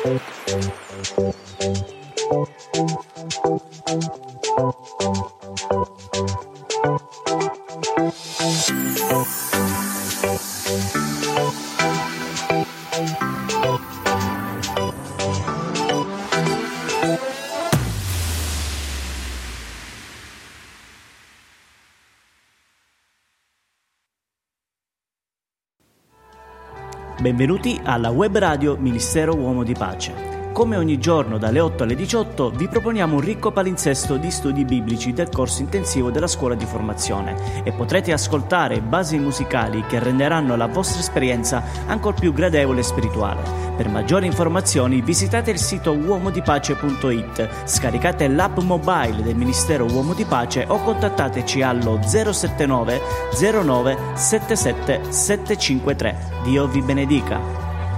Benvenuti alla web radio Ministero Uomo di Pace. Come ogni giorno dalle 8 alle 18 vi proponiamo un ricco palinsesto di studi biblici del corso intensivo della scuola di formazione e potrete ascoltare basi musicali che renderanno la vostra esperienza ancor più gradevole e spirituale. Per maggiori informazioni visitate il sito uomodipace.it, scaricate l'app mobile del Ministero Uomo di Pace o contattateci allo 079 09 77 753. Dio vi benedica.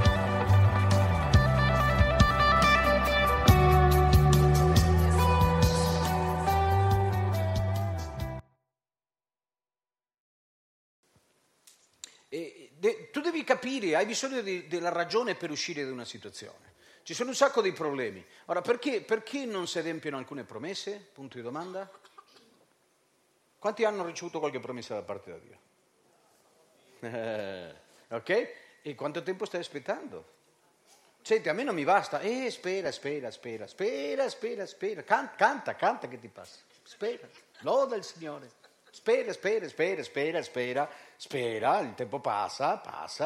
Tu devi capire, hai bisogno della ragione per uscire da una situazione. Ci sono un sacco di problemi. Ora, perché non si adempiono alcune promesse? Punto di domanda. Quanti hanno ricevuto qualche promessa da parte da Dio? Ok? E quanto tempo stai aspettando? Senti, a me non mi basta. Spera. Canta che ti passa. Spera, loda il Signore. Spera, il tempo passa.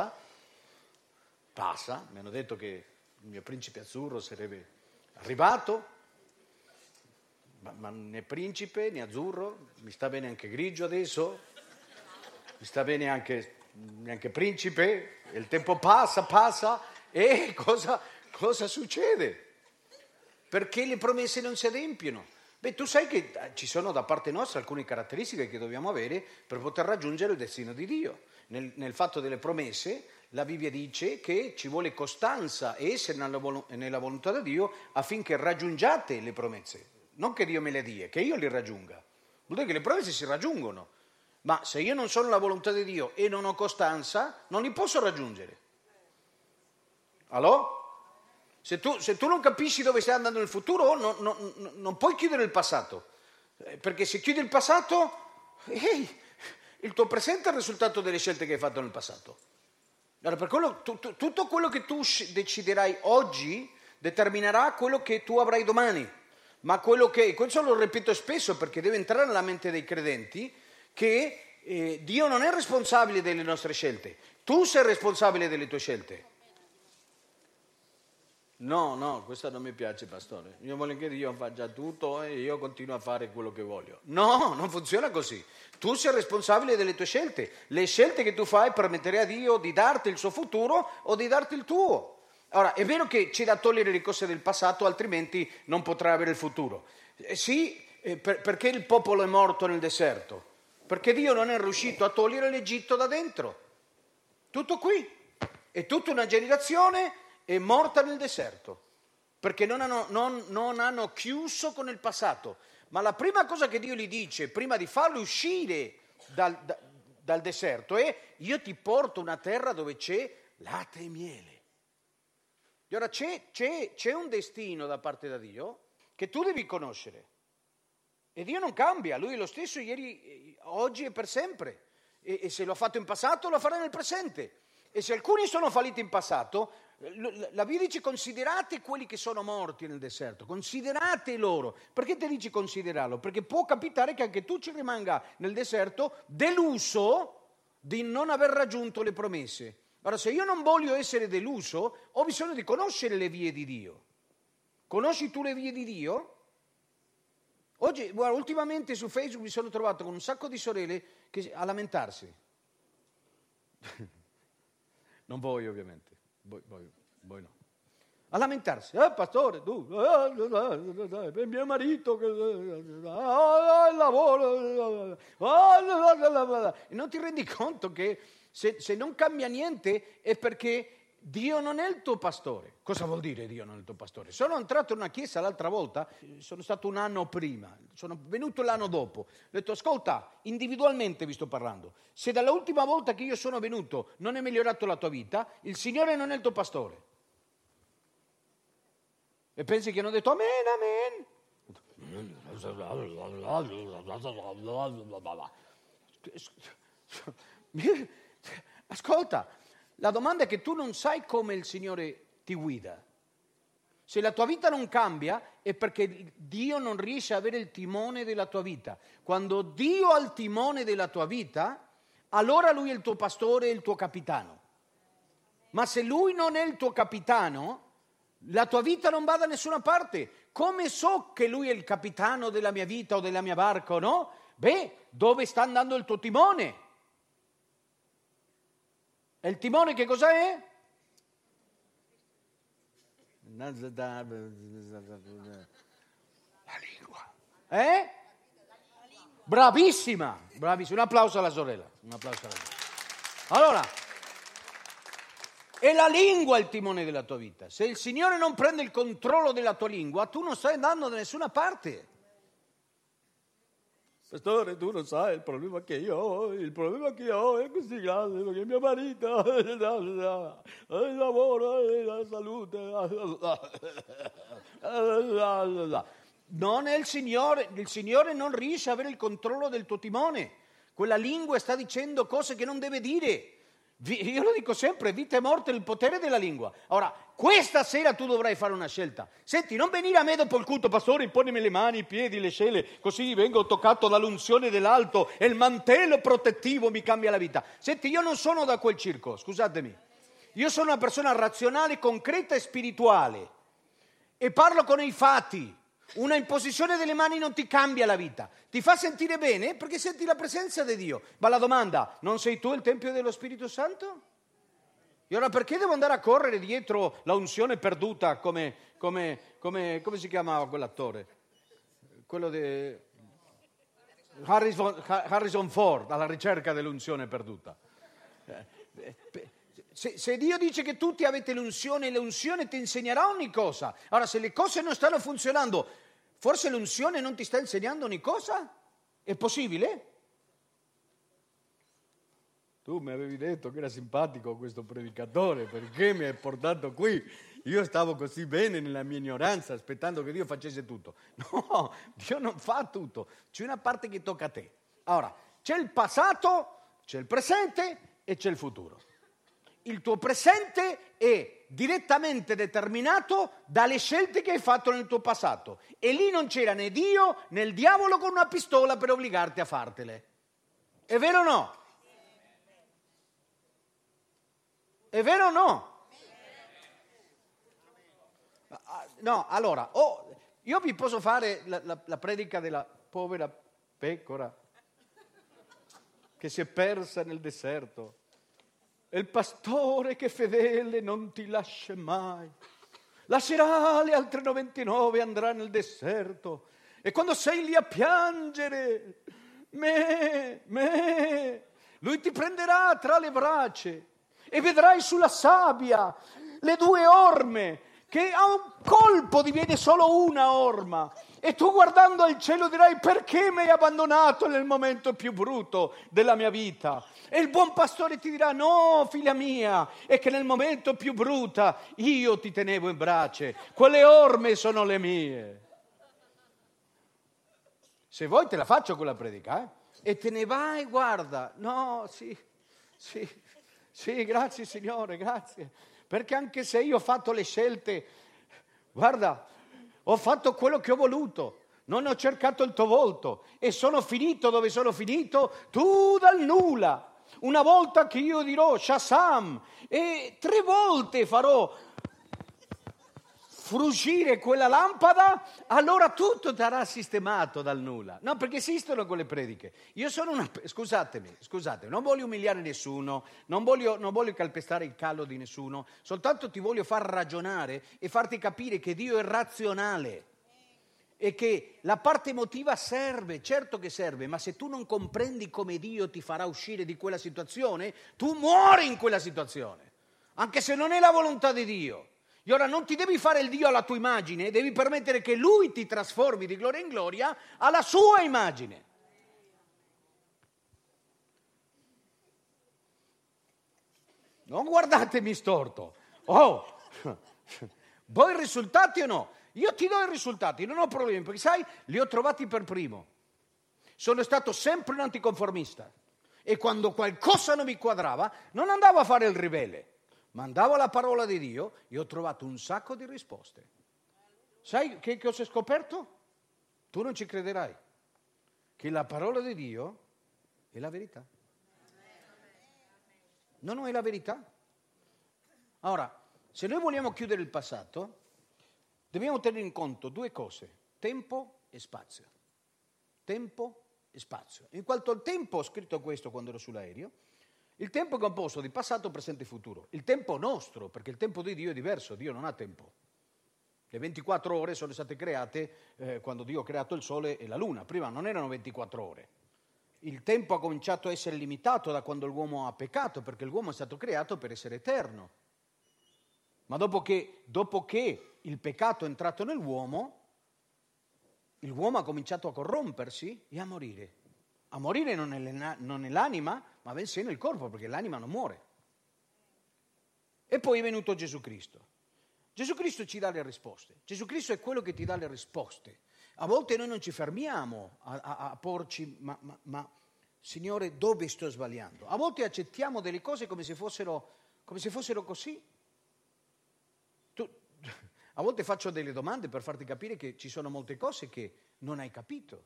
Mi hanno detto che il mio principe azzurro sarebbe arrivato, ma né principe né azzurro, mi sta bene anche grigio adesso, mi sta bene anche principe, il tempo passa e cosa succede? Perché le promesse non si adempiono? Beh, tu sai che ci sono da parte nostra alcune caratteristiche che dobbiamo avere per poter raggiungere il destino di Dio. Nel fatto delle promesse, la Bibbia dice che ci vuole costanza e essere nella volontà di Dio affinché raggiungiate le promesse. Non che Dio me le dia, che io le raggiunga. Vuol dire che le promesse si raggiungono. Ma se io non sono nella volontà di Dio e non ho costanza, non li posso raggiungere. Allora? Se tu non capisci dove stai andando nel futuro, non puoi chiudere il passato, perché se chiudi il passato, il tuo presente è il risultato delle scelte che hai fatto nel passato. Allora, per quello, tutto quello che tu deciderai oggi determinerà quello che tu avrai domani, ma questo lo ripeto spesso perché deve entrare nella mente dei credenti, che Dio non è responsabile delle nostre scelte, tu sei responsabile delle tue scelte. No, questo non mi piace, pastore. Io voglio che Dio faccia tutto e io continuo a fare quello che voglio. No, non funziona così. Tu sei responsabile delle tue scelte. Le scelte che tu fai permetterai a Dio di darti il suo futuro o di darti il tuo. Ora, è vero che c'è da togliere le cose del passato, altrimenti non potrai avere il futuro. Perché il popolo è morto nel deserto? Perché Dio non è riuscito a togliere l'Egitto da dentro. Tutto qui. E tutta una generazione è morta nel deserto, perché non hanno chiuso con il passato. Ma la prima cosa che Dio gli dice, prima di farlo uscire dal deserto, è: io ti porto una terra dove c'è latte e miele. E ora c'è un destino da parte da Dio che tu devi conoscere. E Dio non cambia, Lui è lo stesso ieri, oggi e per sempre. E se lo ha fatto in passato, lo farà nel presente. E se alcuni sono falliti in passato, la Bibbia dice: considerate quelli che sono morti nel deserto, considerate loro. Perché ti dici considerarlo? Perché può capitare che anche tu ci rimanga nel deserto deluso di non aver raggiunto le promesse. Ora, se io non voglio essere deluso, ho bisogno di conoscere le vie di Dio. Conosci tu le vie di Dio? Oggi, guarda, ultimamente su Facebook mi sono trovato con un sacco di sorelle a lamentarsi. Non voi, ovviamente. Voi no. A lamentarsi, pastore, tu, mio marito, il lavoro, e non ti rendi conto che se non cambia niente è perché Dio non è il tuo pastore. Cosa vuol dire Dio non è il tuo pastore? Sono entrato in una chiesa l'altra volta, sono stato un anno prima, sono venuto l'anno dopo. Ho detto: ascolta, individualmente vi sto parlando. Se dall'ultima volta che io sono venuto non è migliorato la tua vita, il Signore non è il tuo pastore. E pensi che hanno detto amen, amen? Ascolta, la domanda è che tu non sai come il Signore ti guida. Se la tua vita non cambia è perché Dio non riesce a avere il timone della tua vita. Quando Dio ha il timone della tua vita, allora Lui è il tuo pastore e il tuo capitano. Ma se Lui non è il tuo capitano, la tua vita non va da nessuna parte. Come so che Lui è il capitano della mia vita o della mia barca o no? Dove sta andando il tuo timone? E il timone che cosa è? La lingua. Bravissima. Un applauso alla sorella. Allora, è la lingua il timone della tua vita. Se il Signore non prende il controllo della tua lingua, tu non stai andando da nessuna parte. Pastore, tu non sai il problema che io ho è così grande, perché mio marito, il lavoro, la salute. Non è il Signore non riesce a avere il controllo del tuo timone. Quella lingua sta dicendo cose che non deve dire. Io lo dico sempre, vita e morte nel potere della lingua. Ora, questa sera tu dovrai fare una scelta. Senti, non venire a me dopo il culto, pastore, imponimi le mani, i piedi, le scele, così vengo toccato dall'unzione dell'alto e il mantello protettivo mi cambia la vita. Senti, io non sono da quel circo, scusatemi. Io sono una persona razionale, concreta e spirituale e parlo con i fatti. Una imposizione delle mani non ti cambia la vita, ti fa sentire bene perché senti la presenza di Dio. Ma la domanda, non sei tu il Tempio dello Spirito Santo? E ora perché devo andare a correre dietro la unzione perduta come si chiamava quell'attore? Quello di Harrison Ford, alla ricerca dell'unzione perduta. Se Dio dice che tutti avete l'unzione ti insegnerà ogni cosa. Ora, se le cose non stanno funzionando, forse l'unzione non ti sta insegnando ogni cosa? È possibile? Tu mi avevi detto che era simpatico questo predicatore, perché mi hai portato qui? Io stavo così bene nella mia ignoranza, aspettando che Dio facesse tutto. No, Dio non fa tutto. C'è una parte che tocca a te. Ora, c'è il passato, c'è il presente e c'è il futuro. Il tuo presente è direttamente determinato dalle scelte che hai fatto nel tuo passato. E lì non c'era né Dio né il diavolo con una pistola per obbligarti a fartele. È vero o no? È vero o no? No, allora, io vi posso fare la predica della povera pecora che si è persa nel deserto. E il pastore che fedele non ti lascia mai. Lascerà le altre 99 e andrà nel deserto. E quando sei lì a piangere, lui ti prenderà tra le braccia e vedrai sulla sabbia le 2 orme, che a un colpo diviene solo una orma. E tu guardando al cielo dirai: perché mi hai abbandonato nel momento più brutto della mia vita? E il buon pastore ti dirà: no, figlia mia, è che nel momento più brutto io ti tenevo in braccia, quelle orme sono le mie. Se vuoi te la faccio quella predica, e te ne vai, guarda, no, sì, grazie Signore, grazie, perché anche se io ho fatto le scelte, guarda, ho fatto quello che ho voluto, non ho cercato il tuo volto e sono finito dove sono finito, tu dal nulla. Una volta che io dirò Shazam e 3 volte farò fruscire quella lampada, allora tutto sarà sistemato dal nulla. No, perché esistono quelle prediche. Io sono scusatemi, non voglio umiliare nessuno, non voglio calpestare il callo di nessuno, soltanto ti voglio far ragionare e farti capire che Dio è razionale e che la parte emotiva serve, certo che serve, ma se tu non comprendi come Dio ti farà uscire di quella situazione, tu muori in quella situazione, anche se non è la volontà di Dio. E ora non ti devi fare il Dio alla tua immagine, devi permettere che Lui ti trasformi di gloria in gloria alla sua immagine. Non guardatemi storto. Voi risultati o no? io ti do i risultati, non ho problemi, perché sai, li ho trovati per primo. Sono stato sempre un anticonformista e quando qualcosa non mi quadrava non andavo a fare il ribelle, ma andavo alla parola di Dio e ho trovato un sacco di risposte. Sai che cosa ho scoperto? Tu non ci crederai, che la parola di Dio è la verità. Non è la verità? Ora, se noi vogliamo chiudere il passato, dobbiamo tenere in conto due cose, tempo e spazio. Tempo e spazio. In quanto al tempo, ho scritto questo quando ero sull'aereo, il tempo è composto di passato, presente e futuro. Il tempo nostro, perché il tempo di Dio è diverso, Dio non ha tempo. Le 24 ore sono state create quando Dio ha creato il Sole e la Luna, prima non erano 24 ore. Il tempo ha cominciato a essere limitato da quando l'uomo ha peccato, perché l'uomo è stato creato per essere eterno. Ma dopo che il peccato è entrato nell'uomo, l'uomo ha cominciato a corrompersi e a morire. A morire non è l'anima, ma bensì nel corpo, perché l'anima non muore. E poi è venuto Gesù Cristo. Gesù Cristo ci dà le risposte. Gesù Cristo è quello che ti dà le risposte. A volte noi non ci fermiamo a porci, ma Signore, dove sto sbagliando? A volte accettiamo delle cose come se fossero così. A volte faccio delle domande per farti capire che ci sono molte cose che non hai capito.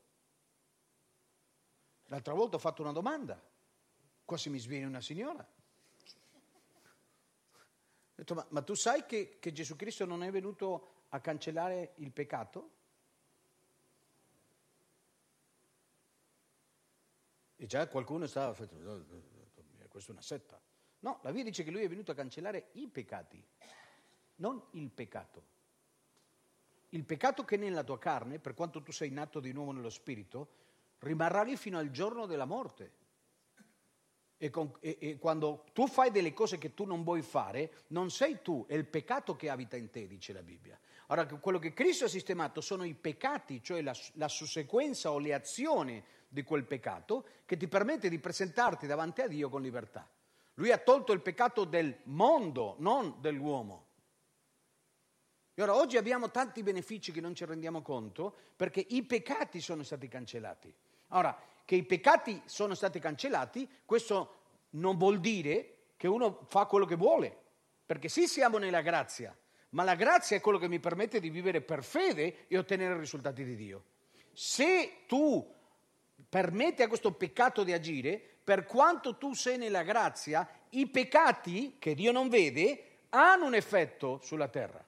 L'altra volta ho fatto una domanda, quasi mi sviene una signora. Ho detto, ma tu sai che Gesù Cristo non è venuto a cancellare il peccato? E già qualcuno stava facendo, questa è una setta. No, la Bibbia dice che lui è venuto a cancellare i peccati, non il peccato. Il peccato che è nella tua carne, per quanto tu sei nato di nuovo nello spirito, rimarrà lì fino al giorno della morte. E quando tu fai delle cose che tu non vuoi fare, non sei tu, è il peccato che abita in te, dice la Bibbia. Ora, quello che Cristo ha sistemato sono i peccati, cioè la sussequenza o le azioni di quel peccato che ti permette di presentarti davanti a Dio con libertà. Lui ha tolto il peccato del mondo, non dell'uomo. E ora oggi abbiamo tanti benefici che non ci rendiamo conto perché i peccati sono stati cancellati. Ora, che i peccati sono stati cancellati, questo non vuol dire che uno fa quello che vuole, perché sì siamo nella grazia, ma la grazia è quello che mi permette di vivere per fede e ottenere i risultati di Dio. Se tu permetti a questo peccato di agire, per quanto tu sei nella grazia, i peccati che Dio non vede hanno un effetto sulla terra.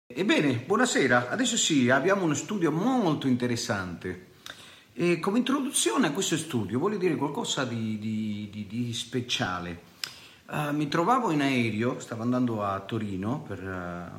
Ebbene, buonasera. Adesso sì, abbiamo uno studio molto interessante. E come introduzione a questo studio voglio dire qualcosa di speciale. Mi trovavo in aereo, stavo andando a Torino per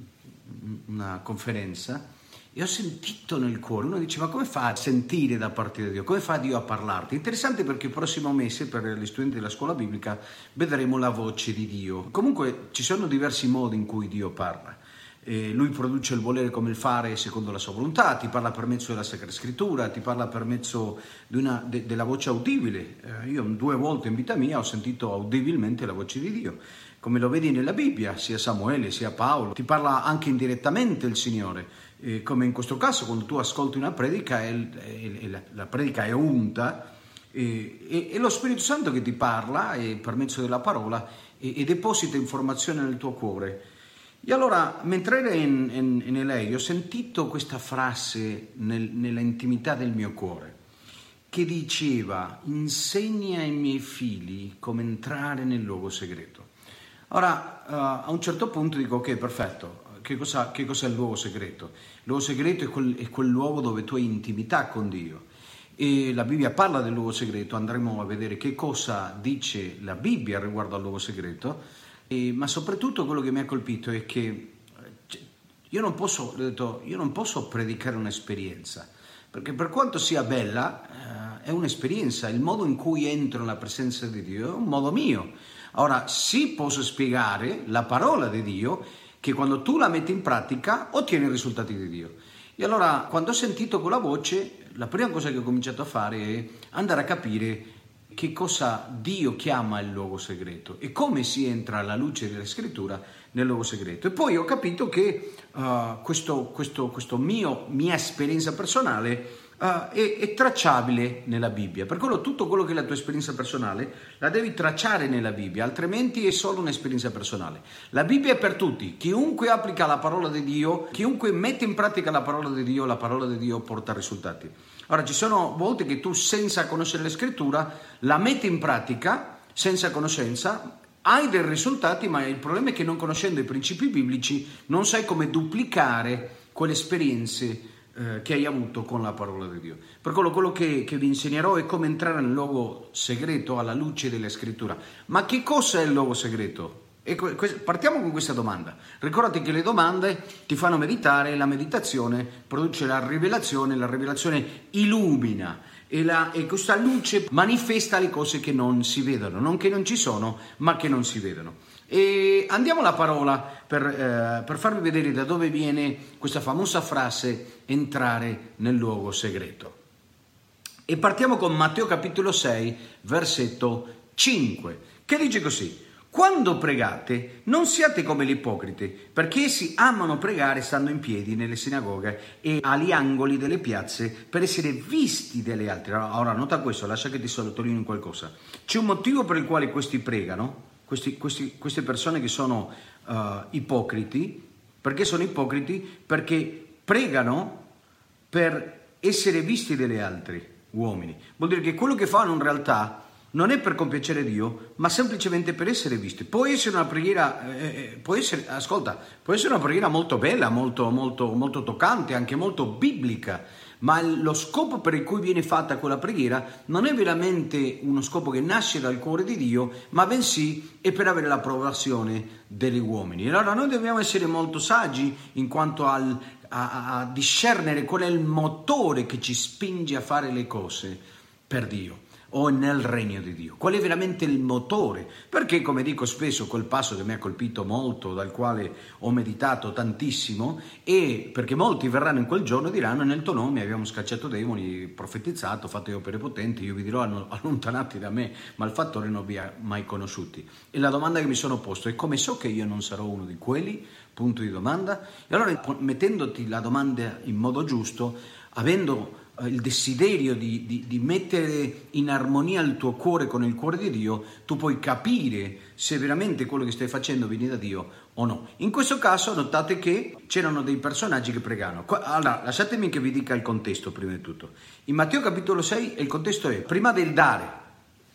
una conferenza e ho sentito nel cuore, uno diceva: come fa a sentire da parte di Dio? Come fa Dio a parlarti? Interessante, perché il prossimo mese per gli studenti della scuola biblica vedremo la voce di Dio. Comunque ci sono diversi modi in cui Dio parla. Lui produce il volere come il fare secondo la sua volontà, ti parla per mezzo della Sacra Scrittura, ti parla per mezzo della voce udibile. Io 2 volte in vita mia ho sentito udibilmente la voce di Dio, come lo vedi nella Bibbia, sia Samuele sia Paolo. Ti parla anche indirettamente il Signore, come in questo caso quando tu ascolti una predica e la predica è unta, e lo Spirito Santo che ti parla per mezzo della parola e deposita informazione nel tuo cuore. E allora, mentre ero nell'aereo, ho sentito questa frase nella intimità del mio cuore, che diceva: insegna ai miei figli come entrare nel luogo segreto. Ora, a un certo punto dico: ok, perfetto, che cos'è il luogo segreto? Il luogo segreto è quel luogo dove tu hai intimità con Dio. E la Bibbia parla del luogo segreto, andremo a vedere che cosa dice la Bibbia riguardo al luogo segreto. Ma soprattutto quello che mi ha colpito è che io non posso predicare un'esperienza, perché per quanto sia bella è un'esperienza. Il modo in cui entro nella presenza di Dio è un modo mio. Ora sì, posso spiegare la parola di Dio, che quando tu la metti in pratica ottieni i risultati di Dio. E allora, quando ho sentito quella voce, la prima cosa che ho cominciato a fare è andare a capire che cosa Dio chiama il luogo segreto e come si entra alla luce della Scrittura nel luogo segreto. E poi ho capito che questa mia esperienza personale è tracciabile nella Bibbia. Per quello tutto quello che è la tua esperienza personale la devi tracciare nella Bibbia, altrimenti è solo un'esperienza personale. La Bibbia è per tutti. Chiunque applica la parola di Dio, chiunque mette in pratica la parola di Dio porta risultati. Ora, ci sono volte che tu, senza conoscere la Scrittura, la metti in pratica, senza conoscenza, hai dei risultati, ma il problema è che, non conoscendo i principi biblici, non sai come duplicare quelle esperienze che hai avuto con la parola di Dio. Per quello che vi insegnerò è come entrare nel luogo segreto alla luce della Scrittura. Ma che cosa è il luogo segreto? Partiamo con questa domanda. Ricordati che le domande ti fanno meditare, la meditazione produce la rivelazione illumina e questa luce manifesta le cose che non si vedono, non che non ci sono, ma che non si vedono. E andiamo alla parola per farvi vedere da dove viene questa famosa frase entrare nel luogo segreto. E partiamo con Matteo capitolo 6, versetto 5, che dice così: quando pregate, non siate come gli ipocriti, perché essi amano pregare stando in piedi nelle sinagoghe e agli angoli delle piazze per essere visti dalle altre. Ora nota questo, lascia che ti sottolineo qualcosa. C'è un motivo per il quale questi pregano, queste persone che sono ipocriti. Perché sono ipocriti? Perché pregano per essere visti dalle altre uomini. Vuol dire che quello che fanno in realtà non è per compiacere Dio, ma semplicemente per essere visti. Può essere una preghiera, può essere una preghiera molto bella, molto, molto, molto toccante, anche molto biblica, ma lo scopo per il cui viene fatta quella preghiera non è veramente uno scopo che nasce dal cuore di Dio, ma bensì è per avere l'approvazione degli uomini. Allora noi dobbiamo essere molto saggi in quanto a discernere qual è il motore che ci spinge a fare le cose per Dio o nel regno di Dio. Qual è veramente il motore? Perché, come dico spesso, quel passo che mi ha colpito molto, dal quale ho meditato tantissimo, è perché molti verranno in quel giorno e diranno: nel tuo nome abbiamo scacciato demoni, profetizzato, fatto opere potenti. Io vi dirò: allontanati da me, malfattori non vi ha mai conosciuti. E la domanda che mi sono posto è: come so che io non sarò uno di quelli? Punto di domanda. E allora, mettendoti la domanda in modo giusto, avendo il desiderio di mettere in armonia il tuo cuore con il cuore di Dio, tu puoi capire se veramente quello che stai facendo viene da Dio o no. In questo caso notate che c'erano dei personaggi che pregavano. Allora, lasciatemi che vi dica il contesto prima di tutto. In Matteo capitolo 6 il contesto è: prima del dare,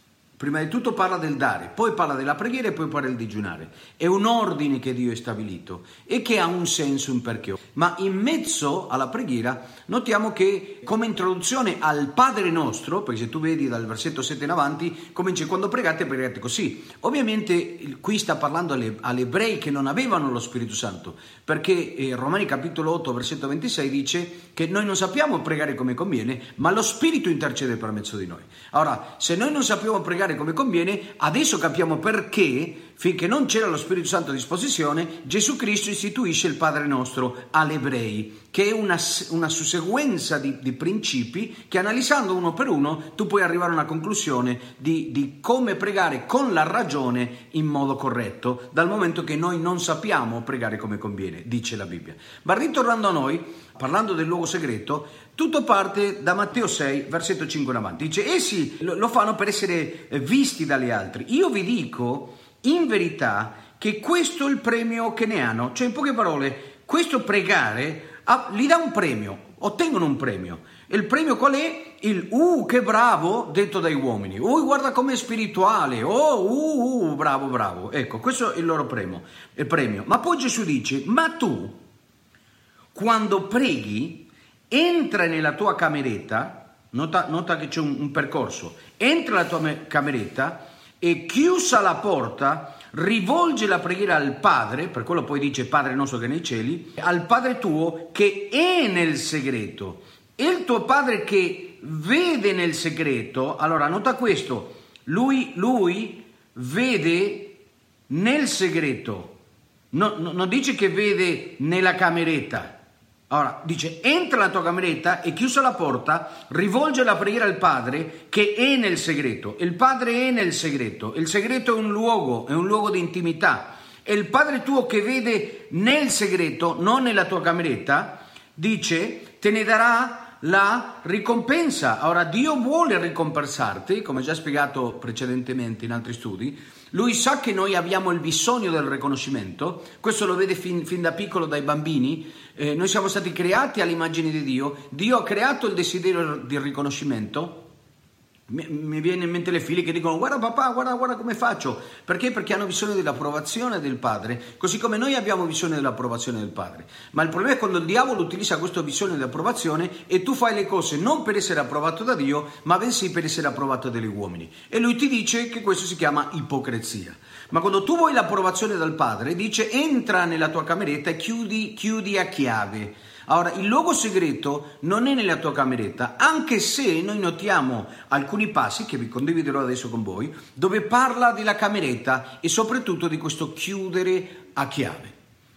Prima di tutto parla del dare, poi parla della preghiera e poi parla del digiunare. È un ordine che Dio ha stabilito e che ha un senso, un perché. Ma in mezzo alla preghiera notiamo che come introduzione al Padre nostro, perché se tu vedi dal versetto 7 in avanti, comincia: quando pregate così. Ovviamente qui sta parlando agli ebrei che non avevano lo Spirito Santo, perché Romani capitolo 8 versetto 26 dice che noi non sappiamo pregare come conviene, ma lo Spirito intercede per mezzo di noi. Ora, se noi non sappiamo pregare come conviene, adesso capiamo perché, finché non c'era lo Spirito Santo a disposizione, Gesù Cristo istituisce il Padre nostro agli ebrei, che è una susseguenza di principi che, analizzando uno per uno, tu puoi arrivare a una conclusione di come pregare con la ragione in modo corretto, dal momento che noi non sappiamo pregare come conviene, dice la Bibbia. Ma ritornando a noi, parlando del luogo segreto, tutto parte da Matteo 6, versetto 5 in avanti. Dice: essi lo fanno per essere visti dagli altri. Io vi dico in verità che questo è il premio che ne hanno. Cioè, in poche parole, questo pregare gli dà un premio, ottengono un premio. E il premio qual è? Il che bravo detto dai uomini. Guarda com'è spirituale. Bravo. Ecco, questo è il loro premio. Ma poi Gesù dice: ma tu, quando preghi, entra nella tua cameretta, nota che c'è un percorso, entra nella tua cameretta e, chiusa la porta, rivolge la preghiera al Padre, per quello poi dice Padre nostro che è nei cieli, al Padre tuo che è nel segreto. E il tuo Padre che vede nel segreto, allora nota questo, lui vede nel segreto, non dice che vede nella cameretta. Ora dice: entra nella tua cameretta e, chiusa la porta, rivolge la preghiera al Padre che è nel segreto. Il Padre è nel segreto. Il segreto è un luogo di intimità. E il Padre tuo che vede nel segreto, non nella tua cameretta, dice, te ne darà la ricompensa. Ora, Dio vuole ricompensarti, come già spiegato precedentemente in altri studi. Lui sa che noi abbiamo il bisogno del riconoscimento, questo lo vede fin da piccolo dai bambini. Noi siamo stati creati all'immagine di Dio. Dio ha creato il desiderio di riconoscimento. Mi viene in mente le figlie che dicono: guarda papà, guarda come faccio. Perché? Perché hanno bisogno dell'approvazione del padre, così come noi abbiamo bisogno dell'approvazione del padre. Ma il problema è quando il diavolo utilizza questo bisogno di approvazione e tu fai le cose non per essere approvato da Dio, ma bensì per essere approvato dagli uomini. E lui ti dice che questo si chiama ipocrisia. Ma quando tu vuoi l'approvazione dal padre, dice: entra nella tua cameretta e chiudi a chiave. Ora, il luogo segreto non è nella tua cameretta, anche se noi notiamo alcuni passi che vi condividerò adesso con voi, dove parla della cameretta e soprattutto di questo chiudere a chiave.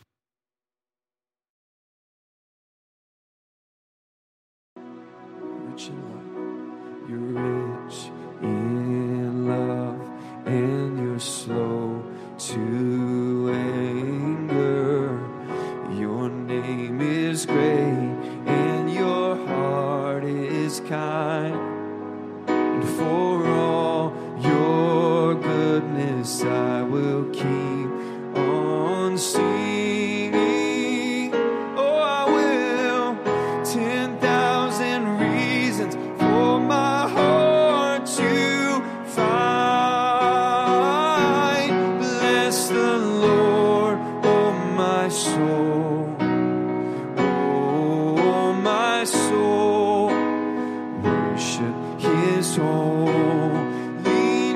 You're rich in love and you're slow to anger. Your name is great and your heart is kind. And for all your goodness I will keep on singing. Oh, I will. 10,000 reasons for my heart to find. Bless the Lord, oh my soul. His holy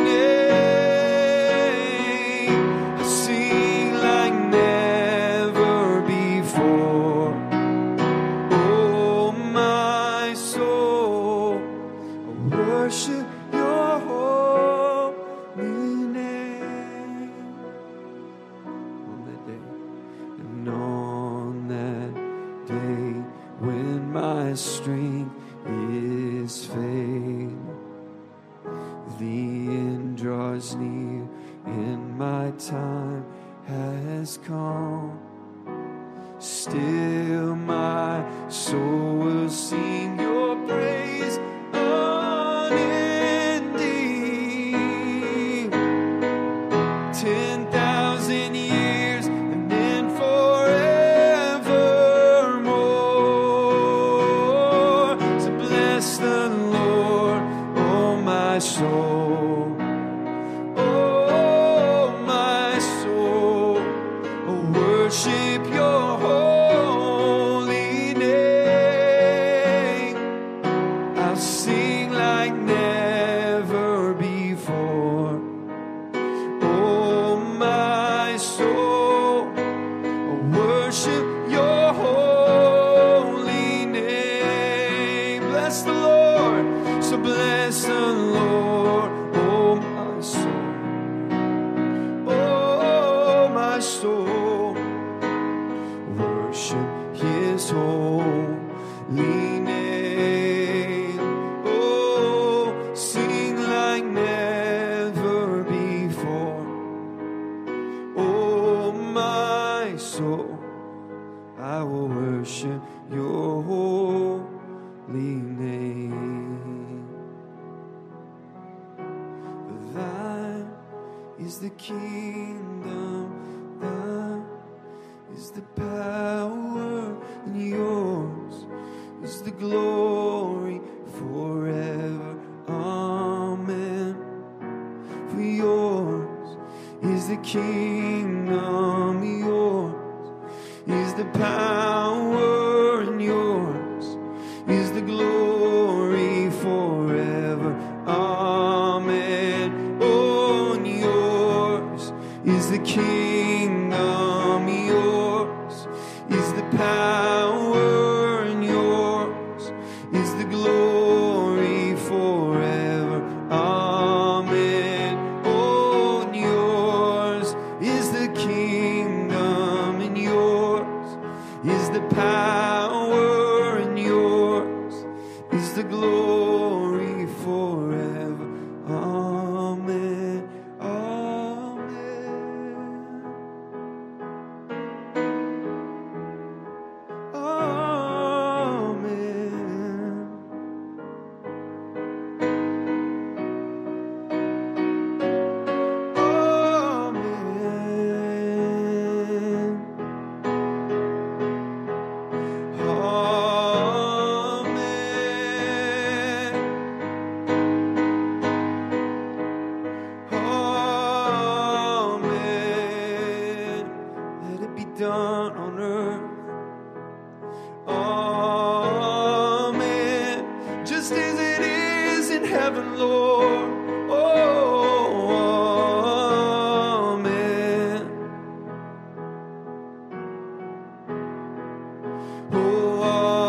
name, I sing like never before. Oh, my soul, I worship your holy name. On that day, and on that day when my strength is failing, the end draws near and my time has come. Still my soul will sing your praise unending. 10,000 years and then forevermore. So bless the Lord, oh my soul. holy name. Oh, sing like never before. Oh, my soul, I will worship your holy name. For thine is the kingdom, thine is the power, and yours is the glory forever. Amen. For yours is the kingdom, yours is the power, and yours is the glory forever. Amen. Oh, and yours is the kingdom, yours is the power, and yours is the glory forever. Amen. Oh, and yours is the kingdom, and yours is the power, and yours is the glory forever. Amen. Amen. Amen. Amen. Let it be done on earth. Amen. Just as it is in heaven, Lord. Oh, amen. Oh,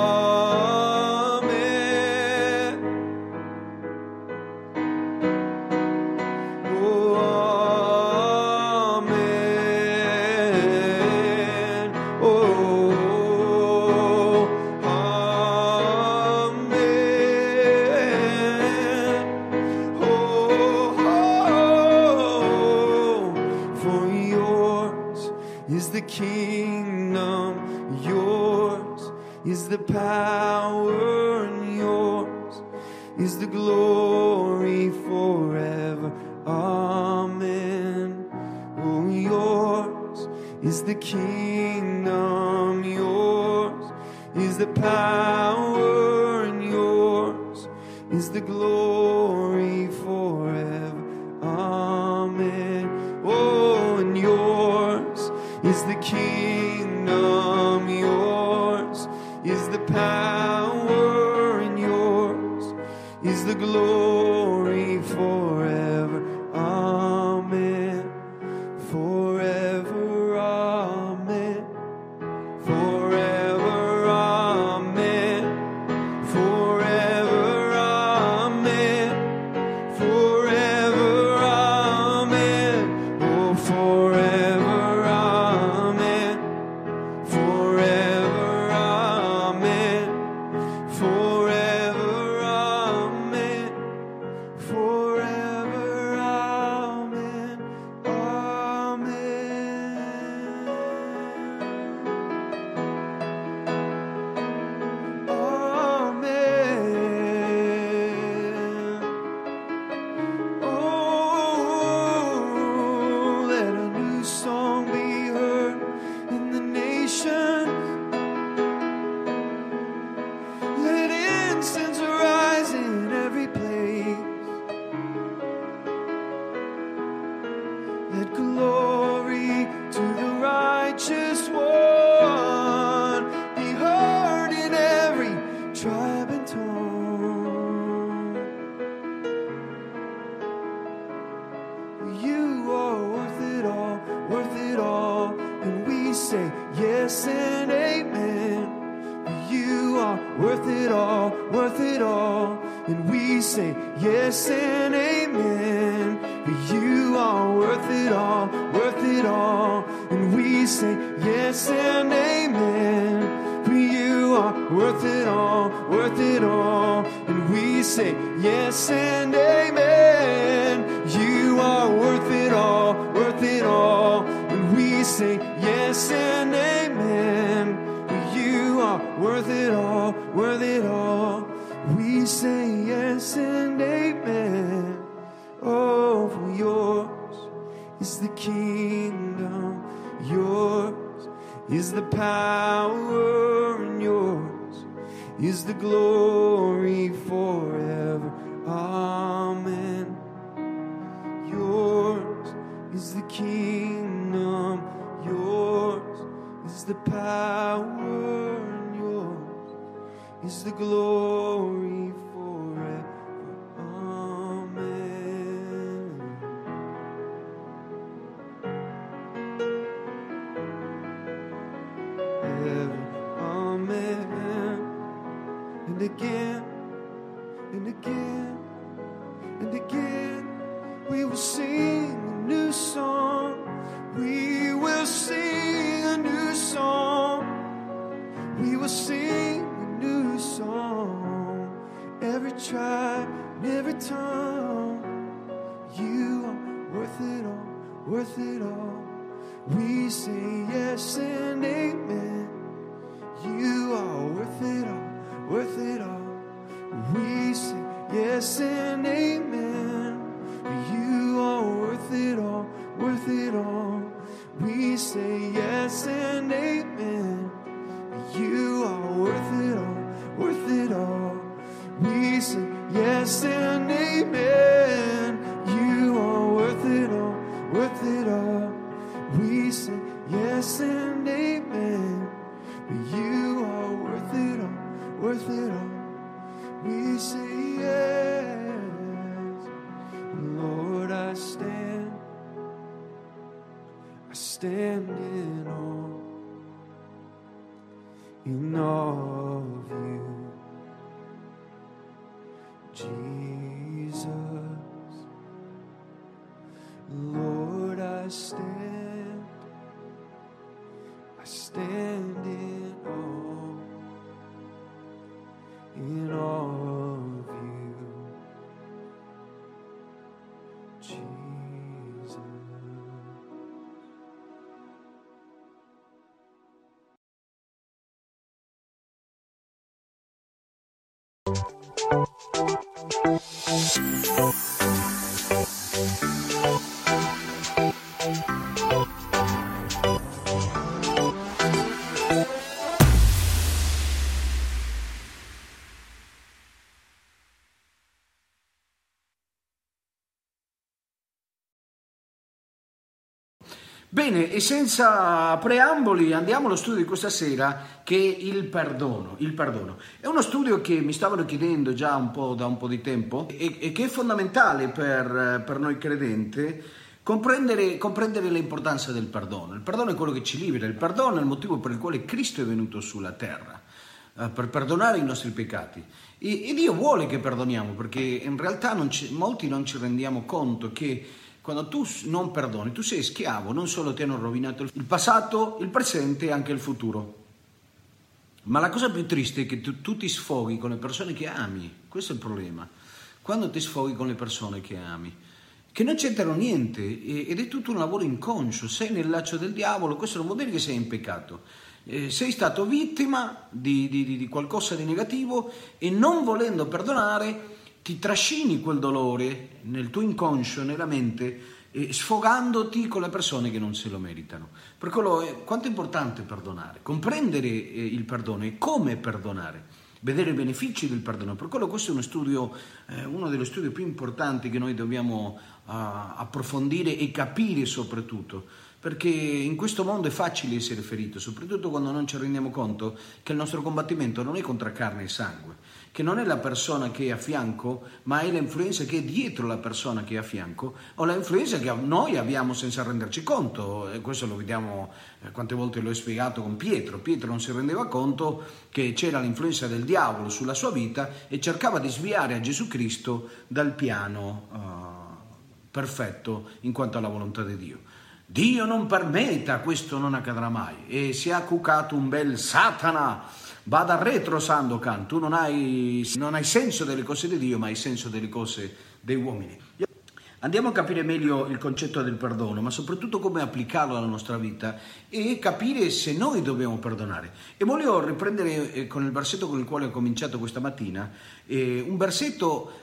amen. Oh, amen. Oh, amen. Oh, for yours is the kingdom, yours is the power, and yours is the glory forever. Amen. Oh, yours is the kingdom, yours is the power, and yours is the glory forever. Amen. Oh, and yours is the kingdom, yours is the power, and yours is the glory forever. Amen. Forever. Amen. Forever. Amen. Forever. Amen. Forever. Amen. Oh, forever. Amen. Forever. Amen. Forever. Amen. Forever. Amen. Amen. Oh, let a new song be heard in the nation. Let incense arise in every place. Let glory to the righteous one be heard in every tribe and tongue. You are worth it all, and we say yes and amen. You are worth it all, and we say yes and amen. You are worth it all, and we say yes and amen. For you worth it all, worth it all. And we say yes and amen. You are worth it all, worth it all. And we say yes and amen. You are worth it all, worth it all. We say yes and amen. Oh, for yours is the kingdom, yours is the power, and yours is the glory forever. Amen. Yours is the kingdom, yours is the power, and yours is the glory forever. Amen. Amen. And again, and again, and again, we will sing a new song. We will sing a new song. We will sing a new song. Every tribe and every tongue. You are worth it all, worth it all. We say yes and amen. You are worth it all, worth it all. We say yes and amen. You are worth it all, worth it all. We say yes and amen. You are worth it all, worth it all. We say yes and amen. You are worth it all, worth it all. We say yes and amen. You are worth it all, worth it all. We say yes. Lord, I stand in awe of you, Jesus. Lord, I stand in awe of you, Jesus. Bene, e senza preamboli andiamo allo studio di questa sera, che è il perdono. Il perdono è uno studio che mi stavano chiedendo già da un po' di tempo e che è fondamentale per noi credenti comprendere l'importanza del perdono. Il perdono è quello che ci libera, il perdono è il motivo per il quale Cristo è venuto sulla terra, per perdonare i nostri peccati. E Dio vuole che perdoniamo, perché in realtà molti non ci rendiamo conto che quando tu non perdoni, tu sei schiavo, non solo ti hanno rovinato il passato, il presente e anche il futuro. Ma la cosa più triste è che tu ti sfoghi con le persone che ami. Questo è il problema. Quando ti sfoghi con le persone che ami, che non c'entrano niente, ed è tutto un lavoro inconscio, sei nel laccio del diavolo, questo non vuol dire che sei in peccato. Sei stato vittima di qualcosa di negativo e non volendo perdonare ti trascini quel dolore nel tuo inconscio, nella mente, sfogandoti con le persone che non se lo meritano. Per quello quanto è importante perdonare, comprendere il perdono e come perdonare, vedere i benefici del perdono. Per quello questo è uno dello studi più importanti che noi dobbiamo approfondire e capire soprattutto, perché in questo mondo è facile essere ferito, soprattutto quando non ci rendiamo conto che il nostro combattimento non è contro carne e sangue, che non è la persona che è a fianco, ma è l'influenza che è dietro la persona che è a fianco, o l'influenza che noi abbiamo senza renderci conto. E questo lo vediamo, quante volte l'ho spiegato con Pietro. Pietro non si rendeva conto che c'era l'influenza del diavolo sulla sua vita e cercava di sviare a Gesù Cristo dal piano perfetto in quanto alla volontà di Dio. Dio non permetta, questo non accadrà mai. E si è accucato un bel Satana, vada retro Sandokan, tu non hai senso delle cose di Dio, ma hai senso delle cose dei uomini. Andiamo a capire meglio il concetto del perdono, ma soprattutto come applicarlo alla nostra vita e capire se noi dobbiamo perdonare. E voglio riprendere con il versetto con il quale ho cominciato questa mattina, un versetto,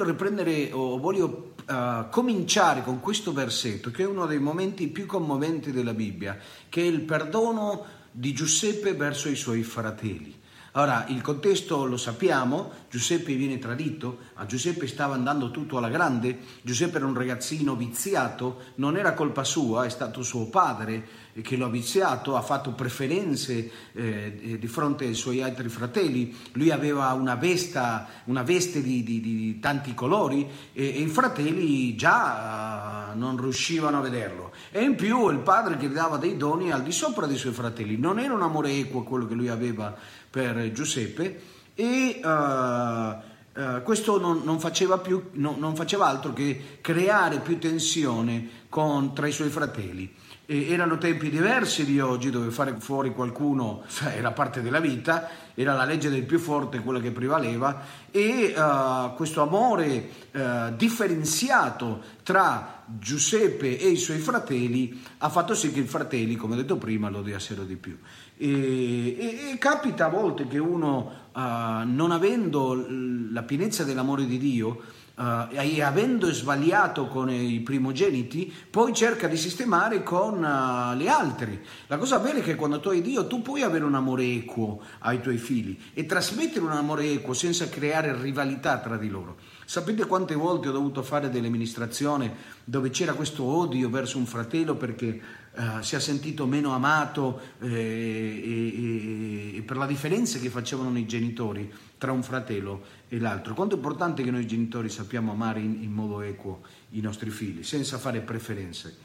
voglio cominciare con questo versetto, che è uno dei momenti più commoventi della Bibbia, che è il perdono di Giuseppe verso i suoi fratelli. Ora, il contesto lo sappiamo, Giuseppe viene tradito, a Giuseppe stava andando tutto alla grande, Giuseppe era un ragazzino viziato, non era colpa sua, è stato suo padre che lo ha viziato, ha fatto preferenze di fronte ai suoi altri fratelli, lui aveva una veste di tanti colori e i fratelli già non riuscivano a vederlo. E in più il padre che gli dava dei doni al di sopra dei suoi fratelli, non era un amore equo quello che lui aveva per Giuseppe e questo non faceva altro che creare più tensione tra i suoi fratelli. Erano tempi diversi di oggi, dove fare fuori qualcuno era parte della vita, era la legge del più forte quella che prevaleva, e questo amore differenziato tra Giuseppe e i suoi fratelli ha fatto sì che i fratelli, come ho detto prima, lo odiassero di più. E capita a volte che uno, non avendo la pienezza dell'amore di Dio e avendo sbagliato con i primogeniti, poi cerca di sistemare con gli altri. La cosa bella è che quando tu hai Dio, tu puoi avere un amore equo ai tuoi figli e trasmettere un amore equo senza creare rivalità tra di loro. Sapete quante volte ho dovuto fare delle amministrazioni dove c'era questo odio verso un fratello perché si è sentito meno amato e per la differenza che facevano i genitori tra un fratello e l'altro. Quanto è importante che noi genitori sappiamo amare in modo equo i nostri figli, senza fare preferenze.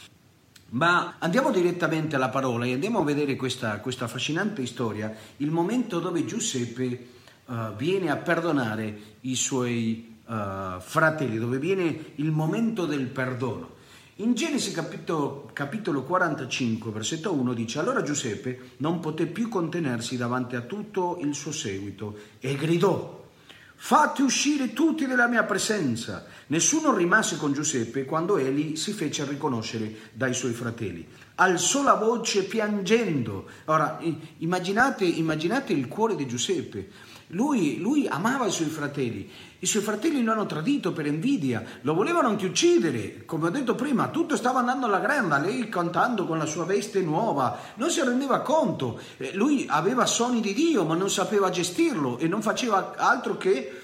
Ma andiamo direttamente alla parola e andiamo a vedere questa affascinante storia, il momento dove Giuseppe viene a perdonare i suoi fratelli, dove viene il momento del perdono. In Genesi capitolo 45, versetto 1 dice: allora Giuseppe non poté più contenersi davanti a tutto il suo seguito e gridò: fate uscire tutti dalla mia presenza. Nessuno rimase con Giuseppe quando egli si fece riconoscere dai suoi fratelli. Alzò la voce piangendo. Ora immaginate il cuore di Giuseppe. Lui amava i suoi fratelli lo hanno tradito per invidia, lo volevano anche uccidere, come ho detto prima, tutto stava andando alla grande, lei cantando con la sua veste nuova, non si rendeva conto, lui aveva sogni di Dio ma non sapeva gestirlo e non faceva altro che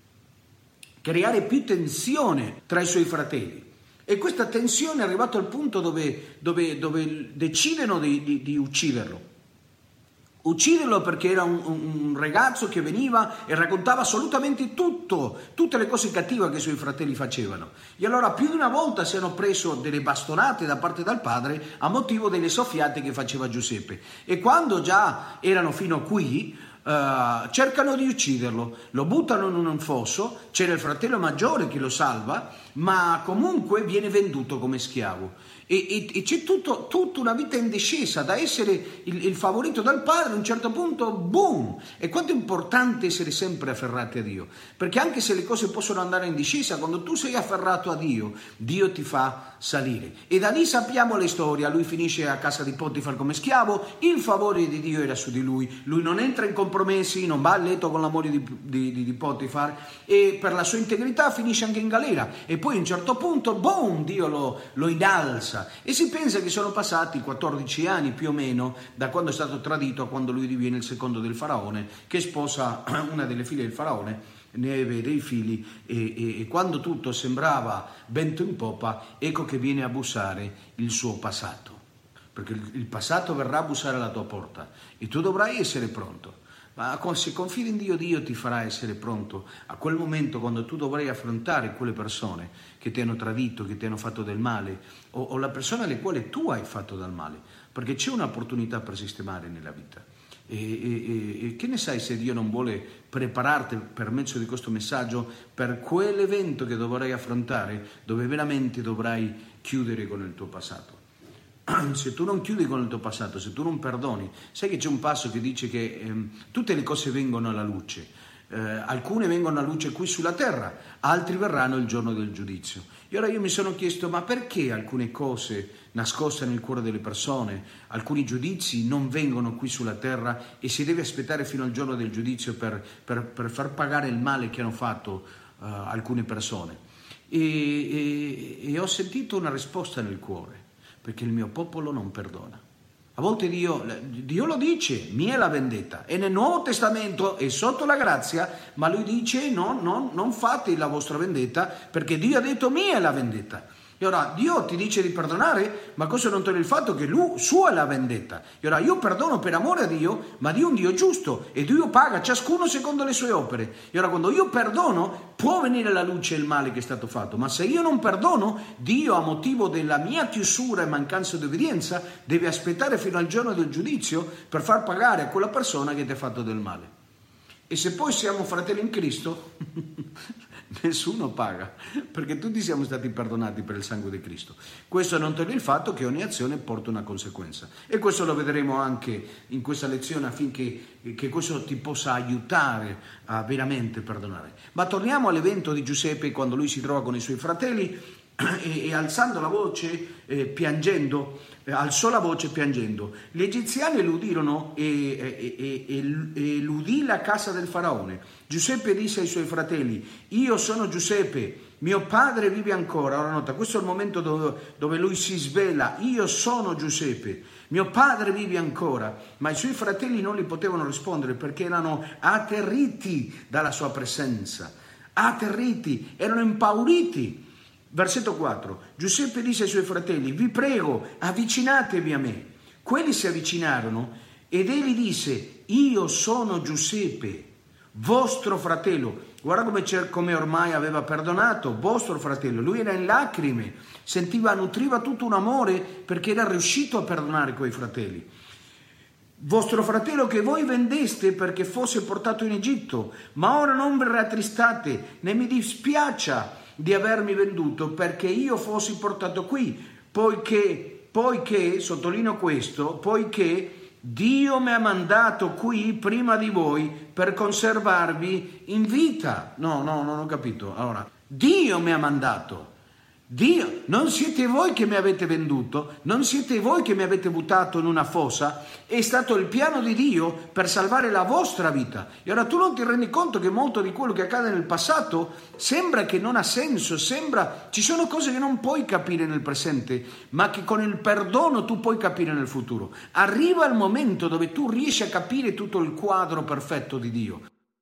creare più tensione tra i suoi fratelli. E questa tensione è arrivata al punto dove decidono di ucciderlo. Ucciderlo perché era un ragazzo che veniva e raccontava assolutamente tutte le cose cattive che i suoi fratelli facevano. E allora più di una volta si hanno preso delle bastonate da parte del padre a motivo delle soffiate che faceva Giuseppe. E quando già erano fino a qui, cercano di ucciderlo, lo buttano in un fosso, c'era il fratello maggiore che lo salva, ma comunque viene venduto come schiavo. E c'è tutta una vita in discesa, da essere il favorito dal padre, a un certo punto, boom! E quanto è importante essere sempre afferrati a Dio, perché anche se le cose possono andare in discesa, quando tu sei afferrato a Dio, Dio ti fa salire. E da lì sappiamo la storia, lui finisce a casa di Potifar come schiavo, il favore di Dio era su di lui non entra in compromessi, non va a letto con l'amore di Potifar e per la sua integrità finisce anche in galera. E poi a un certo punto, boom, Dio lo innalza. E si pensa che sono passati 14 anni più o meno da quando è stato tradito a quando lui diviene il secondo del faraone, che sposa una delle figlie del faraone, ne aveva dei figli e quando tutto sembrava vento in poppa, ecco che viene a bussare il suo passato, perché il passato verrà a bussare alla tua porta e tu dovrai essere pronto. Ma se confidi in Dio, Dio ti farà essere pronto a quel momento quando tu dovrai affrontare quelle persone che ti hanno tradito, che ti hanno fatto del male o la persona alle quali tu hai fatto del male, perché c'è un'opportunità per sistemare nella vita. E che ne sai se Dio non vuole prepararti per mezzo di questo messaggio per quell'evento che dovrai affrontare, dove veramente dovrai chiudere con il tuo passato. se tu non chiudi con il tuo passato, se tu non perdoni, sai che c'è un passo che dice che tutte le cose vengono alla luce. Alcune vengono alla luce qui sulla terra, altri verranno il giorno del giudizio. E ora io mi sono chiesto, ma perché alcune cose nascoste nel cuore delle persone, alcuni giudizi non vengono qui sulla terra e si deve aspettare fino al giorno del giudizio per far pagare il male che hanno fatto alcune persone? E ho sentito una risposta nel cuore, perché il mio popolo non perdona. A volte Dio lo dice, mia è la vendetta, e nel Nuovo Testamento è sotto la grazia, ma lui dice no, non fate la vostra vendetta, perché Dio ha detto mia è la vendetta. E ora Dio ti dice di perdonare, ma questo non toglie il fatto che sua è la vendetta. E ora io perdono per amore a Dio, ma Dio è un Dio giusto e Dio paga ciascuno secondo le sue opere. E ora quando io perdono può venire alla luce il male che è stato fatto, ma se io non perdono, Dio a motivo della mia chiusura e mancanza di obbedienza deve aspettare fino al giorno del giudizio per far pagare a quella persona che ti ha fatto del male. E se poi siamo fratelli in Cristo, nessuno paga, perché tutti siamo stati perdonati per il sangue di Cristo. Questo non toglie il fatto che ogni azione porta una conseguenza. E questo lo vedremo anche in questa lezione affinché che questo ti possa aiutare a veramente perdonare. Ma torniamo all'evento di Giuseppe quando lui si trova con i suoi fratelli e alzando la voce, alzò la voce piangendo. Gli egiziani lo udirono e l'udì la casa del faraone. Giuseppe disse ai suoi fratelli: io sono Giuseppe, mio padre vive ancora. Ora nota, questo è il momento dove lui si svela: io sono Giuseppe, mio padre vive ancora. Ma i suoi fratelli non gli potevano rispondere perché erano atterriti dalla sua presenza, atterriti, erano impauriti. Versetto 4. Giuseppe disse ai suoi fratelli: vi prego, avvicinatevi a me. Quelli si avvicinarono ed egli disse: io sono Giuseppe, vostro fratello. Guarda come ormai aveva perdonato, vostro fratello. Lui era in lacrime, nutriva tutto un amore perché era riuscito a perdonare quei fratelli. Vostro fratello che voi vendeste perché fosse portato in Egitto, ma ora non vi rattristate, né mi dispiaccia di avermi venduto perché io fossi portato qui, poiché, sottolineo questo, poiché Dio mi ha mandato qui prima di voi per conservarvi in vita. No, non ho capito. Allora, Dio mi ha mandato. Dio, non siete voi che mi avete venduto, non siete voi che mi avete buttato in una fossa, è stato il piano di Dio per salvare la vostra vita. E ora tu non ti rendi conto che molto di quello che accade nel passato sembra che non ha senso, ci sono cose che non puoi capire nel presente, ma che con il perdono tu puoi capire nel futuro. Arriva il momento dove tu riesci a capire tutto il quadro perfetto di Dio.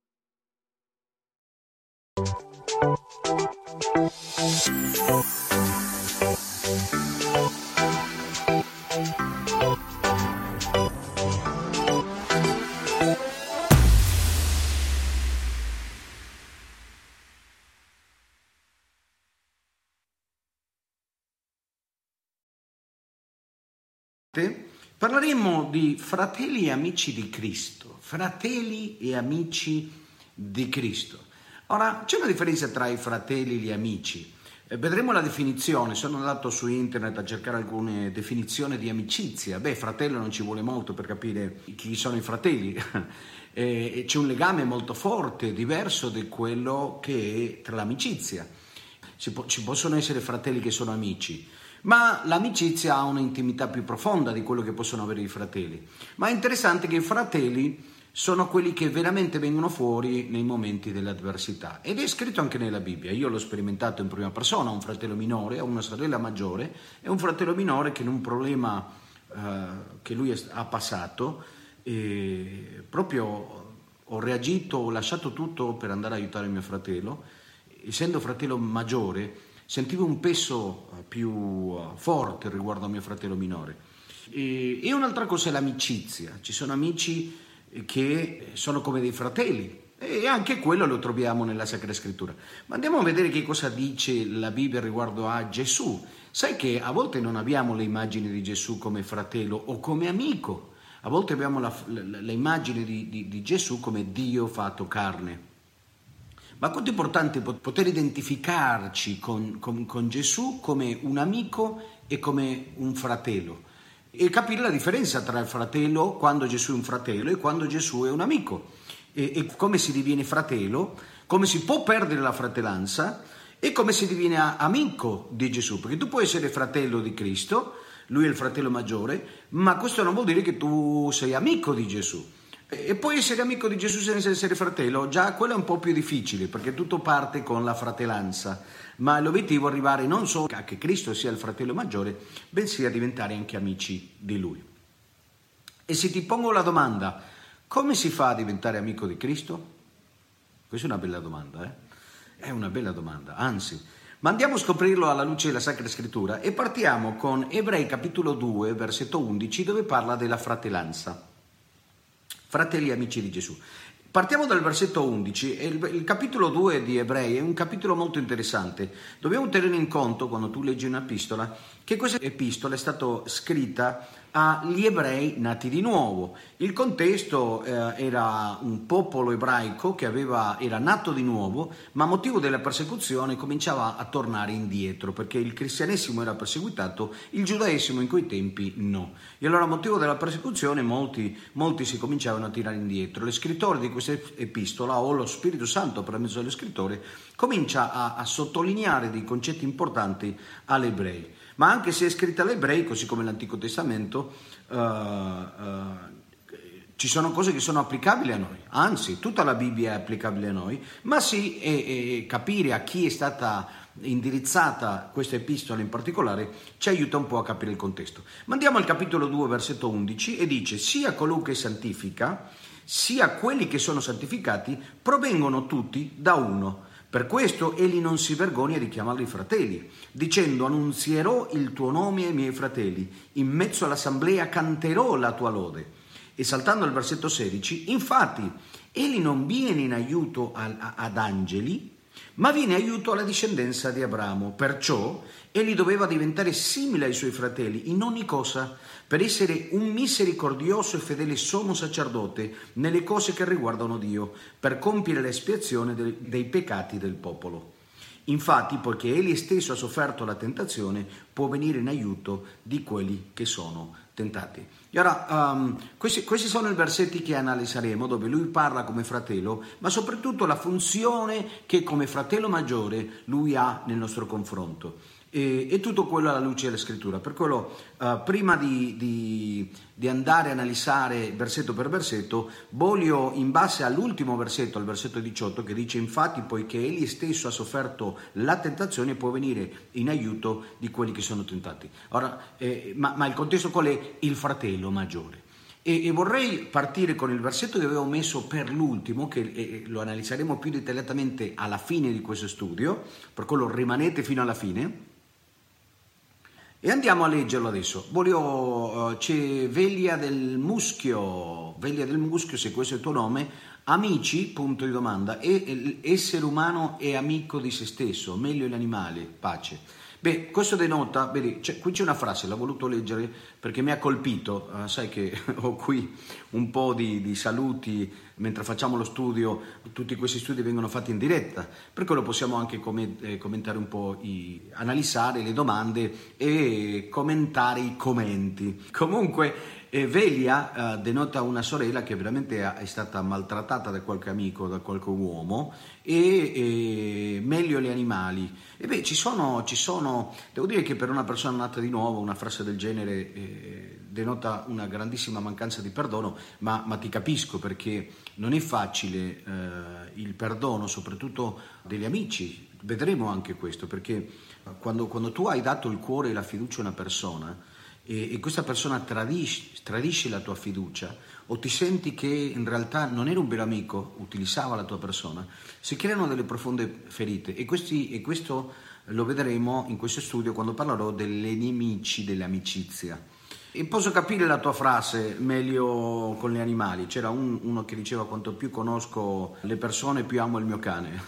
Parleremo di fratelli e amici di Cristo, fratelli e amici di Cristo. Ora, c'è una differenza tra i fratelli e gli amici. Vedremo la definizione. Sono andato su internet a cercare alcune definizioni di amicizia. Fratello non ci vuole molto per capire chi sono i fratelli. C'è un legame molto forte, diverso di quello che è tra l'amicizia. Ci possono essere fratelli che sono amici, ma l'amicizia ha un'intimità più profonda di quello che possono avere i fratelli. Ma è interessante che i fratelli sono quelli che veramente vengono fuori nei momenti dell'avversità, ed è scritto anche nella Bibbia. Io l'ho sperimentato in prima persona. Ho un fratello minore, ho una sorella maggiore e un fratello minore che in un problema che lui ha passato, proprio ho reagito, ho lasciato tutto per andare a aiutare mio fratello. Essendo fratello maggiore, sentivo un peso più forte riguardo a mio fratello minore. E un'altra cosa è l'amicizia. Ci sono amici che sono come dei fratelli, e anche quello lo troviamo nella Sacra Scrittura. Ma andiamo a vedere che cosa dice la Bibbia riguardo a Gesù. Sai che a volte non abbiamo le immagini di Gesù come fratello o come amico, a volte abbiamo l'immagine di Gesù come Dio fatto carne. Ma quanto è importante poter identificarci con Gesù come un amico e come un fratello. e capire la differenza tra il fratello, quando Gesù è un fratello e quando Gesù è un amico, e come si diviene fratello, come si può perdere la fratellanza e come si diviene amico di Gesù, perché tu puoi essere fratello di Cristo, lui è il fratello maggiore, ma questo non vuol dire che tu sei amico di Gesù. E puoi essere amico di Gesù senza essere fratello, già quello è un po' più difficile, perché tutto parte con la fratellanza, ma l'obiettivo è arrivare non solo a che Cristo sia il fratello maggiore, bensì a diventare anche amici di lui. E se ti pongo la domanda, come si fa a diventare amico di Cristo? Questa è una bella domanda, È una bella domanda, anzi, ma andiamo a scoprirlo alla luce della Sacra Scrittura e partiamo con Ebrei capitolo 2, versetto 11, dove parla della fratellanza. Fratelli e amici di Gesù. Partiamo dal versetto 11, il capitolo 2 di Ebrei è un capitolo molto interessante. Dobbiamo tenere in conto, quando tu leggi un'epistola, che questa epistola è stata scritta agli ebrei nati di nuovo. Il contesto era un popolo ebraico che era nato di nuovo, ma a motivo della persecuzione cominciava a tornare indietro, perché il cristianesimo era perseguitato, il giudaesimo in quei tempi no. E allora a motivo della persecuzione molti si cominciavano a tirare indietro. Lo scrittore di questa epistola, o lo Spirito Santo per mezzo dello scrittore, comincia a sottolineare dei concetti importanti agli ebrei. Ma anche se è scritta agli ebrei, così come l'Antico Testamento, ci sono cose che sono applicabili a noi, anzi tutta la Bibbia è applicabile a noi, ma sì, capire a chi è stata indirizzata questa epistola in particolare ci aiuta un po' a capire il contesto. Ma andiamo al capitolo 2, versetto 11, e dice: sia colui che santifica, sia quelli che sono santificati provengono tutti da uno. Per questo egli non si vergogna di chiamarli fratelli, dicendo: annunzierò il tuo nome ai miei fratelli, in mezzo all'assemblea canterò la tua lode. E saltando al versetto 16, infatti egli non viene in aiuto ad angeli, ma viene in aiuto alla discendenza di Abramo. Perciò egli doveva diventare simile ai suoi fratelli in ogni cosa, per essere un misericordioso e fedele sommo sacerdote nelle cose che riguardano Dio, per compiere l'espiazione dei peccati del popolo. Infatti, poiché egli stesso ha sofferto la tentazione, può venire in aiuto di quelli che sono tentati. E ora, questi sono i versetti che analizzeremo, dove lui parla come fratello, ma soprattutto la funzione che come fratello maggiore lui ha nel nostro confronto. E tutto quello alla luce della scrittura. Per quello, prima di andare a analizzare versetto per versetto, voglio, in base all'ultimo versetto, al versetto 18, che dice: infatti poiché egli stesso ha sofferto la tentazione, può venire in aiuto di quelli che sono tentati. Ora, ma il contesto qual è? Il fratello maggiore. E vorrei partire con il versetto che avevo messo per l'ultimo, che lo analizzeremo più dettagliatamente alla fine di questo studio, per quello rimanete fino alla fine. E andiamo a leggerlo adesso. C'è Veglia del Muschio, se questo è il tuo nome, amici, punto di domanda, e essere umano è amico di se stesso, meglio gli animali, pace. Beh, questo denota, vedi, qui c'è una frase, l'ho voluto leggere perché mi ha colpito, sai che ho qui un po' di saluti mentre facciamo lo studio, tutti questi studi vengono fatti in diretta, per quello possiamo anche commentare un po', analizzare le domande e commentare i commenti. Comunque, Velia denota una sorella che veramente è stata maltrattata da qualche amico, da qualche uomo, e meglio gli animali. E beh, ci sono, devo dire che per una persona nata di nuovo una frase del genere denota una grandissima mancanza di perdono, ma ti capisco, perché non è facile il perdono, soprattutto degli amici. Vedremo anche questo, perché quando tu hai dato il cuore e la fiducia a una persona, e questa persona tradisce la tua fiducia, o ti senti che in realtà non era un vero amico, utilizzava la tua persona, si creano delle profonde ferite, e questo lo vedremo in questo studio quando parlerò degli nemici dell'amicizia. E posso capire la tua frase, meglio con gli animali. C'era uno che diceva: quanto più conosco le persone più amo il mio cane.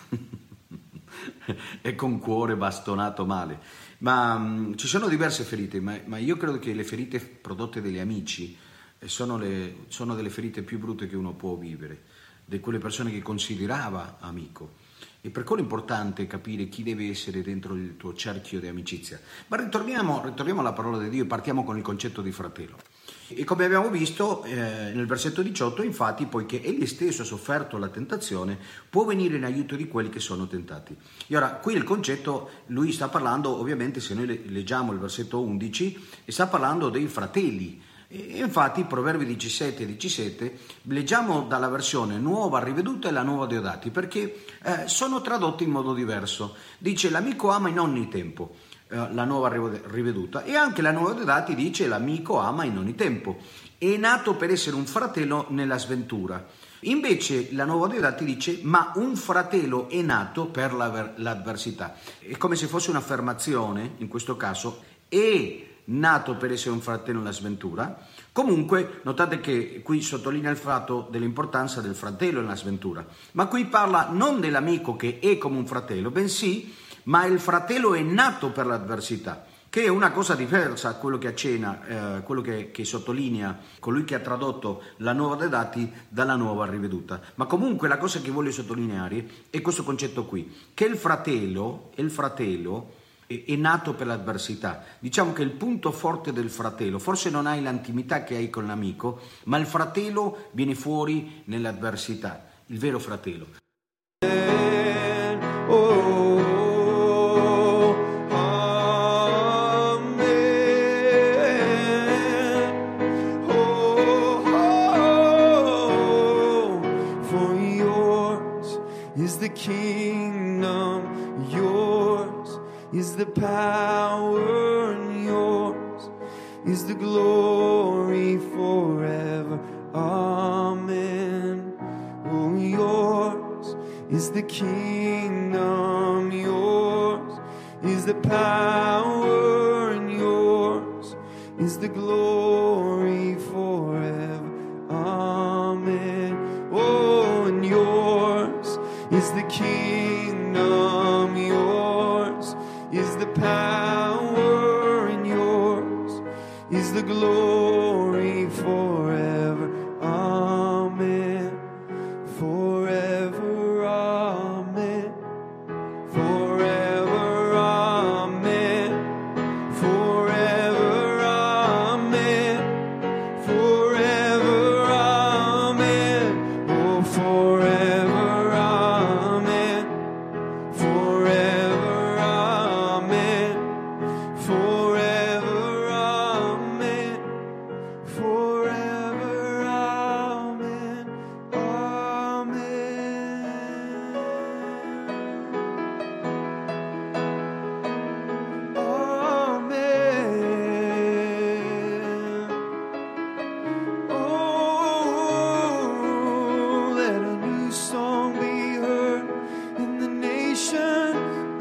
E con cuore bastonato male. Ma ci sono diverse ferite, ma io credo che le ferite prodotte dagli amici sono delle ferite più brutte che uno può vivere. di quelle persone che considerava amico. E per quello è importante capire chi deve essere dentro il tuo cerchio di amicizia. Ma ritorniamo alla parola di Dio e partiamo con il concetto di fratello. E come abbiamo visto nel versetto 18, infatti, poiché egli stesso ha sofferto la tentazione, può venire in aiuto di quelli che sono tentati. E ora, qui il concetto, lui sta parlando, ovviamente se noi leggiamo il versetto 11, sta parlando dei fratelli. E infatti Proverbi 17 e 17 leggiamo dalla versione nuova riveduta e la nuova Deodati, perché sono tradotti in modo diverso. Dice l'amico ama in ogni tempo, la nuova riveduta, e anche la nuova Deodati dice l'amico ama in ogni tempo, è nato per essere un fratello nella sventura. Invece la nuova Deodati dice ma un fratello è nato per l'avversità. È come se fosse un'affermazione, in questo caso, è nato per essere un fratello nella sventura. Comunque notate che qui sottolinea il fatto dell'importanza del fratello nella sventura, ma qui parla non dell'amico che è come un fratello, bensì ma il fratello è nato per l'avversità, che è una cosa diversa a quello che accenna, quello che sottolinea colui che ha tradotto la nuova Deodati dalla nuova riveduta. Ma comunque la cosa che voglio sottolineare è questo concetto qui, che il fratello è nato per l'avversità. Diciamo che il punto forte del fratello, forse non hai l'intimità che hai con l'amico, ma il fratello viene fuori nell'avversità, il vero fratello. For yours is the kingdom, yours is the power, and yours is the glory forever. Amen. Oh, yours is the kingdom, yours is the power, and yours is the glory forever. Amen. Oh, and yours is the kingdom, yours is the power, and yours is the glory forever. Amen. Forever. Amen. Forever. Amen. Forever. Amen. Forever. Amen. Oh, forever. Amen. Forever. Amen. Forever. Amen. Forever. Amen. Amen. Oh, let a new song be heard in the nation.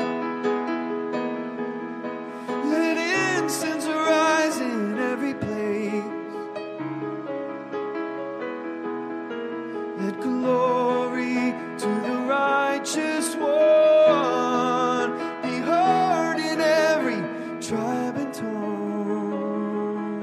Let incense rise in every place. Let glory to the righteous one be heard in every tribe and tongue.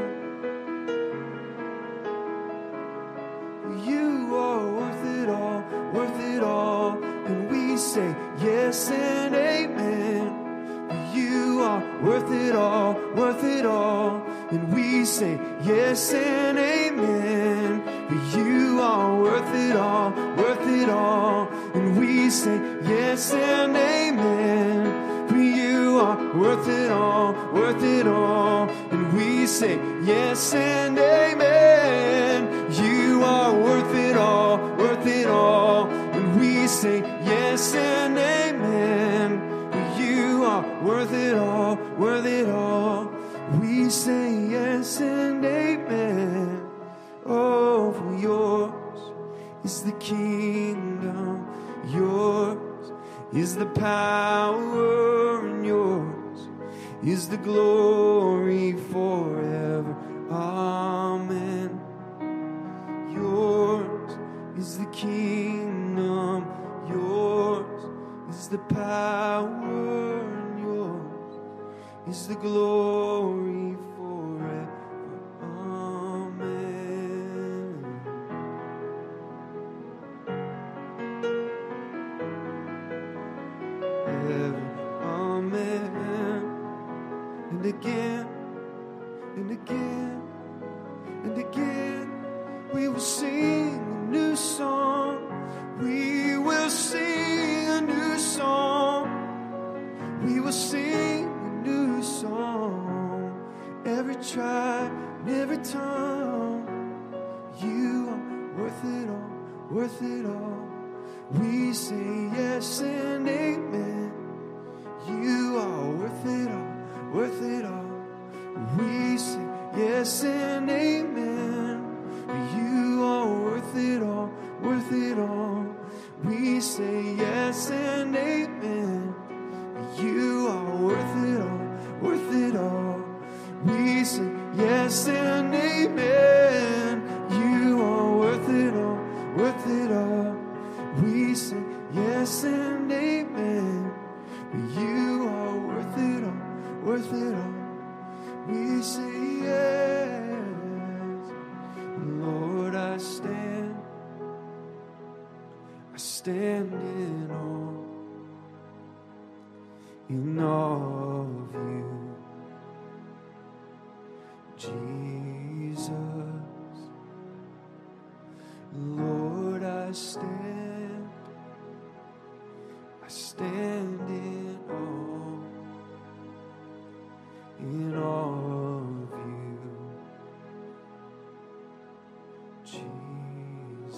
You are worth it all, and we say yes and amen. You are worth it all, and we say yes and amen. You are worth it all, and we say yes and amen. You are worth it all, and we say yes and amen. You are worth it all, and we say yes and amen. You are worth it all, we say yes and amen. Oh, for yours is the kingdom, yours is the power, and yours is the glory forever. Amen. Yours is the kingdom, yours is the power, and yours is the glory forever. Amen. and every tongue. You are worth it all, worth it all. We say yes and amen. You are worth it all, worth it all. We say yes and amen. You are worth it all, worth it all. We say yes and amen. You are worth it all, worth it all. We say yes and amen. You are worth it all, worth it all. We say yes and amen. You are worth it all, worth it all. We say yes. Lord, I stand in awe of you, Jesus. Lord, I stand in awe of you, Jesus.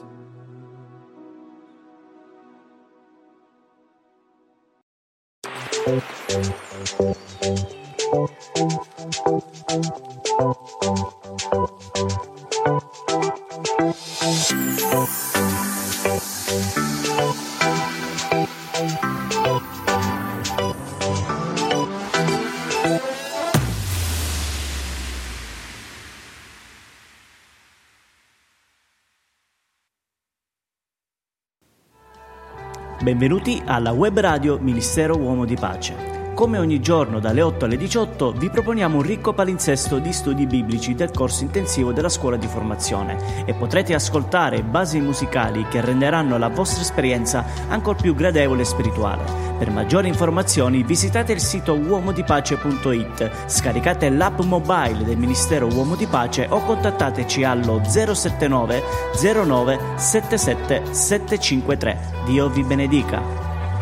Benvenuti alla web radio Ministero Uomo di Pace. Come ogni giorno dalle 8 alle 18 vi proponiamo un ricco palinsesto di studi biblici del corso intensivo della scuola di formazione e potrete ascoltare basi musicali che renderanno la vostra esperienza ancor più gradevole e spirituale. Per maggiori informazioni visitate il sito uomodipace.it, scaricate l'app mobile del Ministero Uomo di Pace o contattateci allo 079 09 77 753. Dio vi benedica.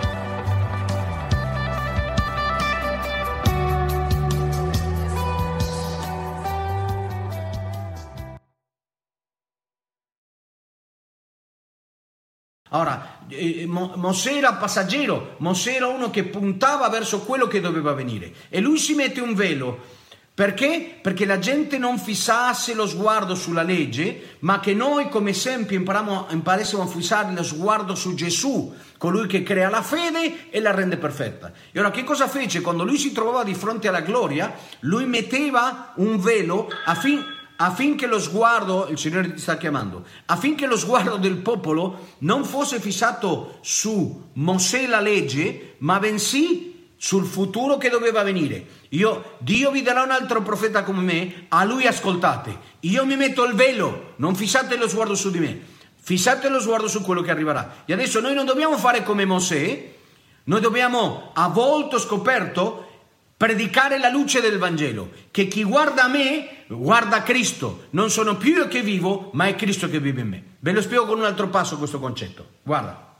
Ora, Mosè era passeggero, Mosè era uno che puntava verso quello che doveva avvenire e lui si mette un velo. Perché? Perché la gente non fissasse lo sguardo sulla legge, ma che noi come esempio imparassimo a fissare lo sguardo su Gesù, colui che crea la fede e la rende perfetta. E ora che cosa fece? Quando lui si trovava di fronte alla gloria, lui metteva un velo affinché lo sguardo, il Signore ti sta chiamando, affinché lo sguardo del popolo non fosse fissato su Mosè la legge, ma bensì sul futuro che doveva venire. Dio vi darà un altro profeta come me, a lui ascoltate. Io mi metto il velo, non fissate lo sguardo su di me, fissate lo sguardo su quello che arriverà. E adesso noi non dobbiamo fare come Mosè, noi dobbiamo a volto scoperto predicare la luce del Vangelo, che chi guarda a me guarda Cristo, non sono più io che vivo, ma è Cristo che vive in me. Ve lo spiego con un altro passo questo concetto. Guarda,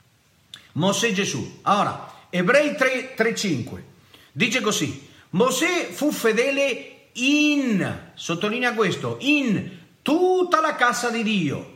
Mosè e Gesù. Ora, Ebrei 3:5 dice così: Mosè fu fedele sottolinea questo, in tutta la casa di Dio.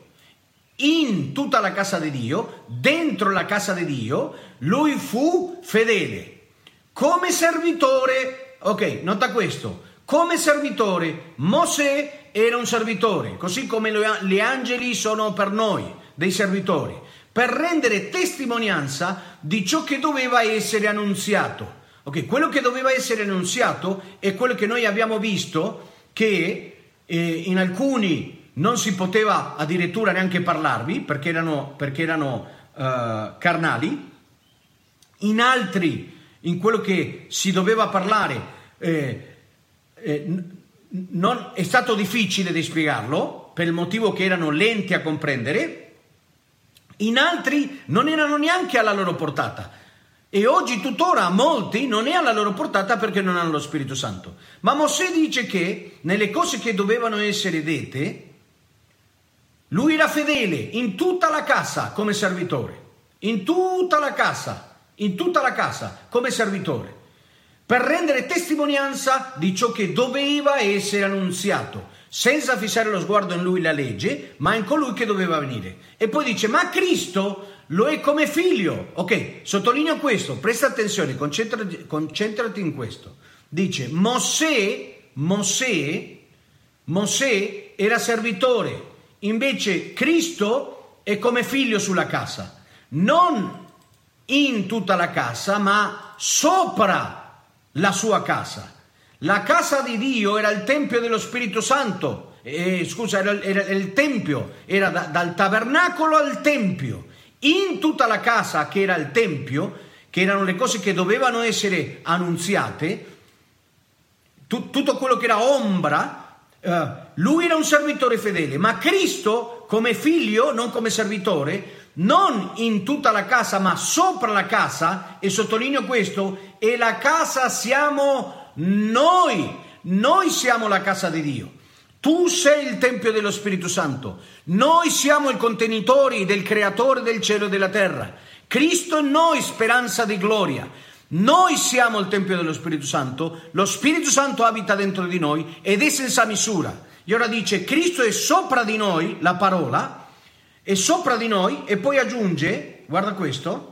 In tutta la casa di Dio, dentro la casa di Dio, lui fu fedele. Come servitore, ok, nota questo, come servitore, Mosè era un servitore, così come gli angeli sono per noi dei servitori, per rendere testimonianza di ciò che doveva essere annunziato. Ok, quello che doveva essere annunziato è quello che noi abbiamo visto, che in alcuni non si poteva addirittura neanche parlarvi, perché erano carnali, in altri, in quello che si doveva parlare, non è stato difficile di spiegarlo, per il motivo che erano lenti a comprendere, in altri non erano neanche alla loro portata. E oggi tuttora molti non è alla loro portata perché non hanno lo Spirito Santo. Ma Mosè dice che nelle cose che dovevano essere dette, lui era fedele in tutta la casa come servitore, in tutta la casa come servitore, per rendere testimonianza di ciò che doveva essere annunziato. senza fissare lo sguardo in lui la legge, ma in colui che doveva venire. E poi dice, ma Cristo lo è come figlio. Ok, sottolineo questo, presta attenzione, concentrati in questo. Dice, Mosè era servitore, invece Cristo è come figlio sulla casa, non in tutta la casa, ma sopra la sua casa. La casa di Dio era il Tempio dello Spirito Santo, era il Tempio, era dal tabernacolo al Tempio. In tutta la casa che era il Tempio, che erano le cose che dovevano essere annunziate, tutto quello che era ombra, lui era un servitore fedele, ma Cristo come figlio, non come servitore, non in tutta la casa, ma sopra la casa, e sottolineo questo, e la casa siamo noi siamo la casa di Dio. Tu sei il Tempio dello Spirito Santo, noi siamo i contenitori del Creatore del cielo e della terra, Cristo in noi, speranza di gloria. Noi siamo il Tempio dello Spirito Santo, lo Spirito Santo abita dentro di noi ed è senza misura. E ora dice, Cristo è sopra di noi, la parola, è sopra di noi, e poi aggiunge, guarda questo,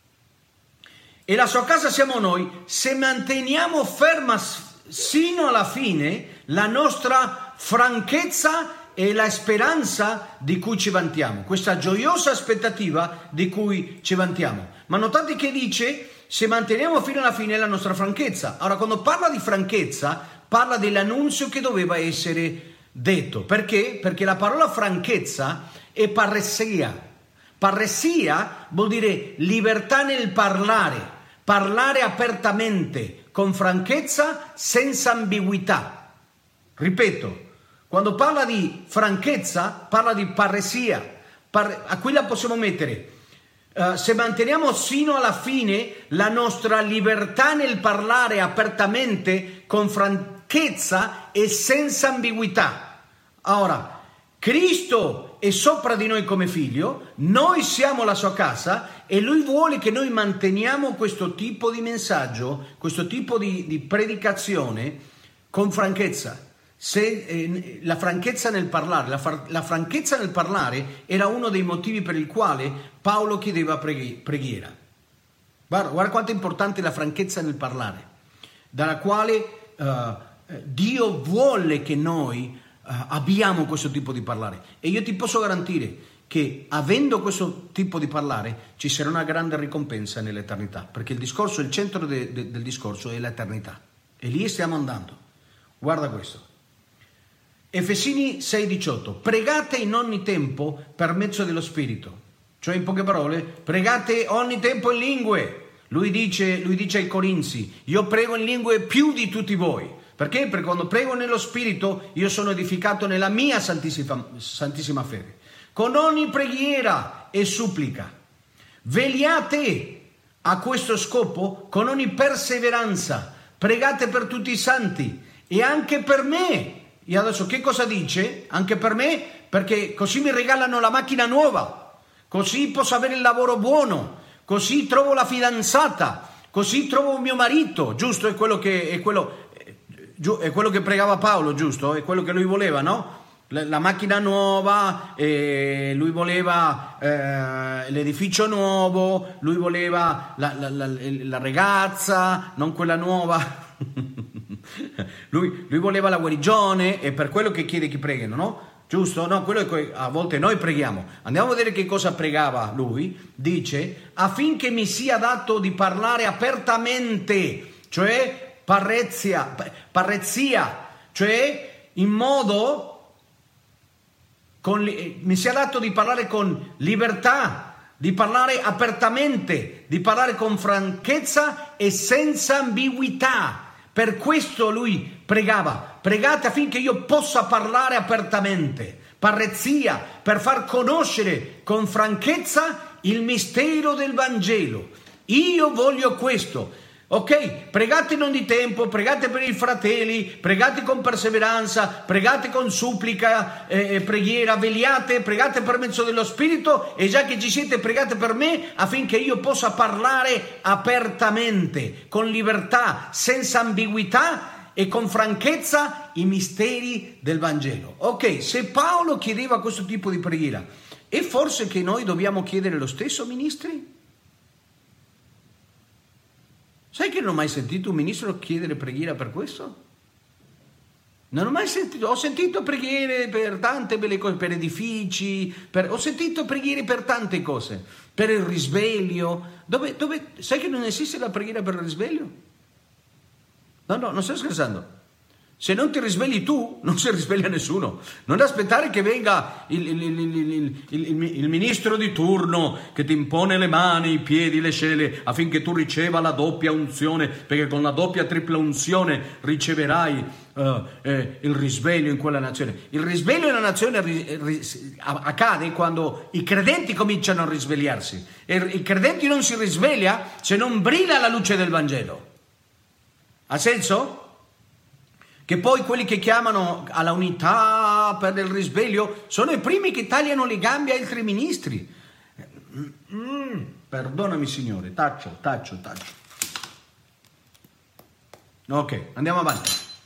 e la sua casa siamo noi, se manteniamo ferma sino alla fine la nostra franchezza e la speranza di cui ci vantiamo, questa gioiosa aspettativa di cui ci vantiamo. Ma notate che dice, se manteniamo fino alla fine la nostra franchezza. Ora, quando parla di franchezza, parla dell'annunzio che doveva essere detto. Perché? Perché la parola franchezza è parresia. Parresia vuol dire libertà nel parlare apertamente, con franchezza, senza ambiguità. Ripeto, quando parla di franchezza, parla di parresia. A qui la possiamo mettere. Se manteniamo sino alla fine la nostra libertà nel parlare apertamente, con franchezza e senza ambiguità. Ora, Cristo è sopra di noi come figlio, noi siamo la sua casa e lui vuole che noi manteniamo questo tipo di messaggio, questo tipo di predicazione con franchezza. La franchezza nel parlare, la franchezza nel parlare era uno dei motivi per il quale Paolo chiedeva preghiera. Guarda quanto è importante la franchezza nel parlare, dalla quale Dio vuole che noi abbiamo questo tipo di parlare. E io ti posso garantire che avendo questo tipo di parlare ci sarà una grande ricompensa nell'eternità, perché il centro del discorso è l'eternità e lì stiamo andando. Guarda questo. Efesini 6,18, pregate in ogni tempo per mezzo dello Spirito, cioè in poche parole, pregate ogni tempo in lingue. Lui dice ai Corinzi, io prego in lingue più di tutti voi. Perché? Perché quando prego nello Spirito io sono edificato nella mia santissima fede. Con ogni preghiera e supplica, vegliate a questo scopo con ogni perseveranza, pregate per tutti i santi e anche per me. E adesso che cosa dice? Anche per me, perché così mi regalano la macchina nuova, così posso avere il lavoro buono, così trovo la fidanzata, così trovo mio marito, giusto? È quello che pregava Paolo, giusto? È quello che lui voleva, no? La macchina nuova, lui voleva l'edificio nuovo, lui voleva la ragazza, non quella nuova. Lui voleva la guarigione, e per quello che chiede che preghino, no? Giusto? No, quello che a volte noi preghiamo. Andiamo a vedere che cosa pregava lui. Dice, affinché mi sia dato di parlare apertamente, cioè parrezia, cioè in modo mi sia dato di parlare con libertà, di parlare apertamente, di parlare con franchezza e senza ambiguità. Per questo lui pregava, pregate affinché io possa parlare apertamente, parrezia, per far conoscere con franchezza il mistero del Vangelo. Io voglio questo. Ok, pregate in ogni tempo, pregate per i fratelli, pregate con perseveranza, pregate con supplica, preghiera, vegliate, pregate per mezzo dello Spirito, e già che ci siete pregate per me affinché io possa parlare apertamente, con libertà, senza ambiguità e con franchezza i misteri del Vangelo. Ok, se Paolo chiedeva questo tipo di preghiera, è forse che noi dobbiamo chiedere lo stesso, ministri? Sai che non ho mai sentito un ministro chiedere preghiera per questo? Non ho mai sentito, ho sentito preghiere per tante belle cose, per edifici, ho sentito preghiere per tante cose, per il risveglio. Sai che non esiste la preghiera per il risveglio? No, non sto scherzando. Se non ti risvegli tu, non si risveglia nessuno. Non aspettare che venga il ministro di turno che ti impone le mani, i piedi, le scele affinché tu riceva la doppia unzione, perché con la doppia tripla unzione riceverai il risveglio in quella nazione. Il risveglio in una nazione accade quando i credenti cominciano a risvegliarsi. E i credenti non si risveglia se non brilla la luce del Vangelo. Ha senso? Che poi quelli che chiamano alla unità per il risveglio sono i primi che tagliano le gambe ai altri ministri. Perdonami Signore, taccio. Ok, andiamo avanti.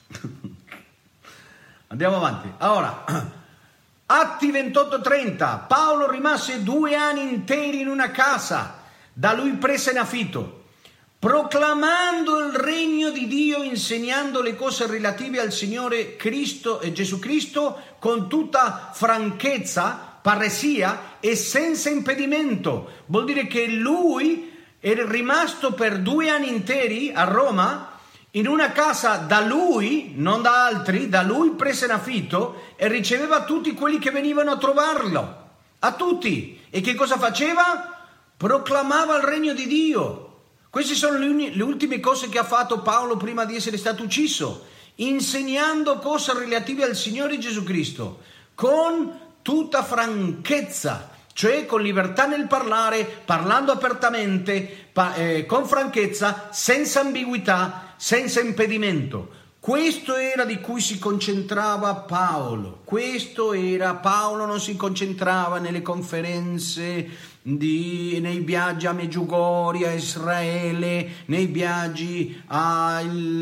Ora, Atti 28:30, Paolo rimase 2 anni interi in una casa da lui presa in affitto, proclamando il regno di Dio, insegnando le cose relative al Signore Cristo e Gesù Cristo con tutta franchezza, paresia e senza impedimento. Vuol dire che lui era rimasto per 2 anni interi a Roma in una casa da lui, non da altri, da lui presa in affitto, e riceveva tutti quelli che venivano a trovarlo, a tutti. E che cosa faceva? Proclamava il regno di Dio. Queste sono le ultime cose che ha fatto Paolo prima di essere stato ucciso, insegnando cose relative al Signore Gesù Cristo, con tutta franchezza, cioè con libertà nel parlare, parlando apertamente, con franchezza, senza ambiguità, senza impedimento. Questo era di cui si concentrava Paolo. Paolo non si concentrava nelle conferenze, nei viaggi a Medjugorje, a Israele, nei viaggi a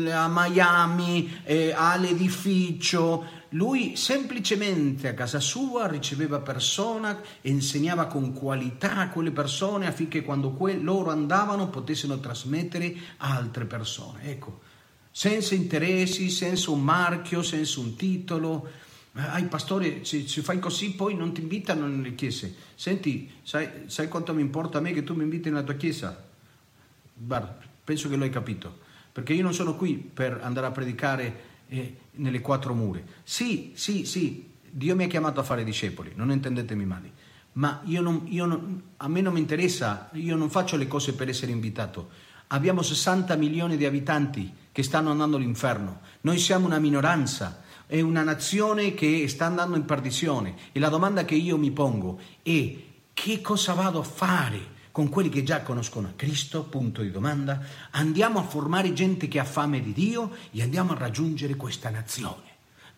Miami, all'edificio. Lui semplicemente a casa sua riceveva persone e insegnava con qualità a quelle persone affinché quando loro andavano potessero trasmettere a altre persone. Ecco, senza interessi, senza un marchio, senza un titolo. Pastore, se fai così poi non ti invitano nelle chiese. Senti, sai quanto mi importa a me che tu mi inviti nella tua chiesa? Guarda, penso che lo hai capito, perché io non sono qui per andare a predicare nelle 4 mura. Sì, Dio mi ha chiamato a fare discepoli, non intendetemi male, ma a me non mi interessa, io non faccio le cose per essere invitato. Abbiamo 60 milioni di abitanti che stanno andando all'inferno, noi siamo una minoranza. È una nazione che sta andando in perdizione, e la domanda che io mi pongo è: che cosa vado a fare con quelli che già conoscono Cristo? Punto di domanda. Andiamo a formare gente che ha fame di Dio e andiamo a raggiungere questa nazione.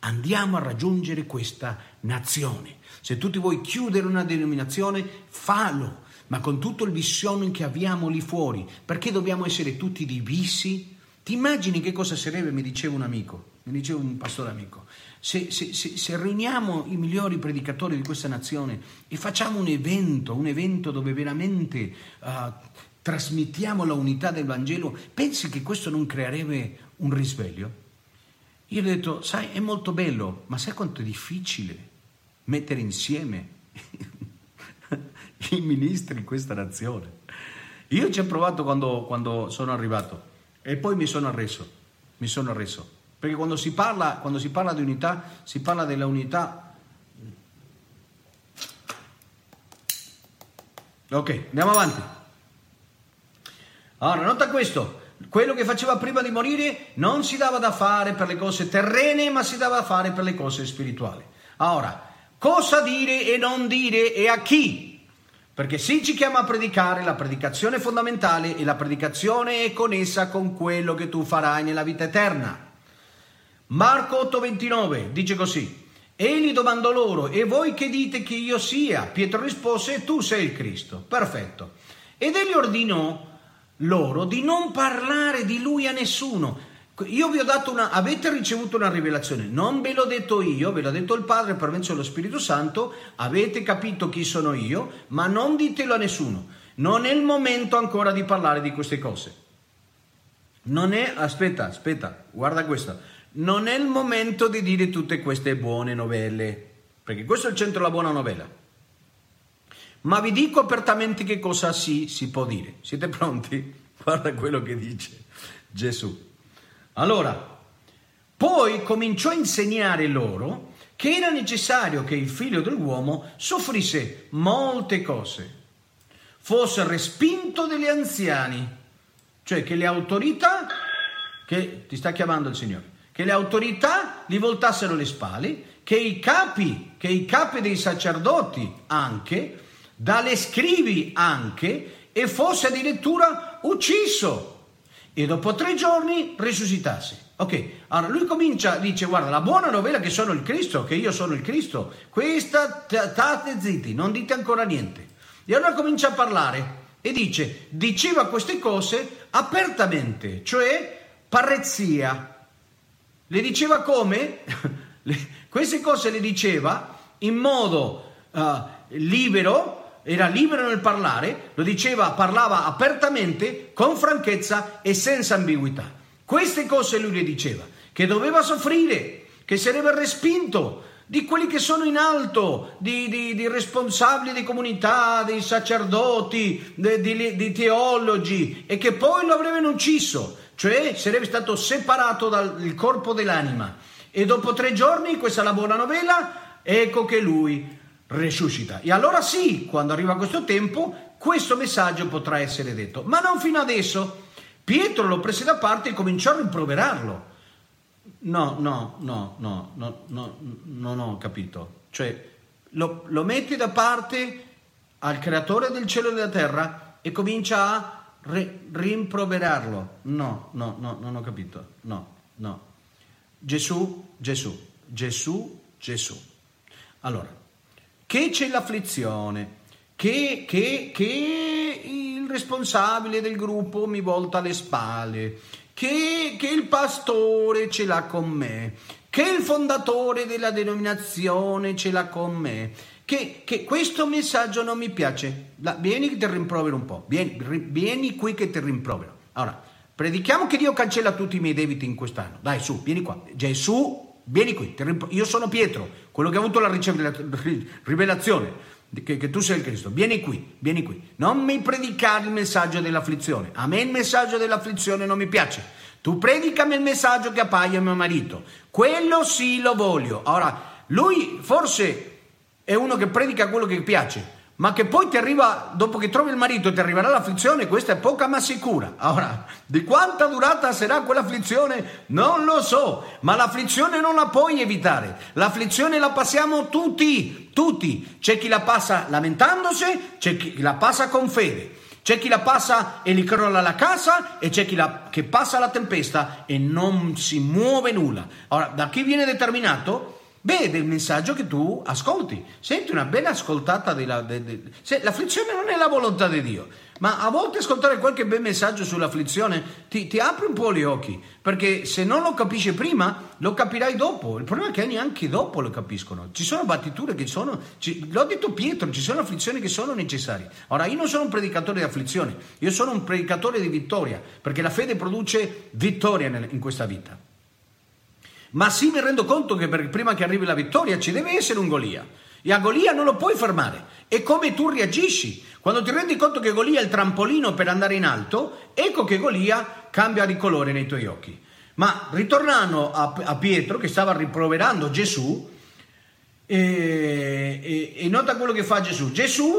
Se tu ti vuoi chiudere una denominazione, fallo, ma con tutto il visione che abbiamo lì fuori. Perché dobbiamo essere tutti divisi? Ti immagini che cosa sarebbe, mi diceva un pastore amico, se riuniamo i migliori predicatori di questa nazione e facciamo un evento dove veramente trasmettiamo la unità del Vangelo, pensi che questo non creerebbe un risveglio? Io gli ho detto, sai, è molto bello, ma sai quanto è difficile mettere insieme i ministri in questa nazione? Io ci ho provato quando sono arrivato e poi mi sono arreso. Perché quando si parla di unità, si parla della unità. Ok, andiamo avanti. Allora, nota questo: quello che faceva prima di morire non si dava da fare per le cose terrene, ma si dava da fare per le cose spirituali. Ora, cosa dire e non dire e a chi? Perché se ci chiama a predicare, la predicazione è fondamentale e la predicazione è connessa con quello che tu farai nella vita eterna. Marco 8:29 dice così: egli domandò loro: e voi che dite che io sia? Pietro rispose: tu sei il Cristo. Perfetto. Ed egli ordinò loro di non parlare di lui a nessuno. Io vi ho dato avete ricevuto una rivelazione, non ve l'ho detto io, ve l'ha detto il Padre per mezzo dello Spirito Santo, avete capito chi sono io, ma non ditelo a nessuno. Non è il momento ancora di parlare di queste cose. Aspetta, guarda questo. Non è il momento di dire tutte queste buone novelle, perché questo è il centro della buona novella. Ma vi dico apertamente che cosa si può dire. Siete pronti? Guarda quello che dice Gesù. Allora, poi cominciò a insegnare loro che era necessario che il figlio dell'uomo soffrisse molte cose, fosse respinto dagli anziani, cioè che le autorità, che ti sta chiamando il Signore, che le autorità gli voltassero le spalle, che i capi dei sacerdoti anche, dalle scrivi anche, e fosse addirittura ucciso. E dopo 3 giorni risuscitasse. Ok, allora lui dice, guarda, la buona novella che sono il Cristo, che io sono il Cristo, questa state zitti, non dite ancora niente. E allora comincia a parlare e diceva queste cose apertamente, cioè parezzia. Le diceva come? Queste cose le diceva in modo libero. Era libero nel parlare, parlava apertamente, con franchezza e senza ambiguità. Queste cose lui le diceva, che doveva soffrire, che sarebbe respinto di quelli che sono in alto, di responsabili di comunità, dei sacerdoti, di teologi, e che poi lo avrebbero ucciso, cioè sarebbe stato separato dal corpo dell'anima. E dopo 3 giorni, questa è la buona novella, ecco che lui risuscita. E allora sì, quando arriva questo tempo, questo messaggio potrà essere detto, ma non fino adesso. Pietro lo prese da parte e cominciò a rimproverarlo. Non ho capito. Cioè, lo metti da parte al creatore del cielo e della terra e comincia a rimproverarlo. No, non ho capito. No. Gesù. Allora, che c'è l'afflizione, che il responsabile del gruppo mi volta le spalle, che il pastore ce l'ha con me, che il fondatore della denominazione ce l'ha con me, che questo messaggio non mi piace. Vieni che ti rimprovero un po', vieni qui che ti rimprovero. Allora, predichiamo che Dio cancella tutti i miei debiti in quest'anno. Dai, su, vieni qua. Gesù, vieni qui, io sono Pietro, quello che ha avuto la rivelazione che tu sei il Cristo. Vieni qui. Non mi predicare il messaggio dell'afflizione. A me il messaggio dell'afflizione non mi piace. Tu predicami il messaggio che appaia mio marito. Quello sì lo voglio. Ora, lui forse è uno che predica quello che piace, ma che poi ti arriva, dopo che trovi il marito ti arriverà l'afflizione, questa è poca ma sicura. Ora, di quanta durata sarà quell'afflizione non lo so, ma l'afflizione non la puoi evitare. L'afflizione la passiamo tutti. C'è chi la passa lamentandosi, c'è chi la passa con fede, c'è chi la passa e gli crolla la casa, e c'è chi che passa la tempesta e non si muove nulla. Ora, da chi viene determinato? Del messaggio che tu ascolti. Senti una bella ascoltata l'afflizione non è la volontà di Dio, ma a volte ascoltare qualche bel messaggio sull'afflizione ti apre un po' gli occhi, perché se non lo capisci prima lo capirai dopo. Il problema è che neanche dopo lo capiscono. Ci sono battiture che l'ho detto Pietro, ci sono afflizioni che sono necessarie. Ora, io non sono un predicatore di afflizione, io sono un predicatore di vittoria, perché la fede produce vittoria in questa vita. Ma sì, mi rendo conto che prima che arrivi la vittoria ci deve essere un Golia, e a Golia non lo puoi fermare. È come tu reagisci. Quando ti rendi conto che Golia è il trampolino per andare in alto, ecco che Golia cambia di colore nei tuoi occhi. Ma ritornando a Pietro, che stava rimproverando Gesù, e nota quello che fa Gesù.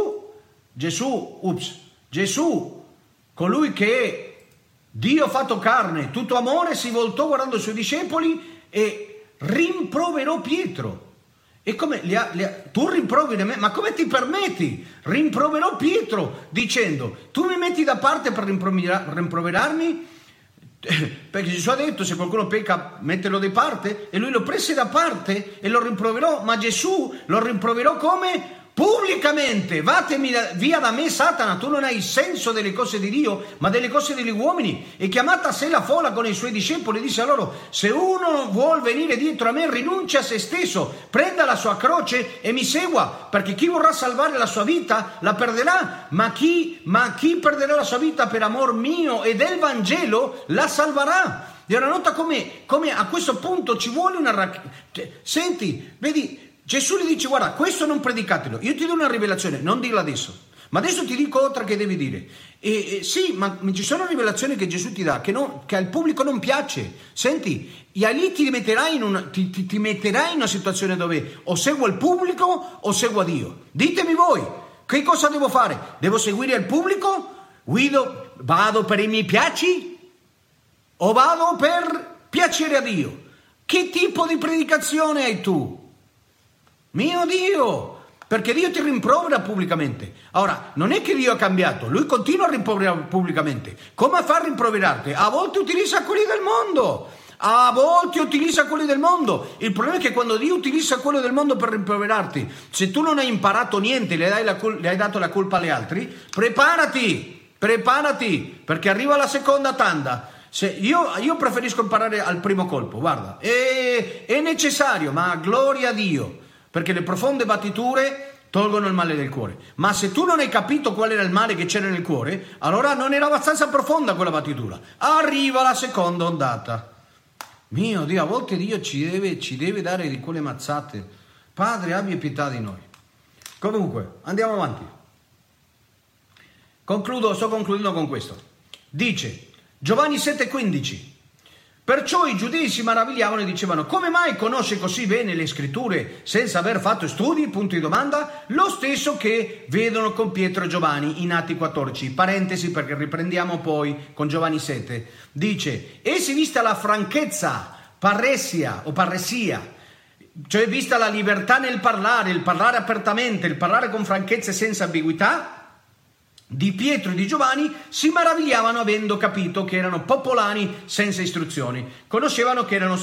Gesù, colui che Dio ha fatto carne, tutto amore, si voltò guardando i suoi discepoli e rimproverò Pietro. E come tu rimproveri me? Ma come ti permetti? Rimproverò Pietro dicendo: tu mi metti da parte per rimproverarmi? Perché Gesù ha detto: se qualcuno pecca, mettelo da parte. E lui lo prese da parte e lo rimproverò. Ma Gesù lo rimproverò come? pubblicamente: vattene via da me, Satana, tu non hai senso delle cose di Dio, ma delle cose degli uomini. E chiamata a sé la folla con i suoi discepoli, disse a loro: se uno vuol venire dietro a me, rinuncia a se stesso, prenda la sua croce e mi segua, perché chi vorrà salvare la sua vita la perderà, ma chi perderà la sua vita per amor mio e del Vangelo la salverà. E ora nota come a questo punto ci vuole senti, vedi, Gesù gli dice: guarda, questo non predicatelo, io ti do una rivelazione, non dirla adesso, ma adesso ti dico oltre che devi dire. Sì, ma ci sono rivelazioni che Gesù ti dà che al pubblico non piace. Senti, e lì ti metterai in una situazione dove o seguo il pubblico o seguo Dio. Ditemi voi, che cosa devo fare? Devo seguire il pubblico? Vado per i miei piaci? O vado per piacere a Dio? Che tipo di predicazione hai tu? Mio Dio! Perché Dio ti rimprovera pubblicamente. Ora, non è che Dio ha cambiato, Lui continua a rimproverare pubblicamente. Come fa a rimproverarti? A volte utilizza quelli del mondo. Il problema è che quando Dio utilizza quello del mondo per rimproverarti, se tu non hai imparato niente, le hai dato la colpa agli altri, preparati, perché arriva la seconda tanda. Io preferisco imparare al primo colpo, guarda, è necessario, ma gloria a Dio, perché le profonde battiture tolgono il male del cuore. Ma se tu non hai capito qual era il male che c'era nel cuore, allora non era abbastanza profonda quella battitura. Arriva la seconda ondata. Mio Dio, a volte Dio ci deve dare di quelle mazzate. Padre, abbia pietà di noi. Comunque, andiamo avanti. Sto concludendo con questo. Dice Giovanni 7,15: perciò i giudei si meravigliavano e dicevano: come mai conosce così bene le scritture senza aver fatto studi? Punto di domanda. Lo stesso che vedono con Pietro e Giovanni in Atti 14. Parentesi, perché riprendiamo poi con Giovanni 7. Dice: essi vista la franchezza, parresia, cioè vista la libertà nel parlare, il parlare apertamente, il parlare con franchezza e senza ambiguità di Pietro e di Giovanni, si meravigliavano avendo capito che erano popolani senza istruzioni, conoscevano che erano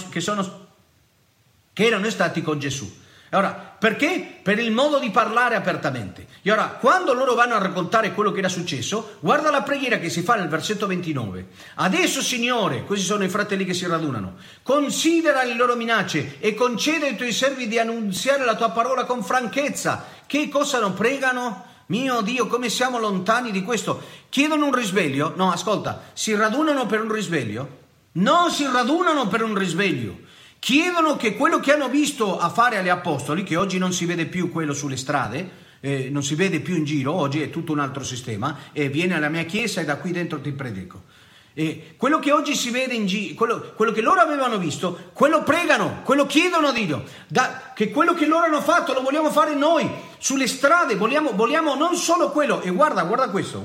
stati con Gesù. Ora, perché? Per il modo di parlare apertamente. E ora, quando loro vanno a raccontare quello che era successo, guarda la preghiera che si fa nel versetto 29. Adesso, Signore, questi sono i fratelli che si radunano, considera le loro minacce e concede ai tuoi servi di annunziare la tua parola con franchezza. Che cosa non pregano? Mio Dio, come siamo lontani di questo. Chiedono un risveglio? No, ascolta, si radunano per un risveglio? Non si radunano per un risveglio. Chiedono che quello che hanno visto a fare agli apostoli, che oggi non si vede più quello sulle strade, non si vede più in giro, oggi è tutto un altro sistema, e vieni alla mia chiesa e da qui dentro ti predico. E quello che oggi si vede in giro, quello che loro avevano visto, quello pregano, quello chiedono a Dio, che quello che loro hanno fatto lo vogliamo fare noi, sulle strade, vogliamo non solo quello. E guarda questo.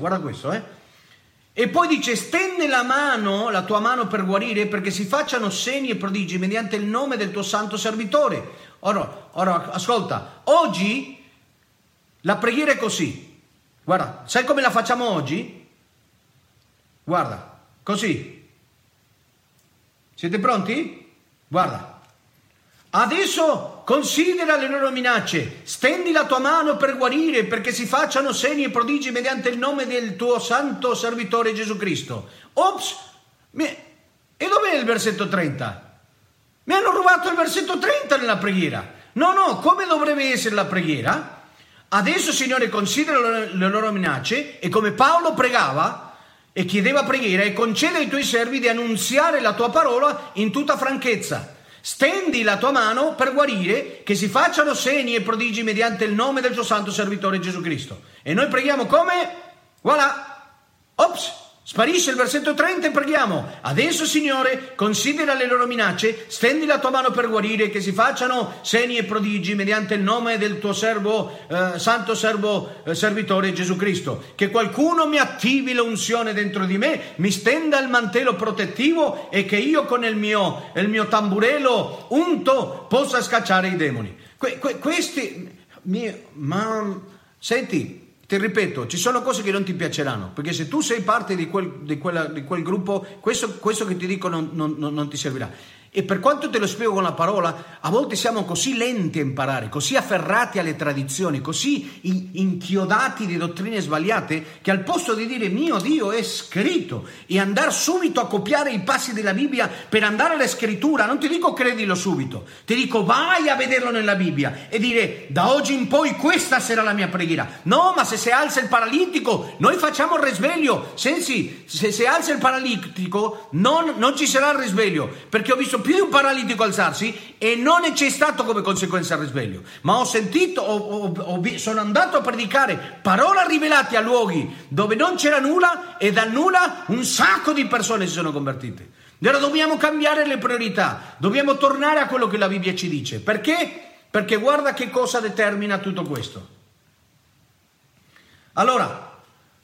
E poi dice: stende la tua mano per guarire, perché si facciano segni e prodigi mediante il nome del tuo santo servitore. Ora ascolta, oggi la preghiera è così. Guarda, sai come la facciamo oggi? Guarda. Così. Siete pronti? Guarda. Adesso considera le loro minacce, stendi la tua mano per guarire, perché si facciano segni e prodigi mediante il nome del tuo santo servitore Gesù Cristo. Ops! E dov'è il versetto 30? Mi hanno rubato il versetto 30 nella preghiera. No, come dovrebbe essere la preghiera? Adesso, Signore, considera le loro minacce, e come Paolo pregava e chiedeva preghiera, e concede ai tuoi servi di annunziare la tua parola in tutta franchezza. Stendi la tua mano per guarire, che si facciano segni e prodigi mediante il nome del tuo santo servitore Gesù Cristo. E noi preghiamo come? Voilà! Ops! Sparisce il versetto 30 e preghiamo: adesso, Signore, considera le loro minacce, stendi la tua mano per guarire, che si facciano segni e prodigi mediante il nome del tuo santo servitore Gesù Cristo. Che qualcuno mi attivi l'unzione dentro di me, mi stenda il mantello protettivo, e che io con il mio tamburello unto possa scacciare i demoni. Senti, ti ripeto, ci sono cose che non ti piaceranno, perché se tu sei parte di quel gruppo, questo che ti dico non ti servirà. E per quanto te lo spiego con la parola, a volte siamo così lenti a imparare, così afferrati alle tradizioni, così inchiodati di dottrine sbagliate, che al posto di dire mio Dio è scritto e andare subito a copiare i passi della Bibbia per andare alla scrittura, non ti dico credilo subito, ti dico vai a vederlo nella Bibbia e dire da oggi in poi questa sarà la mia preghiera. No, ma se si alza il paralitico noi facciamo il risveglio. Sensi, se si alza il paralitico non ci sarà il risveglio, perché ho visto più di un paralitico alzarsi e non c'è stato come conseguenza il risveglio, ma ho sentito, sono andato a predicare parole rivelate a luoghi dove non c'era nulla e dal nulla un sacco di persone si sono convertite. E allora dobbiamo cambiare le priorità, dobbiamo tornare a quello che la Bibbia ci dice. Perché? Perché guarda che cosa determina tutto questo. Allora,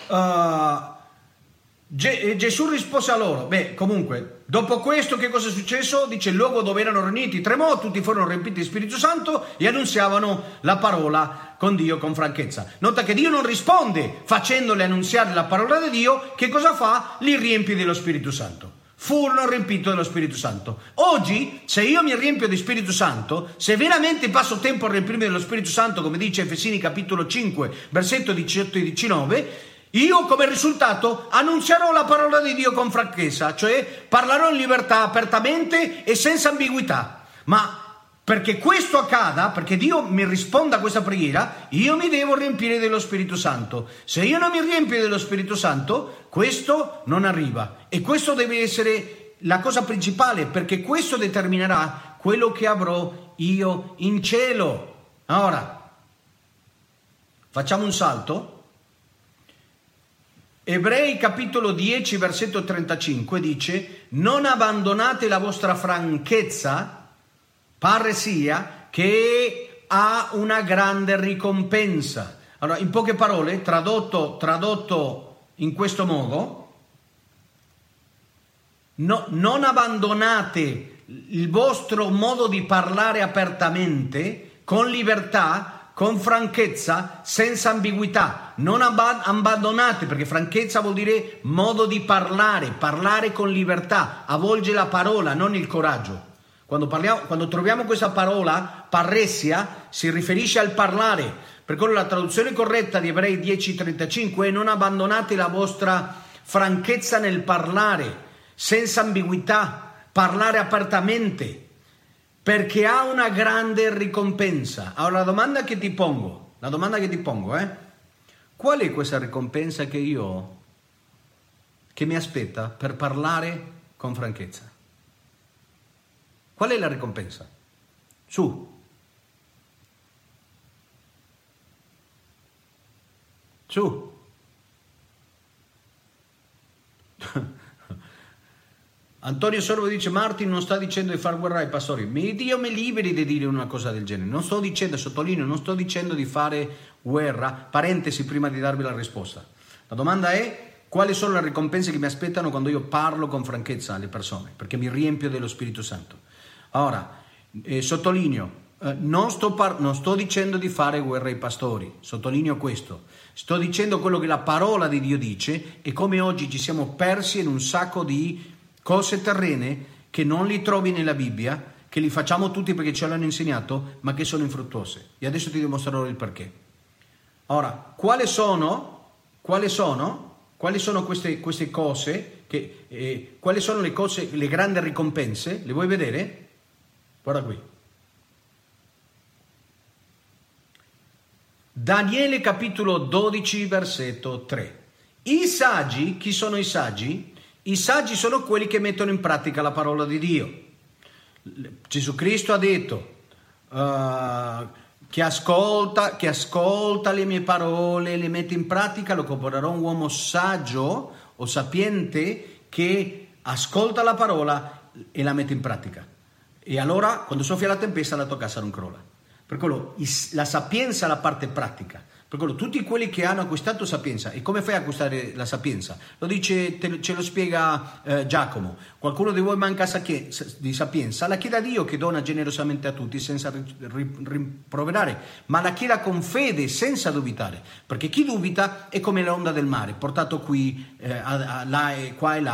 Gesù rispose a loro, comunque, dopo questo che cosa è successo? Dice, il luogo dove erano riuniti tremò, tutti furono riempiti di Spirito Santo e annunziavano la parola con Dio con franchezza. Nota che Dio non risponde facendole annunziare la parola di Dio, che cosa fa? Li riempie dello Spirito Santo. Furono riempiti dello Spirito Santo. Oggi, se io mi riempio di Spirito Santo, se veramente passo tempo a riempirmi dello Spirito Santo, come dice Efesini capitolo 5, versetto 18 e 19, io come risultato annunzierò la parola di Dio con franchezza, cioè parlerò in libertà apertamente e senza ambiguità. Ma perché questo accada, perché Dio mi risponda a questa preghiera, io mi devo riempire dello Spirito Santo. Se io non mi riempio dello Spirito Santo, questo non arriva. E questo deve essere la cosa principale, perché questo determinerà quello che avrò io in cielo. Ora, facciamo un salto. Ebrei capitolo 10 versetto 35 dice: non abbandonate la vostra franchezza, pare sia che ha una grande ricompensa. Allora, in poche parole, tradotto in questo modo, non abbandonate il vostro modo di parlare apertamente, con libertà, con franchezza, senza ambiguità. Non abbandonate, perché franchezza vuol dire modo di parlare con libertà, avvolge la parola, non il coraggio. Quando troviamo questa parola, parressia, si riferisce al parlare. Per quello la traduzione corretta di Ebrei 10:35 è: non abbandonate la vostra franchezza nel parlare, senza ambiguità, parlare apertamente, perché ha una grande ricompensa. Allora la domanda che ti pongo è: qual è questa ricompensa che io ho, che mi aspetta per parlare con franchezza? Qual è la ricompensa? Su. Antonio Sorbo dice: Martin non sta dicendo di far guerra ai pastori. Dio mi liberi di dire una cosa del genere. Non sto dicendo, sottolineo, non sto dicendo di fare guerra. Parentesi prima di darvi la risposta. La domanda è: quali sono le ricompense che mi aspettano quando io parlo con franchezza alle persone? Perché mi riempio dello Spirito Santo. Ora, sottolineo, non sto dicendo di fare guerra ai pastori, sottolineo questo. Sto dicendo quello che la parola di Dio dice e come oggi ci siamo persi in un sacco di cose terrene che non li trovi nella Bibbia, che li facciamo tutti perché ce l'hanno insegnato, ma che sono infruttuose. E adesso ti dimostrerò il perché. Ora, quali sono queste cose, quali sono le cose, le grandi ricompense? Le vuoi vedere? Guarda qui. Daniele capitolo 12 versetto 3. I saggi, chi sono i saggi? I saggi sono quelli che mettono in pratica la parola di Dio. Gesù Cristo ha detto: chi ascolta le mie parole e le mette in pratica, lo comparerò a un uomo saggio o sapiente che ascolta la parola e la mette in pratica. E allora, quando soffia la tempesta, la tua casa non crolla. Per quello, la sapienza è la parte pratica. Per quello, tutti quelli che hanno acquistato sapienza, e come fai a acquistare la sapienza? Lo dice, ce lo spiega Giacomo. Qualcuno di voi manca di sapienza, la chieda a Dio che dona generosamente a tutti senza rimproverare, ma la chieda con fede senza dubitare, perché chi dubita è come l'onda del mare, portato qui, là e qua e là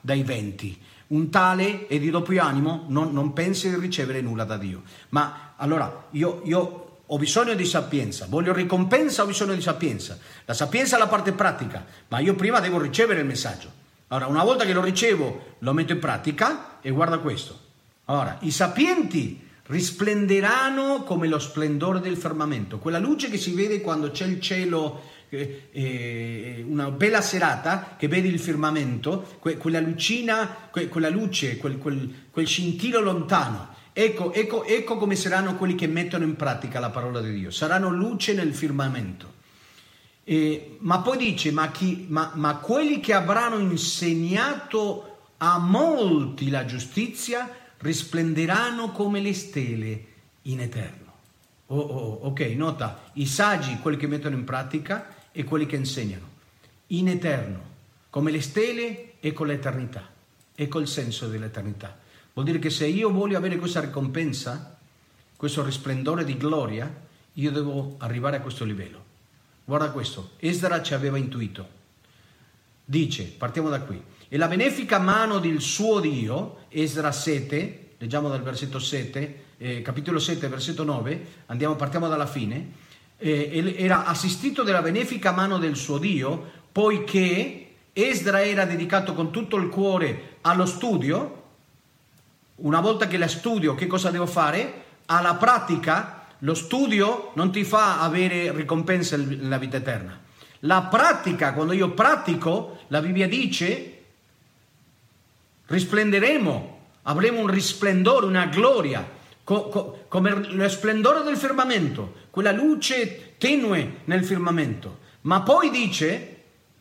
dai venti. Un tale e di doppio animo non pensi di ricevere nulla da Dio. Ma allora io ho bisogno di sapienza, voglio ricompensa, ho bisogno di sapienza. La sapienza è la parte pratica, ma io prima devo ricevere il messaggio. Allora, una volta che lo ricevo, lo metto in pratica e guarda questo. Allora, i sapienti risplenderanno come lo splendore del firmamento, quella luce che si vede quando c'è il cielo, una bella serata che vedi il firmamento, quella lucina, quella luce, quel scintillo lontano. Ecco come saranno quelli che mettono in pratica la parola di Dio, saranno luce nel firmamento. Ma poi dice, ma quelli che avranno insegnato a molti la giustizia risplenderanno come le stelle in eterno. Ok, nota, i saggi, quelli che mettono in pratica, e quelli che insegnano. In eterno, come le stelle e con l'eternità. Ecco il senso dell'eternità. Vuol dire che se io voglio avere questa ricompensa, questo risplendore di gloria, io devo arrivare a questo livello. Guarda questo, Esdra ci aveva intuito. Dice, partiamo da qui, e la benefica mano del suo Dio, Esdra 7, leggiamo dal versetto 7, capitolo 7, versetto 9, partiamo dalla fine, era assistito dalla benefica mano del suo Dio, poiché Esdra era dedicato con tutto il cuore allo studio. Una volta che la studio, che cosa devo fare? Alla pratica. Lo studio non ti fa avere ricompensa nella vita eterna. La pratica, quando io pratico, la Bibbia dice, risplenderemo, avremo un risplendore, una gloria, come lo splendore del firmamento, quella luce tenue nel firmamento. Ma poi dice,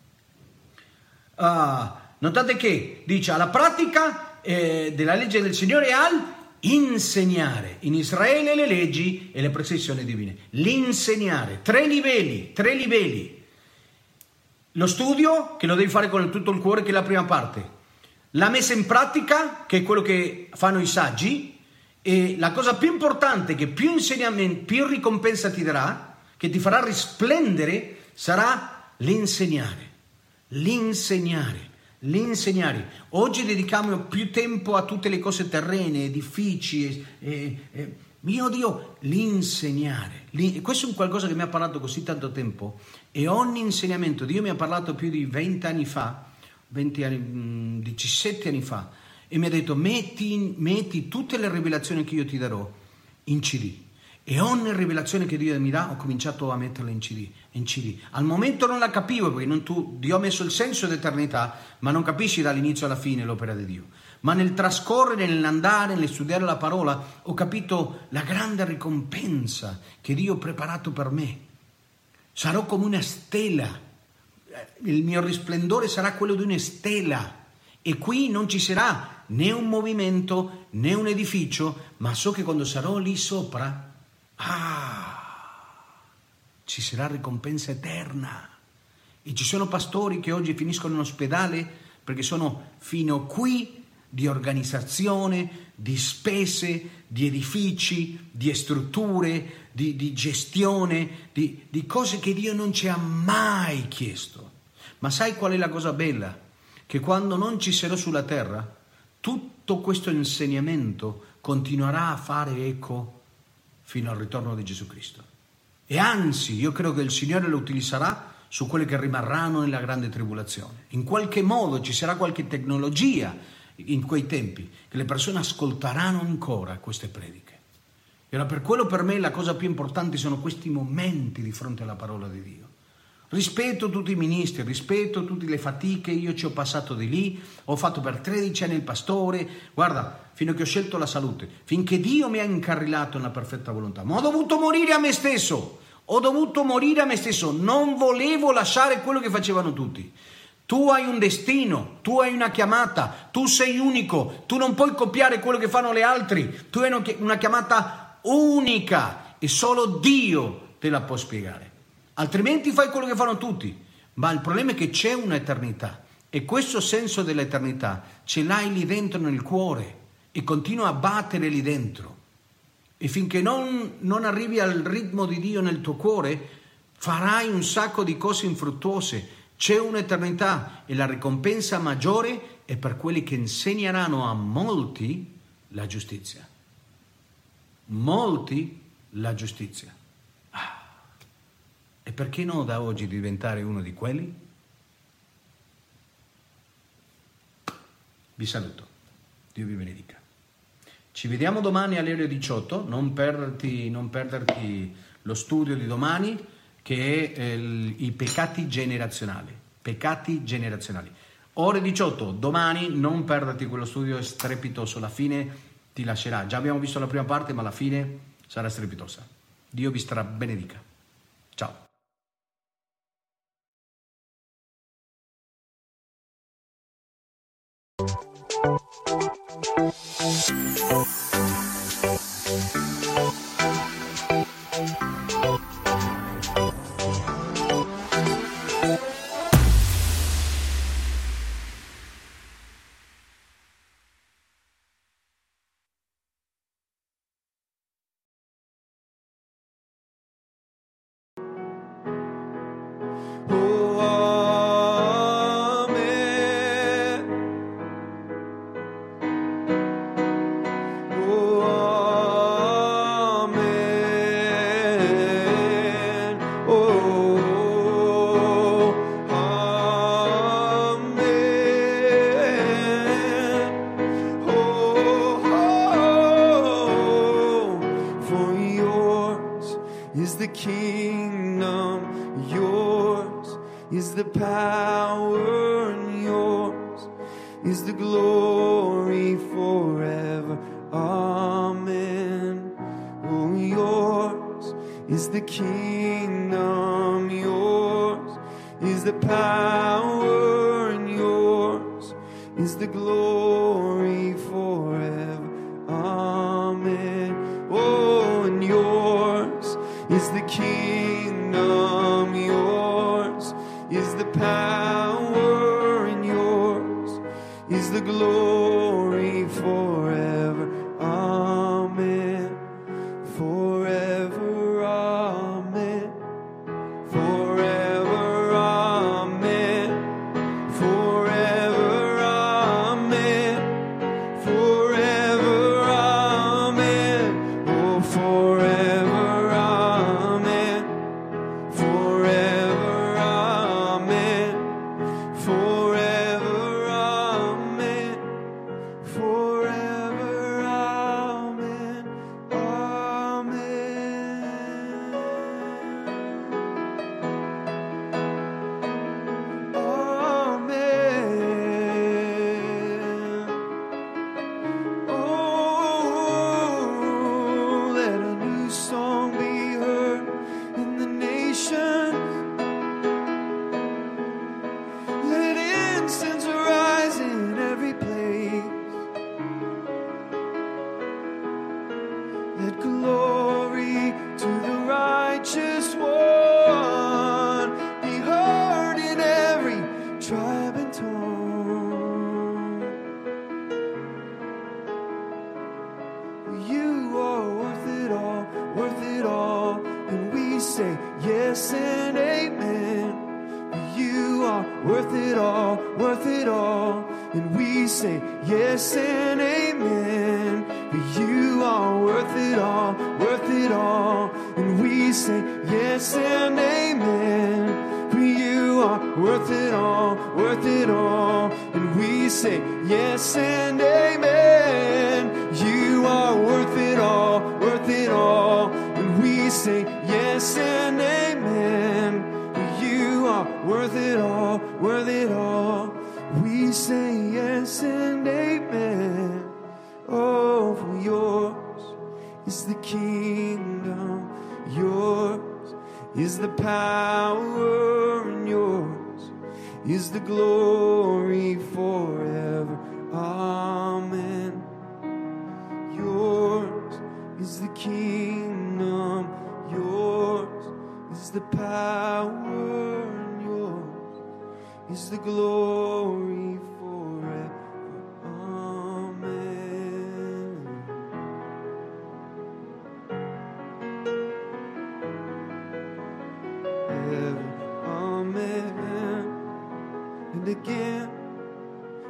notate che dice, alla pratica della legge del Signore al insegnare in Israele le leggi e le prescrizioni divine. L'insegnare, tre livelli. Lo studio, che lo devi fare con tutto il cuore, che è la prima parte. La messa in pratica, che è quello che fanno i saggi. E la cosa più importante, che più insegnamento, più ricompensa ti darà, che ti farà risplendere, sarà l'insegnare. Oggi dedichiamo più tempo a tutte le cose terrene, edifici, mio Dio, l'insegnare. Questo è un qualcosa che mi ha parlato così tanto tempo, e ogni insegnamento, Dio mi ha parlato più di 20 anni fa, 17 anni fa, e mi ha detto metti tutte le rivelazioni che io ti darò in CD. E ogni rivelazione che Dio mi dà ho cominciato a metterla in CD. Al momento non la capivo, perché Dio ha messo il senso d'eternità, ma non capisci dall'inizio alla fine l'opera di Dio. Ma nel trascorrere, nell'andare, nel studiare la parola, ho capito la grande ricompensa che Dio ha preparato per me. Sarò come una stella, il mio risplendore sarà quello di una stella, e qui non ci sarà né un movimento né un edificio, ma so che quando sarò lì sopra, ci sarà ricompensa eterna. E ci sono pastori che oggi finiscono in ospedale perché sono fino qui di organizzazione, di spese, di edifici, di strutture, di gestione, di cose che Dio non ci ha mai chiesto. Ma sai qual è la cosa bella? Che quando non ci sarò sulla terra, tutto questo insegnamento continuerà a fare eco fino al ritorno di Gesù Cristo. E anzi, io credo che il Signore lo utilizzerà su quelli che rimarranno nella grande tribolazione. In qualche modo ci sarà qualche tecnologia in quei tempi che le persone ascolteranno ancora queste prediche. E allora per me la cosa più importante sono questi momenti di fronte alla parola di Dio. Rispetto tutti i ministri, rispetto tutte le fatiche, io ci ho passato di lì, ho fatto per 13 anni il pastore, guarda, fino a che ho scelto la salute, finché Dio mi ha incarrilato nella perfetta volontà. Ma ho dovuto morire a me stesso, non volevo lasciare quello che facevano tutti. Tu hai un destino, tu hai una chiamata, tu sei unico, tu non puoi copiare quello che fanno gli altri, tu hai una chiamata unica e solo Dio te la può spiegare. Altrimenti fai quello che fanno tutti, ma il problema è che c'è un'eternità e questo senso dell'eternità ce l'hai lì dentro nel cuore e continua a battere lì dentro. E finché non arrivi al ritmo di Dio nel tuo cuore, farai un sacco di cose infruttuose. C'è un'eternità e la ricompensa maggiore e per quelli che insegneranno a molti la giustizia. Molti la giustizia. E perché no da oggi diventare uno di quelli? Vi saluto. Dio vi benedica. Ci vediamo domani alle ore 18. Non perderti lo studio di domani, che è i peccati generazionali. Peccati generazionali. Ore 18, domani non perderti quello studio, è strepitoso. La fine ti lascerà. Già abbiamo visto la prima parte, ma la fine sarà strepitosa. Dio vi benedica. Ciao.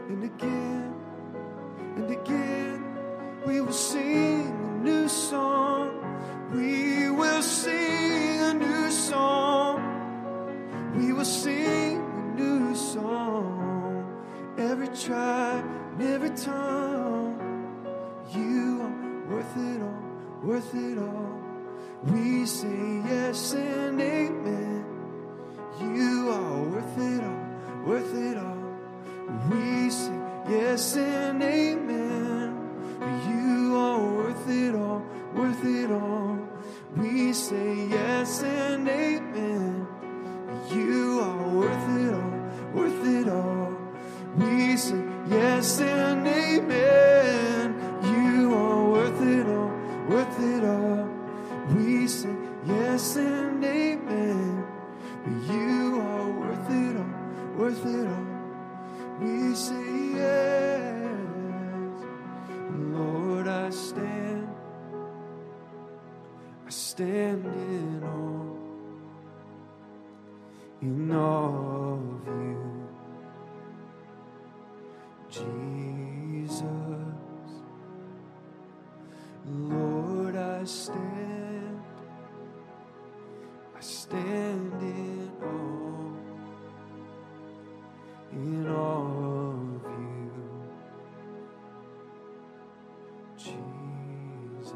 and again and again. We will sing a new song. We will sing a new song. We will sing a new song. Every tribe and every tongue. You are worth it all, worth it all. We say yes and amen. You are worth it all, worth it all. We say yes and amen. You are worth it all, worth it all. We say yes and amen. You are worth it all, worth it all. We say yes and amen. You are worth it all, worth it all. We say yes and amen. You are worth it all, worth it all. We say yes. Lord, I stand in awe of you, Jesus. Lord, I stand in awe of you, Jesus.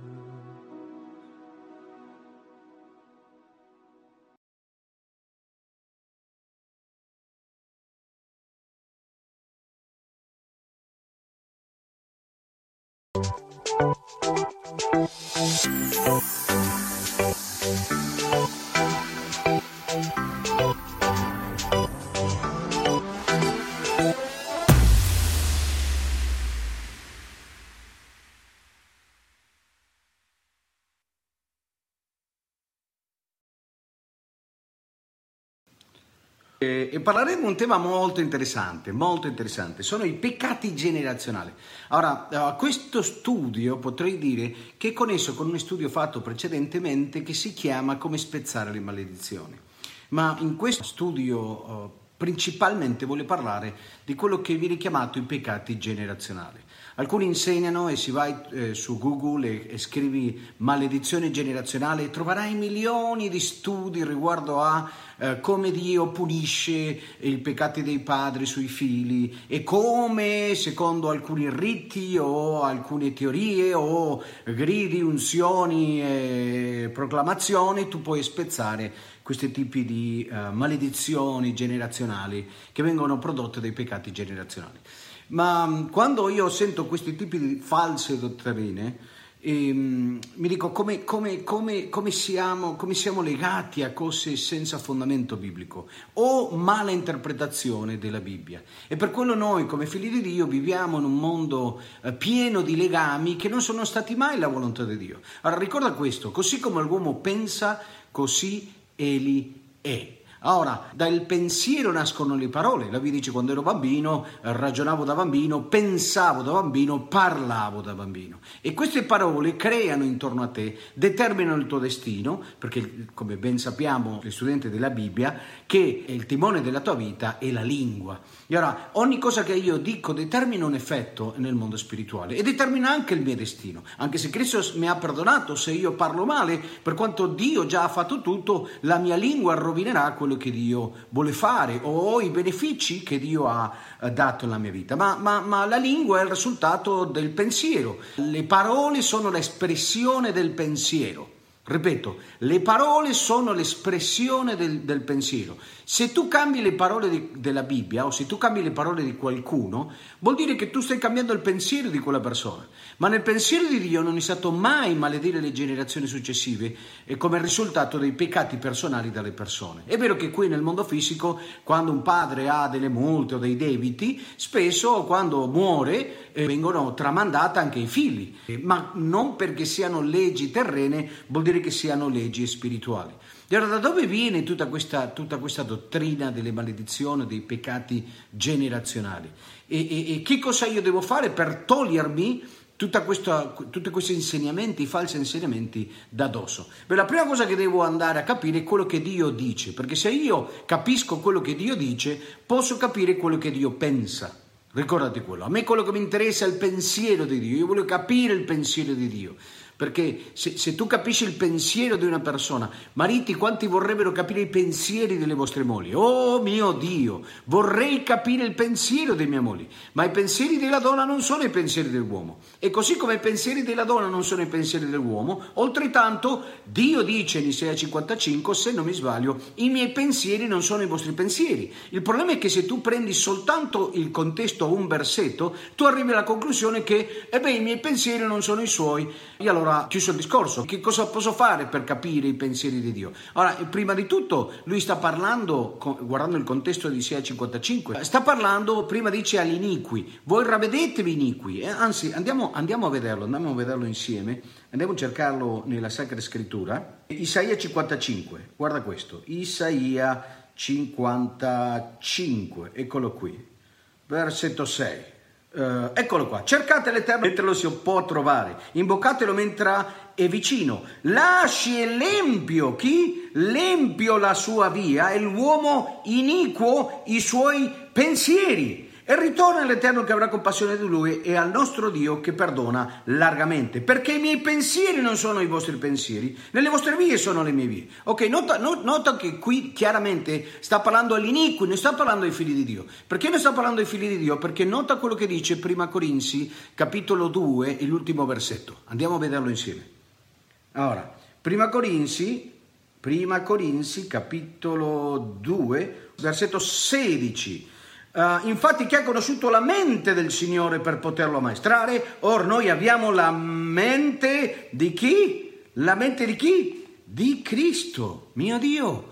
E parleremo di un tema molto interessante, sono i peccati generazionali. Ora, a questo studio potrei dire che è connesso con uno studio fatto precedentemente che si chiama Come spezzare le maledizioni. Ma in questo studio principalmente voglio parlare di quello che viene chiamato i peccati generazionali. Alcuni insegnano, e se vai su Google e scrivi maledizione generazionale, e troverai milioni di studi riguardo a come Dio punisce i peccati dei padri sui figli e come, secondo alcuni riti o alcune teorie o gridi, unzioni e proclamazioni, tu puoi spezzare questi tipi di maledizioni generazionali che vengono prodotte dai peccati generazionali. Ma quando io sento questi tipi di false dottrine, mi dico come siamo legati a cose senza fondamento biblico o mala interpretazione della Bibbia. E per quello noi, come figli di Dio, viviamo in un mondo pieno di legami che non sono stati mai la volontà di Dio. Allora ricorda questo: così come l'uomo pensa, così egli è. Ora, dal pensiero nascono le parole. La Bibbia dice: quando ero bambino, ragionavo da bambino, pensavo da bambino, parlavo da bambino. E queste parole creano intorno a te, determinano il tuo destino, perché, come ben sappiamo gli studenti della Bibbia, che il timone della tua vita è la lingua. E ora, ogni cosa che io dico determina un effetto nel mondo spirituale e determina anche il mio destino. Anche se Cristo mi ha perdonato, se io parlo male, per quanto Dio già ha fatto tutto, la mia lingua rovinerà quello che Dio vuole fare o i benefici che Dio ha dato nella mia vita. Ma la lingua è il risultato del pensiero. Le parole sono l'espressione del pensiero. Ripeto, le parole sono l'espressione del pensiero. Se tu cambi le parole della Bibbia o se tu cambi le parole di qualcuno, vuol dire che tu stai cambiando il pensiero di quella persona. Ma nel pensiero di Dio non è stato mai maledire le generazioni successive come risultato dei peccati personali delle persone. È vero che qui nel mondo fisico, quando un padre ha delle multe o dei debiti, spesso quando muore vengono tramandate anche ai figli, ma non perché siano leggi terrene, vuol dire che siano leggi spirituali. E allora da dove viene tutta questa dottrina delle maledizioni, dei peccati generazionali? E che cosa io devo fare per togliermi tutti questi insegnamenti, falsi insegnamenti da addosso? Beh, la prima cosa che devo andare a capire è quello che Dio dice, perché se io capisco quello che Dio dice, posso capire quello che Dio pensa. Ricordati quello. A me quello che mi interessa è il pensiero di Dio. Io voglio capire il pensiero di Dio. Perché se tu capisci il pensiero di una persona, mariti, quanti vorrebbero capire i pensieri delle vostre mogli? Oh mio Dio, vorrei capire il pensiero dei miei mogli, ma i pensieri della donna non sono i pensieri dell'uomo. E così come i pensieri della donna non sono i pensieri dell'uomo, oltrettanto Dio dice in Isaia 55, se non mi sbaglio, i miei pensieri non sono i vostri pensieri. Il problema è che se tu prendi soltanto il contesto a un versetto, tu arrivi alla conclusione che, i miei pensieri non sono i suoi. E allora, chiuso il discorso, che cosa posso fare per capire i pensieri di Dio? Ora, prima di tutto, lui sta parlando, guardando il contesto di Isaia 55, sta parlando, prima dice agli iniqui, voi ravvedetevi iniqui, anzi, andiamo a vederlo insieme, andiamo a cercarlo nella Sacra Scrittura, Isaia 55, guarda questo, Isaia 55, eccolo qui, versetto 6. Eccolo qua, cercate l'Eterno mentre lo si può trovare, invocatelo mentre è vicino, lasci l'empio, chi? L'empio la sua via e l'uomo iniquo i suoi pensieri. E ritorna all'Eterno che avrà compassione di lui e al nostro Dio che perdona largamente, perché i miei pensieri non sono i vostri pensieri, nelle vostre vie sono le mie vie. Ok, nota che qui chiaramente sta parlando agli iniqui, non sta parlando ai figli di Dio. Perché ne sta parlando ai figli di Dio? Perché nota quello che dice Prima Corinzi, capitolo 2, l'ultimo versetto. Andiamo a vederlo insieme. Allora, Prima Corinzi, capitolo 2, versetto 16. Infatti chi ha conosciuto la mente del Signore per poterlo ammaestrare? Or noi abbiamo la mente di chi? La mente di chi? Di Cristo, mio Dio.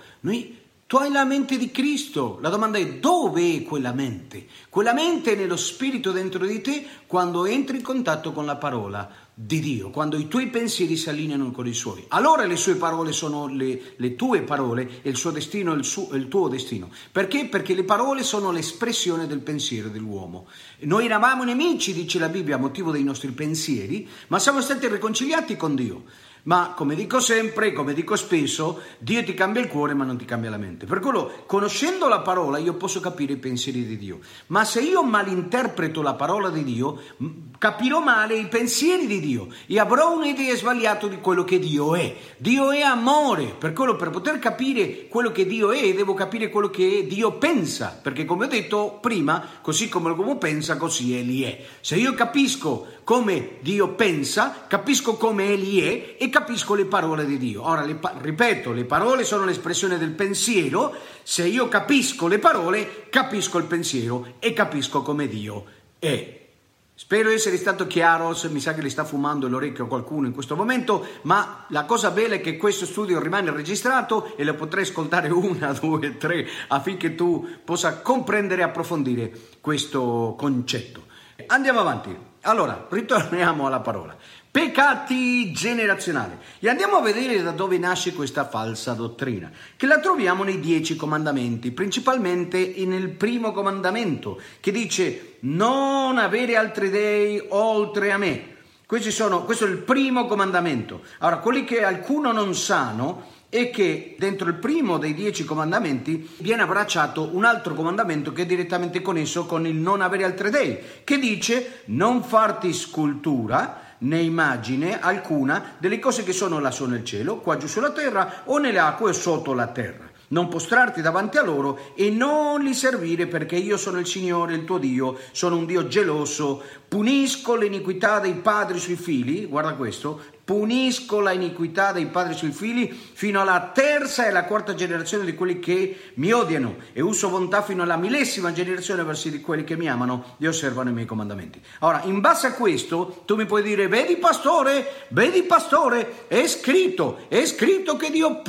Tu hai la mente di Cristo. La domanda è: dove è quella mente? Quella mente è nello spirito dentro di te quando entri in contatto con la parola di Dio, quando i tuoi pensieri si allineano con i suoi. Allora le sue parole sono le tue parole e il suo destino è il tuo destino. Perché? Perché le parole sono l'espressione del pensiero dell'uomo. Noi eravamo nemici, dice la Bibbia, a motivo dei nostri pensieri, ma siamo stati riconciliati con Dio. Ma come dico sempre, come dico spesso, Dio ti cambia il cuore ma non ti cambia la mente. Per quello, conoscendo la parola, io posso capire i pensieri di Dio. Ma se io malinterpreto la parola di Dio, capirò male i pensieri di Dio e avrò un'idea sbagliata di quello che Dio è. Dio è amore. Per quello, per poter capire quello che Dio è, devo capire quello che Dio pensa. Perché come ho detto prima, così come l'uomo pensa, così egli è. Se io capisco come Dio pensa, capisco come egli è e capisco le parole di Dio. Ora, ripeto, le parole sono l'espressione del pensiero. Se io capisco le parole, capisco il pensiero e capisco come Dio è. Spero essere stato chiaro, se mi sa che le sta fumando l'orecchio a qualcuno in questo momento, ma la cosa bella è che questo studio rimane registrato e lo potrai ascoltare 1, 2, 3 affinché tu possa comprendere e approfondire questo concetto. Andiamo avanti. Allora, ritorniamo alla parola. Peccati generazionali. E andiamo a vedere da dove nasce questa falsa dottrina, che la troviamo nei 10 comandamenti, principalmente nel primo comandamento, che dice non avere altri dei oltre a me. Questo è il primo comandamento. Allora, quelli che alcuno non sanno è che dentro il primo dei 10 comandamenti viene abbracciato un altro comandamento che è direttamente connesso con il non avere altri dei, che dice non farti scultura né immagine alcuna delle cose che sono lassù nel cielo, qua giù sulla terra o nelle acque o sotto la terra. Non postrarti davanti a loro e non li servire, perché io sono il Signore, il tuo Dio, sono un Dio geloso, punisco l'iniquità dei padri sui figli, guarda questo, punisco la iniquità dei padri sui figli fino alla terza e alla quarta generazione di quelli che mi odiano e uso bontà fino alla 1000ª generazione verso di quelli che mi amano e osservano i miei comandamenti. Ora, in base a questo, tu mi puoi dire, vedi pastore, è scritto che Dio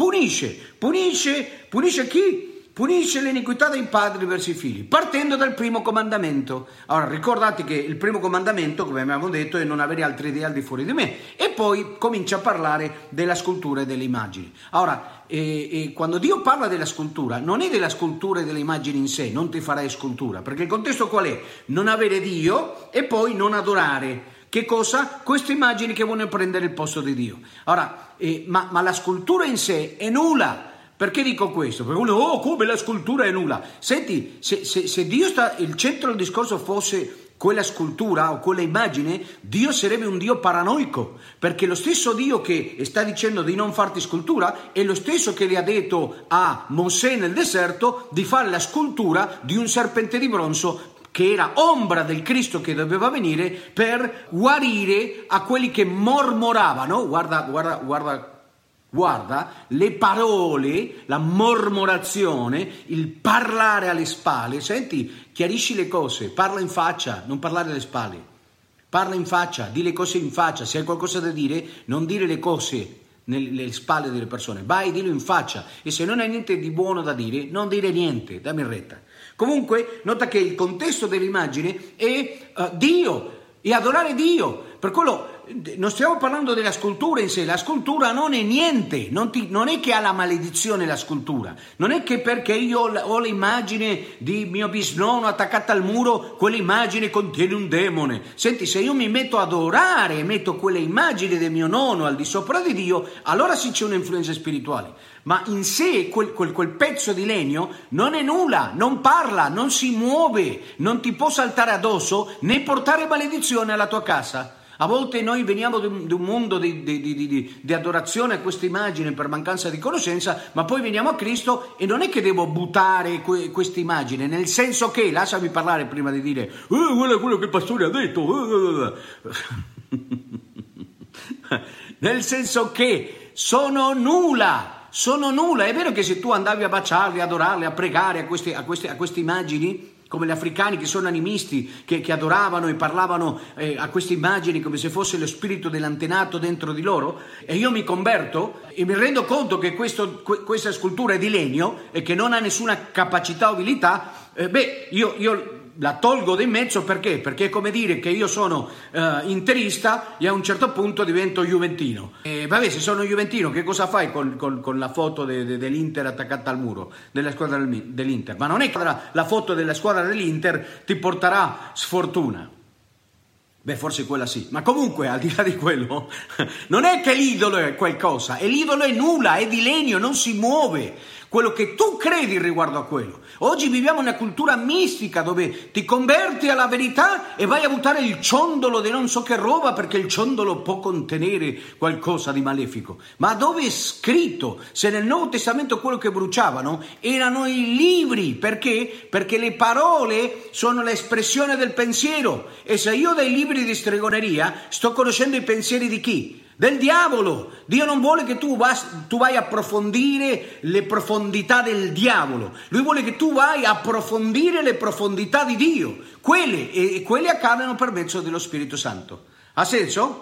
punisce chi? Punisce l'iniquità dei padri verso i figli, partendo dal primo comandamento. Allora, ricordate che il primo comandamento, come abbiamo detto, è non avere altri dei al di fuori di me. E poi comincia a parlare della scultura e delle immagini. Ora, quando Dio parla della scultura, non è della scultura e delle immagini in sé, non ti farai scultura, perché il contesto qual è? Non avere Dio e poi non adorare. Che cosa? Queste immagini che vogliono prendere il posto di Dio. Ora, ma la scultura in sé è nulla. Perché dico questo? Perché uno, come la scultura è nulla. Senti, se Dio il centro del discorso fosse quella scultura o quella immagine, Dio sarebbe un Dio paranoico, perché lo stesso Dio che sta dicendo di non farti scultura è lo stesso che le ha detto a Mosè nel deserto di fare la scultura di un serpente di bronzo che era ombra del Cristo che doveva venire per guarire a quelli che mormoravano. Guarda, le parole, la mormorazione, il parlare alle spalle. Senti, chiarisci le cose, parla in faccia, non parlare alle spalle. Parla in faccia, di le cose in faccia. Se hai qualcosa da dire, non dire le cose nelle spalle delle persone. Vai, dillo in faccia. E se non hai niente di buono da dire, non dire niente, dammi retta. Comunque, nota che il contesto dell'immagine è Dio e adorare Dio. Per quello non stiamo parlando della scultura in sé, la scultura non è niente, non è che ha la maledizione la scultura, non è che perché io ho l'immagine di mio bisnonno attaccata al muro, quell'immagine contiene un demone. Senti, se io mi metto ad adorare e metto quelle immagini del mio nonno al di sopra di Dio, allora sì c'è un'influenza spirituale, ma in sé quel pezzo di legno non è nulla, non parla, non si muove, non ti può saltare addosso né portare maledizione alla tua casa. A volte noi veniamo da un mondo di adorazione a questa immagine per mancanza di conoscenza, ma poi veniamo a Cristo e non è che devo buttare questa immagine, nel senso che, lasciami parlare prima di dire, guarda quello che il pastore ha detto, nel senso che sono nulla. È vero che se tu andavi a baciarli, a adorarli, a pregare a queste immagini, come gli africani che sono animisti, che adoravano e parlavano a queste immagini come se fosse lo spirito dell'antenato dentro di loro, e io mi converto e mi rendo conto che questa scultura è di legno e che non ha nessuna capacità o abilità, io la tolgo di mezzo. Perché? Perché è come dire che io sono interista e a un certo punto divento juventino. Se sono juventino, che cosa fai con la foto dell'Inter attaccata al muro, della squadra dell'Inter? Ma non è che la foto della squadra dell'Inter ti porterà sfortuna. Forse quella sì, ma comunque al di là di quello non è che l'idolo è qualcosa, e l'idolo è nulla, è di legno, non si muove. Quello che tu credi riguardo a quello. Oggi viviamo una cultura mistica dove ti converti alla verità e vai a buttare il ciondolo di non so che roba, perché il ciondolo può contenere qualcosa di malefico. Ma dove è scritto? Se nel Nuovo Testamento quello che bruciavano erano i libri. Perché? Perché le parole sono l'espressione del pensiero, e se io dai libri di stregoneria sto conoscendo i pensieri di chi? Del diavolo. Dio non vuole che tu vai a approfondire le profondità del diavolo. Lui vuole che tu vai a approfondire le profondità di Dio. Quelle accadono per mezzo dello Spirito Santo. Ha senso?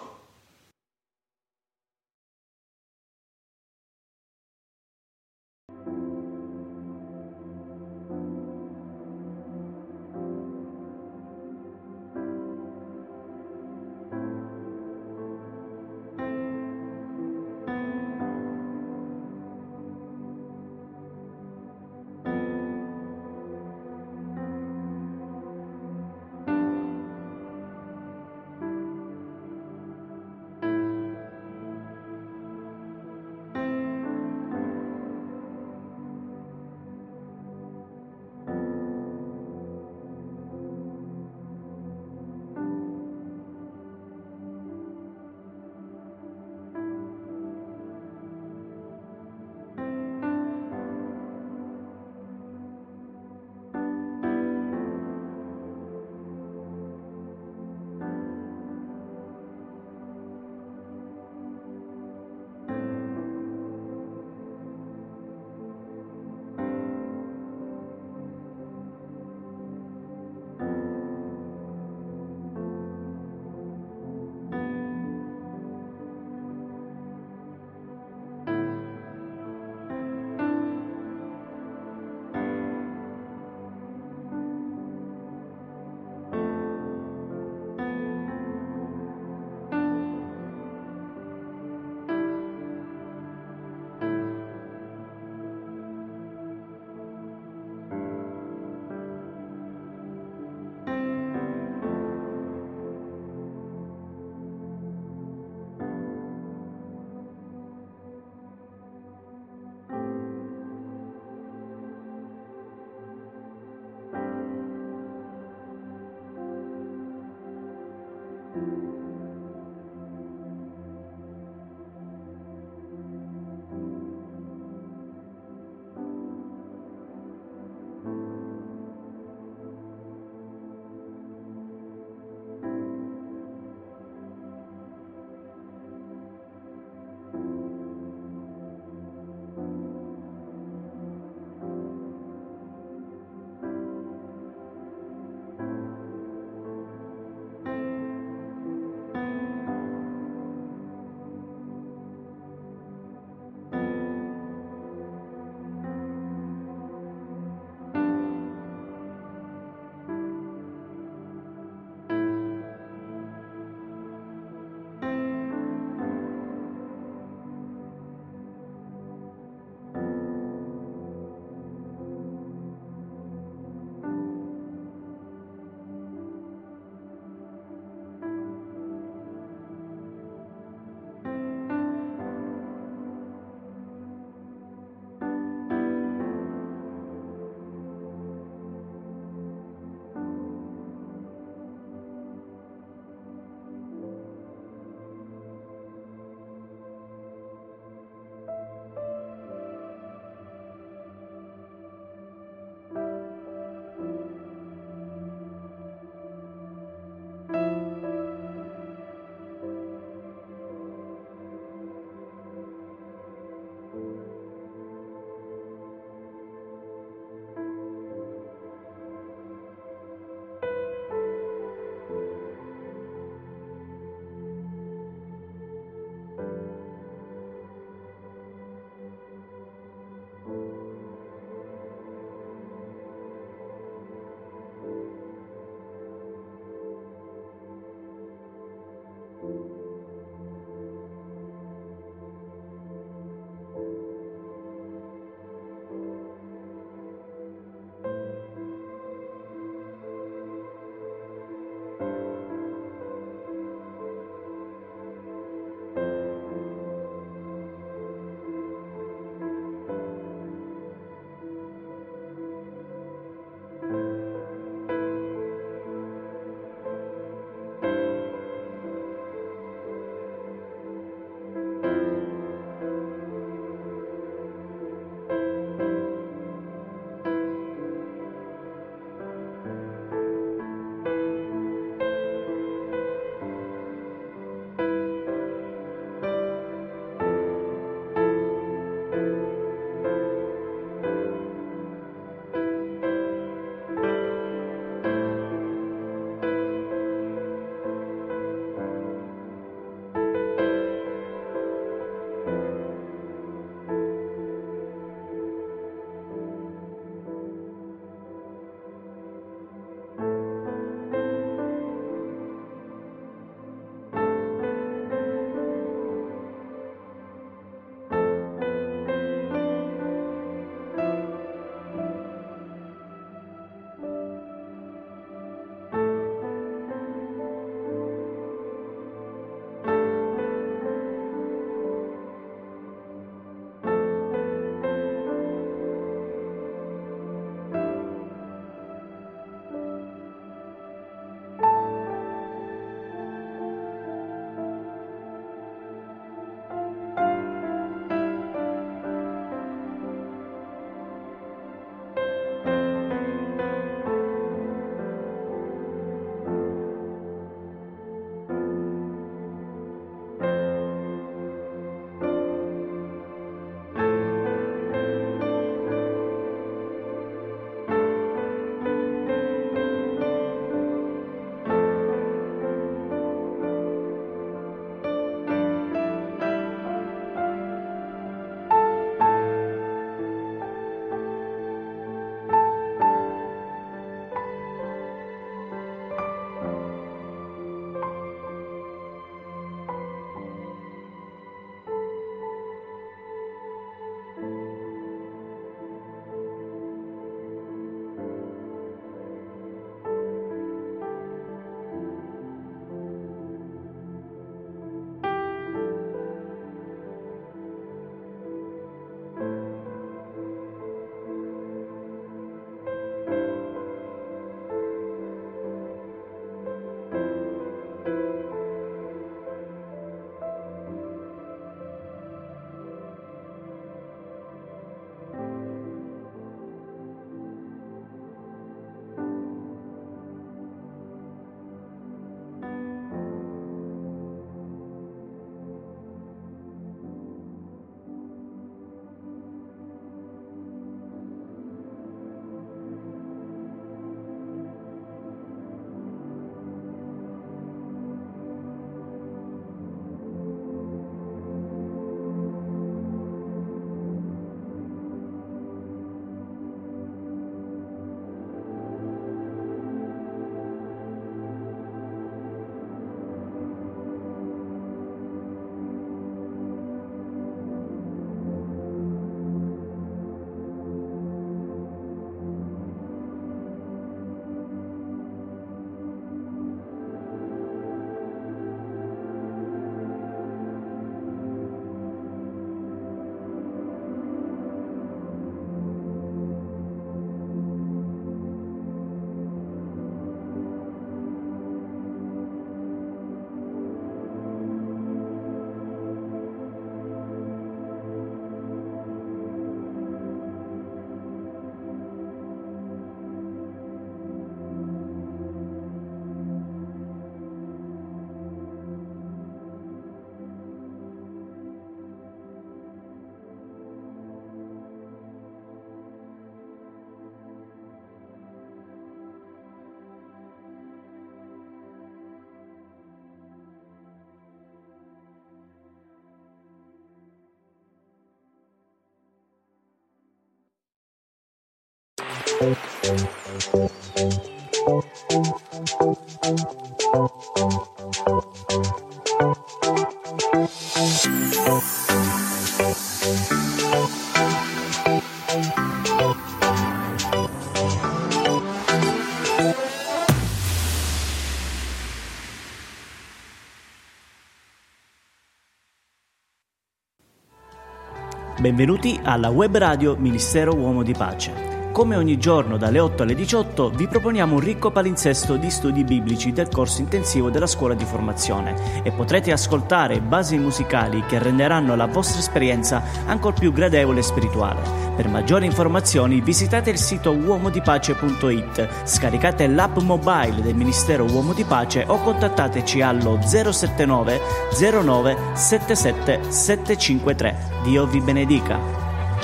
Benvenuti alla web radio Ministero Uomo di Pace. Come ogni giorno dalle 8 alle 18 vi proponiamo un ricco palinsesto di studi biblici del corso intensivo della scuola di formazione e potrete ascoltare basi musicali che renderanno la vostra esperienza ancor più gradevole e spirituale. Per maggiori informazioni visitate il sito uomodipace.it, scaricate l'app mobile del Ministero Uomo di Pace o contattateci allo 079 09 77 753. Dio vi benedica.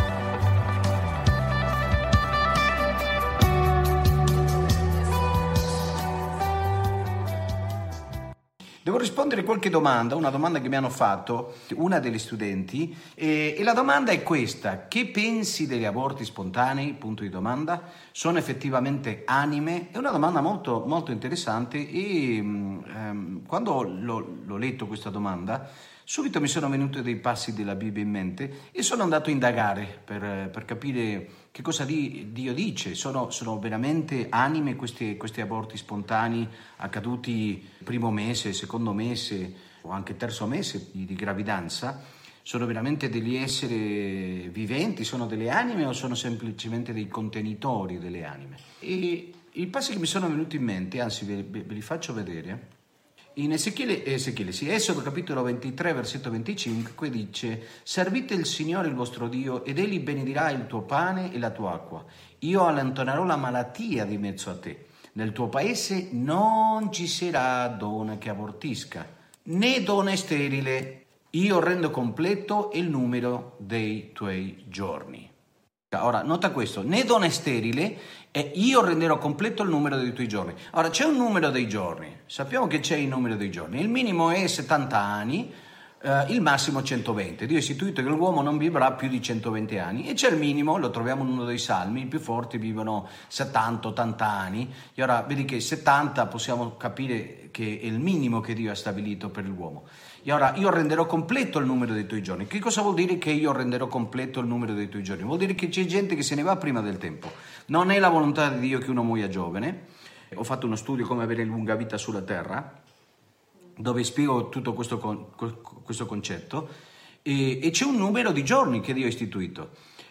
Devo rispondere a qualche domanda, una domanda che mi hanno fatto una delle studenti e la domanda è questa: che pensi degli aborti spontanei? Punto di domanda. Sono effettivamente anime? È una domanda molto, molto interessante e quando l'ho letto questa domanda subito mi sono venuti dei passi della Bibbia in mente e sono andato a indagare per capire che cosa Dio dice. Sono veramente anime questi aborti spontanei accaduti primo mese, secondo mese o anche terzo mese di gravidanza? Sono veramente degli esseri viventi? Sono delle anime o sono semplicemente dei contenitori delle anime? E i passi che mi sono venuti in mente, anzi ve li faccio vedere. In Esodo capitolo 23 versetto 25 dice: servite il Signore il vostro Dio ed egli benedirà il tuo pane e la tua acqua. Io allontanerò la malattia di mezzo a te. Nel tuo paese non ci sarà donna che abortisca, né donna sterile. Io rendo completo il numero dei tuoi giorni. Ora, nota questo, né donna sterile e io renderò completo il numero dei tuoi giorni. Ora, c'è un numero dei giorni, sappiamo che c'è il numero dei giorni, il minimo è 70 anni, il massimo 120. Dio ha istituito che l'uomo non vivrà più di 120 anni e c'è il minimo, lo troviamo in uno dei salmi, i più forti vivono 70-80 anni e ora vedi che 70 possiamo capire che è il minimo che Dio ha stabilito per l'uomo. E ora io renderò completo il numero dei tuoi giorni. Che cosa vuol dire che io renderò completo il numero dei tuoi giorni? Vuol dire che c'è gente che se ne va prima del tempo. Non è la volontà di Dio che uno muoia giovane. Ho fatto uno studio come avere lunga vita sulla terra, dove spiego tutto questo concetto, e c'è un numero di giorni che Dio ha istituito.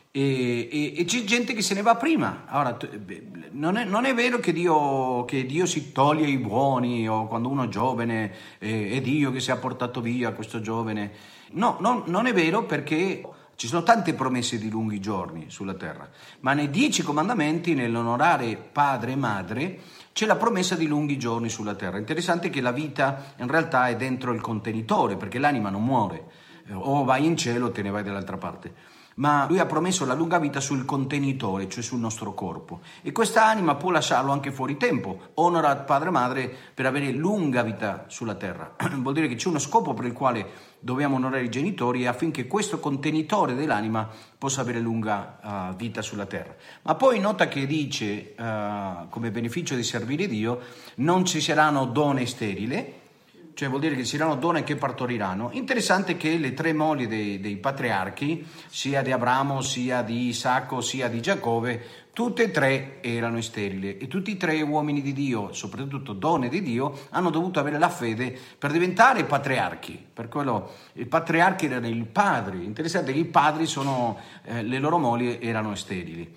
E c'è gente che se ne va prima. Ora, non è vero che Dio si toglie i buoni o quando uno è giovane è Dio che si è portato via questo giovane. No, non è vero, perché ci sono tante promesse di lunghi giorni sulla terra, ma nei 10 comandamenti, nell'onorare padre e madre, c'è la promessa di lunghi giorni sulla terra. Interessante che la vita in realtà è dentro il contenitore, perché l'anima non muore, o vai in cielo o te ne vai dall'altra parte. Ma lui ha promesso la lunga vita sul contenitore, cioè sul nostro corpo, e questa anima può lasciarlo anche fuori tempo. Onora padre e madre per avere lunga vita sulla terra. Vuol dire che c'è uno scopo per il quale dobbiamo onorare i genitori affinché questo contenitore dell'anima possa avere lunga vita sulla terra. Ma poi nota che dice, come beneficio di servire Dio, non ci saranno donne sterili, cioè vuol dire che ci saranno donne che partoriranno. Interessante che le 3 mogli dei patriarchi, sia di Abramo, sia di Isacco, sia di Giacobbe, tutte e 3 erano sterili e tutti e 3 uomini di Dio, soprattutto donne di Dio, hanno dovuto avere la fede per diventare patriarchi. Per quello i patriarchi erano i padri. Interessante che i padri le loro mogli erano sterili.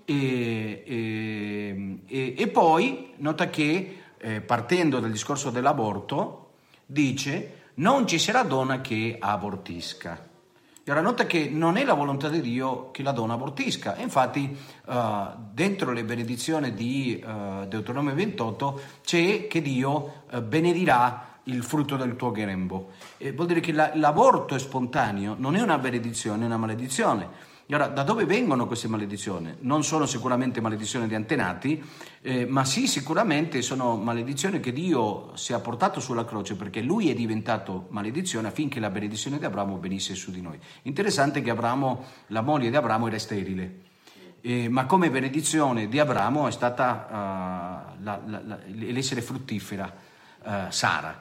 E poi nota che partendo dal discorso dell'aborto dice: non ci sarà donna che abortisca. E ora nota che non è la volontà di Dio che la donna abortisca. E infatti dentro le benedizioni di Deuteronomio 28 c'è che Dio benedirà il frutto del tuo grembo. E vuol dire che l'aborto è spontaneo, non è una benedizione, è una maledizione. E ora, da dove vengono queste maledizioni? Non sono sicuramente maledizioni di antenati, ma sì, sicuramente sono maledizioni che Dio si è portato sulla croce, perché Lui è diventato maledizione affinché la benedizione di Abramo venisse su di noi. Interessante che la moglie di Abramo era sterile. ma come benedizione di Abramo è stata l'essere fruttifera Sara.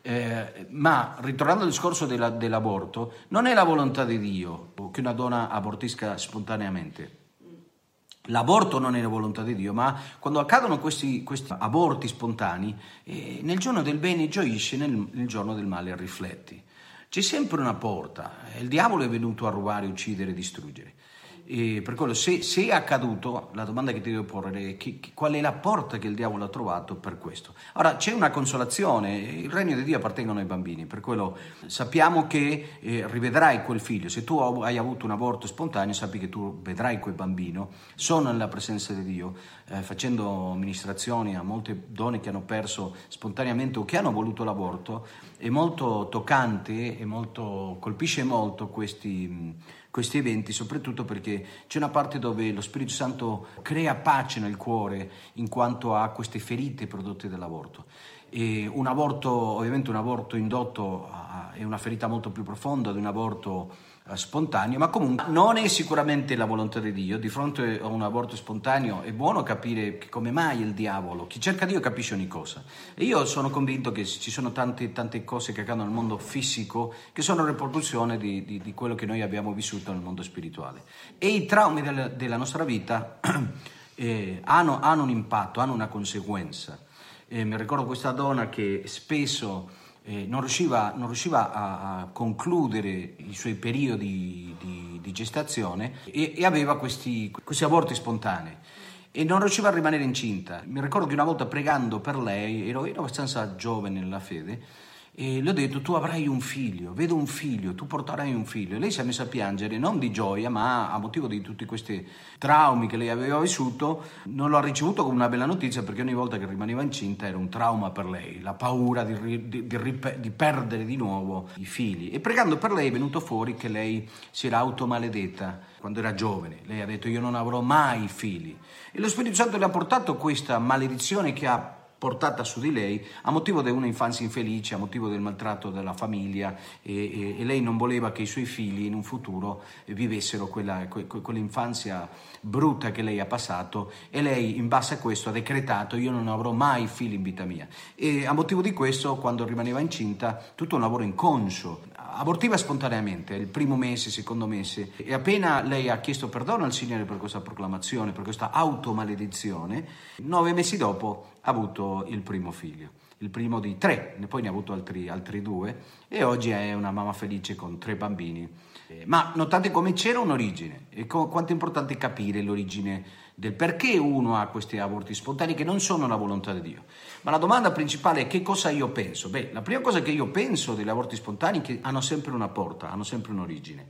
Ma ritornando al discorso dell'aborto, non è la volontà di Dio che una donna abortisca spontaneamente. L'aborto non è la volontà di Dio, ma quando accadono questi aborti spontanei, nel giorno del bene gioisci, nel giorno del male rifletti. C'è sempre una porta, il diavolo è venuto a rubare, uccidere, distruggere. E per quello, se è accaduto, la domanda che ti devo porre è qual è la porta che il diavolo ha trovato per questo. Ora, c'è una consolazione, il regno di Dio appartengono ai bambini, per quello sappiamo che rivedrai quel figlio. Se tu hai avuto un aborto spontaneo, sappi che tu vedrai quel bambino, sono nella presenza di Dio, facendo ministrazioni a molte donne che hanno perso spontaneamente o che hanno voluto l'aborto. È molto toccante e colpisce molto questi eventi, soprattutto perché c'è una parte dove lo Spirito Santo crea pace nel cuore in quanto a queste ferite prodotte dall'aborto. E ovviamente un aborto indotto è una ferita molto più profonda di un aborto spontaneo, ma comunque non è sicuramente la volontà di Dio. Di fronte a un aborto spontaneo è buono capire che come mai il diavolo, chi cerca Dio capisce ogni cosa, e io sono convinto che ci sono tante cose che accadono nel mondo fisico che sono ripercussione di quello che noi abbiamo vissuto nel mondo spirituale, e i traumi della nostra vita hanno un impatto, hanno una conseguenza. Mi ricordo questa donna che spesso non riusciva a concludere i suoi periodi di gestazione e aveva questi aborti spontanei e non riusciva a rimanere incinta. Mi ricordo che una volta pregando per lei, ero abbastanza giovane nella fede, e le ho detto: tu avrai un figlio, vedo un figlio, tu porterai un figlio. E lei si è messa a piangere, non di gioia, ma a motivo di tutti questi traumi che lei aveva vissuto. Non l'ha ricevuto come una bella notizia, perché ogni volta che rimaneva incinta era un trauma per lei, la paura di perdere di nuovo i figli. E pregando per lei è venuto fuori che lei si era automaledetta quando era giovane. Lei ha detto: io non avrò mai figli. E lo Spirito Santo le ha portato questa maledizione che ha portata su di lei a motivo di una infanzia infelice, a motivo del maltratto della famiglia, e lei non voleva che i suoi figli in un futuro vivessero quell'infanzia brutta che lei ha passato, e lei in base a questo ha decretato: io non avrò mai figli in vita mia. E a motivo di questo, quando rimaneva incinta, tutto un lavoro inconscio, abortiva spontaneamente il primo mese, il secondo mese, e appena lei ha chiesto perdono al Signore per questa proclamazione, per questa automaledizione, 9 mesi dopo ha avuto il primo figlio, il primo di 3, poi ne ha avuto altri 2, e oggi è una mamma felice con 3 bambini. Ma notate come c'era un'origine, e quanto è importante capire l'origine del perché uno ha questi aborti spontanei che non sono la volontà di Dio. Ma la domanda principale è: che cosa io penso? La prima cosa che io penso degli aborti spontanei è che hanno sempre una porta, hanno sempre un'origine.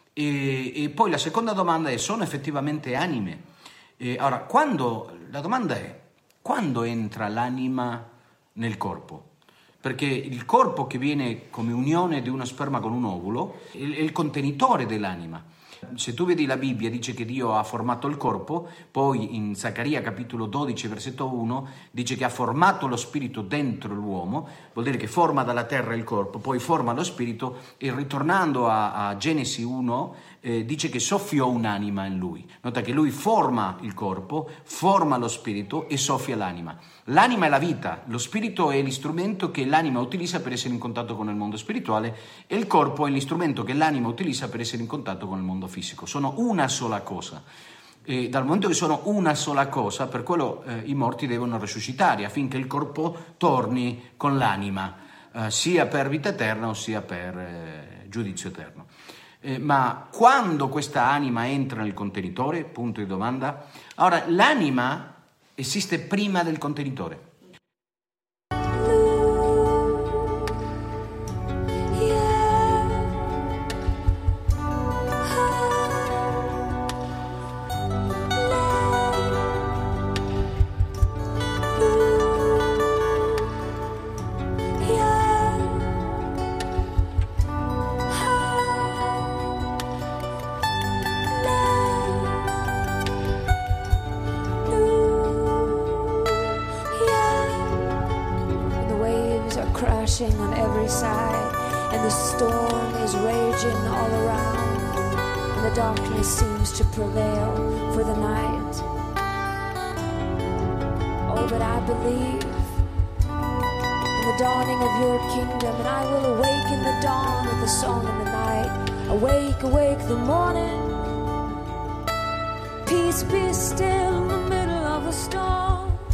E poi la seconda domanda è: sono effettivamente anime? Ora, la domanda è: quando entra l'anima nel corpo? Perché il corpo, che viene come unione di uno sperma con un ovulo, è il contenitore dell'anima. Se tu vedi la Bibbia, dice che Dio ha formato il corpo, poi in Zaccaria capitolo 12 versetto 1 dice che ha formato lo spirito dentro l'uomo, vuol dire che forma dalla terra il corpo, poi forma lo spirito, e ritornando a Genesi 1 dice che soffiò un'anima in lui. Nota che lui forma il corpo, forma lo spirito e soffia l'anima. L'anima è la vita, lo spirito è l'istrumento che l'anima utilizza per essere in contatto con il mondo spirituale, e il corpo è l'istrumento che l'anima utilizza per essere in contatto con il mondo fisico. Sono una sola cosa. E dal momento che sono una sola cosa, per quello i morti devono risuscitare affinché il corpo torni con l'anima, sia per vita eterna o sia per giudizio eterno. Ma quando questa anima entra nel contenitore, punto di domanda, ora l'anima esiste prima del contenitore. On every side, and the storm is raging all around. and the darkness seems to prevail for the night. Oh, but I believe in the dawning of your kingdom, and I will awake in the dawn with the song in the night. Awake, awake the morning. Peace be still in the middle of the storm.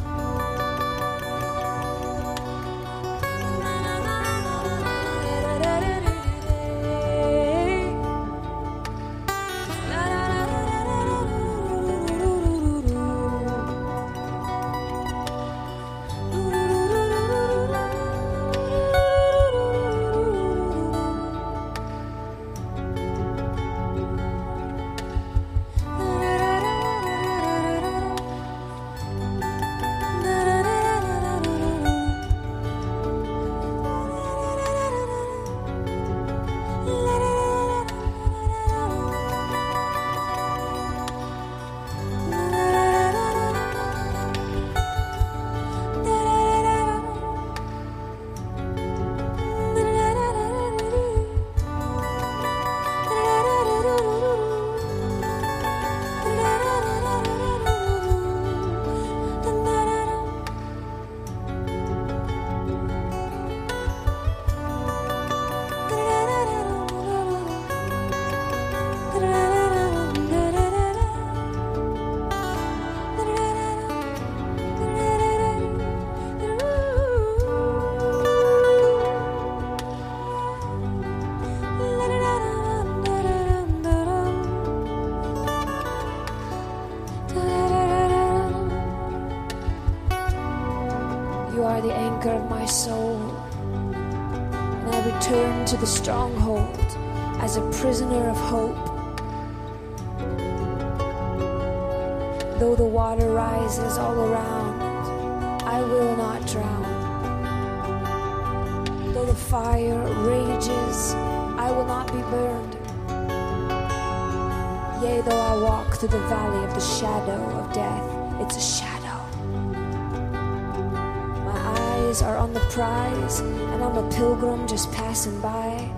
Of my soul, and I return to the stronghold as a prisoner of hope. Though the water rises all around, I will not drown. Though the fire rages, I will not be burned. Yea, though I walk through the valley of the shadow of death, it's a shadow. Are on the prize, and I'm a pilgrim just passing by.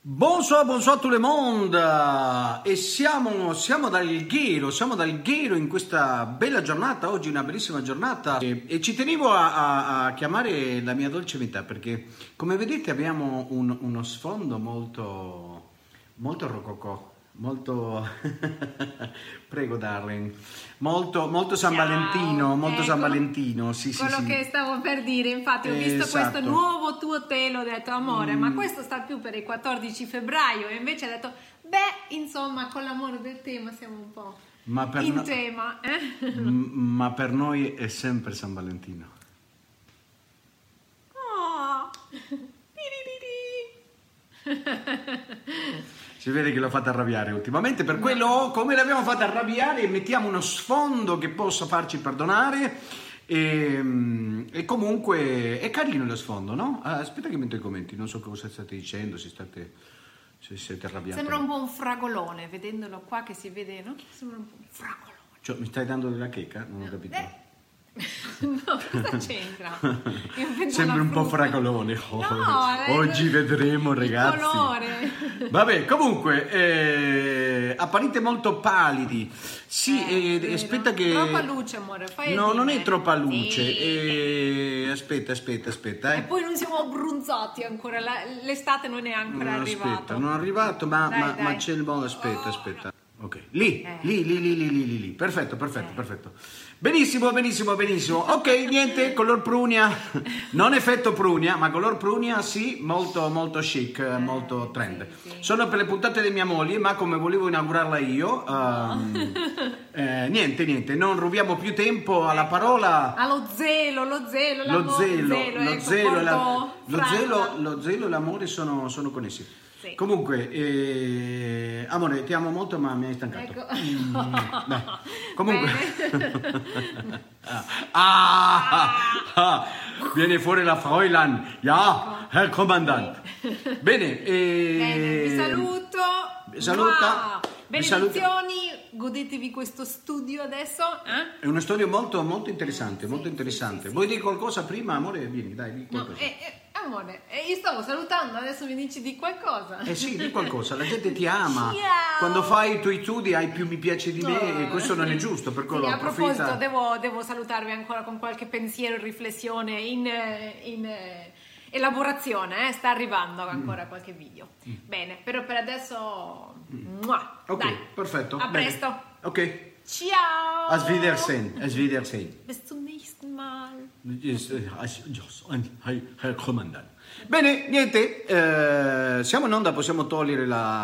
Bonsoir a tout le monde e siamo dal Ghero in questa bella giornata, oggi una bellissima giornata e ci tenevo a chiamare la mia dolce metà perché come vedete abbiamo uno sfondo molto rococò, molto prego darling, molto San Valentino, molto San Valentino, sì. Quello che stavo per dire, infatti ho visto questo nuovo tuo telo, ho detto amore, ma questo sta più per il 14 febbraio e invece ho detto insomma con l'amore del tema siamo un po' in tema. Ma per noi è sempre San Valentino. Oh. Si vede che l'ho fatta arrabbiare ultimamente, per quello come l'abbiamo fatta arrabbiare mettiamo uno sfondo che possa farci perdonare e comunque è carino lo sfondo, no? Aspetta che metto i commenti, non so cosa state dicendo, se siete arrabbiati. Sembra un po' un fragolone, vedendolo qua che si vede, no? Sembra un po' un fragolone. Cioè, mi stai dando della checca? Non ho capito. No, cosa c'entra? Sembra un po' fragolone. Oggi vedremo, ragazzi. Il colore. Vabbè, comunque apparite molto palidi. Sì, aspetta che troppa luce, amore, fai no, non è troppa luce. Sì. Aspetta. E poi non siamo abbronzati ancora, l'estate non è ancora arrivata. Aspetta, non è arrivato, ma c'è il modo. Aspetta. Ok, lì. Perfetto. Benissimo. Ok, niente, color prugna. Non effetto prugna, ma color prugna sì, molto chic, molto trend. Sì. Sono per le puntate di mia moglie, ma come volevo inaugurarla io, niente, non rubiamo più tempo alla parola. Lo zelo e l'amore sono connessi. Sì. Comunque, amore, ti amo molto, ma mi hai stancato. Ecco. Comunque, viene fuori la Fräulein, Herr Kommandant. Bene, vi saluto. Saluta. Benedizioni, godetevi questo studio adesso. È uno studio molto interessante, Sì. Vuoi dire qualcosa prima, amore? Vieni, dai, di qualcosa. Amore, io stavo salutando, adesso mi dici di qualcosa. Sì, di qualcosa, la gente ti ama. Quando fai i tuoi studi hai più mi piace di me e questo non è giusto, per quello a proposito devo salutarvi ancora con qualche pensiero e riflessione in elaborazione, sta arrivando ancora qualche video. Bene, però per adesso ok, dai, perfetto. A presto. Ok. Ciao. Auf Wiedersehen. Bis zum nächsten Mal. Herr Kommandant. Bene, niente, siamo in onda, possiamo togliere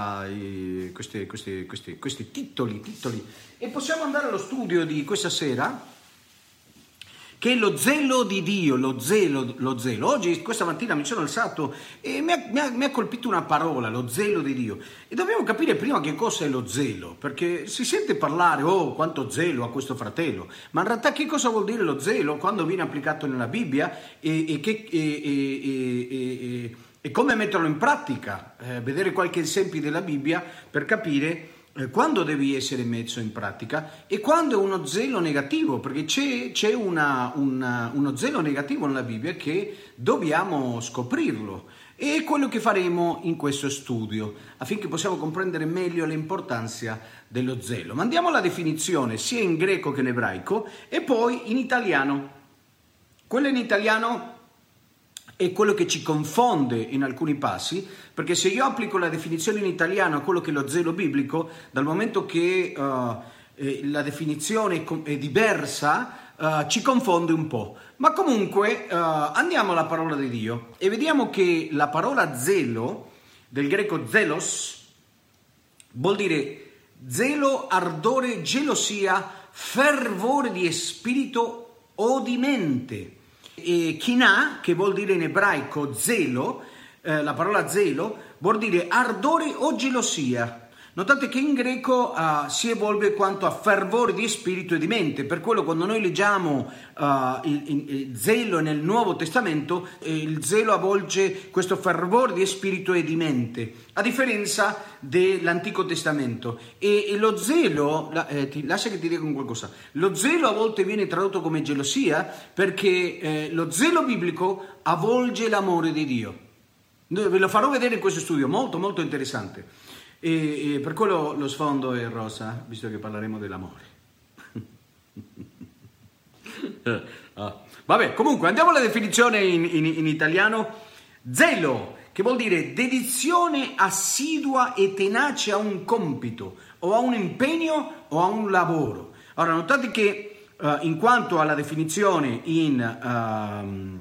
questi titoli e possiamo andare allo studio di questa sera, che è lo zelo di Dio, lo zelo. Oggi, questa mattina mi sono alzato e mi ha colpito una parola, lo zelo di Dio. E dobbiamo capire prima che cosa è lo zelo, perché si sente parlare, quanto zelo ha questo fratello, ma in realtà che cosa vuol dire lo zelo quando viene applicato nella Bibbia e come metterlo in pratica, vedere qualche esempio della Bibbia per capire quando devi essere messo in pratica e quando è uno zelo negativo, perché c'è uno zelo negativo nella Bibbia che dobbiamo scoprirlo e è quello che faremo in questo studio affinché possiamo comprendere meglio l'importanza dello zelo. Ma andiamo alla definizione sia in greco che in ebraico e poi in italiano. Quello in italiano è quello che ci confonde in alcuni passi, perché se io applico la definizione in italiano a quello che è lo zelo biblico, dal momento che la definizione è diversa, ci confonde un po'. Ma comunque andiamo alla parola di Dio e vediamo che la parola zelo, del greco zelos, vuol dire zelo, ardore, gelosia, fervore di spirito o di mente. E kinà, che vuol dire in ebraico zelo, la parola zelo vuol dire ardore o gelosia. Notate che in greco si evolve quanto a fervore di spirito e di mente, per quello quando noi leggiamo il zelo nel Nuovo Testamento, il zelo avvolge questo fervore di spirito e di mente, a differenza dell'Antico Testamento. E lo zelo, lascia che ti dica qualcosa, lo zelo a volte viene tradotto come gelosia perché lo zelo biblico avvolge l'amore di Dio. Ve lo farò vedere in questo studio, molto molto interessante. E per quello lo sfondo è rosa, visto che parleremo dell'amore. Vabbè, comunque andiamo alla definizione in italiano. Zelo, che vuol dire dedizione assidua e tenace a un compito o a un impegno o a un lavoro. Ora, notate che in quanto alla definizione in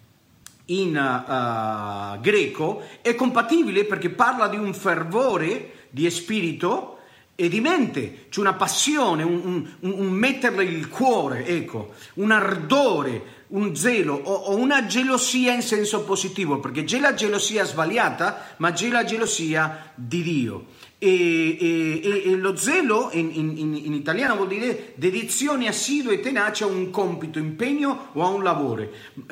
greco è compatibile, perché parla di un fervore di spirito e di mente, c'è una passione, un metterle il cuore, ecco, un ardore, un zelo o una gelosia in senso positivo, perché c'è la gelosia sbagliata, ma c'è la gelosia di Dio. E lo zelo in italiano vuol dire dedizione assidua e tenace a un compito, impegno o a un lavoro.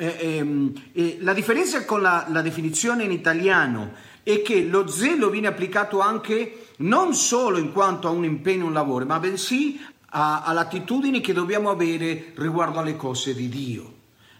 La differenza con la definizione in italiano è che lo zelo viene applicato anche non solo in quanto a un impegno e un lavoro, ma bensì all'attitudine che dobbiamo avere riguardo alle cose di Dio.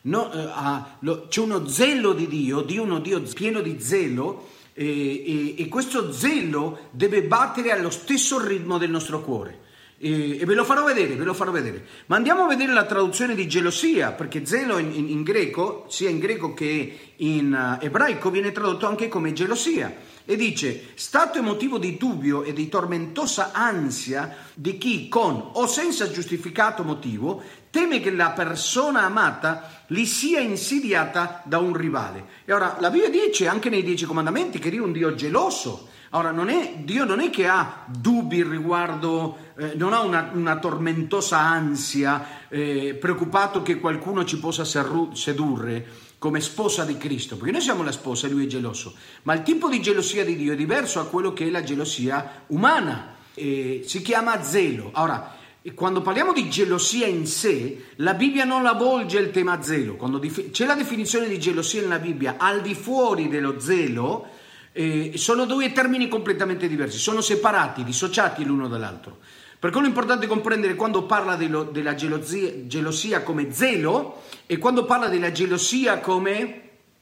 C'è uno zelo di Dio, uno Dio pieno di zelo, e questo zelo deve battere allo stesso ritmo del nostro cuore. E ve lo farò vedere. Ma andiamo a vedere la traduzione di gelosia, perché zelo in greco, sia in greco che in ebraico, viene tradotto anche come gelosia. E dice: stato emotivo di dubbio e di tormentosa ansia di chi con o senza giustificato motivo teme che la persona amata gli sia insidiata da un rivale. E ora la Bibbia dice anche nei 10 comandamenti che Dio è un Dio geloso. Ora Dio non è che ha dubbi riguardo, non ha una tormentosa ansia, preoccupato che qualcuno ci possa sedurre come sposa di Cristo, perché noi siamo la sposa e lui è geloso, ma il tipo di gelosia di Dio è diverso a quello che è la gelosia umana, si chiama zelo. Ora, quando parliamo di gelosia in sé, la Bibbia non la volge il tema zelo. Quando c'è la definizione di gelosia nella Bibbia, al di fuori dello zelo, sono due termini completamente diversi, sono separati, dissociati l'uno dall'altro. Per quello è importante comprendere quando parla della gelosia come zelo e quando parla della gelosia come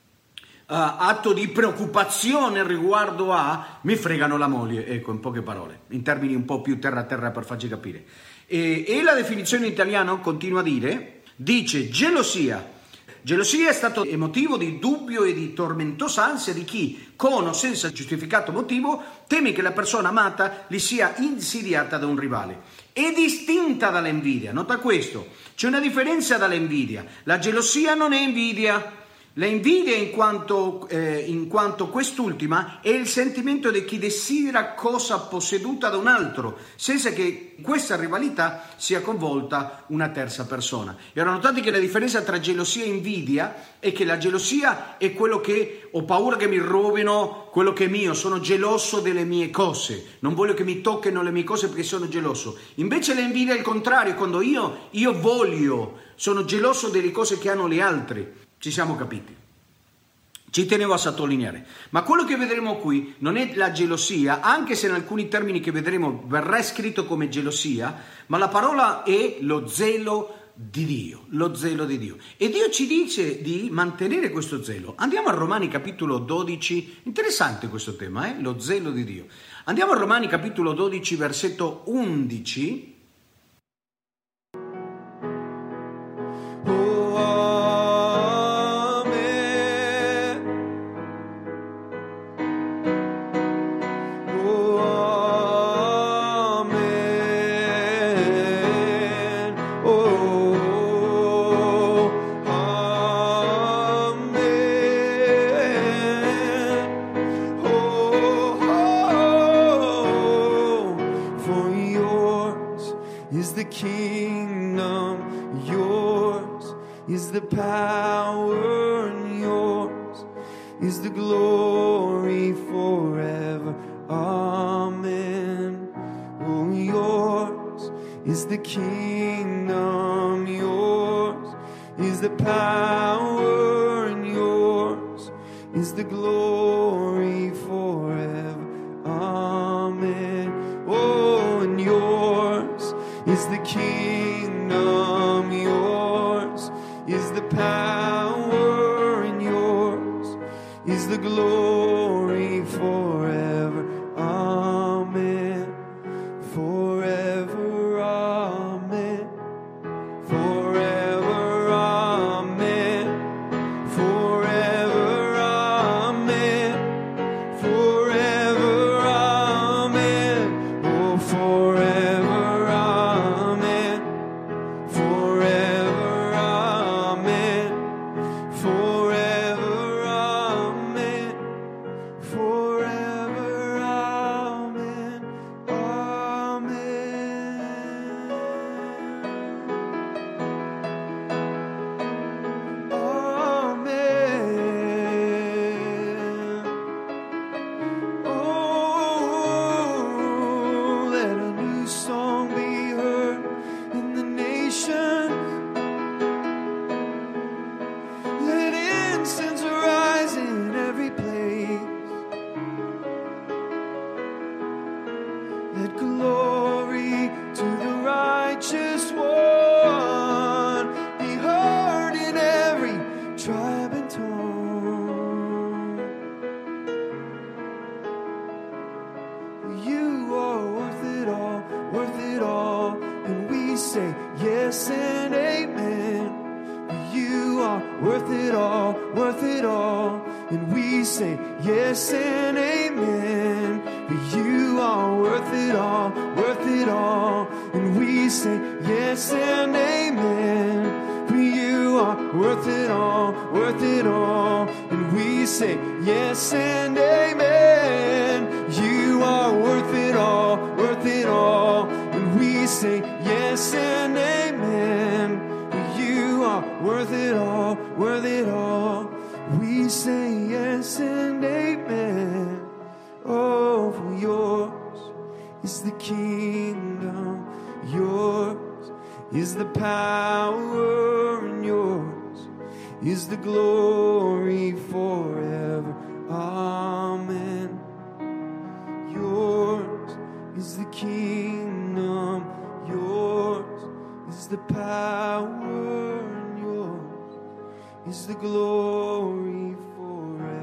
atto di preoccupazione riguardo a mi fregano la moglie, ecco, in poche parole, in termini un po' più terra per farci capire. E la definizione in italiano continua a dice gelosia. Gelosia è stato motivo di dubbio e di tormentosa ansia di chi, con o senza giustificato motivo, teme che la persona amata gli sia insidiata da un rivale. È distinta dall'invidia. Nota questo, c'è una differenza dall'invidia. La gelosia non è invidia. La invidia in quanto quest'ultima è il sentimento di chi desidera cosa posseduta da un altro, senza che questa rivalità sia coinvolta una terza persona. E ora notate che la differenza tra gelosia e invidia è che la gelosia è quello che ho paura che mi rubino quello che è mio, sono geloso delle mie cose, non voglio che mi tocchino le mie cose perché sono geloso. Invece l'invidia è il contrario, quando io sono geloso delle cose che hanno gli altri. Ci siamo capiti? Ci tenevo a sottolineare. Ma quello che vedremo qui non è la gelosia, anche se in alcuni termini che vedremo verrà scritto come gelosia, ma la parola è lo zelo di Dio, lo zelo di Dio. E Dio ci dice di mantenere questo zelo. Andiamo a Romani capitolo 12, interessante questo tema, lo zelo di Dio. Andiamo a Romani capitolo 12, versetto 11. The glory forever. Amen. Forever. Amen. Forever. Amen. Forever. Amen. Forever. Amen. Oh, forever. Amen. Forever. Amen. Forever. Amen. Forever. Amen. Amen. Oh, let a new song be heard in the nation. Let incense rise in every place. Let glory to the righteous one be heard in every tribe and tongue. You are worth it all, and we say yes and amen. You are worth it all, and we say yes and amen. You are worth it all, and we say yes and amen. You are worth it all, and we say yes and amen. You are worth it all, and we say yes and amen. You are worth it all, we say yes and amen. Oh, for yours is the kingdom, yours is the power, and yours is the glory forever. Amen. Yours is the kingdom, yours is the power, and yours is the glory forever.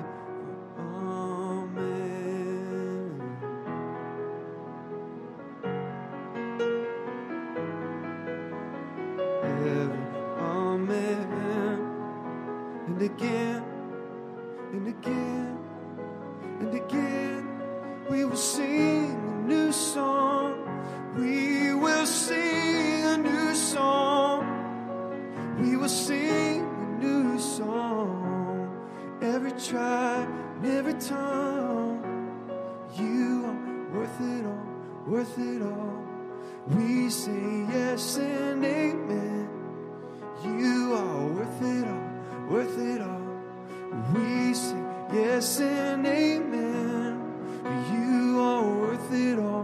Amen. Heaven, amen. And again, and again, and again, we will sing a new song. We will sing a new song. We will sing a new song. Every tribe and every tongue. You are worth it all. We say yes and amen. You are worth it all. We say yes and amen. You are worth it all.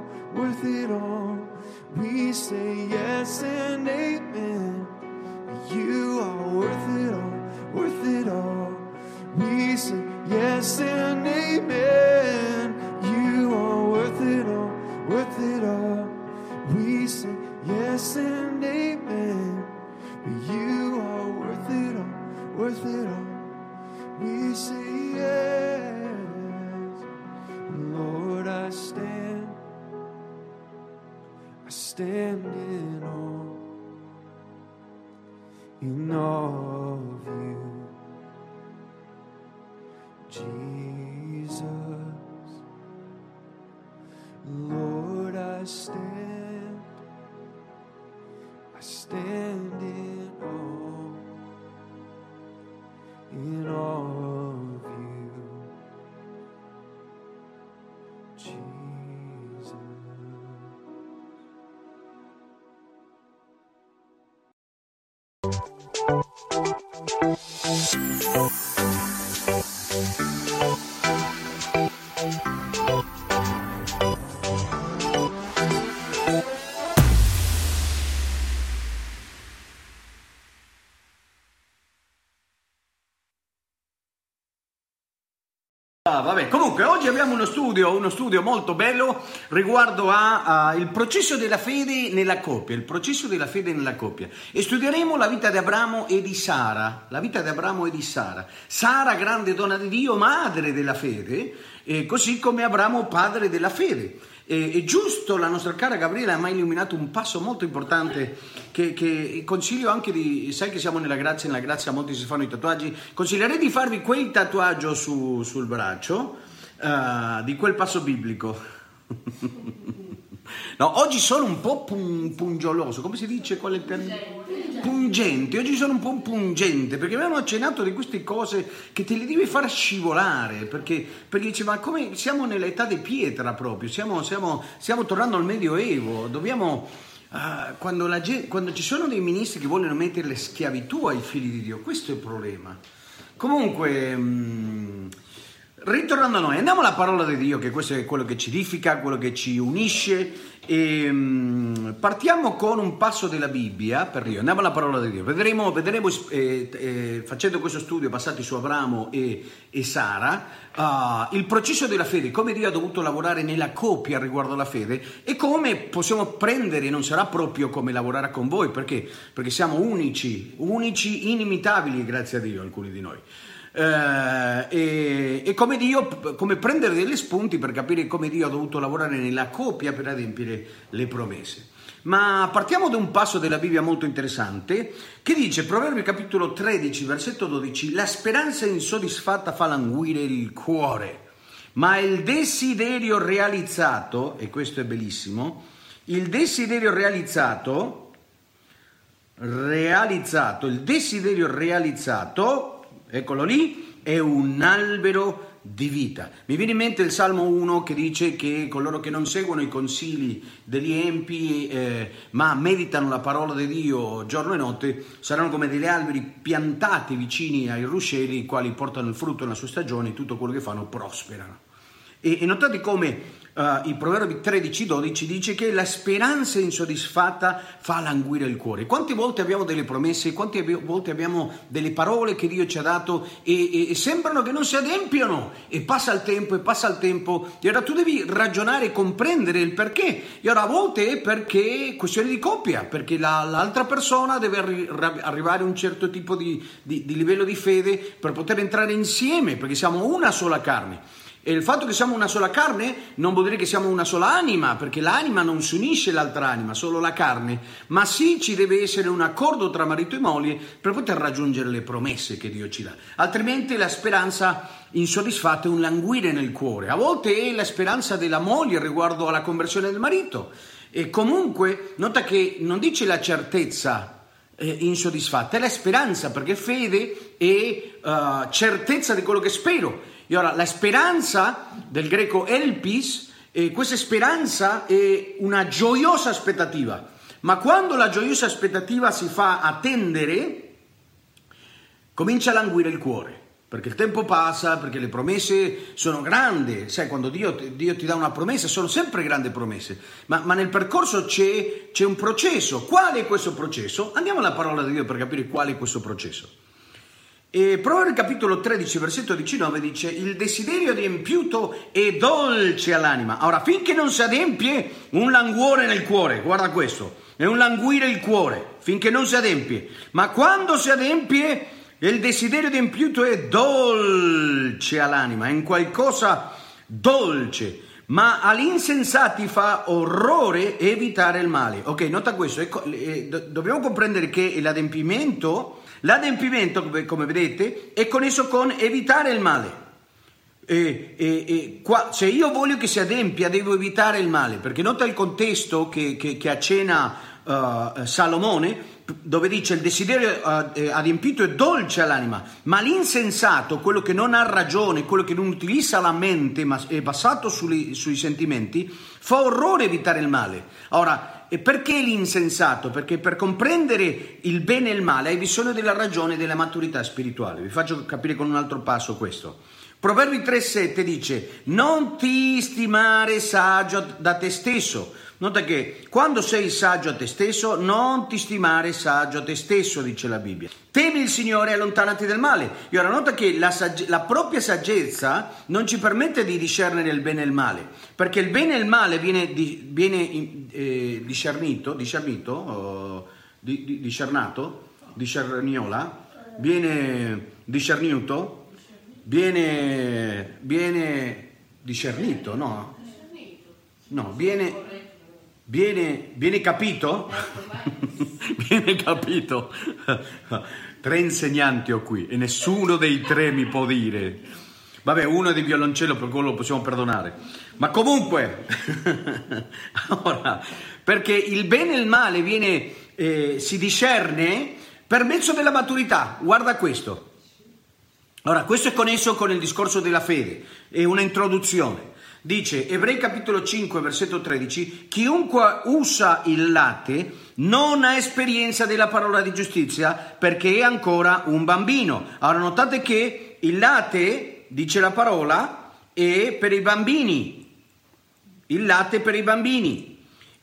We say yes and amen. You are worth it all. We say yes and amen. You are worth it all. We say yes and amen. You are worth it all. We say yes. Lord, I stand in awe of you, Jesus. Lord, I stand in awe of you, Jesus. Vabbè, comunque oggi abbiamo uno studio molto bello riguardo il processo della fede nella coppia, e studieremo la vita di Abramo e di Sara, Sara grande donna di Dio, madre della fede, così come Abramo padre della fede. E giusto, la nostra cara Gabriela ha mai illuminato un passo molto importante che consiglio anche sai che siamo nella grazia molti si fanno i tatuaggi, consiglierei di farvi quel tatuaggio sul braccio di quel passo biblico. No, oggi sono un po' pungioloso, come si dice? Qual è il termine? Pungente. Oggi sono un po' pungente perché abbiamo accennato di queste cose che te le devi far scivolare perché dice ma come siamo nell'età di pietra proprio, stiamo tornando al Medioevo, dobbiamo quando ci sono dei ministri che vogliono mettere le schiavitù ai figli di Dio, questo è il problema. Comunque ritornando a noi, andiamo alla parola di Dio, che questo è quello che ci edifica, quello che ci unisce, e partiamo con un passo della Bibbia per Dio. Andiamo alla parola di Dio, vedremo facendo questo studio passati su Abramo e Sara, il processo della fede, come Dio ha dovuto lavorare nella coppia riguardo alla fede e come possiamo prendere, non sarà proprio come lavorare con voi, perché siamo unici, inimitabili, grazie a Dio, alcuni di noi. E come prendere degli spunti per capire come Dio ha dovuto lavorare nella coppia per adempiere le promesse. Ma partiamo da un passo della Bibbia molto interessante che dice, Proverbi capitolo 13 versetto 12: la speranza insoddisfatta fa languire il cuore, ma il desiderio realizzato, e questo è bellissimo, il desiderio realizzato, eccolo lì, è un albero di vita. Mi viene in mente il Salmo 1 che dice che coloro che non seguono i consigli degli empi ma meditano la parola di Dio giorno e notte saranno come degli alberi piantati vicini ai ruscelli, i quali portano il frutto nella sua stagione e tutto quello che fanno prosperano. E notate come il Proverbi 13:12 dice che la speranza insoddisfatta fa languire il cuore. Quante volte abbiamo delle promesse, quante volte abbiamo delle parole che Dio ci ha dato e sembrano che non si adempiono, e passa il tempo e ora tu devi ragionare e comprendere il perché. E ora a volte è perché questione di coppia, perché l'altra persona deve arrivare a un certo tipo di livello di fede per poter entrare insieme, perché siamo una sola carne. E il fatto che siamo una sola carne non vuol dire che siamo una sola anima, perché l'anima non si unisce all'altra anima, solo la carne, ma sì ci deve essere un accordo tra marito e moglie per poter raggiungere le promesse che Dio ci dà. Altrimenti la speranza insoddisfatta è un languire nel cuore. A volte è la speranza della moglie riguardo alla conversione del marito. E comunque nota che non dice la certezza insoddisfatta, è la speranza, perché fede è certezza di quello che spero. E ora la speranza, del greco elpis, questa speranza è una gioiosa aspettativa, ma quando la gioiosa aspettativa si fa attendere, comincia a languire il cuore, perché il tempo passa, perché le promesse sono grandi. Sai, quando Dio ti dà una promessa, sono sempre grandi promesse, ma nel percorso c'è un processo. Qual è questo processo? Andiamo alla parola di Dio per capire qual è questo processo. E Proverbi capitolo 13 versetto 19 dice: il desiderio adempiuto è dolce all'anima. Ora, finché non si adempie, un languore nel cuore, guarda questo, è un languire il cuore, finché non si adempie. Ma quando si adempie, il desiderio adempiuto è dolce all'anima, è un qualcosa dolce. Ma agli insensati fa orrore evitare il male. Ok, nota questo, dobbiamo comprendere che l'adempimento, come vedete, è connesso con evitare il male. Se io voglio che si adempia, devo evitare il male, perché nota il contesto che accenna Salomone, dove dice il desiderio adempito è dolce all'anima, ma l'insensato, quello che non ha ragione, quello che non utilizza la mente ma è basato sui sentimenti, fa orrore evitare il male. Ora, e perché l'insensato? Perché per comprendere il bene e il male hai bisogno della ragione e della maturità spirituale. Vi faccio capire con un altro passo questo. Proverbi 3,7 dice: non ti stimare saggio da te stesso. Nota che quando sei saggio a te stesso, non ti stimare saggio a te stesso, dice la Bibbia. Temi il Signore e allontanati dal male. E ora nota che la propria saggezza non ci permette di discernere il bene e il male, perché il bene e il male viene discernito, viene capito? Viene capito? 3 insegnanti ho qui e nessuno dei 3 mi può dire. Vabbè, uno è di violoncello, per quello lo possiamo perdonare. Ma comunque, ora, perché il bene e il male si discerne per mezzo della maturità. Guarda questo. Ora, questo è connesso con il discorso della fede, è una introduzione. Dice, Ebrei capitolo 5, versetto 13, chiunque usa il latte non ha esperienza della parola di giustizia perché è ancora un bambino. Ora notate che il latte, dice la parola, è per i bambini. Il latte è per i bambini.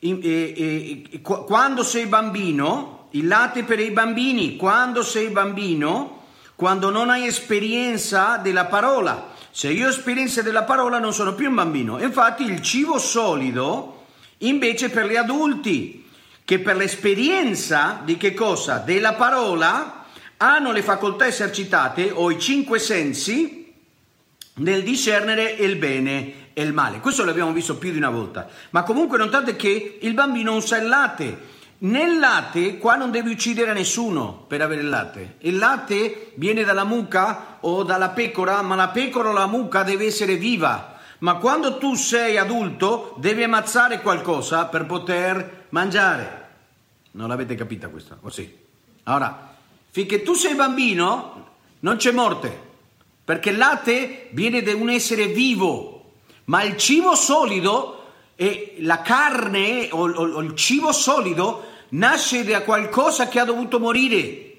Quando sei bambino, il latte è per i bambini. Quando sei bambino, quando non hai esperienza della parola. Se io ho esperienza della parola non sono più un bambino. Infatti il cibo solido invece per gli adulti, che per l'esperienza di che cosa? Della parola hanno le facoltà esercitate o i 5 sensi nel discernere il bene e il male. Questo l'abbiamo visto più di una volta. Ma comunque notate che il bambino usa il latte. Nel latte qua non devi uccidere nessuno per avere il latte. Il latte viene dalla mucca o dalla pecora, ma la pecora o la mucca deve essere viva. Ma quando tu sei adulto devi ammazzare qualcosa per poter mangiare. Non l'avete capita questa? O sì? Ora, finché tu sei bambino non c'è morte, perché il latte viene da un essere vivo, ma il cibo solido e la carne o il cibo solido nasce da qualcosa che ha dovuto morire.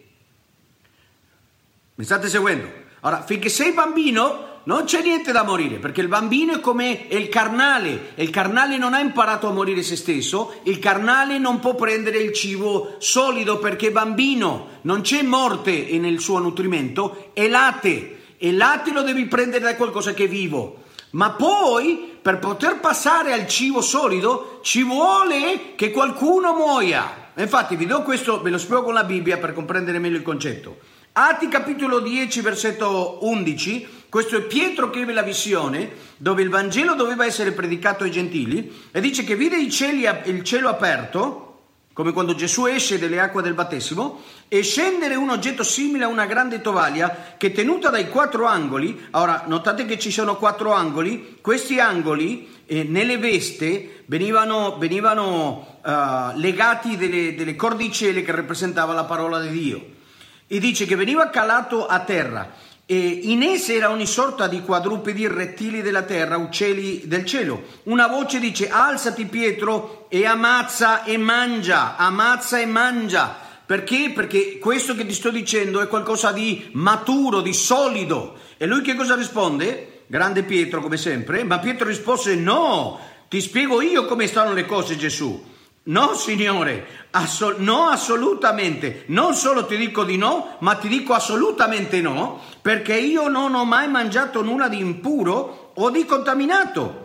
Mi state seguendo? Ora, finché sei bambino non c'è niente da morire, perché il bambino è come il carnale, e il carnale non ha imparato a morire se stesso, il carnale non può prendere il cibo solido perché è bambino, non c'è morte nel suo nutrimento, è latte, e il latte lo devi prendere da qualcosa che è vivo. Ma poi, per poter passare al cibo solido, ci vuole che qualcuno muoia. Infatti vi do questo, ve lo spiego con la Bibbia per comprendere meglio il concetto. Atti capitolo 10, versetto 11, questo è Pietro che ebbe la visione, dove il Vangelo doveva essere predicato ai gentili, e dice che vide il cielo aperto, come quando Gesù esce dalle acque del battesimo, e scendere un oggetto simile a una grande tovaglia che tenuta dai 4 angoli. Ora notate che ci sono 4 angoli, questi angoli nelle veste venivano legati delle cordicelle che rappresentava la parola di Dio, e dice che veniva calato a terra, e in esse era ogni sorta di quadrupedi, rettili della terra, uccelli del cielo. Una voce dice: alzati Pietro e ammazza e mangia. Perché? Perché questo che ti sto dicendo è qualcosa di maturo, di solido. E lui che cosa risponde? Grande Pietro come sempre, ma Pietro rispose: no, ti spiego io come stanno le cose, Gesù. No signore, no, assolutamente, non solo ti dico di no, ma ti dico assolutamente no, perché io non ho mai mangiato nulla di impuro o di contaminato.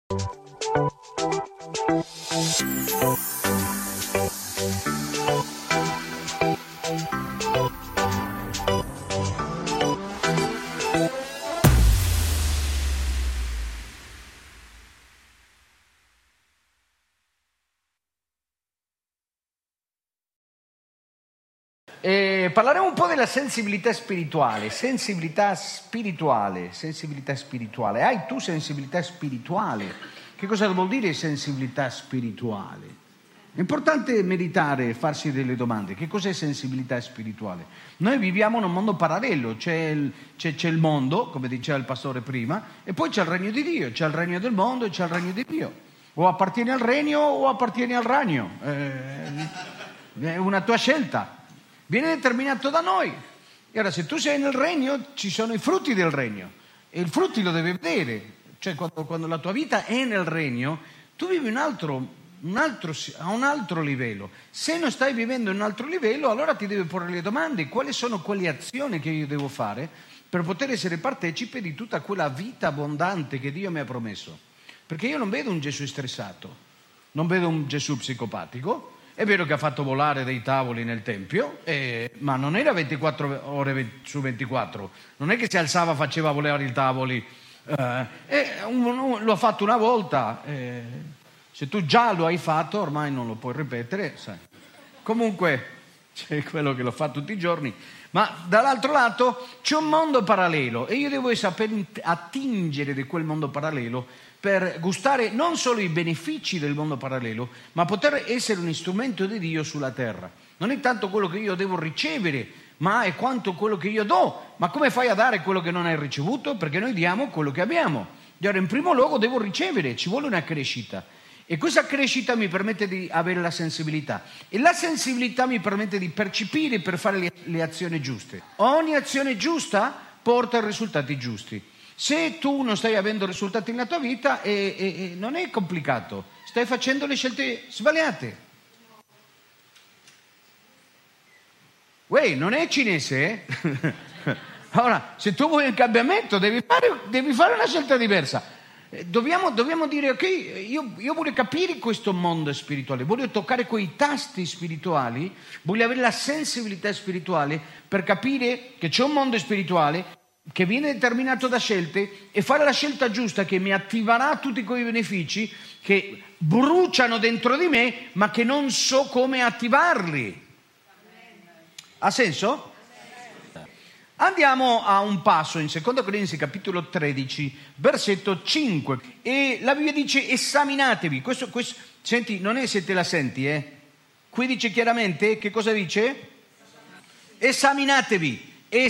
Parleremo un po' della sensibilità spirituale. Hai tu sensibilità spirituale? Che cosa vuol dire sensibilità spirituale? È importante meditare e farsi delle domande. Che cos'è sensibilità spirituale? Noi viviamo in un mondo parallelo, c'è il mondo, come diceva il pastore prima, e poi c'è il regno di Dio, c'è il regno del mondo e c'è il regno di Dio. O appartieni al regno o appartieni al ragno. È una tua scelta. Viene determinato da noi. E ora, se tu sei nel regno, ci sono i frutti del regno. E i frutti lo devi vedere. Cioè, quando la tua vita è nel regno, tu vivi a un altro livello. Se non stai vivendo in un altro livello, allora ti devi porre le domande. Quali sono quelle azioni che io devo fare per poter essere partecipe di tutta quella vita abbondante che Dio mi ha promesso? Perché io non vedo un Gesù stressato, non vedo un Gesù psicopatico. È vero che ha fatto volare dei tavoli nel Tempio, ma non era 24 ore su 24. Non è che si alzava, faceva volare i tavoli. Lo ha fatto una volta. Se tu già lo hai fatto, ormai non lo puoi ripetere. Sai. Comunque, c'è quello che lo fa tutti i giorni. Ma dall'altro lato c'è un mondo parallelo e io devo saper attingere di quel mondo parallelo per gustare non solo i benefici del mondo parallelo, ma poter essere un strumento di Dio sulla terra. Non è tanto quello che io devo ricevere, ma è quanto quello che io do. Ma come fai a dare quello che non hai ricevuto? Perché noi diamo quello che abbiamo. E ora in primo luogo devo ricevere, ci vuole una crescita. E questa crescita mi permette di avere la sensibilità. E la sensibilità mi permette di percepire per fare le azioni giuste. Ogni azione giusta porta a risultati giusti. Se tu non stai avendo risultati nella tua vita, non è complicato, stai facendo le scelte sbagliate. Non è cinese, Ora, se tu vuoi il cambiamento, devi fare una scelta diversa. Dobbiamo dire, ok, io voglio capire questo mondo spirituale, voglio toccare quei tasti spirituali, voglio avere la sensibilità spirituale per capire che c'è un mondo spirituale che viene determinato da scelte e fare la scelta giusta che mi attiverà tutti quei benefici che bruciano dentro di me ma che non so come attivarli. Ha senso? Andiamo a un passo in 2 Corinzi capitolo 13 versetto 5 e la Bibbia dice esaminatevi. Questo, senti, non è se te la senti, qui dice chiaramente, che cosa dice? Esaminatevi.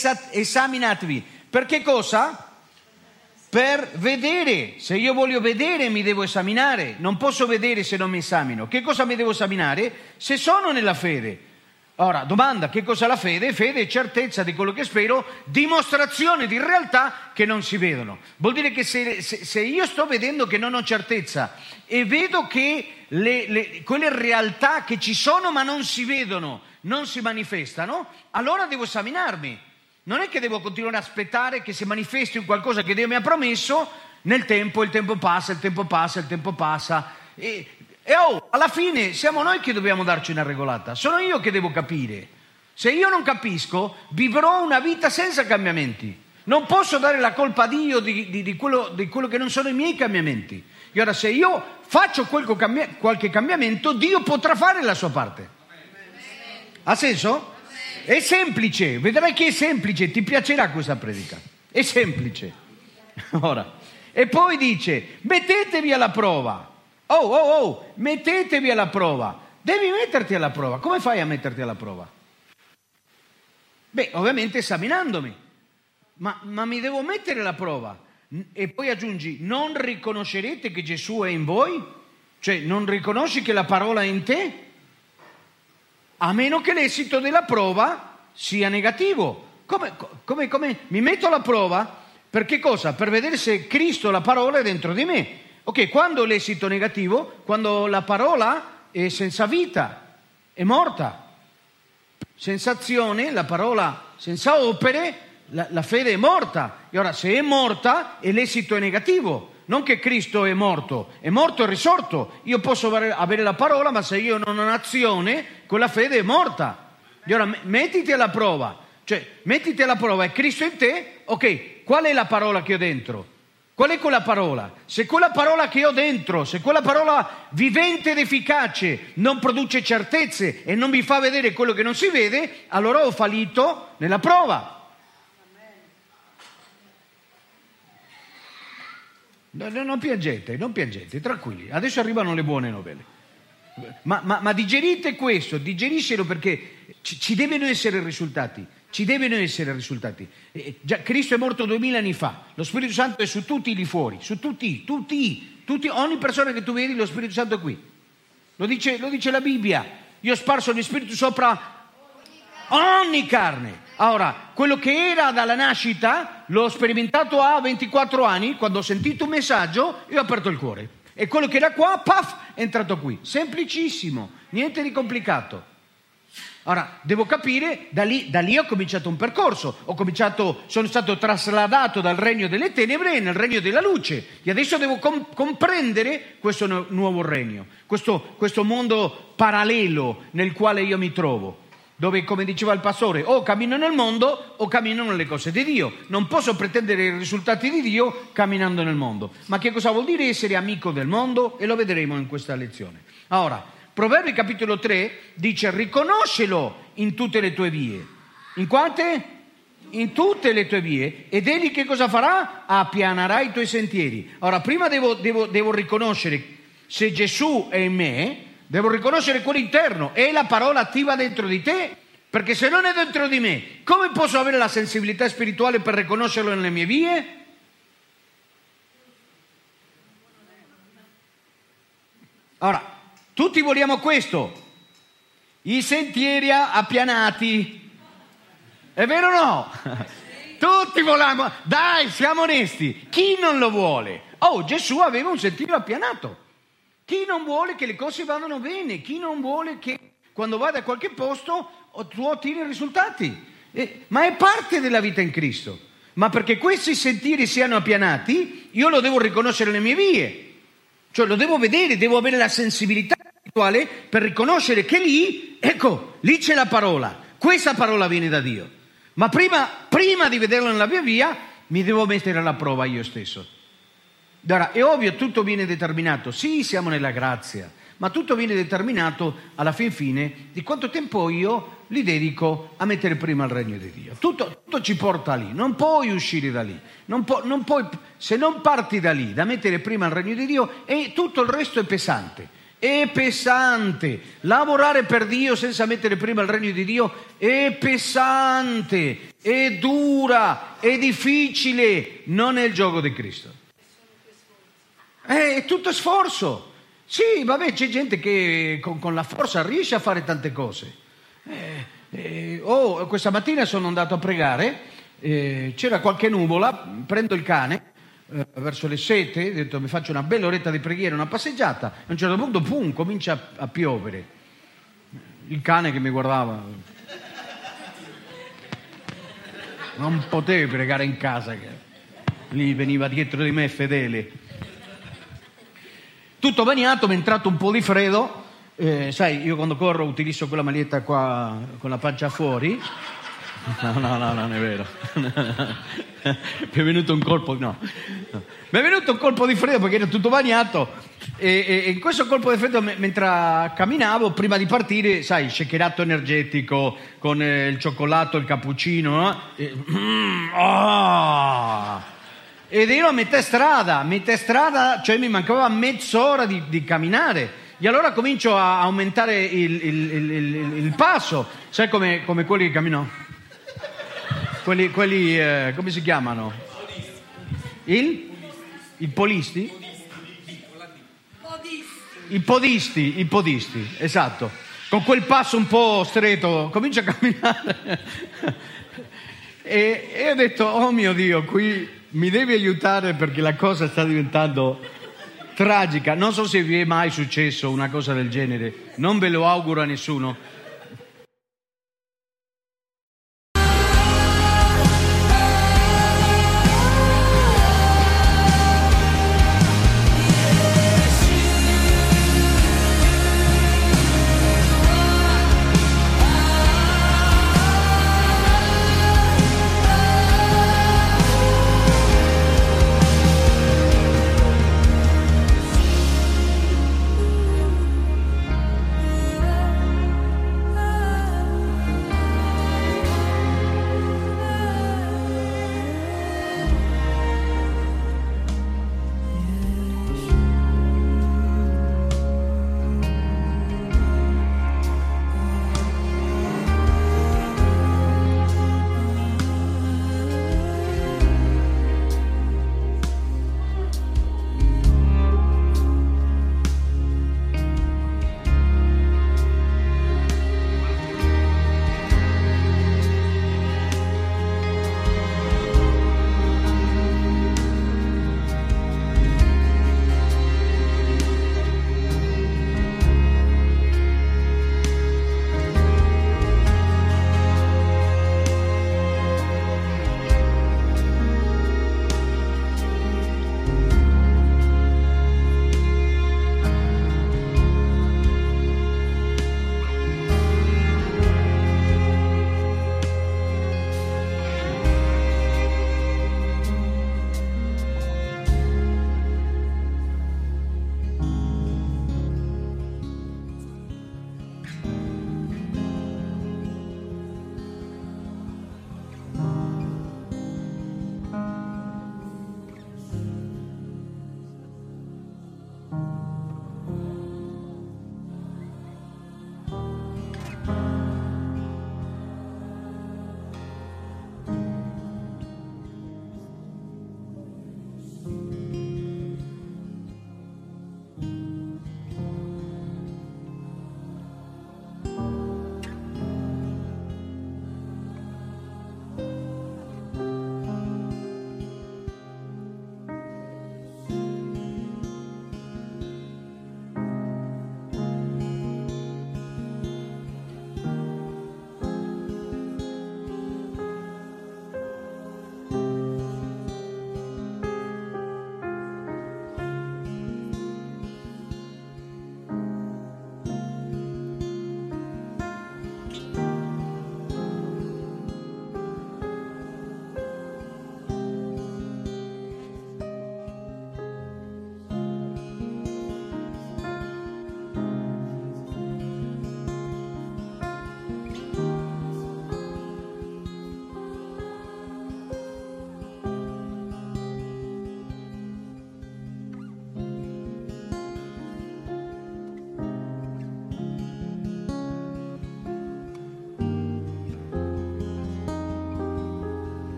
Per che cosa? Per vedere. Se io voglio vedere mi devo esaminare, non posso vedere se non mi esamino. Che cosa mi devo esaminare? Se sono nella fede. Ora, domanda, che cos'è la fede? Fede è certezza di quello che spero, dimostrazione di realtà che non si vedono. Vuol dire che se io sto vedendo che non ho certezza e vedo che quelle realtà che ci sono ma non si vedono, non si manifestano, allora devo esaminarmi. Non è che devo continuare ad aspettare che si manifesti qualcosa che Dio mi ha promesso nel tempo, il tempo passa. Alla fine siamo noi che dobbiamo darci una regolata, sono io che devo capire. Se io non capisco, vivrò una vita senza cambiamenti. Non posso dare la colpa a Dio di quello che non sono i miei cambiamenti. E ora se io faccio qualche cambiamento, Dio potrà fare la sua parte. Ha senso? È semplice, vedrai che è semplice, ti piacerà questa predica. È semplice. Ora, e poi dice, mettetevi alla prova. Mettetevi alla prova. Devi metterti alla prova. Come fai a metterti alla prova? Ovviamente esaminandomi. Ma mi devo mettere alla prova. E poi aggiungi, non riconoscerete che Gesù è in voi? Cioè, non riconosci che la parola è in te? A meno che l'esito della prova sia negativo. Come mi metto alla prova? Per che cosa? Per vedere se Cristo, la parola, è dentro di me. Ok, quando l'esito è negativo? Quando la parola è senza vita, è morta. Senza azione, la parola senza opere, la fede è morta. E ora, se è morta e l'esito è negativo, non che Cristo è morto e risorto. Io posso avere la parola, ma se io non ho un'azione, quella fede è morta. E ora mettiti alla prova, è Cristo in te, ok, qual è la parola che ho dentro? Qual è quella parola? Se quella parola che ho dentro, se quella parola vivente ed efficace non produce certezze e non mi fa vedere quello che non si vede, allora ho fallito nella prova. Non piangete, tranquilli. Adesso arrivano le buone novelle. Ma digerite questo, digeriscelo, perché ci devono essere risultati. Già, Cristo è morto 2000 anni fa, lo Spirito Santo è su tutti lì fuori, su tutti, ogni persona che tu vedi, lo Spirito Santo è qui. Lo dice la Bibbia. Io ho sparso il Spirito sopra ogni carne. Ora, quello che era dalla nascita l'ho sperimentato a 24 anni, quando ho sentito un messaggio e ho aperto il cuore. E quello che era qua, è entrato qui. Semplicissimo, niente di complicato. Ora, devo capire, da lì ho cominciato un percorso, sono stato trasladato dal regno delle tenebre nel regno della luce e adesso devo comprendere questo nuovo regno, questo mondo parallelo nel quale io mi trovo, dove, come diceva il pastore, o cammino nel mondo o cammino nelle cose di Dio. Non posso pretendere i risultati di Dio camminando nel mondo. Ma che cosa vuol dire essere amico del mondo? E lo vedremo in questa lezione. Ora, Proverbi capitolo 3 dice: riconoscelo in tutte le tue vie. In quante? In tutte le tue vie. Ed egli che cosa farà? Appianerà i tuoi sentieri. Ora, prima devo riconoscere se Gesù è in me, devo riconoscere quello interno. È la parola attiva dentro di te? Perché se non è dentro di me, come posso avere la sensibilità spirituale per riconoscerlo nelle mie vie? Ora, tutti vogliamo questo, i sentieri appianati, è vero o no? Tutti vogliamo, dai, siamo onesti, chi non lo vuole? Gesù aveva un sentiero appianato, chi non vuole che le cose vadano bene, chi non vuole che quando va da qualche posto tu ottieni risultati, ma è parte della vita in Cristo. Ma perché questi sentieri siano appianati, io lo devo riconoscere nelle mie vie. Cioè lo devo vedere, devo avere la sensibilità spirituale per riconoscere che lì c'è la parola. Questa parola viene da Dio. Ma prima di vederlo nella mia via, mi devo mettere alla prova io stesso. Ora, è ovvio, tutto viene determinato. Sì, siamo nella grazia, ma tutto viene determinato alla fine di quanto tempo io li dedico a mettere prima il regno di Dio. Tutto ci porta lì, non puoi uscire da lì. Non puoi, se non parti da lì, da mettere prima il regno di Dio, e tutto il resto è pesante. È pesante. Lavorare per Dio senza mettere prima il regno di Dio è pesante, è dura, è difficile. Non è il gioco di Cristo. È tutto sforzo. Sì, vabbè, c'è gente che con la forza riesce a fare tante cose. Questa mattina sono andato a pregare. C'era qualche nuvola, prendo il cane verso le 7, ho detto mi faccio una bella oretta di preghiera, una passeggiata, a un certo punto comincia a piovere, il cane che mi guardava, non potevo pregare in casa, che lì veniva dietro di me fedele, tutto bagnato, mi è entrato un po' di freddo, sai, io quando corro utilizzo quella maglietta qua con la pancia fuori. No, non è vero. Mi è venuto un colpo, mi è venuto un colpo di freddo perché ero tutto bagnato e in questo colpo di freddo, mentre camminavo, prima di partire, sai, shakerato energetico con il cioccolato, il cappuccino, no? Ed ero a metà strada, cioè mi mancava mezz'ora di camminare. E allora comincio a aumentare il passo, sai, come quelli che camminano. Quelli come si chiamano? I polisti? I podisti, esatto. Con quel passo un po' stretto comincio a camminare e ho detto: oh mio Dio, qui mi devi aiutare perché la cosa sta diventando tragica. Non so se vi è mai successo una cosa del genere, non ve lo auguro a nessuno.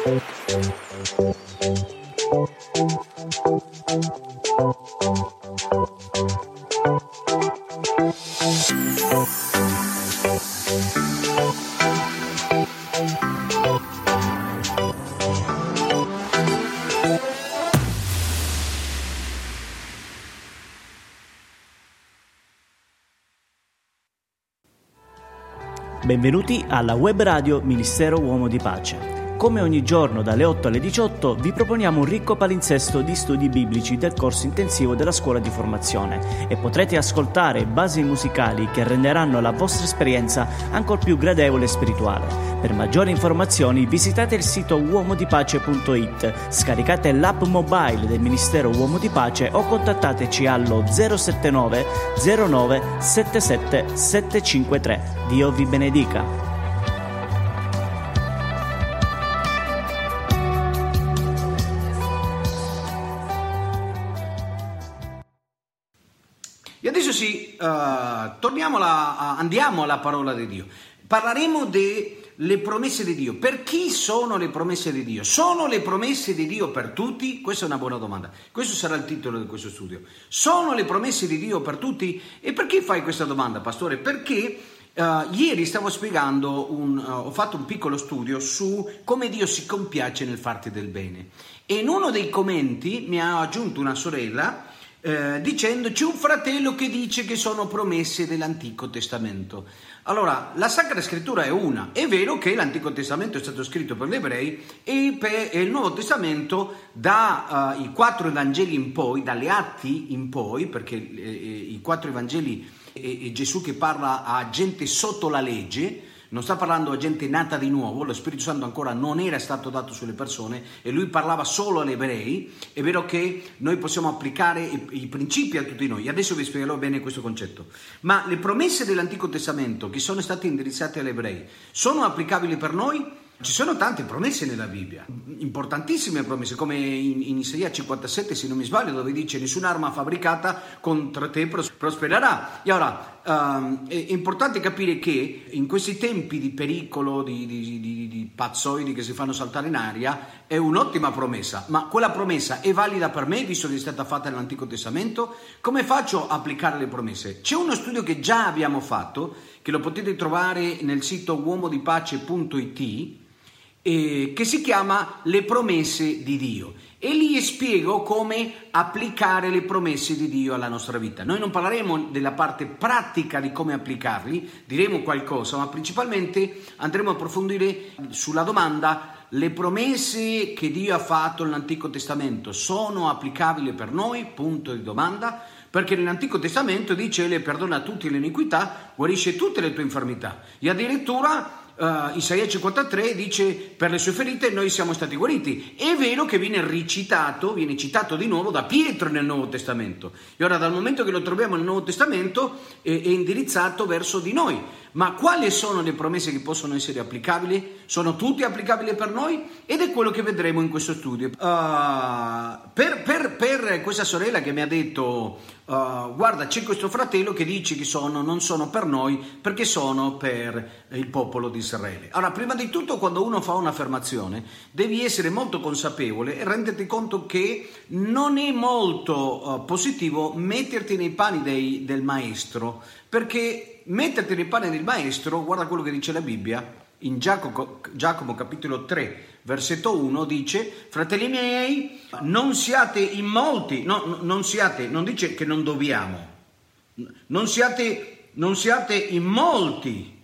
Benvenuti alla web radio Ministero Uomo di Pace. Come ogni giorno dalle 8 alle 18 vi proponiamo un ricco palinsesto di studi biblici del corso intensivo della scuola di formazione e potrete ascoltare basi musicali che renderanno la vostra esperienza ancor più gradevole e spirituale. Per maggiori informazioni visitate il sito uomodipace.it, scaricate l'app mobile del Ministero Uomo di Pace o contattateci allo 079 09 77 753. Dio vi benedica. E adesso andiamo alla parola di Dio. Parleremo delle promesse di Dio. Per chi sono le promesse di Dio? Sono le promesse di Dio per tutti? Questa è una buona domanda. Questo sarà il titolo di questo studio. Sono le promesse di Dio per tutti? E perché fai questa domanda, pastore? Perché ieri stavo spiegando, ho fatto un piccolo studio su come Dio si compiace nel farti del bene. E in uno dei commenti mi ha aggiunto una sorella dicendo: c'è un fratello che dice che sono promesse dell'Antico Testamento. Allora, la Sacra Scrittura è una. È vero che l'Antico Testamento è stato scritto per gli ebrei e il Nuovo Testamento dai 4 Evangeli in poi, dalle Atti in poi, perché i 4 Evangeli è Gesù che parla a gente sotto la legge. Non sta parlando a gente nata di nuovo, lo Spirito Santo ancora non era stato dato sulle persone e lui parlava solo agli ebrei. È vero che noi possiamo applicare i principi a tutti noi, adesso vi spiegherò bene questo concetto. Ma le promesse dell'Antico Testamento che sono state indirizzate agli ebrei sono applicabili per noi? Ci sono tante promesse nella Bibbia, importantissime promesse, come in Isaia 57, se non mi sbaglio, dove dice: nessun'arma fabbricata contro te prospererà. E ora è importante capire che in questi tempi di pericolo, di pazzoidi che si fanno saltare in aria, è un'ottima promessa, ma quella promessa è valida per me, visto che è stata fatta nell'Antico Testamento? Come faccio a applicare le promesse? C'è uno studio che già abbiamo fatto, che lo potete trovare nel sito uomodipace.it, che si chiama Le promesse di Dio, e lì spiego come applicare le promesse di Dio alla nostra vita. Noi non parleremo della parte pratica di come applicarli, diremo qualcosa, ma principalmente andremo a approfondire sulla domanda: le promesse che Dio ha fatto nell'Antico Testamento sono applicabili per noi? Punto di domanda. Perché nell'Antico Testamento dice: le perdona tutte le iniquità, guarisce tutte le tue infermità, e addirittura Isaia 53 dice: per le sue ferite noi siamo stati guariti. È vero che viene citato di nuovo da Pietro nel Nuovo Testamento, e ora dal momento che lo troviamo nel Nuovo Testamento è indirizzato verso di noi. Ma quali sono le promesse che possono essere applicabili? Sono tutte applicabili per noi? Ed è quello che vedremo in questo studio. Per questa sorella che mi ha detto: guarda, c'è questo fratello che dice che non sono per noi, perché sono per il popolo di Israele. Allora, prima di tutto, quando uno fa un'affermazione, devi essere molto consapevole e renderti conto che non è molto positivo metterti nei panni del maestro, perché metterti nei panni del maestro, guarda quello che dice la Bibbia, in Giacomo capitolo 3, versetto 1, dice: fratelli miei, non siate in molti, non dice che non dobbiamo, non siate in molti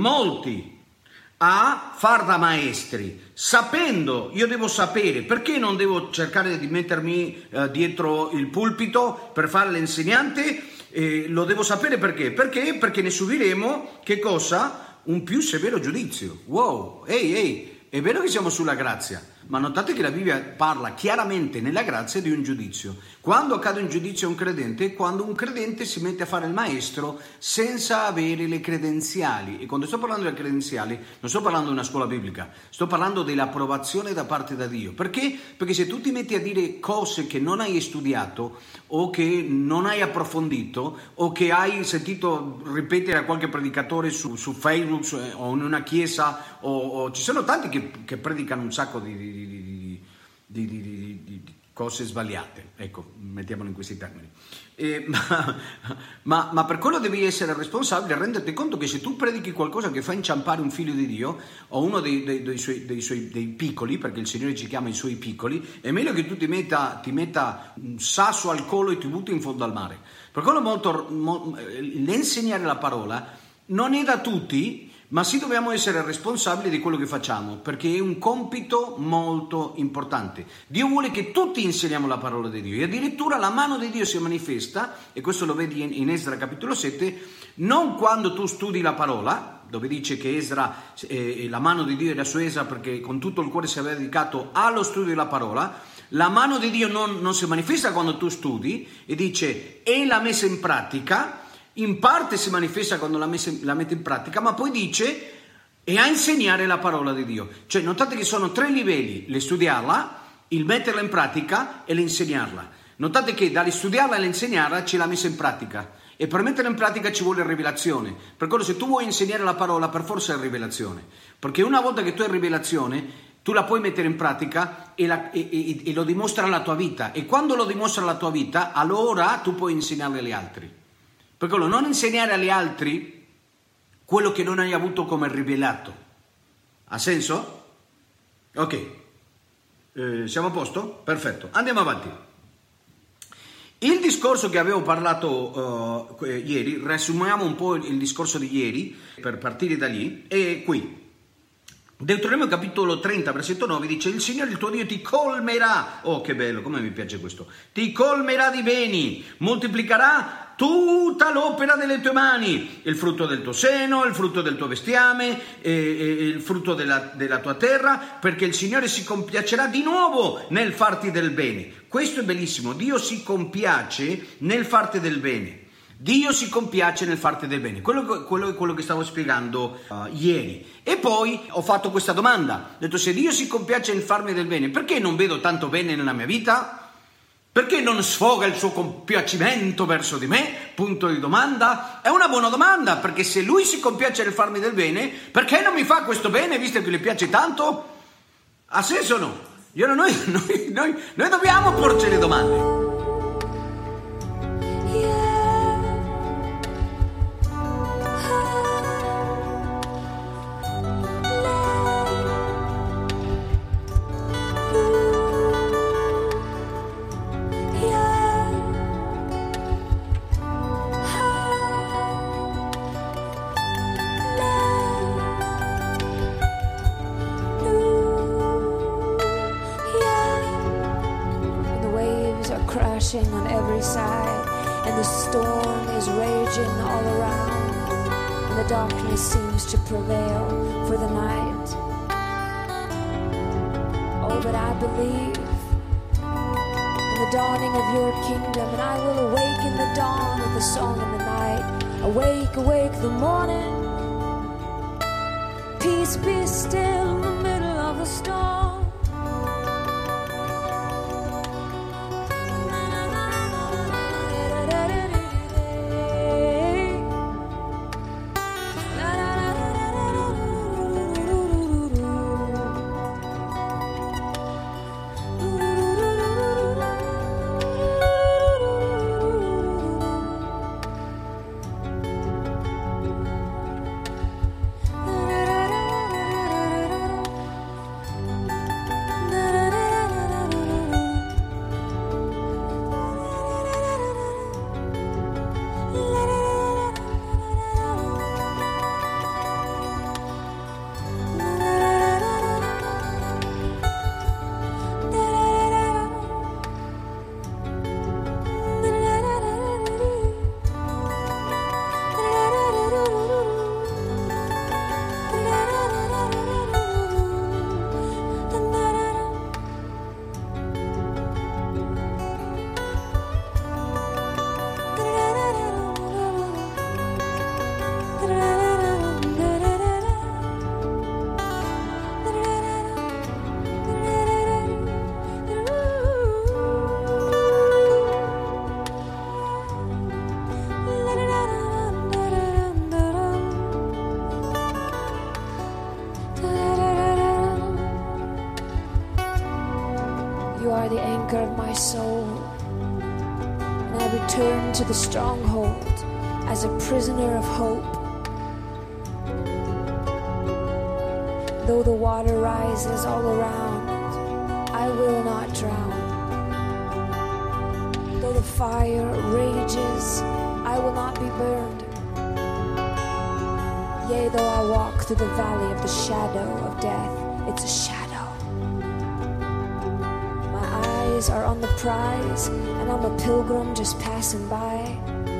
a far da maestri, sapendo, io devo sapere, perché non devo cercare di mettermi dietro il pulpito per fare l'insegnante? Lo devo sapere perché? Perché ne subiremo, che cosa? Un più severo giudizio. Wow, ehi, è vero che siamo sulla grazia, ma notate che la Bibbia parla chiaramente nella grazia di un giudizio. Quando accade un giudizio a un credente? Quando un credente si mette a fare il maestro senza avere le credenziali. E quando sto parlando delle credenziali non sto parlando di una scuola biblica, sto parlando dell'approvazione da parte da Dio. Perché? Perché se tu ti metti a dire cose che non hai studiato o che non hai approfondito o che hai sentito ripetere a qualche predicatore su Facebook o in una chiesa, o ci sono tanti che predicano un sacco di cose sbagliate, ecco, mettiamolo in questi termini. Ma per quello devi essere responsabile, renderti conto che se tu predichi qualcosa che fa inciampare un figlio di Dio o uno dei piccoli, perché il Signore ci chiama i suoi piccoli, è meglio che tu ti metta un sasso al collo e ti butti in fondo al mare. Per quello l'insegnare la parola non è da tutti, ma sì dobbiamo essere responsabili di quello che facciamo, perché è un compito molto importante. Dio vuole che tutti insegniamo la parola di Dio, e addirittura la mano di Dio si manifesta, e questo lo vedi in Esdra capitolo 7, non quando tu studi la parola, dove dice che Esdra, la mano di Dio era su Esdra perché con tutto il cuore si aveva dedicato allo studio della parola. La mano di Dio non si manifesta quando tu studi, e dice e l'ha messa in pratica. In parte si manifesta quando la mette in pratica, ma poi dice e a insegnare la parola di Dio. Cioè notate che sono 3 livelli: studiarla, il metterla in pratica e l'insegnarla. Notate che dall'studiarla e l'insegnarla c'è la messa in pratica, e per metterla in pratica ci vuole rivelazione. Per quello se tu vuoi insegnare la parola per forza è rivelazione, perché una volta che tu hai rivelazione tu la puoi mettere in pratica e lo dimostra la tua vita, e quando lo dimostra la tua vita allora tu puoi insegnarle agli altri. Per quello non insegnare agli altri quello che non hai avuto come rivelato. Ha senso? Ok. Siamo a posto? Perfetto. Andiamo avanti. Il discorso che avevo parlato ieri, riassumiamo un po' il discorso di ieri per partire da lì, è qui. Deuteronomio capitolo 30 versetto 9 dice: il Signore il tuo Dio ti colmerà, oh che bello, come mi piace questo, ti colmerà di beni, moltiplicherà tutta l'opera delle tue mani, il frutto del tuo seno, il frutto del tuo bestiame, il frutto della tua terra, perché il Signore si compiacerà di nuovo nel farti del bene. Questo è bellissimo, Dio si compiace nel farti del bene. Dio si compiace nel farti del bene. Quello è quello che stavo spiegando ieri. E poi ho fatto questa domanda. Ho detto: se Dio si compiace nel farmi del bene, perché non vedo tanto bene nella mia vita? Perché non sfoga il suo compiacimento verso di me? Punto di domanda. È una buona domanda, perché se Lui si compiace nel farmi del bene, perché non mi fa questo bene, visto che le piace tanto? Ha senso o no? Noi dobbiamo porci le domande. On every side, and the storm is raging all around, and the darkness seems to prevail for the night. Oh, but I believe in the dawning of your kingdom, and I will awake in the dawn with a song in the night. Awake, awake the morning, peace be still in the middle of the storm. You are the anchor of my soul, and I return to the stronghold as a prisoner of hope. Though the water rises all around, I will not drown. Though the fire rages, I will not be burned. Yea, though I walk through the valley of the shadow of death, it's a shadow. My eyes are on the prize, and I'm a pilgrim just passing by.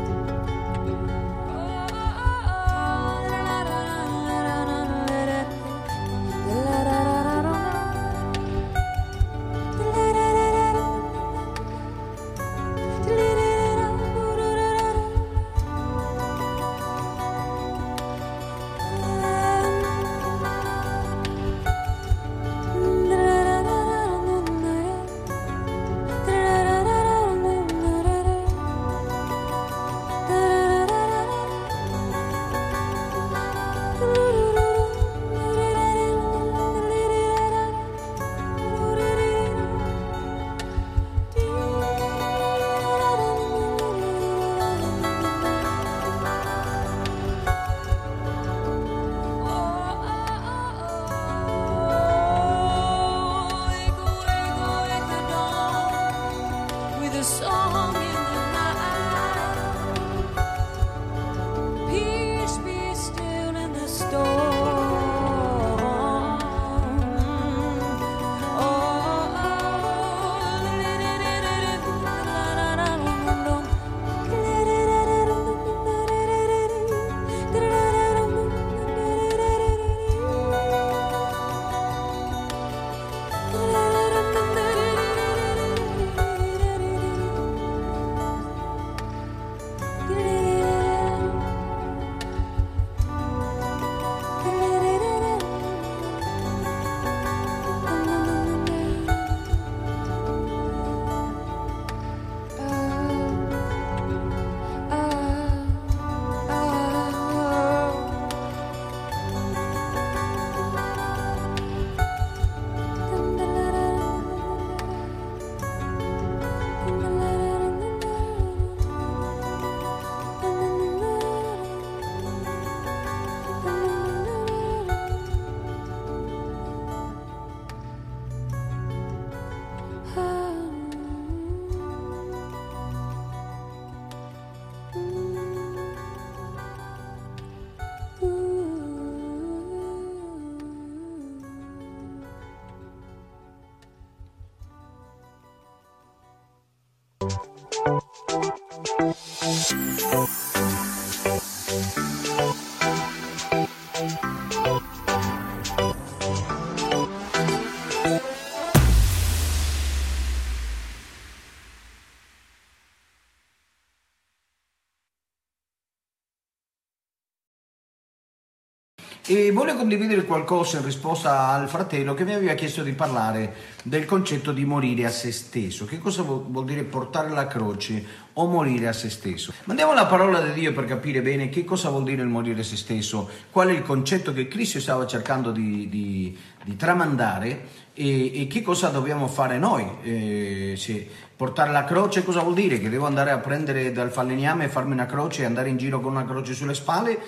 E voglio condividere qualcosa in risposta al fratello che mi aveva chiesto di parlare del concetto di morire a se stesso. Che cosa vuol dire portare la croce o morire a se stesso? Ma andiamo alla parola di Dio per capire bene che cosa vuol dire il morire a se stesso, qual è il concetto che Cristo stava cercando di tramandare e che cosa dobbiamo fare noi. Portare la croce cosa vuol dire? Che devo andare a prendere dal falegname e farmi una croce e andare in giro con una croce sulle spalle?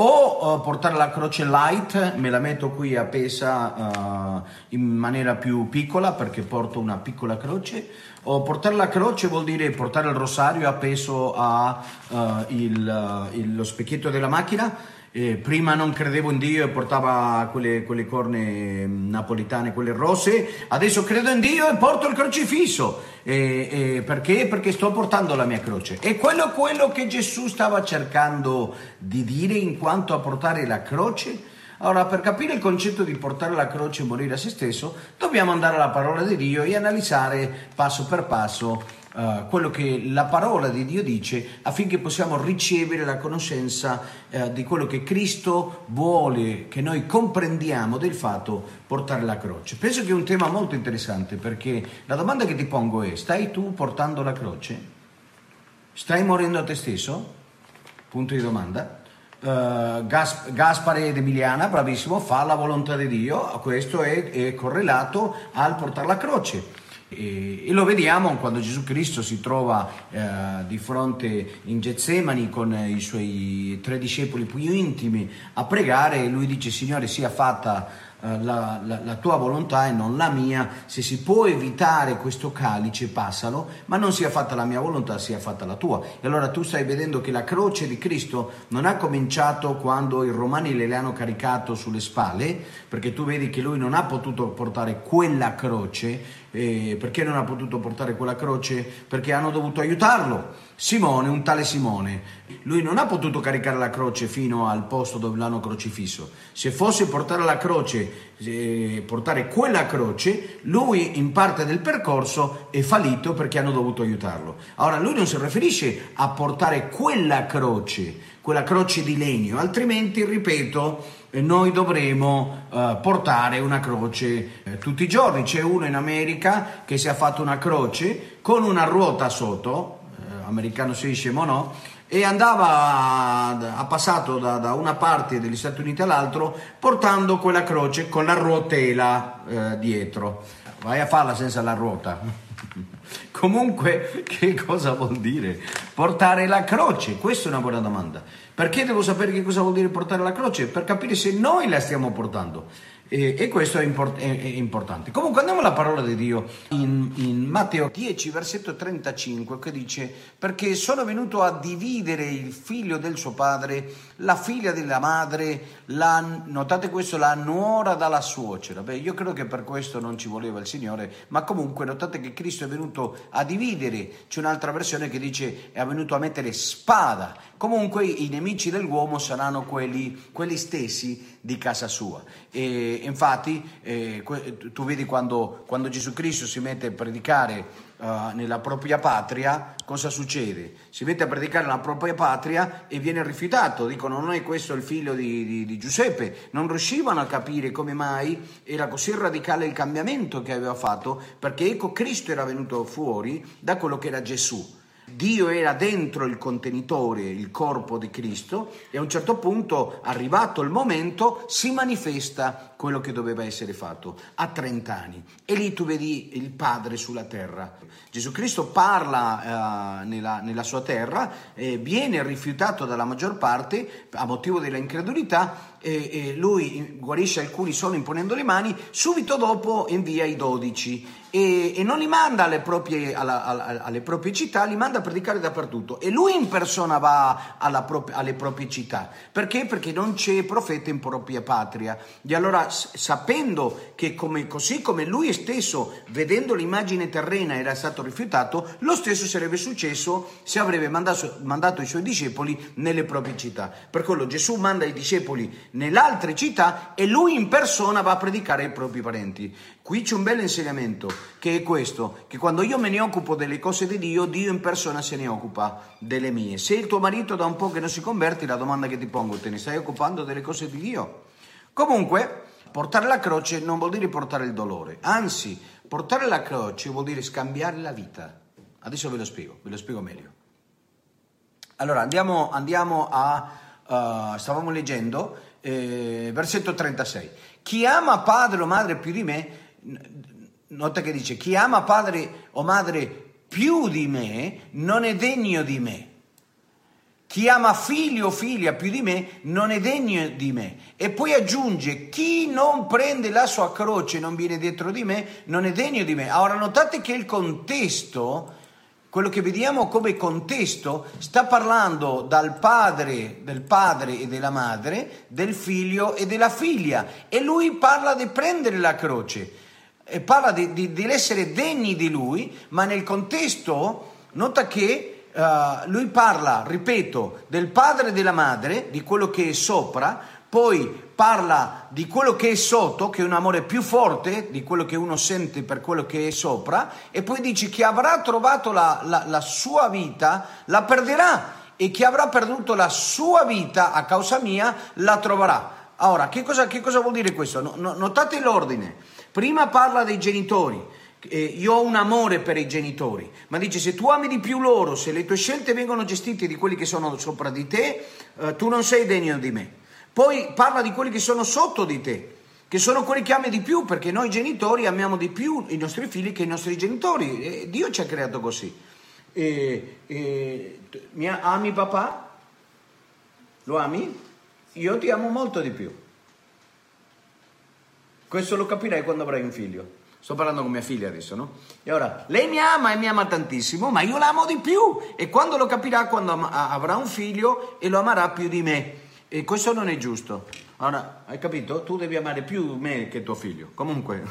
O portare la croce light, me la metto qui a pesa in maniera più piccola perché porto una piccola croce? O portare la croce vuol dire portare il rosario appeso lo specchietto della macchina? Prima non credevo in Dio e portava quelle corne napolitane, quelle rosse, adesso credo in Dio e porto il crocifisso. Perché? Perché sto portando la mia croce. E quello che Gesù stava cercando di dire in quanto a portare la croce. Allora, per capire il concetto di portare la croce e morire a se stesso, dobbiamo andare alla parola di Dio e analizzare passo per passo quello che la parola di Dio dice affinché possiamo ricevere la conoscenza di quello che Cristo vuole che noi comprendiamo del fatto portare la croce. Penso che è un tema molto interessante perché la domanda che ti pongo è: stai tu portando la croce? Stai morendo a te stesso? Punto di domanda. Gaspare ed Emiliana, bravissimo, fa la volontà di Dio, questo è correlato al portare la croce. E lo vediamo quando Gesù Cristo si trova di fronte in Getsemani con i suoi 3 discepoli più intimi a pregare, e lui dice: Signore, sia fatta la tua volontà e non la mia, se si può evitare questo calice passalo, ma non sia fatta la mia volontà, sia fatta la tua. E allora tu stai vedendo che la croce di Cristo non ha cominciato quando i romani le hanno caricato sulle spalle, perché tu vedi che lui non ha potuto portare quella croce. Perché non ha potuto portare quella croce? Perché hanno dovuto aiutarlo. Simone, un tale Simone, lui non ha potuto caricare la croce fino al posto dove l'hanno crocifisso. Se fosse portare la croce, portare quella croce, lui in parte del percorso è fallito perché hanno dovuto aiutarlo. Ora lui non si riferisce a portare quella croce di legno, altrimenti, ripeto, noi dovremo portare una croce tutti i giorni. C'è uno in America che si è fatto una croce con una ruota sotto, americano si dice no, e ha passato da una parte degli Stati Uniti all'altro portando quella croce con la ruotela dietro. Vai a farla senza la ruota. Comunque, che cosa vuol dire portare la croce? Questa è una buona domanda. Perché devo sapere che cosa vuol dire portare la croce? Per capire se noi la stiamo portando. E questo è importante. Comunque andiamo alla parola di Dio in Matteo 10, versetto 35, che dice: perché sono venuto a dividere il figlio del suo padre, la figlia della madre, notate questo, la nuora dalla suocera. Io credo che per questo non ci voleva il Signore, ma comunque notate che Cristo è venuto a dividere. C'è un'altra versione che dice è venuto a mettere spada. Comunque i nemici dell'uomo saranno quelli stessi di casa sua. E infatti tu vedi quando Gesù Cristo si mette a predicare nella propria patria, cosa succede? Si mette a predicare nella propria patria e viene rifiutato. Dicono: non è questo il figlio di Giuseppe. Non riuscivano a capire come mai era così radicale il cambiamento che aveva fatto, perché ecco, Cristo era venuto fuori da quello che era Gesù. Dio era dentro il contenitore, il corpo di Cristo, e a un certo punto, arrivato il momento, si manifesta quello che doveva essere fatto a 30 anni. E lì tu vedi il Padre sulla terra. Gesù Cristo parla nella sua terra, viene rifiutato dalla maggior parte a motivo della incredulità, e lui guarisce alcuni solo imponendo le mani. Subito dopo invia i 12 e non li manda alle proprie città, li manda a predicare dappertutto, e lui in persona va alle proprie città. Perché? Perché non c'è profeta in propria patria. E allora, sapendo che così come lui stesso, vedendo l'immagine terrena, era stato rifiutato, lo stesso sarebbe successo se avrebbe mandato i suoi discepoli nelle proprie città. Per quello Gesù manda i discepoli nelle altre città e lui in persona va a predicare ai propri parenti. Qui c'è un bel insegnamento, che è questo: che quando io me ne occupo delle cose di Dio, Dio in persona se ne occupa delle mie. Se il tuo marito da un po' che non si converte, la domanda che ti pongo: te ne stai occupando delle cose di Dio? Comunque, portare la croce non vuol dire portare il dolore, anzi, portare la croce vuol dire scambiare la vita. Adesso ve lo spiego meglio. Allora, andiamo a stavamo leggendo versetto 36. Chi ama padre o madre più di me, nota che dice: chi ama padre o madre più di me non è degno di me. Chi ama figlio o figlia più di me non è degno di me. E poi aggiunge: chi non prende la sua croce e non viene dietro di me non è degno di me. Ora notate che il contesto, quello che vediamo come contesto, sta parlando del padre e della madre, del figlio e della figlia, e lui parla di prendere la croce e parla di essere degni di lui, ma nel contesto nota che lui parla, ripeto, del padre e della madre, di quello che è sopra, poi parla di quello che è sotto, che è un amore più forte di quello che uno sente per quello che è sopra, e poi dice: chi avrà trovato la sua vita la perderà, e chi avrà perduto la sua vita a causa mia la troverà. Ora, che cosa vuol dire questo? Notate l'ordine. Prima parla dei genitori. Io ho un amore per i genitori, ma dice: se tu ami di più loro, se le tue scelte vengono gestite di quelli che sono sopra di te, tu non sei degno di me. Poi parla di quelli che sono sotto di te, che sono quelli che ami di più, perché noi genitori amiamo di più i nostri figli che i nostri genitori. E Dio ci ha creato così. Ami papà? Lo ami? Io ti amo molto di più. Questo lo capirai quando avrai un figlio. Sto parlando con mia figlia adesso, no? E ora, lei mi ama e mi ama tantissimo, ma io l'amo di più. E quando lo capirà, quando avrà un figlio, e lo amerà più di me. E questo non è giusto. Ora, hai capito? Tu devi amare più me che tuo figlio. Comunque.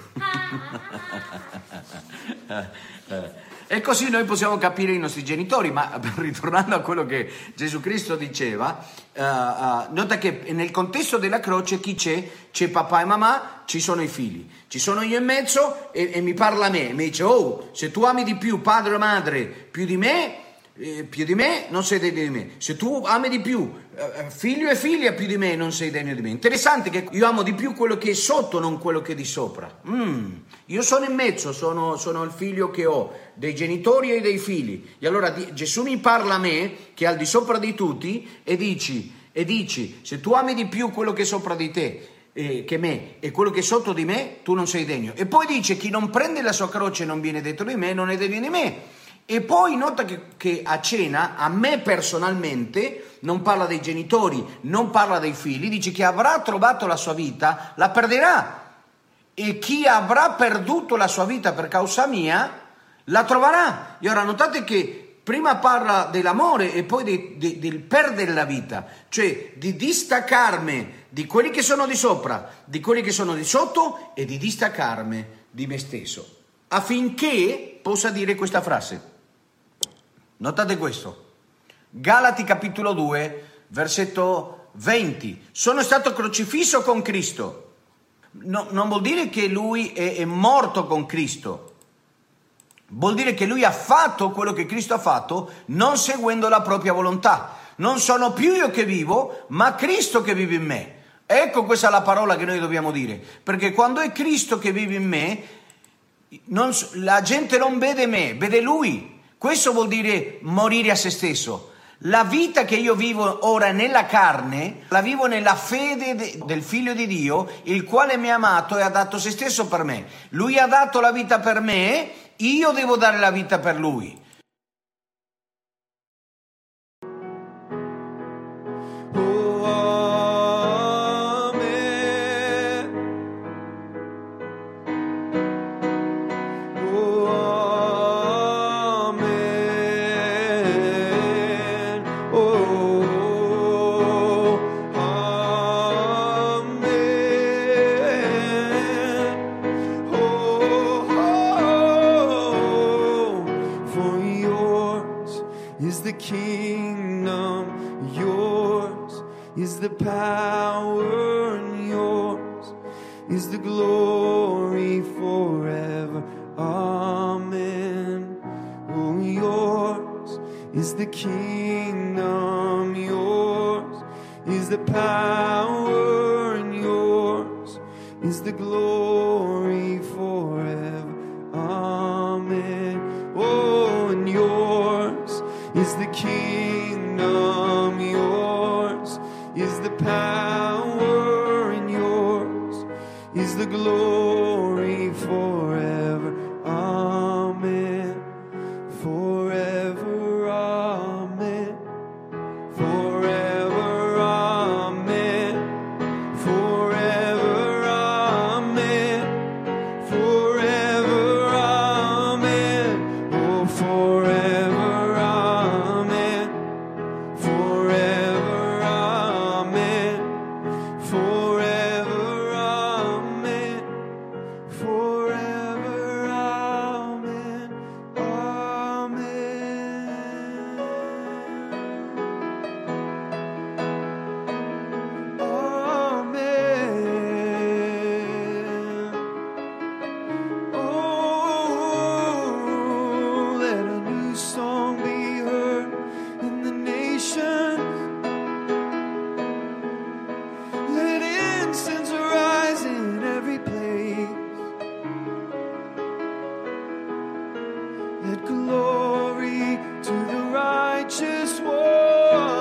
E così noi possiamo capire i nostri genitori. Ma ritornando a quello che Gesù Cristo diceva, nota che nel contesto della croce chi c'è? C'è papà e mamma, ci sono i figli. Ci sono io in mezzo e mi parla a me. Mi dice, se tu ami di più padre o madre più di me, non sei degno di me. Se tu ami di più figlio e figlia più di me, non sei degno di me. Interessante che io amo di più quello che è sotto, non quello che è di sopra. Io sono in mezzo, sono il figlio che ho dei genitori e dei figli. E allora Gesù mi parla a me, che è al di sopra di tutti, e dici, se tu ami di più quello che è sopra di te che me e quello che è sotto di me, tu non sei degno. E poi dice, chi non prende la sua croce e non viene dietro di me, non è degno di me. E poi nota che a cena, a me personalmente, non parla dei genitori, non parla dei figli, dice che avrà trovato la sua vita, la perderà. E chi avrà perduto la sua vita per causa mia, la troverà. E ora notate che prima parla dell'amore e poi del perdere la vita, cioè di distaccarmi di quelli che sono di sopra, di quelli che sono di sotto e di distaccarmi di me stesso, affinché possa dire questa frase. Notate questo, Galati capitolo 2, versetto 20, sono stato crocifisso con Cristo. No, non vuol dire che lui è morto con Cristo, vuol dire che lui ha fatto quello che Cristo ha fatto, non seguendo la propria volontà. Non sono più io che vivo, ma Cristo che vive in me. Ecco, questa è la parola che noi dobbiamo dire, perché quando è Cristo che vive in me, la gente non vede me, vede Lui. Questo vuol dire morire a se stesso. La vita che io vivo ora nella carne, la vivo nella fede del Figlio di Dio, il quale mi ha amato e ha dato se stesso per me. Lui ha dato la vita per me, io devo dare la vita per Lui.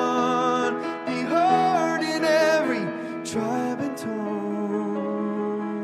Tribe and tongue.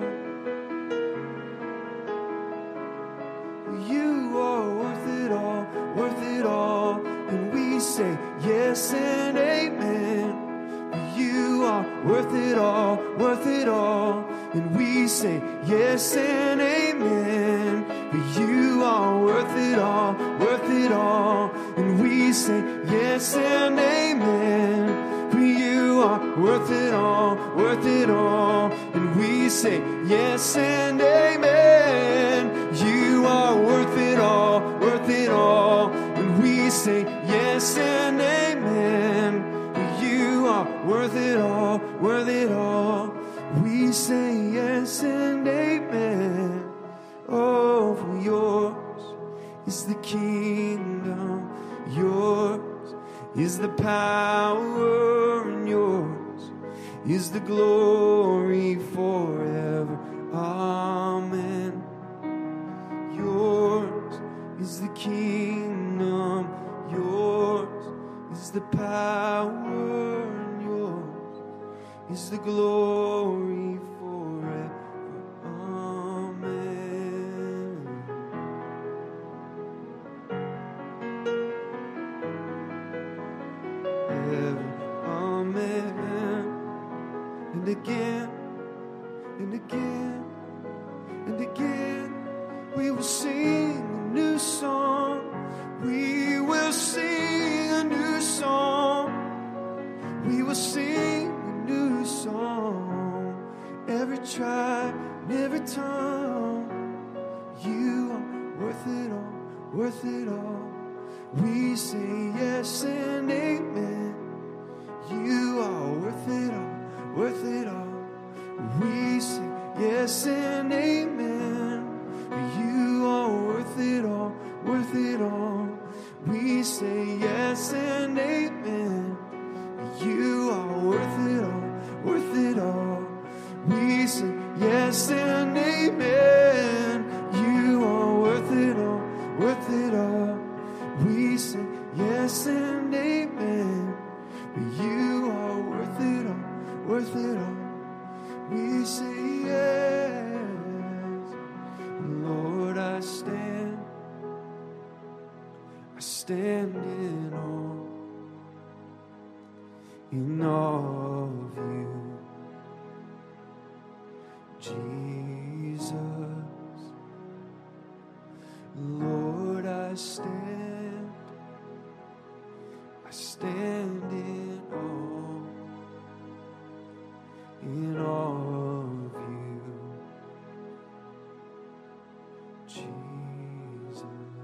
say yes and amen. You are worth it all, worth it all. And we say yes and amen. You are worth it all, worth it all. And we say yes and amen. You are worth it all, worth it all. And we say yes and amen. You are worth it all, worth it all. And we say yes and amen. You are worth it all, worth it all. We say yes and amen. Oh, for yours is the kingdom, yours is the power, and yours is the glory forever. Amen. Yours is the kingdom, yours is the power, and yours is the glory forever. Amen. Amen. And again, and again, and again, we will sing a new song. We will sing a new song. We will sing a new song. Every tribe, every tongue. You are worth it all, worth it all. We say yes and amen. You are worth it all, worth it all. We say yes and amen. You are worth it all, worth it all. We say yes and amen. You are worth it all, worth it all. We say yes and amen. You are worth it all, worth it all. We say yes and amen. You are worth it all, worth it all. We say yes. Lord, I stand in awe of you, Jesus. Lord, I stand in awe of you, Jesus.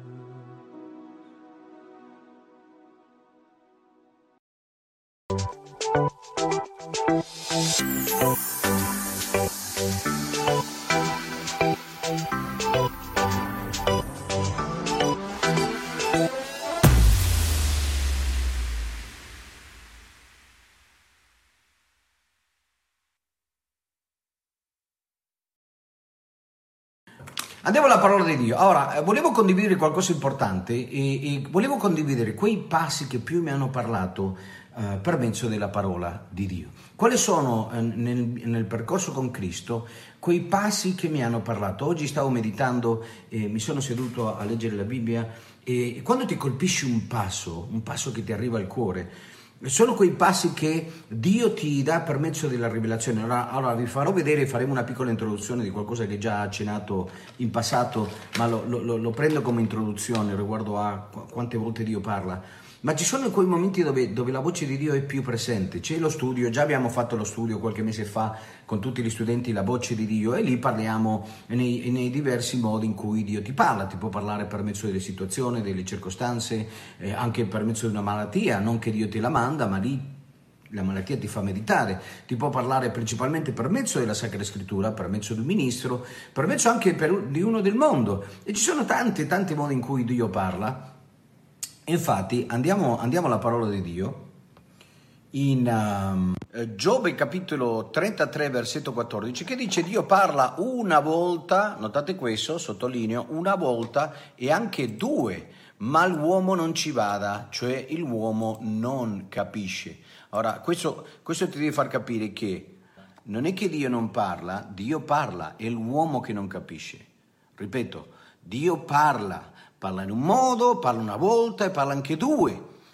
Andiamo alla parola di Dio. Ora, volevo condividere qualcosa di importante e volevo condividere quei passi che più mi hanno parlato per mezzo della parola di Dio. Quali sono nel percorso con Cristo quei passi che mi hanno parlato? Oggi stavo meditando e mi sono seduto a leggere la Bibbia e quando ti colpisce un passo che ti arriva al cuore, sono quei passi che Dio ti dà per mezzo della rivelazione. Allora vi farò vedere, faremo una piccola introduzione di qualcosa che già ha accennato in passato, ma lo prendo come introduzione riguardo a quante volte Dio parla. Ma ci sono quei momenti dove la voce di Dio è più presente. C'è lo studio, già abbiamo fatto lo studio qualche mese fa con tutti gli studenti, la voce di Dio, e lì parliamo nei diversi modi in cui Dio ti parla. Ti può parlare per mezzo delle situazioni, delle circostanze, anche per mezzo di una malattia, non che Dio te la manda, ma lì la malattia ti fa meditare. Ti può parlare principalmente per mezzo della Sacra Scrittura, per mezzo di un ministro, per mezzo anche di uno del mondo. E ci sono tanti modi in cui Dio parla. Infatti andiamo alla parola di Dio in Giobbe capitolo 33 versetto 14, che dice: Dio parla una volta, notate questo, sottolineo, una volta e anche due, ma l'uomo non ci bada, cioè l'uomo non capisce. Ora questo ti deve far capire che non è che Dio non parla, Dio parla, è l'uomo che non capisce. Ripeto, Dio parla in un modo, parla una volta e parla anche due,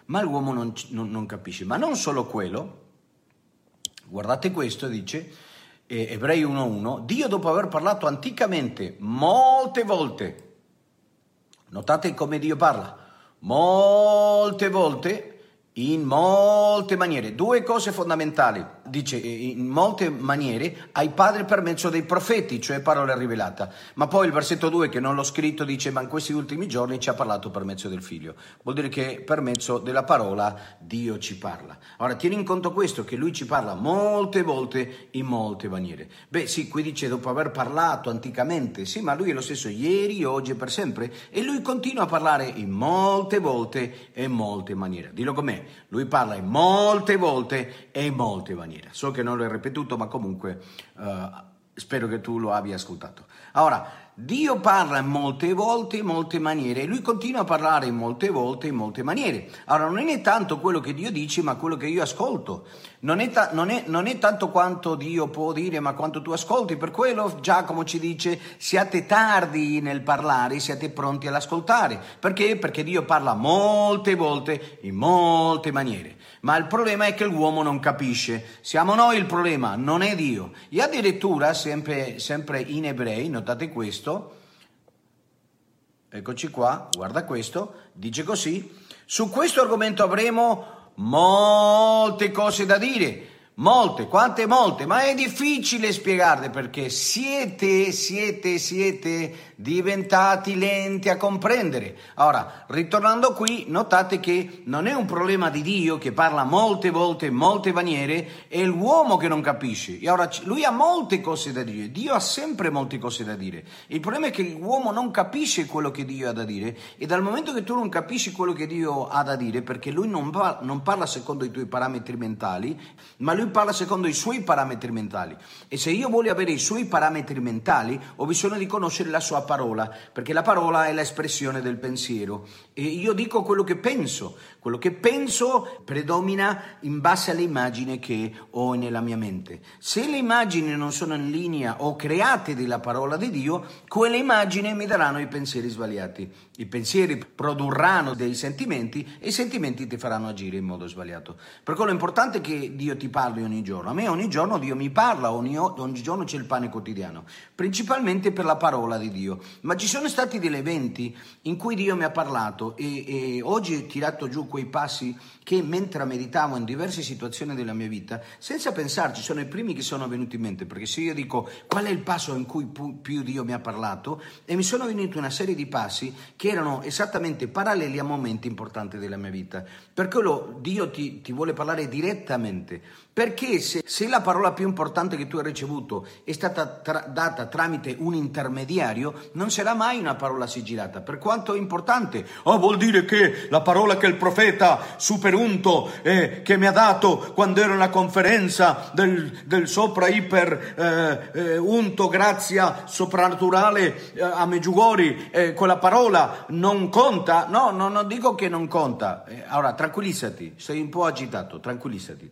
ma l'uomo non capisce. Ma non solo quello, guardate questo, dice Ebrei 1:1, Dio dopo aver parlato anticamente molte volte, notate come Dio parla, molte volte, in molte maniere, due cose fondamentali, dice in molte maniere ai padri per mezzo dei profeti, cioè parola rivelata, ma poi il versetto 2 che non l'ho scritto dice ma in questi ultimi giorni ci ha parlato per mezzo del figlio, vuol dire che per mezzo della parola Dio ci parla. Ora tieni in conto questo, che lui ci parla molte volte in molte maniere. Beh sì, qui dice dopo aver parlato anticamente, sì, ma lui è lo stesso ieri, oggi e per sempre, e lui continua a parlare in molte volte e in molte maniere. Dillo con me, lui parla in molte volte e in molte maniere. So che non l'ho ripetuto, ma comunque spero che tu lo abbia ascoltato. Ora, Dio parla in molte volte, in molte maniere, e lui continua a parlare in molte volte, in molte maniere. Allora, non è tanto quello che Dio dice, ma quello che io ascolto. Non è tanto quanto Dio può dire, ma quanto tu ascolti. Per quello Giacomo ci dice, siate tardi nel parlare, siate pronti all'ascoltare. Perché? Perché Dio parla molte volte, in molte maniere. Ma il problema è che l'uomo non capisce. Siamo noi il problema, non è Dio. E addirittura, sempre in Ebrei, notate questo, eccoci qua, guarda questo, dice così, su questo argomento avremo molte cose da dire. Molte, quante molte, ma è difficile spiegarle perché siete diventati lenti a comprendere. Ora, ritornando qui, notate che non è un problema di Dio che parla molte volte, in molte maniere, è l'uomo che non capisce. E ora lui ha molte cose da dire, Dio ha sempre molte cose da dire. Il problema è che l'uomo non capisce quello che Dio ha da dire, e dal momento che tu non capisci quello che Dio ha da dire, perché lui non parla secondo i tuoi parametri mentali, ma lui parla secondo i suoi parametri mentali, e se io voglio avere i suoi parametri mentali ho bisogno di conoscere la sua parola, perché la parola è l'espressione del pensiero, e io dico quello che penso predomina in base alle immagini che ho nella mia mente. Se le immagini non sono in linea o create della parola di Dio, quelle immagini mi daranno i pensieri sbagliati, i pensieri produrranno dei sentimenti e i sentimenti ti faranno agire in modo sbagliato. Per quello è importante che Dio ti parli ogni giorno. A me ogni giorno Dio mi parla, ogni giorno c'è il pane quotidiano, principalmente per la parola di Dio. Ma ci sono stati degli eventi in cui Dio mi ha parlato e oggi ho tirato giù quei passi che mentre meditavo in diverse situazioni della mia vita, senza pensarci, sono i primi che sono venuti in mente, perché se io dico qual è il passo in cui più Dio mi ha parlato, e mi sono venuti una serie di passi che erano esattamente paralleli a momenti importanti della mia vita. Per quello Dio ti vuole parlare direttamente, perché se la parola più importante che tu hai ricevuto è stata data tramite un intermediario, non sarà mai una parola sigillata, per quanto è importante. Vuol dire che la parola che il profeta superunto che mi ha dato quando ero in una conferenza del sopra iper unto grazia soprannaturale a Medjugorje, quella parola non conta? No, non dico che non conta. Ora tranquillizzati, sei un po' agitato, tranquillizzati.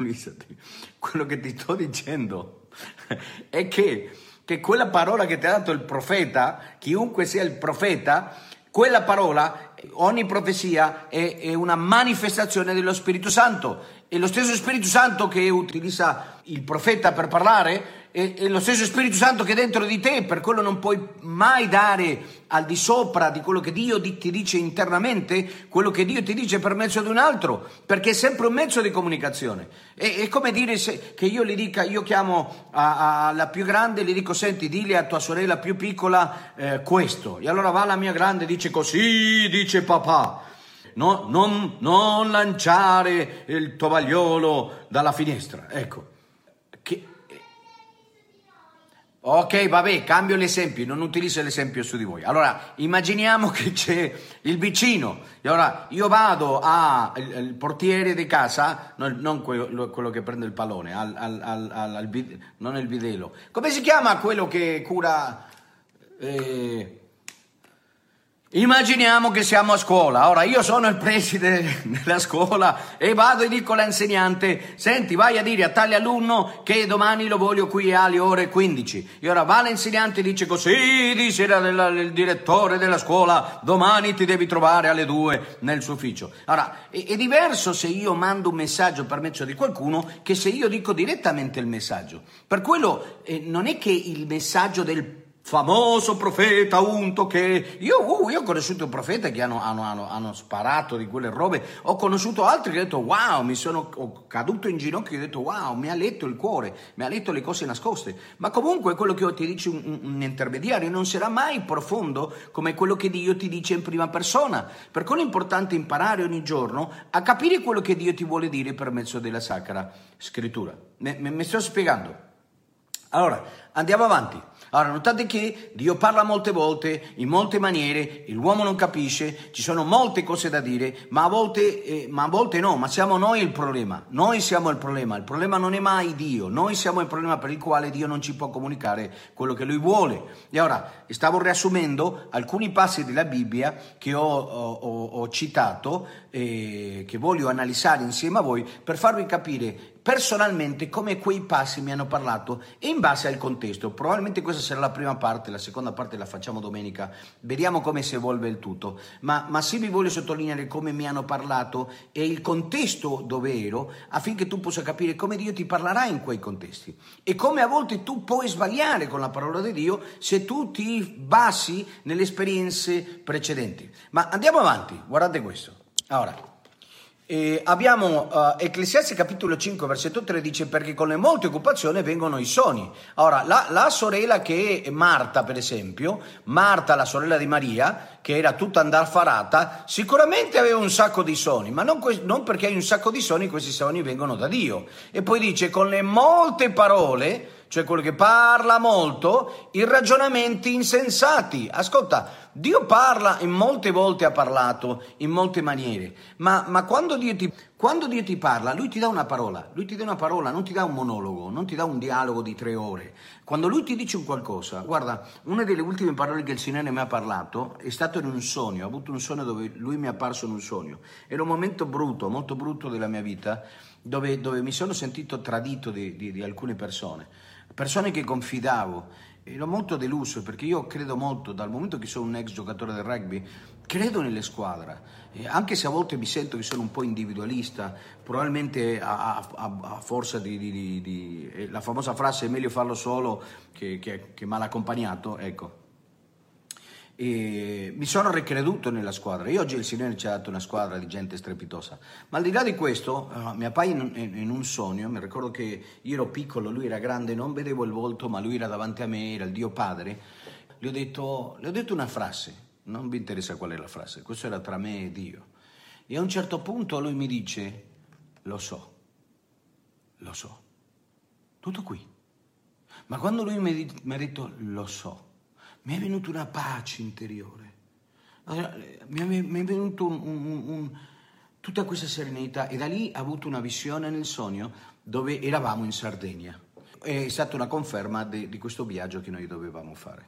Quello che ti sto dicendo è che quella parola che ti ha dato il profeta, chiunque sia il profeta, quella parola, ogni profezia è una manifestazione dello Spirito Santo, e lo stesso Spirito Santo che utilizza il profeta per parlare è lo stesso Spirito Santo che è dentro di te, per quello non puoi mai dare al di sopra di quello che Dio ti dice internamente, quello che Dio ti dice per mezzo di un altro, perché è sempre un mezzo di comunicazione. È come dire che io gli dica, io chiamo alla più grande e gli dico, senti, dile a tua sorella più piccola questo, e allora va la mia grande e dice così, dice papà. No, non lanciare il tovagliolo dalla finestra, ecco. Ok, vabbè, cambio l'esempio, non utilizzo l'esempio su di voi. Allora, immaginiamo che c'è il vicino, e allora io vado al portiere di casa, non quello che prende il pallone, non il bidello. Come si chiama quello che cura Immaginiamo che siamo a scuola. Ora io sono il preside della scuola e vado e dico all'insegnante: senti, vai a dire a tale alunno che domani lo voglio qui alle ore 15. E ora va l'insegnante e dice così, dice il direttore della scuola, domani ti devi trovare alle 2 nel suo ufficio. Ora è diverso se io mando un messaggio per mezzo di qualcuno che se io dico direttamente il messaggio. Per quello non è che il messaggio del famoso profeta unto che io ho conosciuto profeti che hanno sparato di quelle robe, ho conosciuto altri che ho detto wow, ho caduto in ginocchio e ho detto wow, mi ha letto il cuore, mi ha letto le cose nascoste. Ma comunque quello che ti dice un intermediario non sarà mai profondo come quello che Dio ti dice in prima persona. Per quello è importante imparare ogni giorno a capire quello che Dio ti vuole dire per mezzo della Sacra Scrittura. Mi sto spiegando? Allora, andiamo avanti. Allora, notate che Dio parla molte volte, in molte maniere, l'uomo non capisce, ci sono molte cose da dire, ma a volte no, ma siamo noi il problema. Noi siamo il problema non è mai Dio, noi siamo il problema per il quale Dio non ci può comunicare quello che Lui vuole. E ora, stavo riassumendo alcuni passi della Bibbia che ho citato, che voglio analizzare insieme a voi per farvi capire personalmente come quei passi mi hanno parlato e in base al contesto. Probabilmente questa sarà la prima parte, la seconda parte la facciamo domenica, vediamo come si evolve il tutto, ma sì vi voglio sottolineare come mi hanno parlato e il contesto dove ero, affinché tu possa capire come Dio ti parlerà in quei contesti e come a volte tu puoi sbagliare con la parola di Dio se tu ti basi nelle esperienze precedenti. Ma andiamo avanti, guardate questo. Ora, abbiamo Ecclesiastes capitolo 5 versetto 3 dice: perché con le molte occupazioni vengono i sogni. Ora la sorella che è Marta, per esempio, Marta la sorella di Maria, che era tutta andarfarata, sicuramente aveva un sacco di sogni, ma non perché hai un sacco di sogni, questi sogni vengono da Dio. E poi dice con le molte parole, cioè quello che parla molto, i ragionamenti insensati. Ascolta, Dio parla e molte volte ha parlato in molte maniere, ma quando Dio ti parla, Lui ti dà una parola, non ti dà un monologo, non ti dà un dialogo di 3 ore. Quando Lui ti dice un qualcosa, guarda, una delle ultime parole che il Signore mi ha parlato è stato in un sogno, ho avuto un sogno dove Lui mi è apparso in un sogno. Era un momento brutto, molto brutto della mia vita, dove mi sono sentito tradito di alcune persone che confidavo. Ero molto deluso perché io credo molto, dal momento che sono un ex giocatore del rugby, credo nelle squadre, anche se a volte mi sento che sono un po' individualista, probabilmente a forza di la famosa frase è meglio farlo solo che mal accompagnato, ecco. E mi sono ricreduto nella squadra. Io oggi il Signore ci ha dato una squadra di gente strepitosa, ma al di là di questo mi appaia in un sogno. Mi ricordo che io ero piccolo, lui era grande, non vedevo il volto, ma lui era davanti a me, era il Dio Padre. Le ho detto una frase, non vi interessa qual è la frase, questo era tra me e Dio, e a un certo punto lui mi dice: lo so, tutto qui. Ma quando lui mi ha detto lo so, mi è venuta una pace interiore, mi è venuto tutta questa serenità, e da lì ho avuto una visione nel sogno dove eravamo in Sardegna. È stata una conferma di questo viaggio che noi dovevamo fare.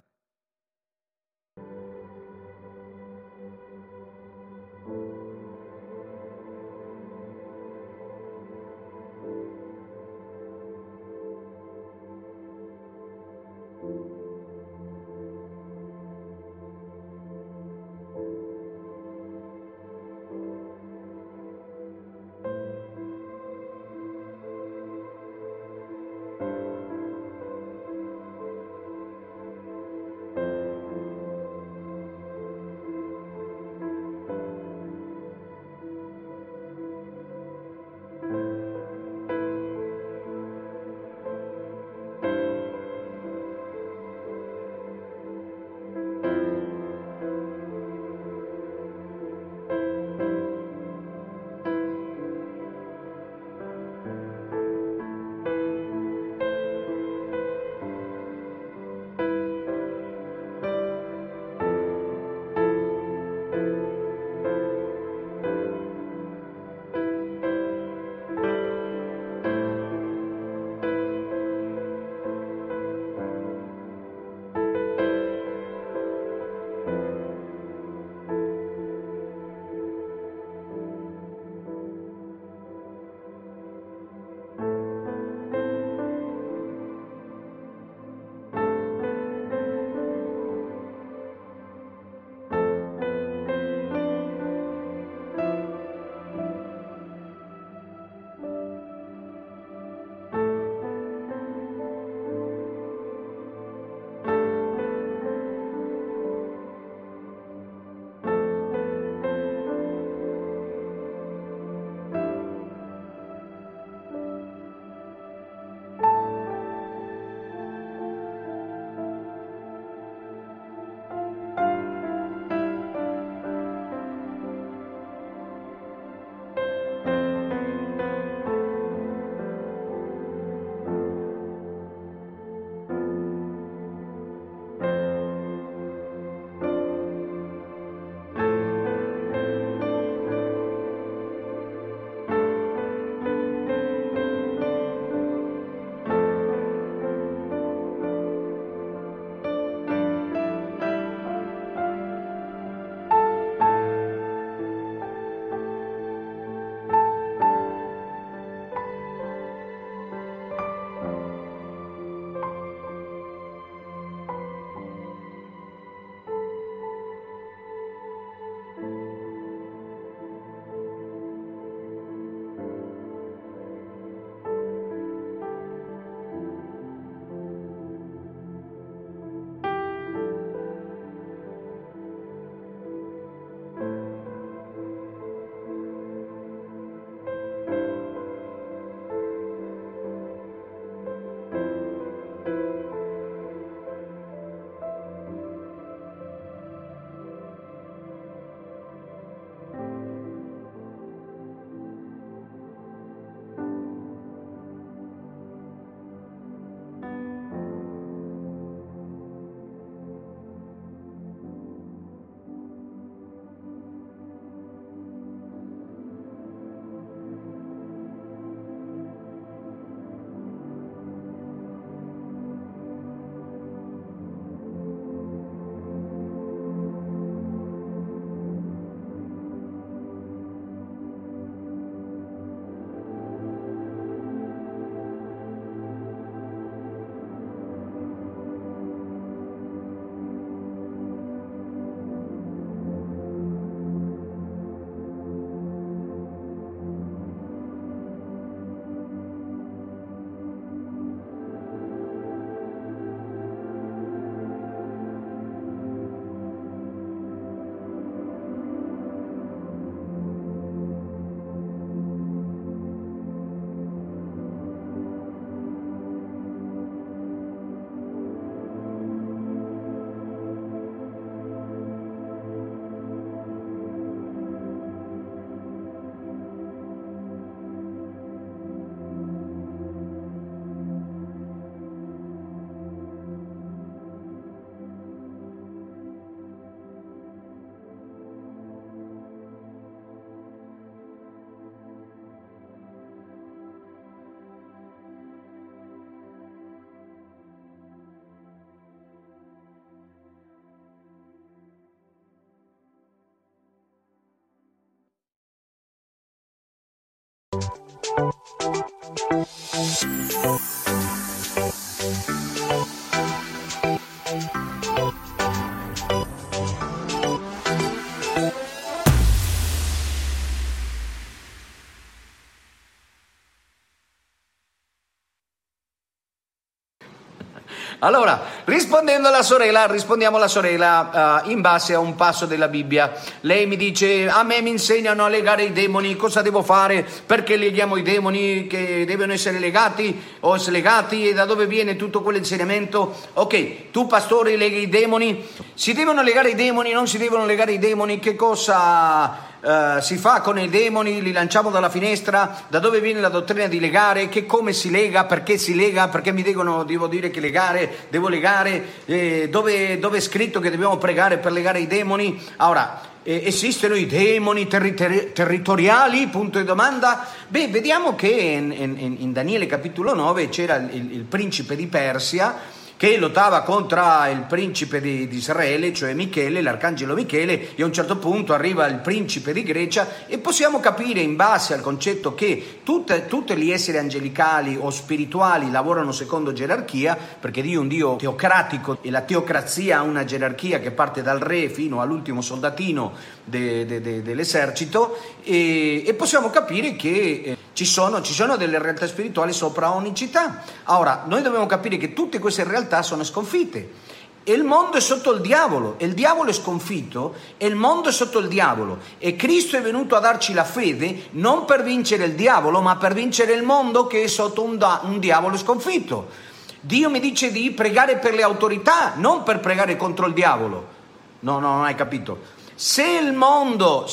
Allora, rispondiamo alla sorella in base a un passo della Bibbia. Lei mi dice: a me mi insegnano a legare i demoni, cosa devo fare? Perché leghiamo i demoni che devono essere legati o slegati, e da dove viene tutto quell'insegnamento? Ok, tu pastore leghi i demoni, si devono legare i demoni, non si devono legare i demoni, che cosa si fa con i demoni? Li lanciamo dalla finestra? Da dove viene la dottrina di legare? Che come si lega? Perché si lega? Perché devo dire che devo legare? Dove è scritto che dobbiamo pregare per legare i demoni? Ora, esistono i demoni territoriali? Punto di domanda. Vediamo che in Daniele capitolo 9 c'era il principe di Persia che lottava contro il principe di Israele, cioè Michele, l'arcangelo Michele, e a un certo punto arriva il principe di Grecia, e possiamo capire in base al concetto che tutti gli esseri angelicali o spirituali lavorano secondo gerarchia, perché Dio è un Dio teocratico e la teocrazia ha una gerarchia che parte dal re fino all'ultimo soldatino dell'esercito, e possiamo capire che ci sono delle realtà spirituali sopra ogni città. Ora, noi dobbiamo capire che tutte queste realtà sono sconfitte, e il mondo è sotto il diavolo, e il diavolo è sconfitto, e il mondo è sotto il diavolo, e Cristo è venuto a darci la fede non per vincere il diavolo, ma per vincere il mondo che è sotto un diavolo sconfitto. Dio mi dice di pregare per le autorità, non per pregare contro il diavolo. No, non hai capito. Se il mondo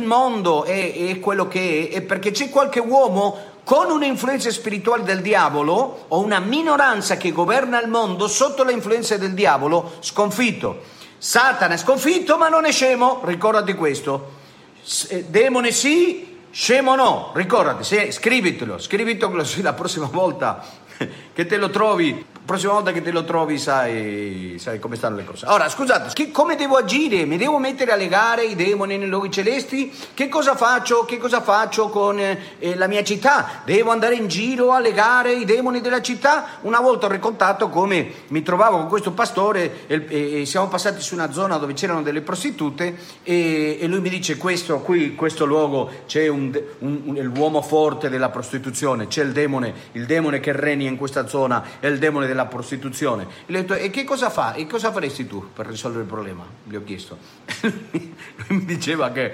è quello che è perché c'è qualche uomo con un'influenza spirituale del diavolo, o una minoranza che governa il mondo sotto l'influenza del diavolo, sconfitto. Satana è sconfitto, ma non è scemo, ricordati questo. Demone sì, scemo no, ricordati, scrivitelo così la prossima volta che te lo trovi. Prossima volta che te lo trovi sai come stanno le cose. Ora, scusate, come devo agire? Mi devo mettere a legare i demoni nei luoghi celesti? Che cosa faccio con la mia città? Devo andare in giro a legare i demoni della città? Una volta ho raccontato come mi trovavo con questo pastore e siamo passati su una zona dove c'erano delle prostitute, e lui mi dice: questo luogo c'è l'uomo forte della prostituzione, c'è il demone che regna in questa zona, è il demone della prostituzione. E ho detto: e che cosa fa? E cosa faresti tu per risolvere il problema? Gli ho chiesto. Lui mi diceva che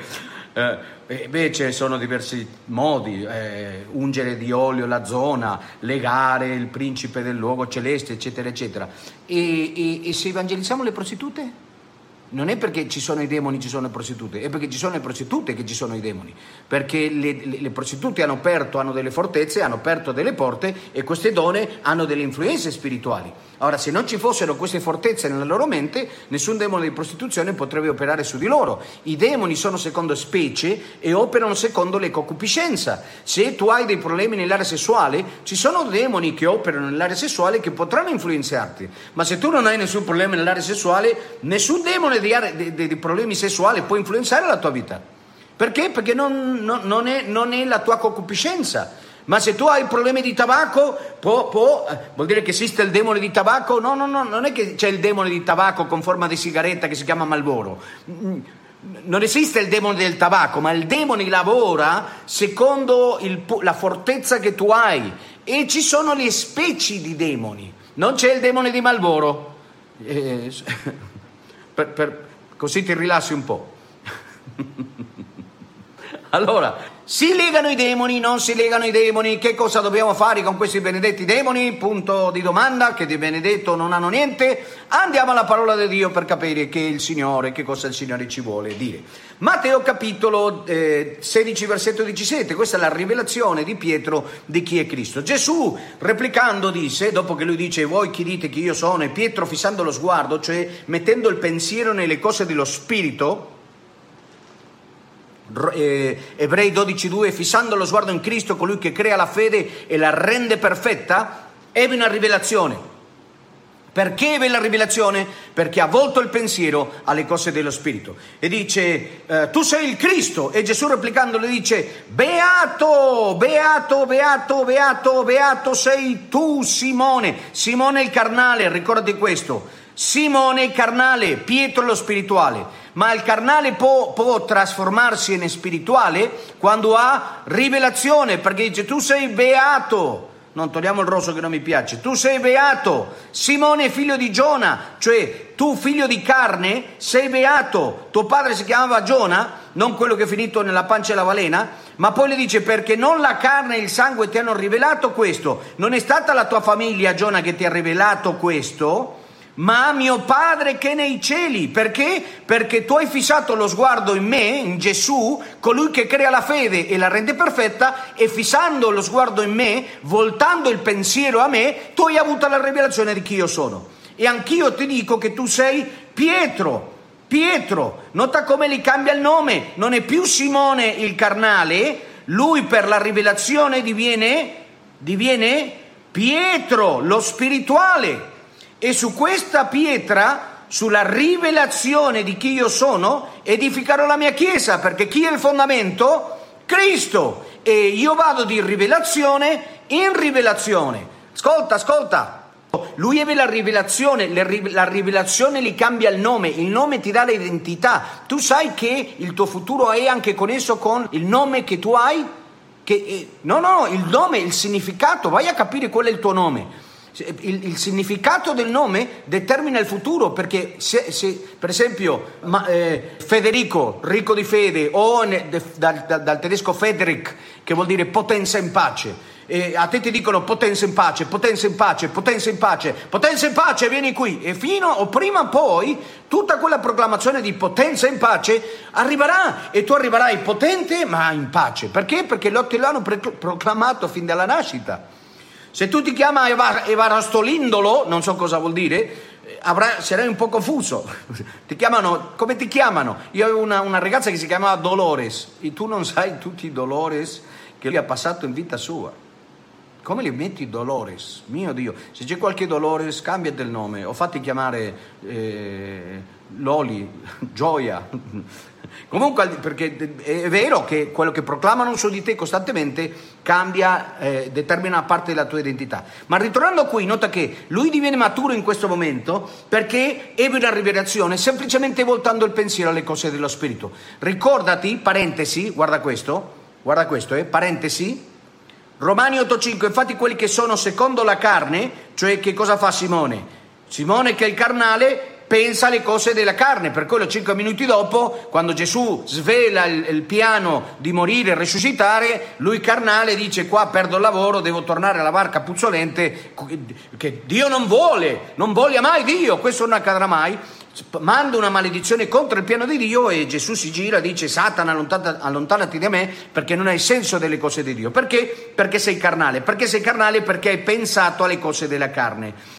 ce ne sono diversi modi: ungere di olio la zona, legare il principe del luogo celeste, eccetera eccetera. E se evangelizziamo le prostitute? Non è perché ci sono i demoni ci sono le prostitute, è perché ci sono le prostitute che ci sono i demoni, perché le prostitute hanno delle fortezze, hanno aperto delle porte, e queste donne hanno delle influenze spirituali. Ora, se non ci fossero queste fortezze nella loro mente, nessun demone di prostituzione potrebbe operare su di loro. I demoni sono secondo specie e operano secondo le concupiscenza. Se tu hai dei problemi nell'area sessuale, ci sono demoni che operano nell'area sessuale che potranno influenzarti, ma se tu non hai nessun problema nell'area sessuale, nessun demone di problemi sessuali può influenzare la tua vita. Perché? Perché non è la tua concupiscenza. Ma se tu hai problemi di tabacco, vuol dire che esiste il demone di tabacco? No, non è che c'è il demone di tabacco con forma di sigaretta che si chiama Marlboro. Non esiste il demone del tabacco, ma il demone lavora secondo la fortezza che tu hai, e ci sono le specie di demoni. Non c'è il demone di Marlboro. Così ti rilassi un po'. Allora, si legano i demoni, non si legano i demoni? Che cosa dobbiamo fare con questi benedetti demoni? Punto di domanda, che di benedetto non hanno niente. Andiamo alla parola di Dio per capire che cosa il Signore ci vuole dire. Matteo capitolo 16 versetto 17, questa è la rivelazione di Pietro di chi è Cristo. Gesù replicando disse, dopo che lui dice: voi chi dite che io sono? E Pietro fissando lo sguardo, cioè mettendo il pensiero nelle cose dello spirito, Ebrei 12:2, fissando lo sguardo in Cristo, colui che crea la fede e la rende perfetta, ebbe una rivelazione. Perché ebbe la rivelazione? Perché ha volto il pensiero alle cose dello spirito, e dice: tu sei il Cristo. E Gesù replicando le dice: beato, beato, beato, beato, beato sei tu, Simone il carnale. Ricordati questo: Simone il carnale, Pietro lo spirituale. Ma il carnale può trasformarsi in spirituale quando ha rivelazione, perché dice: tu sei beato. non togliamo il rosso che non mi piace, tu sei beato, Simone figlio di Giona, cioè tu figlio di carne sei beato, tuo padre si chiamava Giona, non quello che è finito nella pancia della balena, ma poi le dice perché non la carne e il sangue ti hanno rivelato questo, non è stata la tua famiglia Giona che ti ha rivelato questo, ma mio Padre che è nei cieli. Perché? Perché tu hai fissato lo sguardo in me, in Gesù, colui che crea la fede e la rende perfetta, e fissando lo sguardo in me, voltando il pensiero a me, tu hai avuto la rivelazione di chi io sono. E anch'io ti dico che tu sei Pietro. Pietro, nota come gli cambia il nome, non è più Simone il carnale, lui per la rivelazione diviene Pietro, lo spirituale. E su questa pietra, sulla rivelazione di chi io sono, edificherò la mia chiesa, perché chi è il fondamento? Cristo. E io vado di rivelazione in rivelazione. Ascolta. Lui ebbe la rivelazione gli cambia il nome ti dà l'identità. Tu sai che il tuo futuro è anche connesso con il nome che tu hai? Il nome, il significato, vai a capire qual è il tuo nome. Il significato del nome determina il futuro, perché se per esempio Federico, ricco di fede, o dal tedesco Frederick, che vuol dire potenza in pace, e a te ti dicono potenza in pace, vieni qui, e fino o prima o poi tutta quella proclamazione di potenza in pace arriverà, e tu arriverai potente ma in pace. Perché? Perché te l'hanno proclamato fin dalla nascita. Se tu ti chiama Evarastolindolo, non so cosa vuol dire, sarai un po' confuso. Come ti chiamano? Io avevo una ragazza che si chiamava Dolores, e tu non sai tutti i Dolores che lui ha passato in vita sua. Come li metti Dolores? Mio Dio, se c'è qualche Dolores, cambiate il nome, o fatti chiamare Loli, Gioia. Comunque, perché è vero che quello che proclamano su di te costantemente cambia, determina parte della tua identità. Ma ritornando qui, nota che lui diviene maturo in questo momento perché ebbe una rivelazione semplicemente voltando il pensiero alle cose dello spirito. Ricordati, parentesi, guarda questo, parentesi, Romani 8,5, infatti quelli che sono secondo la carne, cioè che cosa fa Simone? Simone che è il carnale pensa alle cose della carne, per quello 5 minuti dopo, quando Gesù svela il piano di morire e risuscitare, lui carnale dice qua perdo il lavoro, devo tornare alla barca puzzolente, che Dio non voglia mai Dio, questo non accadrà mai, manda una maledizione contro il piano di Dio, e Gesù si gira e dice Satana allontanati da me, perché non hai senso delle cose di Dio. Perché? Perché sei carnale. Perché sei carnale? Perché hai pensato alle cose della carne.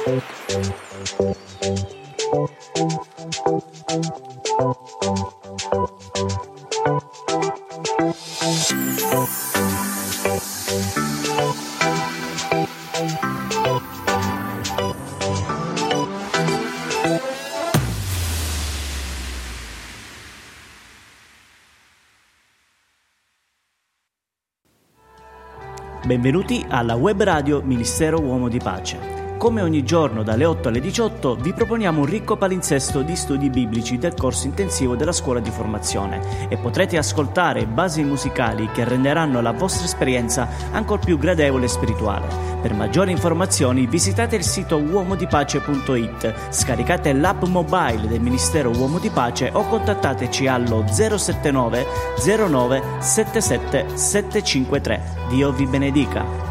Benvenuti alla web radio Ministero Uomo di Pace. Come ogni giorno dalle 8 alle 18 vi proponiamo un ricco palinsesto di studi biblici del corso intensivo della scuola di formazione e potrete ascoltare basi musicali che renderanno la vostra esperienza ancor più gradevole e spirituale. Per maggiori informazioni visitate il sito uomodipace.it, scaricate l'app mobile del Ministero Uomo di Pace o contattateci allo 079 09 77 753. Dio vi benedica.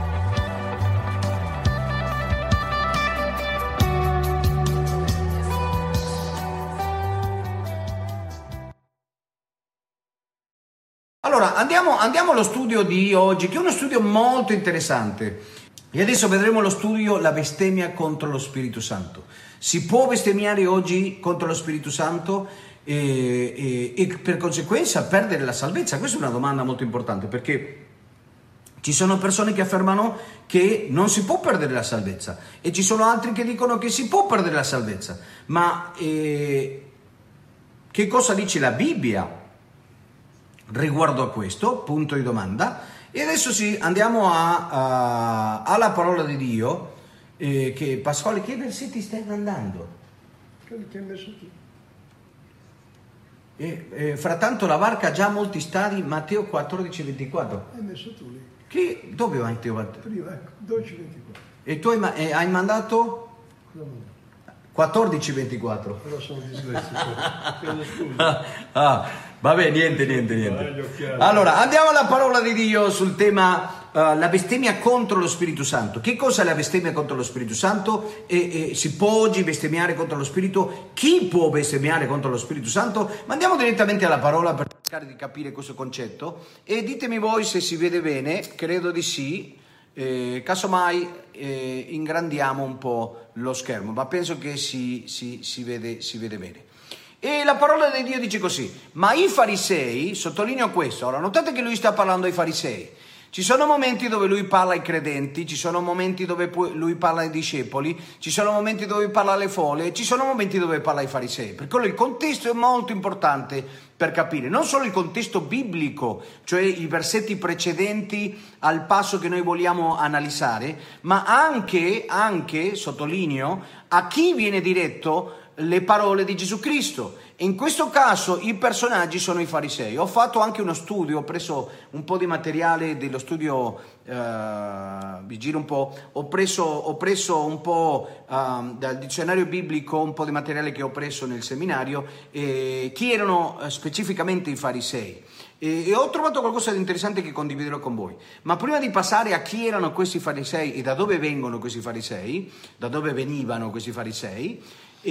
Allora, andiamo allo studio di oggi, che è uno studio molto interessante. E adesso vedremo lo studio, la bestemmia contro lo Spirito Santo. Si può bestemmiare oggi contro lo Spirito Santo e per conseguenza perdere la salvezza? Questa è una domanda molto importante, perché ci sono persone che affermano che non si può perdere la salvezza e ci sono altri che dicono che si può perdere la salvezza. Ma che cosa dice la Bibbia riguardo a questo punto di domanda? E adesso andiamo alla parola di Dio, che Pasquale, che versetti stai mandando? Quelli che hai messo tu. Frattanto la barca ha già molti stadi, Matteo 14:24. Hai messo tu lì. Dove va Matteo 14? Prima, ecco, 12:24. E tu hai mandato? 14:24. Però sono dislessico. Scusa. Vabbè, niente. Allora, andiamo alla parola di Dio sul tema la bestemmia contro lo Spirito Santo. Che cosa è la bestemmia contro lo Spirito Santo? Si può oggi bestemmiare contro lo Spirito? Chi può bestemmiare contro lo Spirito Santo? Ma andiamo direttamente alla parola per cercare di capire questo concetto e ditemi voi se si vede bene. Credo di sì. Casomai ingrandiamo un po' lo schermo, ma penso che si vede bene. E la parola di Dio dice così: ma i farisei, sottolineo questo, ora notate che lui sta parlando ai farisei. Ci sono momenti dove lui parla ai credenti, ci sono momenti dove lui parla ai discepoli, ci sono momenti dove parla alle folle, ci sono momenti dove parla ai farisei. Per quello il contesto è molto importante per capire, non solo il contesto biblico, cioè i versetti precedenti al passo che noi vogliamo analizzare, ma anche, sottolineo, a chi viene diretto le parole di Gesù Cristo. E in questo caso i personaggi sono i farisei. Ho fatto anche uno studio, ho preso un po' di materiale dello studio, vi giro un po', ho preso un po' dal dizionario biblico, un po' di materiale che ho preso nel seminario, chi erano specificamente i farisei. E ho trovato qualcosa di interessante che condividerò con voi. Ma prima di passare a chi erano questi farisei e da dove vengono questi farisei, da dove venivano questi farisei,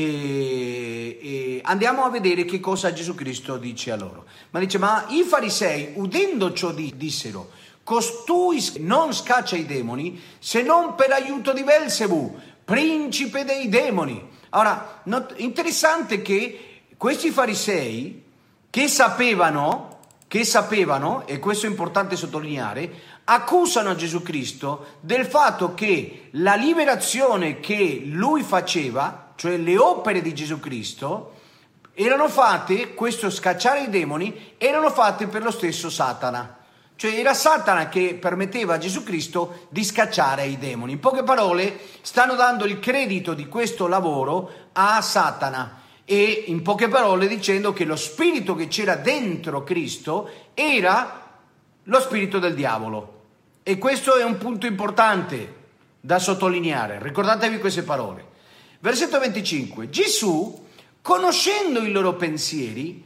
andiamo a vedere che cosa Gesù Cristo dice a loro. Ma i farisei, udendo ciò, dissero: costui non scaccia i demoni se non per aiuto di Belzebù, principe dei demoni. Ora, interessante che questi farisei che sapevano, e questo è importante sottolineare, accusano Gesù Cristo del fatto che la liberazione che lui faceva, cioè le opere di Gesù Cristo, erano fatte, questo scacciare i demoni, erano fatte per lo stesso Satana. Cioè era Satana che permetteva a Gesù Cristo di scacciare i demoni. In poche parole, stanno dando il credito di questo lavoro a Satana. E in poche parole dicendo che lo spirito che c'era dentro Cristo era lo spirito del diavolo. E questo è un punto importante da sottolineare. Ricordatevi queste parole. Versetto 25. Gesù, conoscendo i loro pensieri,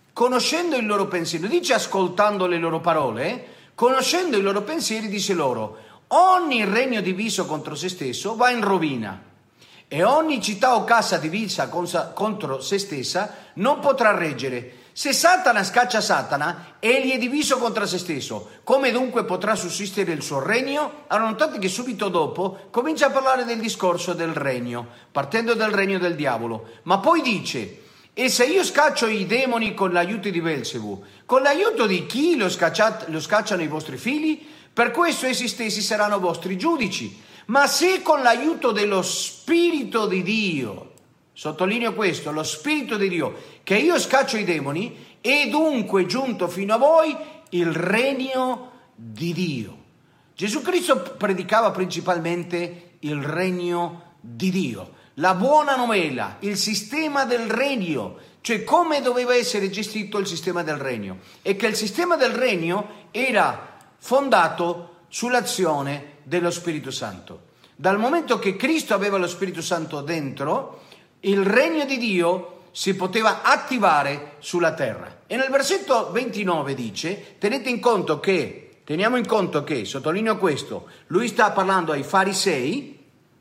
dice ascoltando le loro parole, conoscendo i loro pensieri, dice loro: ogni regno diviso contro se stesso va in rovina, e ogni città o casa divisa contro se stessa non potrà reggere. Se Satana scaccia Satana, egli è diviso contro se stesso. Come dunque potrà sussistere il suo regno? Allora notate che subito dopo comincia a parlare del discorso del regno, partendo dal regno del diavolo. Ma poi dice, e se io scaccio i demoni con l'aiuto di Belzebu, con l'aiuto di chi lo scacciano i vostri figli? Per questo essi stessi saranno vostri giudici. Ma se con l'aiuto dello Spirito di Dio, sottolineo questo, lo Spirito di Dio, che io scaccio i demoni, è dunque giunto fino a voi il regno di Dio. Gesù Cristo predicava principalmente il regno di Dio, la buona novella, il sistema del regno, cioè come doveva essere gestito il sistema del regno, e che il sistema del regno era fondato sull'azione dello Spirito Santo. Dal momento che Cristo aveva lo Spirito Santo dentro, il regno di Dio si poteva attivare sulla terra. E nel versetto 29 dice, teniamo in conto che, sottolineo questo, lui sta parlando ai farisei,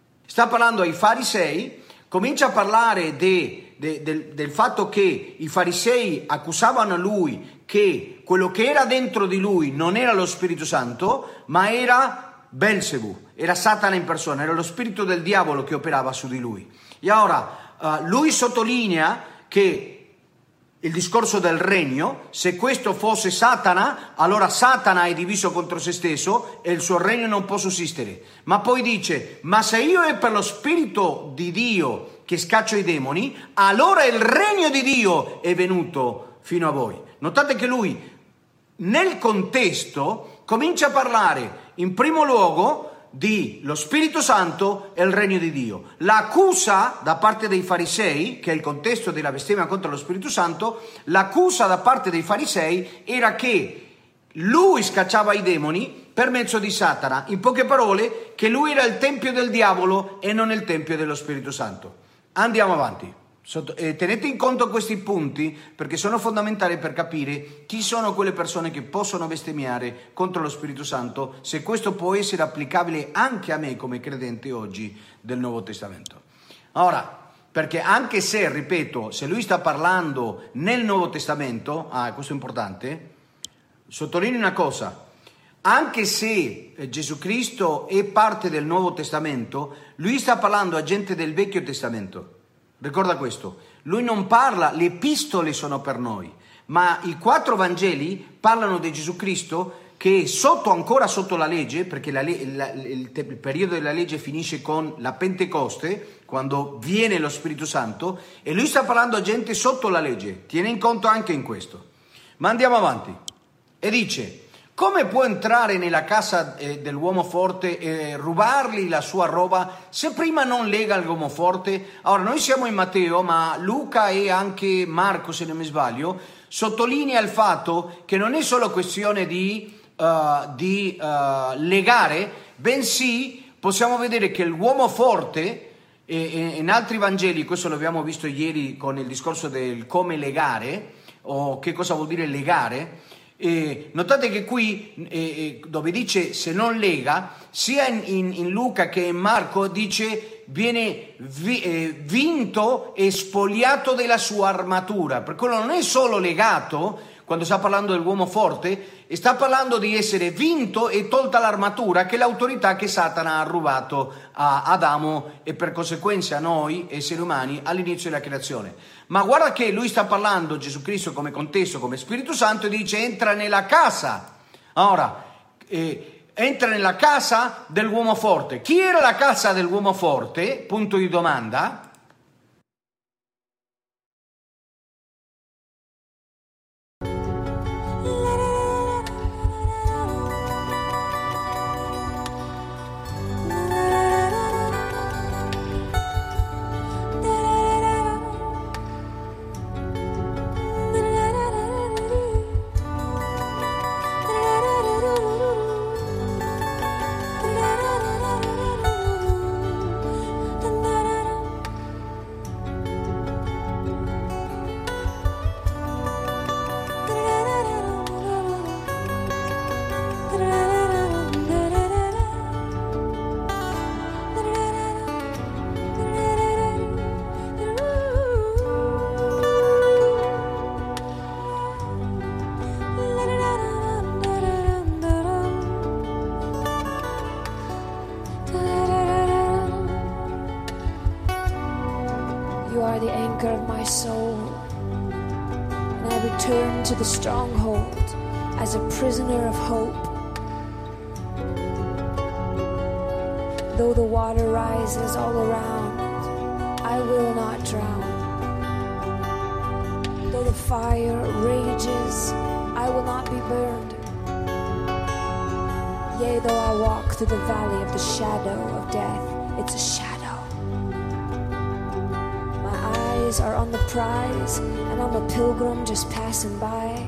comincia a parlare del fatto che i farisei accusavano lui che quello che era dentro di lui non era lo Spirito Santo, ma era Belzebu, era Satana in persona, era lo spirito del diavolo che operava su di lui. E ora lui sottolinea che il discorso del regno, se questo fosse Satana, allora Satana è diviso contro se stesso e il suo regno non può sussistere. Ma poi dice, ma se io è per lo Spirito di Dio che scaccio i demoni, allora il regno di Dio è venuto fino a voi. Notate che lui nel contesto comincia a parlare in primo luogo di lo Spirito Santo e il regno di Dio. L'accusa da parte dei farisei, che è il contesto della bestemmia contro lo Spirito Santo, l'accusa da parte dei farisei era che lui scacciava i demoni per mezzo di Satana, in poche parole che lui era il tempio del diavolo e non il tempio dello Spirito Santo. Andiamo avanti. Tenete in conto questi punti perché sono fondamentali per capire chi sono quelle persone che possono bestemmiare contro lo Spirito Santo, se questo può essere applicabile anche a me come credente oggi del Nuovo Testamento. Ora, perché anche se, ripeto, se lui sta parlando nel Nuovo Testamento, questo è importante, sottolineo una cosa, anche se Gesù Cristo è parte del Nuovo Testamento, lui sta parlando a gente del Vecchio Testamento. Ricorda questo, lui non parla, le epistole sono per noi, ma i 4 Vangeli parlano di Gesù Cristo che ancora sotto la legge, perché il periodo della legge finisce con la Pentecoste, quando viene lo Spirito Santo, e lui sta parlando a gente sotto la legge, tiene in conto anche in questo. Ma andiamo avanti, e dice, come può entrare nella casa dell'uomo forte e rubargli la sua roba se prima non lega l'uomo forte? Ora, noi siamo in Matteo, ma Luca e anche Marco, se non mi sbaglio, sottolinea il fatto che non è solo questione di legare, bensì possiamo vedere che l'uomo forte, in altri Vangeli, questo lo abbiamo visto ieri con il discorso del come legare, o che cosa vuol dire legare. Notate che qui dove dice se non lega, sia in Luca che in Marco dice viene vinto e spogliato della sua armatura, per quello non è solo legato quando sta parlando dell'uomo forte, e sta parlando di essere vinto e tolta l'armatura, che è l'autorità che Satana ha rubato a Adamo e per conseguenza a noi esseri umani all'inizio della creazione. Ma guarda che lui sta parlando, Gesù Cristo come contesto, come Spirito Santo, e dice entra nella casa. Ora, entra nella casa dell'uomo forte. Chi era la casa dell'uomo forte? Punto di domanda. You are the anchor of my soul, and I return to the stronghold as a prisoner of hope. Though the water rises all around, I will not drown. Though the fire rages, I will not be burned. Yea, though I walk through the valley of the shadow of death, it's a shadow. My eyes are on the prize, and I'm a pilgrim just passing by.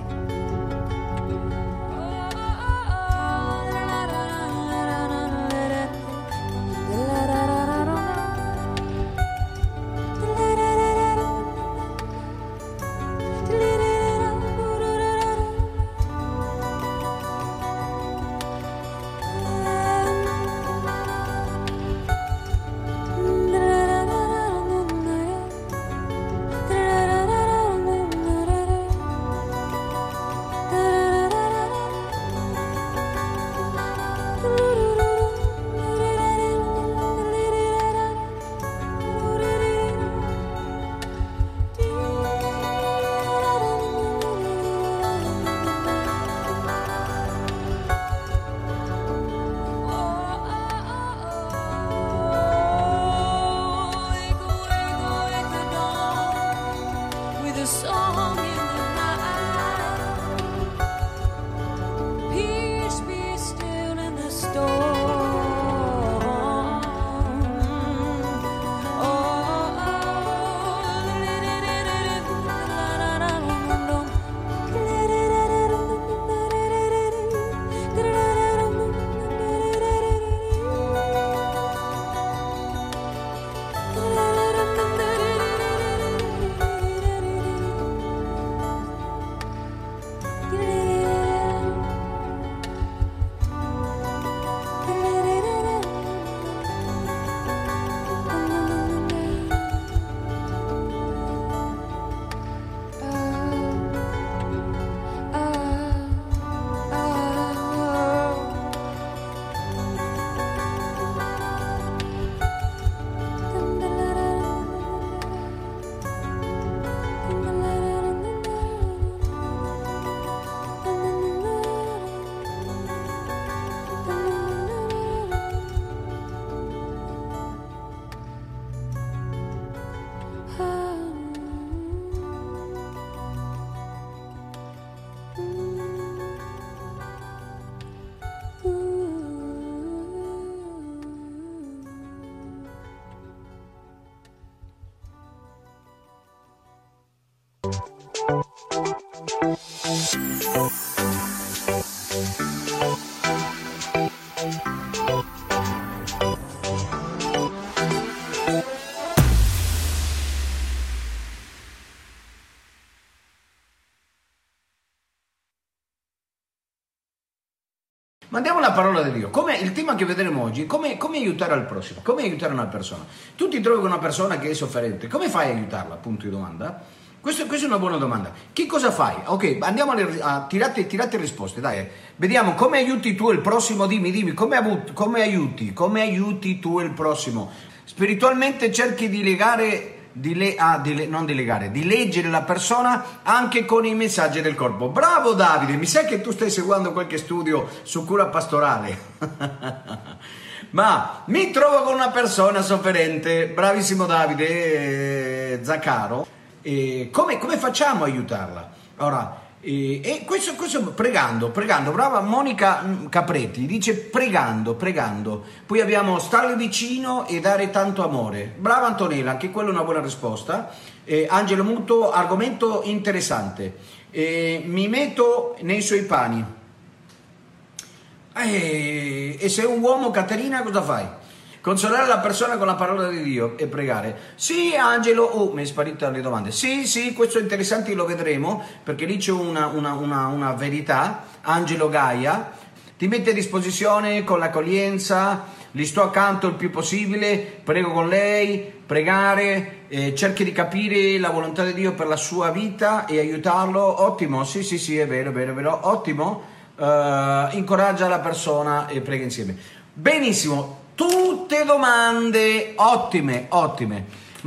Ma andiamo alla parola di Dio. Il tema che vedremo oggi, come aiutare al prossimo, come aiutare una persona. Tu ti trovi con una persona che è sofferente, come fai a aiutarla? Punto di domanda. Questa è una buona domanda. Che cosa fai? Ok, andiamo a tirate risposte, dai. Vediamo come aiuti tu il prossimo, dimmi, come aiuti tu il prossimo? Spiritualmente cerchi di di leggere la persona anche con i messaggi del corpo. Bravo Davide, mi sa che tu stai seguendo qualche studio su cura pastorale. Ma mi trovo con una persona sofferente, bravissimo Davide Zaccaro, come facciamo a aiutarla? Ora, e questo pregando, brava Monica Capretti dice pregando, poi abbiamo starle vicino e dare tanto amore, brava Antonella, anche quella è una buona risposta. Angelo Muto, argomento interessante, mi metto nei suoi panni, e sei un uomo, Caterina, cosa fai? Consolare la persona con la parola di Dio e pregare. Sì, Angelo, mi è sparita le domande. Sì, questo è interessante, lo vedremo, perché lì c'è una verità. Angelo Gaia ti mette a disposizione con l'accoglienza, gli sto accanto il più possibile, prego con lei, pregare, cerchi di capire la volontà di Dio per la sua vita e aiutarlo. Ottimo, sì, è vero, ottimo. Incoraggia la persona e prega insieme. Benissimo. Tutte domande ottime.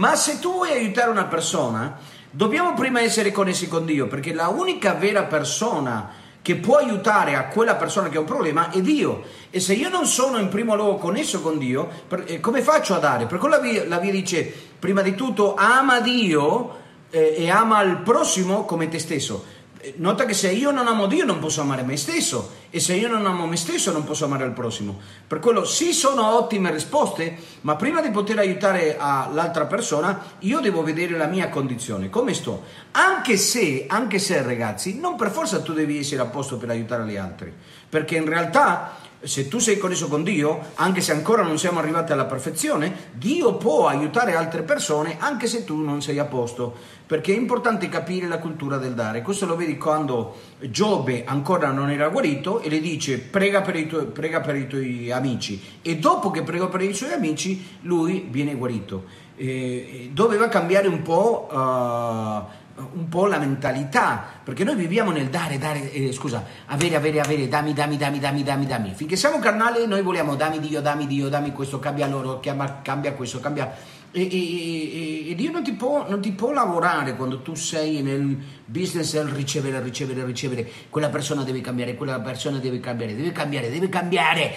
Ma se tu vuoi aiutare una persona, dobbiamo prima essere connessi con Dio, perché la unica vera persona che può aiutare a quella persona che ha un problema è Dio. E se io non sono in primo luogo connesso con Dio, come faccio a dare? Perché la via dice, prima di tutto, ama Dio e ama il prossimo come te stesso. Nota che se io non amo Dio non posso amare me stesso, e se io non amo me stesso non posso amare il prossimo. Per quello sì, sono ottime risposte, ma prima di poter aiutare l'altra persona io devo vedere la mia condizione, come sto. Anche se ragazzi, non per forza tu devi essere a posto per aiutare gli altri, perché in realtà se tu sei connesso con Dio, anche se ancora non siamo arrivati alla perfezione, Dio può aiutare altre persone anche se tu non sei a posto, perché è importante capire la cultura del dare. Questo lo vedi quando Giobbe ancora non era guarito e le dice prega per i tuoi amici, e dopo che pregò per i suoi amici lui viene guarito. Doveva cambiare un po' la mentalità, perché noi viviamo nel dare, avere, dammi. Finché siamo carnali noi vogliamo dammi Dio, questo cambia loro, cambia questo, cambia. E Dio non ti può lavorare quando tu sei nel business del ricevere. Quella persona deve cambiare, deve cambiare.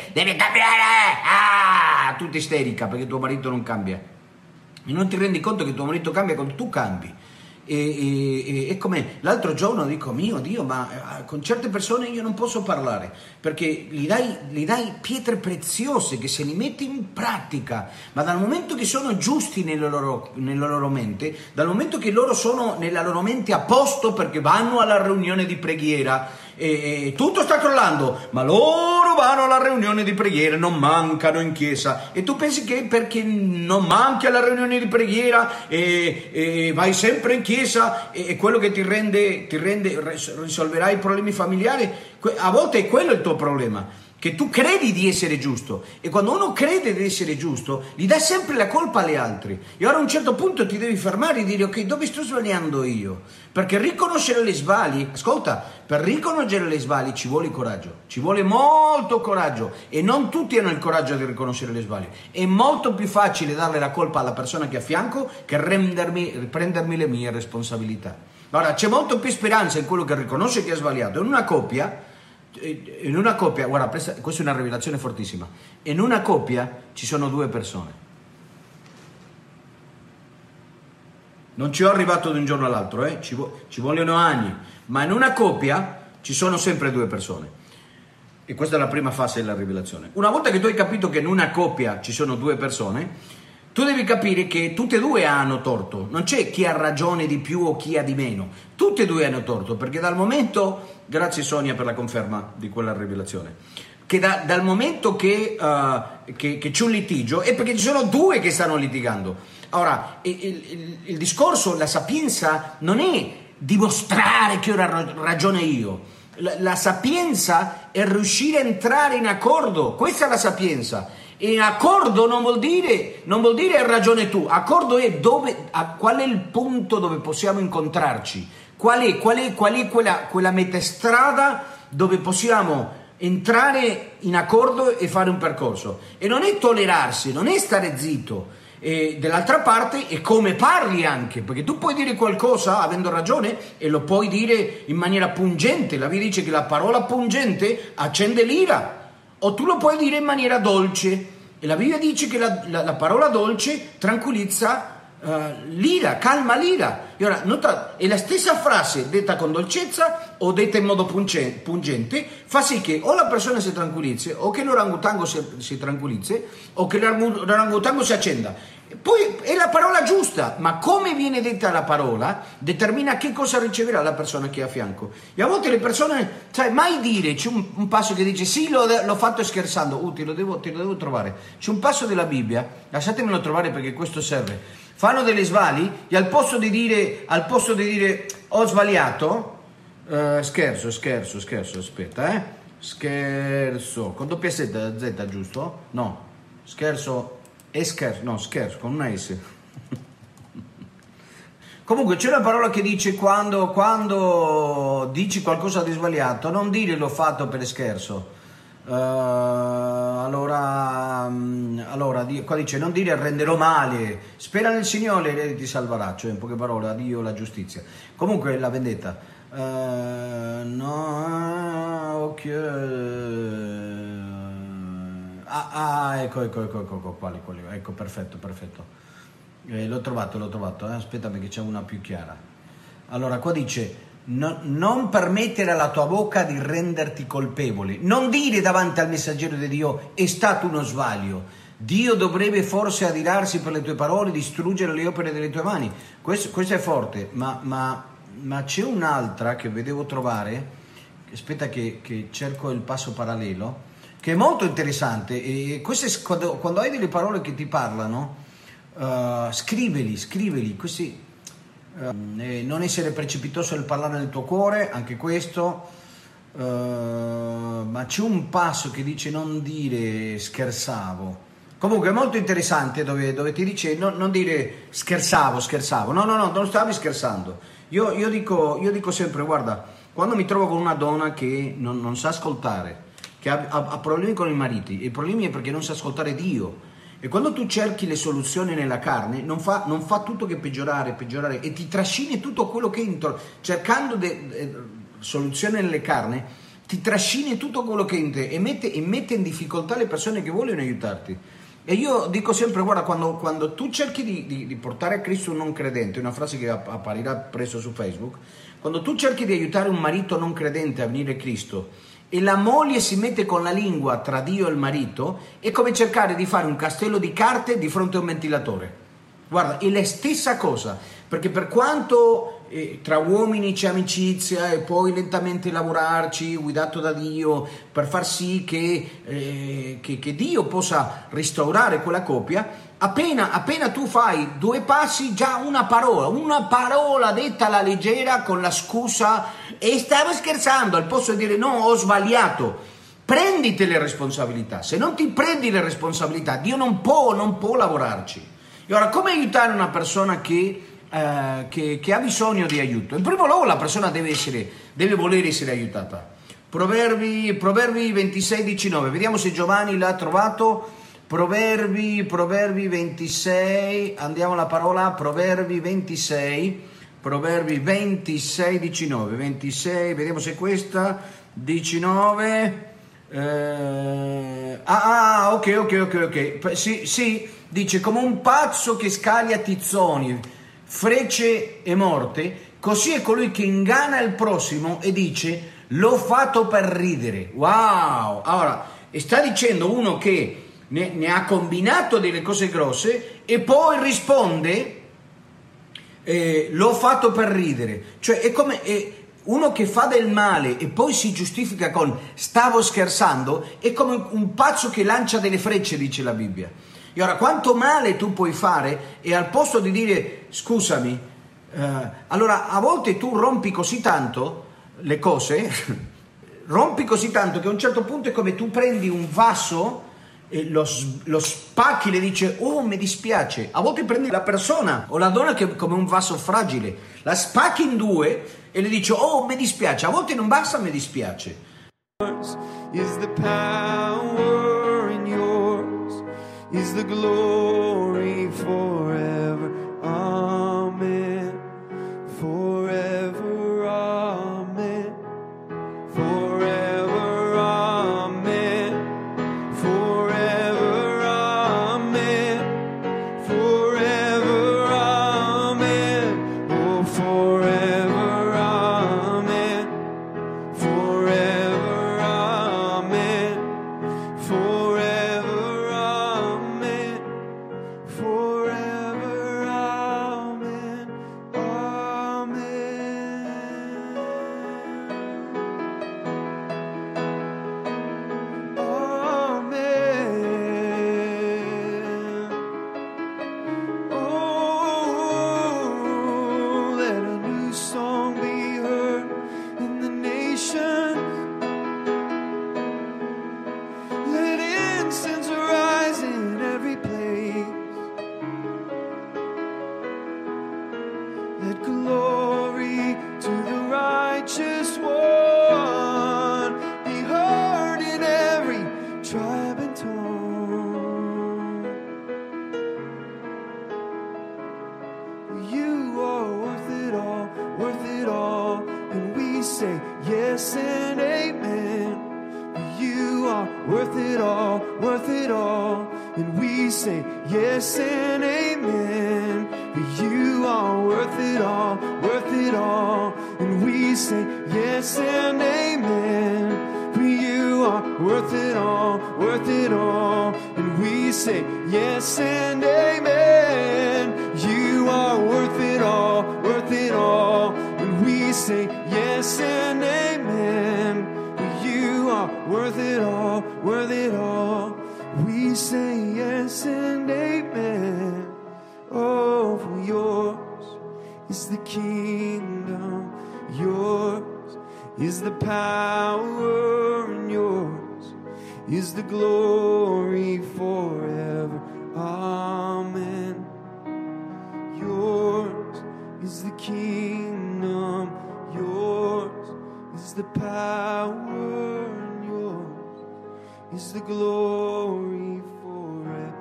Tutta isterica perché tuo marito non cambia, e non ti rendi conto che tuo marito cambia quando tu cambi. E come l'altro giorno dico, mio Dio, ma con certe persone io non posso parlare, perché gli dai pietre preziose che se li metti in pratica, ma dal momento che sono giusti nella loro mente, dal momento che loro sono nella loro mente a posto perché vanno alla riunione di preghiera e tutto sta crollando, ma loro vanno alla riunione di preghiera, non mancano in chiesa, e tu pensi che perché non manchi alla riunione di preghiera e vai sempre in chiesa e quello che ti rende risolverai i problemi familiari? A volte è quello il tuo problema, che tu credi di essere giusto, e quando uno crede di essere giusto gli dà sempre la colpa agli altri, e ora a un certo punto ti devi fermare e dire ok, dove sto sbagliando io? Perché riconoscere le sbagli, ascolta, per riconoscere le sbagli ci vuole coraggio, ci vuole molto coraggio, e non tutti hanno il coraggio di riconoscere le sbagli. È molto più facile darle la colpa alla persona che è a fianco che prendermi le mie responsabilità. Allora c'è molto più speranza in quello che riconosce che ha sbagliato. In una coppia, guarda, questa è una rivelazione fortissima. In una coppia ci sono due persone. Non ci ho arrivato da un giorno all'altro, ci vogliono anni, ma in una coppia ci sono sempre due persone. E questa è la prima fase della rivelazione. Una volta che tu hai capito che in una coppia ci sono due persone, tu devi capire che tutte e due hanno torto. Non c'è chi ha ragione di più o chi ha di meno. Tutte e due hanno torto, perché dal momento, grazie Sonia per la conferma di quella rivelazione, che dal momento che c'è un litigio è perché ci sono due che stanno litigando. Ora, il discorso, la sapienza non è dimostrare che ho ragione io. La sapienza è riuscire a entrare in accordo. Questa è la sapienza. E accordo non vuol dire hai ragione tu. Accordo è qual è il punto dove possiamo incontrarci, qual è quella metastrada dove possiamo entrare in accordo e fare un percorso. E non è tollerarsi, non è stare zitto. E dall'altra parte è come parli anche, perché tu puoi dire qualcosa avendo ragione e lo puoi dire in maniera pungente. La Bibbia dice che la parola pungente accende l'ira, o tu lo puoi dire in maniera dolce, e la Bibbia dice che la parola dolce tranquillizza l'ira, calma l'ira. E ora nota, è la stessa frase detta con dolcezza o detta in modo pungente, fa sì che o la persona si tranquillizzi, o che l'orangotango si tranquillizzi, o che l'orangotango si accenda. Poi è la parola giusta, ma come viene detta la parola determina che cosa riceverà la persona che è a fianco. E a volte le persone, sai, mai dire, c'è un passo che dice sì, l'ho fatto scherzando, te lo devo trovare. C'è un passo della Bibbia, lasciatemelo trovare perché questo serve. Fanno delle sbagli e al posto di dire ho sbagliato, scherzo, aspetta, scherzo, con doppia Z, giusto? No, scherzo con una S. Comunque c'è una parola che dice quando dici qualcosa di sbagliato, non dire l'ho fatto per scherzo, Allora, qua dice: non dire renderò male, spera nel Signore e ti salverà, cioè in poche parole, a Dio la giustizia. Comunque la vendetta. Ecco, quali, ecco, perfetto. L'ho trovato, aspetta perché c'è una più chiara. Allora, qua dice: non permettere alla tua bocca di renderti colpevole, non dire davanti al messaggero di Dio è stato uno sbaglio, Dio dovrebbe forse adirarsi per le tue parole, distruggere le opere delle tue mani. Questo è forte, ma c'è un'altra che vedevo trovare, aspetta che cerco il passo parallelo, che è molto interessante. E questo è quando hai delle parole che ti parlano, scriveli questi. Non essere precipitoso nel parlare nel tuo cuore, anche questo, ma c'è un passo che dice non dire scherzavo. Comunque è molto interessante dove ti dice non dire scherzavo, no, non stavi scherzando. Io dico sempre: guarda, quando mi trovo con una donna che non sa ascoltare, che ha problemi con i mariti, i problemi è perché non sa ascoltare Dio. E quando tu cerchi le soluzioni nella carne, non fa tutto che peggiorare e ti trascini tutto quello che entro, cercando soluzioni nelle carne, ti trascini tutto quello che entri e mette in difficoltà le persone che vogliono aiutarti. E io dico sempre: guarda, quando tu cerchi di portare a Cristo un non credente, una frase che apparirà presto su Facebook, quando tu cerchi di aiutare un marito non credente a venire a Cristo, e la moglie si mette con la lingua tra Dio e il marito, è come cercare di fare un castello di carte di fronte a un ventilatore. Guarda, è la stessa cosa, perché per quanto tra uomini c'è amicizia e poi lentamente lavorarci, guidato da Dio, per far sì che Dio possa restaurare quella coppia, appena tu fai 2 passi, già una parola detta alla leggera con la scusa e stavo scherzando, al posto di dire no, ho sbagliato. Prenditi le responsabilità. Se non ti prendi le responsabilità, Dio non può lavorarci. E ora, come aiutare una persona che ha bisogno di aiuto? In primo luogo la persona deve voler essere aiutata. Proverbi 26:19, vediamo se Giovanni l'ha trovato. Proverbi 26, andiamo alla parola, Proverbi 26:19, 26, vediamo se questa, 19, ok, sì, dice: come un pazzo che scaglia tizzoni, frecce e morte, così è colui che inganna il prossimo e dice l'ho fatto per ridere. Wow! Allora, sta dicendo uno che ne ha combinato delle cose grosse e poi risponde l'ho fatto per ridere. Cioè è come uno che fa del male e poi si giustifica con stavo scherzando, è come un pazzo che lancia delle frecce, dice la Bibbia. E ora, quanto male tu puoi fare, e al posto di dire scusami, allora a volte tu rompi così tanto le cose, rompi così tanto che a un certo punto è come tu prendi un vaso e lo spacchi, le dice oh mi dispiace. A volte prendi la persona o la donna che è come un vaso fragile, la spacchi in 2 e le dice oh mi dispiace. A volte non basta mi dispiace. Is the power in yours, is the glory forever, amen, forever, amen, forever, amen, forever, amen, forever, amen, oh forever, amen, forever, amen, forever, amen, forever, amen, amen. Oh, let a new song be heard in the nation. Let incense arise in every place. Let glory to the righteous one be heard in every we say yes and amen. For you are worth it all, worth it all. And we say yes and amen. You are worth it all, worth it all. And we say yes and amen. For you are worth it all, worth it all. We say yes and amen. Oh, for yours is the kingdom, yours is the power, and yours is the glory forever. Amen. Yours is the kingdom, yours is the power, and yours is the glory forever.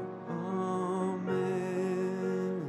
Amen.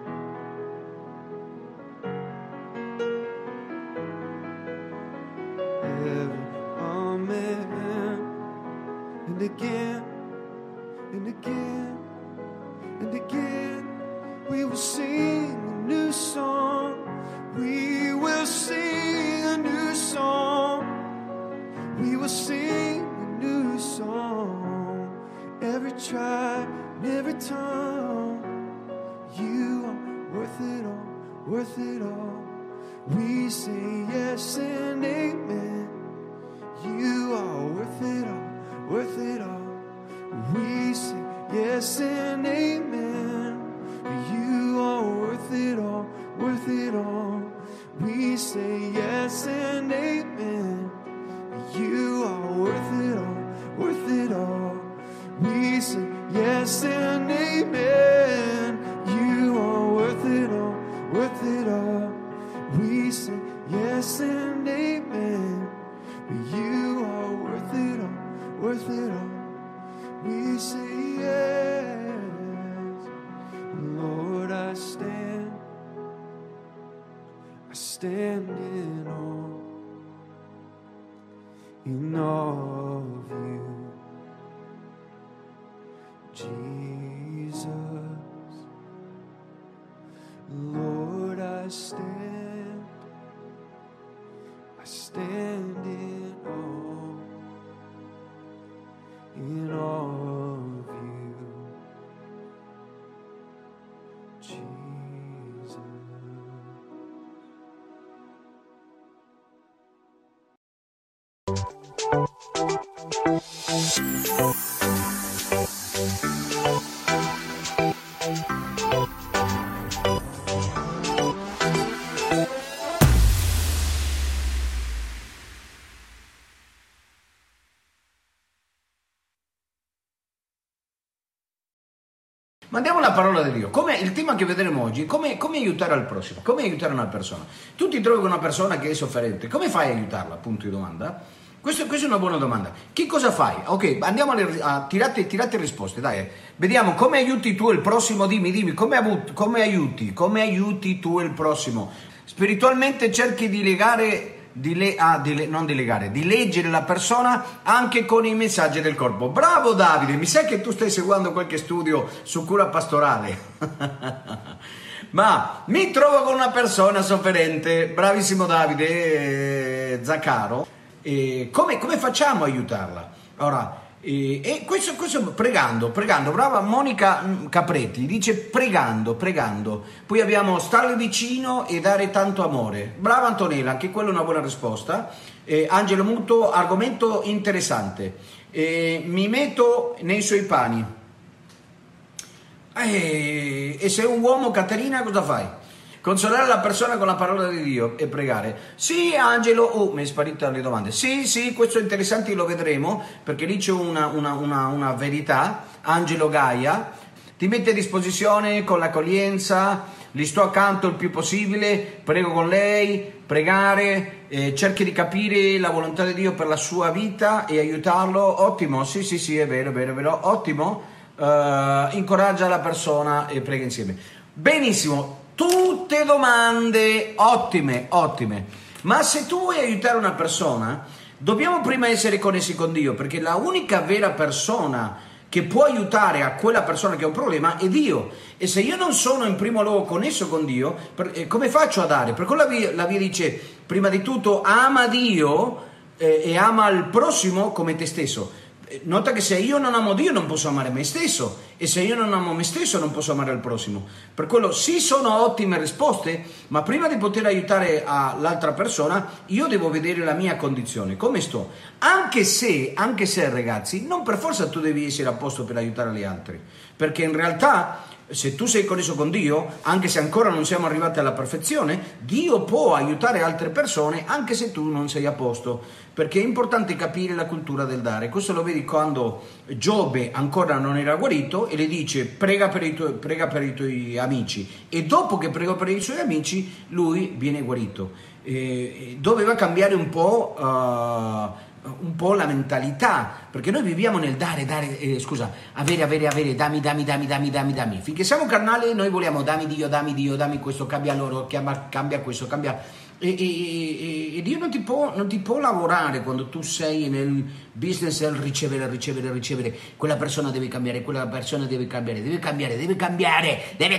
Amen. And again, and again, and again, we will sing a new song. We will sing a new song. We will sing a new song. Every tribe and every tongue. You are worth it all, worth it all. We say yes and amen. You are worth it all, worth it all. We say yes and amen. You are worth it all, worth it all. We say yes and amen. You are worth it all, worth it all. We say yes and amen. You are worth it all, worth it all. We say yes and amen. You are worth it all, worth it all. We say yes. Lord, I stand in awe of you, Jesus. Lord, I stand in awe of you, Jesus. Ma andiamo alla parola di Dio. Come il tema che vedremo oggi, come aiutare al prossimo, come aiutare una persona. Tu ti trovi con una persona che è sofferente, come fai a aiutarla? Punto di domanda. Questa è una buona domanda. Che cosa fai? Ok, andiamo a tirate risposte, dai. Vediamo come aiuti tu il prossimo. Dimmi, come aiuti tu il prossimo? Spiritualmente cerchi di di leggere la persona anche con i messaggi del corpo. Bravo Davide, mi sa che tu stai seguendo qualche studio su cura pastorale. Ma mi trovo con una persona sofferente, bravissimo Davide Zaccaro, come facciamo a aiutarla? Ora, questo pregando, brava Monica Capretti dice pregando, poi abbiamo starle vicino e dare tanto amore, brava Antonella, anche quella è una buona risposta. Angelo Muto, argomento interessante, mi metto nei suoi panni, e sei un uomo, Caterina, cosa fai? Consolare la persona con la parola di Dio e pregare. Sì, Angelo, mi è sparita le domande. Sì, questo è interessante, lo vedremo, perché lì c'è una verità. Angelo Gaia ti mette a disposizione con l'accoglienza, gli sto accanto il più possibile, prego con lei, pregare, cerchi di capire la volontà di Dio per la sua vita e aiutarlo. Ottimo, sì, è vero, ottimo. Incoraggia la persona e prega insieme. Benissimo. Tutte domande ottime, ma se tu vuoi aiutare una persona dobbiamo prima essere connessi con Dio, perché la unica vera persona che può aiutare a quella persona che ha un problema è Dio. E se io non sono in primo luogo connesso con Dio, come faccio a dare? Perché la via dice, prima di tutto, ama Dio e ama il prossimo come te stesso. Nota che se io non amo Dio non posso amare me stesso, e se io non amo me stesso non posso amare il prossimo. Per quello sì, sono ottime risposte, ma prima di poter aiutare l'altra persona io devo vedere la mia condizione, come sto. Anche se ragazzi, non per forza tu devi essere a posto per aiutare gli altri, perché in realtà se tu sei connesso con Dio, anche se ancora non siamo arrivati alla perfezione, Dio può aiutare altre persone anche se tu non sei a posto, perché è importante capire la cultura del dare. Questo lo vedi quando Giobbe ancora non era guarito e le dice prega per i tuoi amici, e dopo che pregò per i suoi amici lui viene guarito. Doveva cambiare un po' la mentalità, perché noi viviamo nel dare, avere, dammi. Finché siamo carnali noi vogliamo dammi Dio, questo cambia loro, cambia questo, cambia. E Dio non ti può lavorare quando tu sei nel business del ricevere. Quella persona deve cambiare, deve cambiare.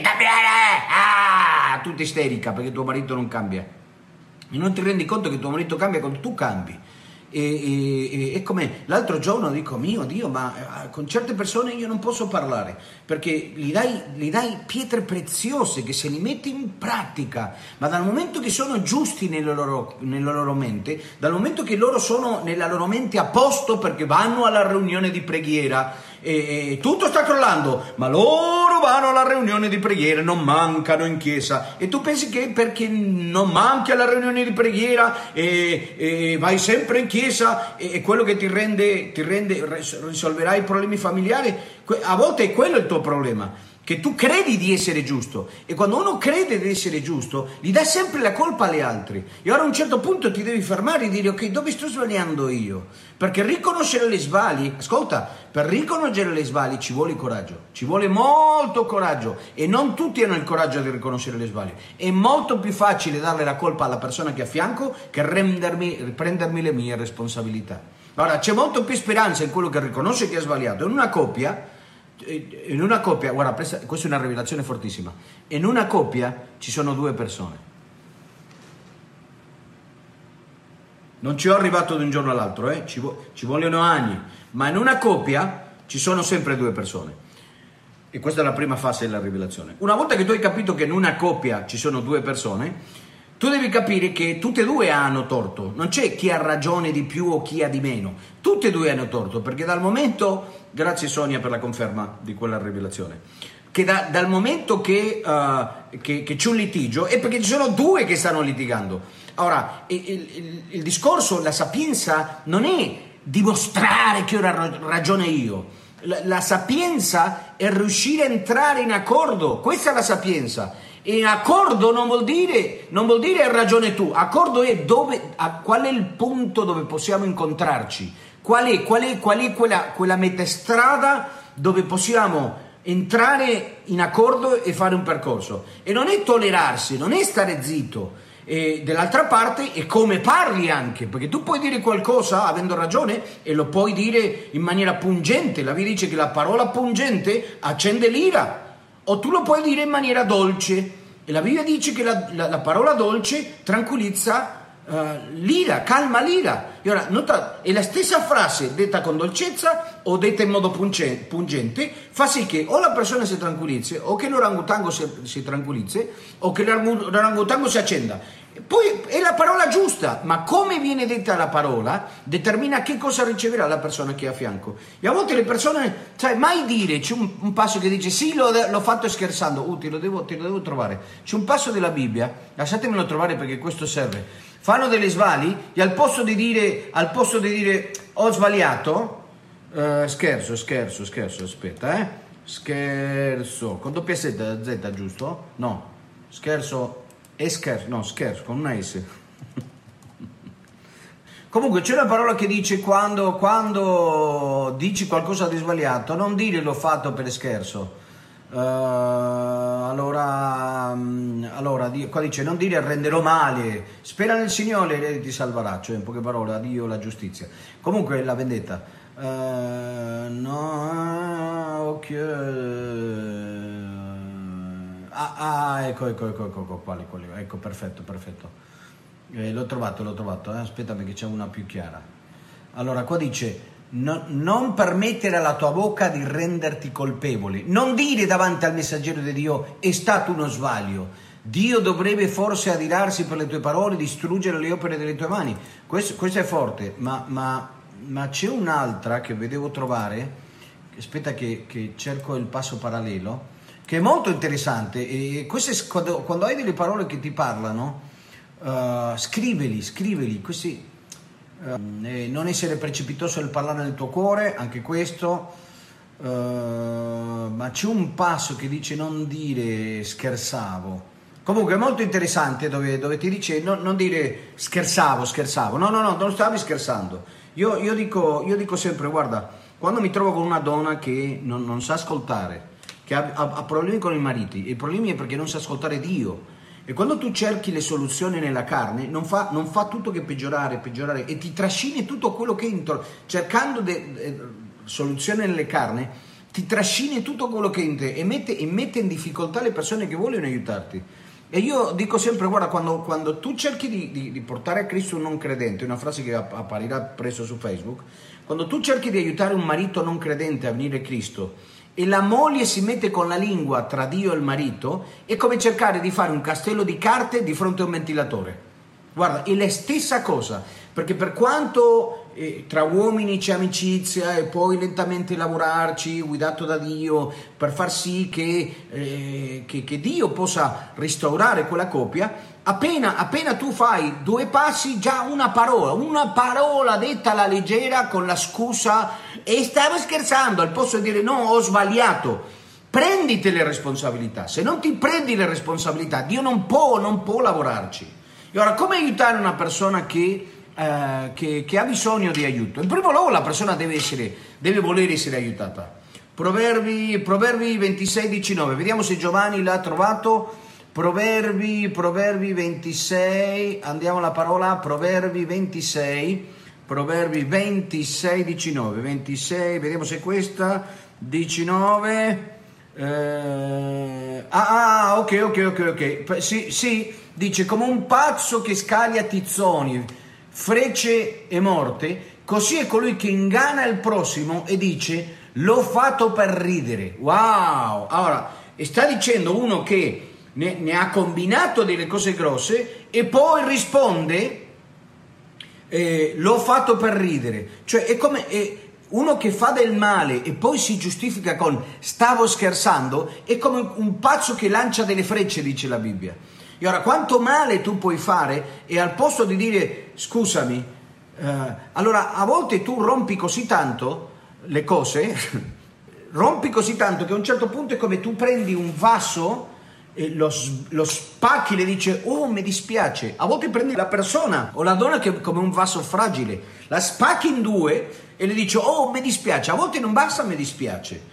Tutta isterica perché tuo marito non cambia. E non ti rendi conto che tuo marito cambia quando tu cambi. E come l'altro giorno dico, mio Dio, ma con certe persone io non posso parlare, perché gli dai pietre preziose che se li metti in pratica, ma dal momento che sono giusti nella loro mente, dal momento che loro sono nella loro mente a posto perché vanno alla riunione di preghiera e tutto sta crollando, ma loro vanno alla riunione di preghiera, non mancano in chiesa, e tu pensi che perché non manchi alla riunione di preghiera e vai sempre in chiesa e quello che ti rende risolverai i problemi familiari? A volte è quello il tuo problema, che tu credi di essere giusto, e quando uno crede di essere giusto gli dà sempre la colpa agli altri, e ora a un certo punto ti devi fermare e dire ok, dove sto sbagliando io? Perché riconoscere le sbagli, ascolta, per riconoscere le sbagli ci vuole coraggio, ci vuole molto coraggio, e non tutti hanno il coraggio di riconoscere le sbagli. È molto più facile dare la colpa alla persona che è a fianco che prendermi le mie responsabilità. Ora c'è molto più speranza in quello che riconosce che ha sbagliato. In una coppia, guarda, questa è una rivelazione fortissima. In una coppia ci sono due persone. Non ci ho arrivato da un giorno all'altro, ci vogliono anni, ma in una coppia ci sono sempre due persone. E questa è la prima fase della rivelazione. Una volta che tu hai capito che in una coppia ci sono due persone, tu devi capire che tutte e due hanno torto. Non c'è chi ha ragione di più o chi ha di meno. Tutte e due hanno torto, perché dal momento, grazie Sonia per la conferma di quella rivelazione, che dal momento che c'è un litigio è perché ci sono due che stanno litigando. Ora, il discorso, la sapienza non è dimostrare che ho ragione io. La sapienza è riuscire a entrare in accordo. Questa è la sapienza. E accordo non vuol dire hai ragione tu. Accordo è qual è il punto dove possiamo incontrarci, qual è quella metà dove possiamo entrare in accordo e fare un percorso. E non è tollerarsi, non è stare zitto. E dall'altra parte è come parli anche, perché tu puoi dire qualcosa avendo ragione e lo puoi dire in maniera pungente. La Bibbia dice che la parola pungente accende l'ira, o tu lo puoi dire in maniera dolce, e la Bibbia dice che la parola dolce tranquillizza l'ira, calma l'ira. E ora nota, è la stessa frase detta con dolcezza o detta in modo pungente, fa sì che o la persona si tranquillizzi, o che l'orangotango si tranquillizzi, o che l'orangotango si accenda. Poi è la parola giusta, ma come viene detta la parola determina che cosa riceverà la persona che è a fianco. E a volte le persone, mai dire, c'è un passo che dice sì, l'ho fatto scherzando, te lo devo trovare. C'è un passo della Bibbia, lasciatemelo trovare perché questo serve. Fanno delle sbagli e al posto di dire ho sbagliato, scherzo, aspetta, scherzo, con doppia Z, giusto? No, scherzo con una S. Comunque c'è una parola che dice quando dici qualcosa di sbagliato, non dire l'ho fatto per scherzo. Allora qua dice non dire renderò male, spera nel Signore e ti salverà, cioè in poche parole a Dio la giustizia. Comunque la vendetta, no, ecco, quale, ecco, perfetto. L'ho trovato, aspettami che c'è una più chiara. Allora, qua dice: non permettere alla tua bocca di renderti colpevole, non dire davanti al messaggero di Dio è stato uno sbaglio, Dio dovrebbe forse adirarsi per le tue parole, distruggere le opere delle tue mani. Questo è forte, ma c'è un'altra che vedevo trovare, aspetta che cerco il passo parallelo, che è molto interessante. E questo è, quando hai delle parole che ti parlano, scriveli questi. Non essere precipitoso nel parlare nel tuo cuore, anche questo, ma c'è un passo che dice non dire scherzavo. Comunque è molto interessante dove ti dice non dire scherzavo, no, non stavi scherzando. Io dico sempre, guarda, quando mi trovo con una donna che non sa ascoltare, che ha problemi con i mariti, i problemi è perché non sa ascoltare Dio. E quando tu cerchi le soluzioni nella carne, non fa tutto che peggiorare, e ti trascini tutto quello che entro, cercando soluzioni nelle carne, ti trascini tutto quello che entri e mette in difficoltà le persone che vogliono aiutarti. E io dico sempre, guarda, quando tu cerchi di portare a Cristo un non credente, una frase che apparirà presto su Facebook, quando tu cerchi di aiutare un marito non credente a venire a Cristo, e la moglie si mette con la lingua tra Dio e il marito, è come cercare di fare un castello di carte di fronte a un ventilatore. Guarda, è la stessa cosa, perché per quanto tra uomini c'è amicizia e poi lentamente lavorarci, guidato da Dio, per far sì che Dio possa restaurare quella coppia, appena tu fai 2 passi, già una parola detta alla leggera con la scusa e stavo scherzando, al posto di dire no, ho sbagliato. Prenditi le responsabilità. Se non ti prendi le responsabilità, Dio non può lavorarci. E ora, come aiutare una persona che ha bisogno di aiuto? In primo luogo la persona deve voler essere aiutata. Proverbi 26:19, vediamo se Giovanni l'ha trovato. Proverbi 26, andiamo alla parola, Proverbi 26:19, 26, vediamo se è questa, 19, ok, sì, dice: come un pazzo che scaglia tizzoni, frecce e morte, così è colui che inganna il prossimo e dice l'ho fatto per ridere. Wow! Allora, sta dicendo uno che ne ha combinato delle cose grosse e poi risponde l'ho fatto per ridere. Cioè è come uno che fa del male e poi si giustifica con stavo scherzando, è come un pazzo che lancia delle frecce, dice la Bibbia. E ora, quanto male tu puoi fare, e al posto di dire scusami, allora a volte tu rompi così tanto le cose rompi così tanto che a un certo punto è come tu prendi un vaso e lo spacchi e le dice oh mi dispiace. A volte prendi la persona o la donna che è come un vaso fragile, la spacchi in 2 e le dice oh mi dispiace. A volte non basta mi dispiace.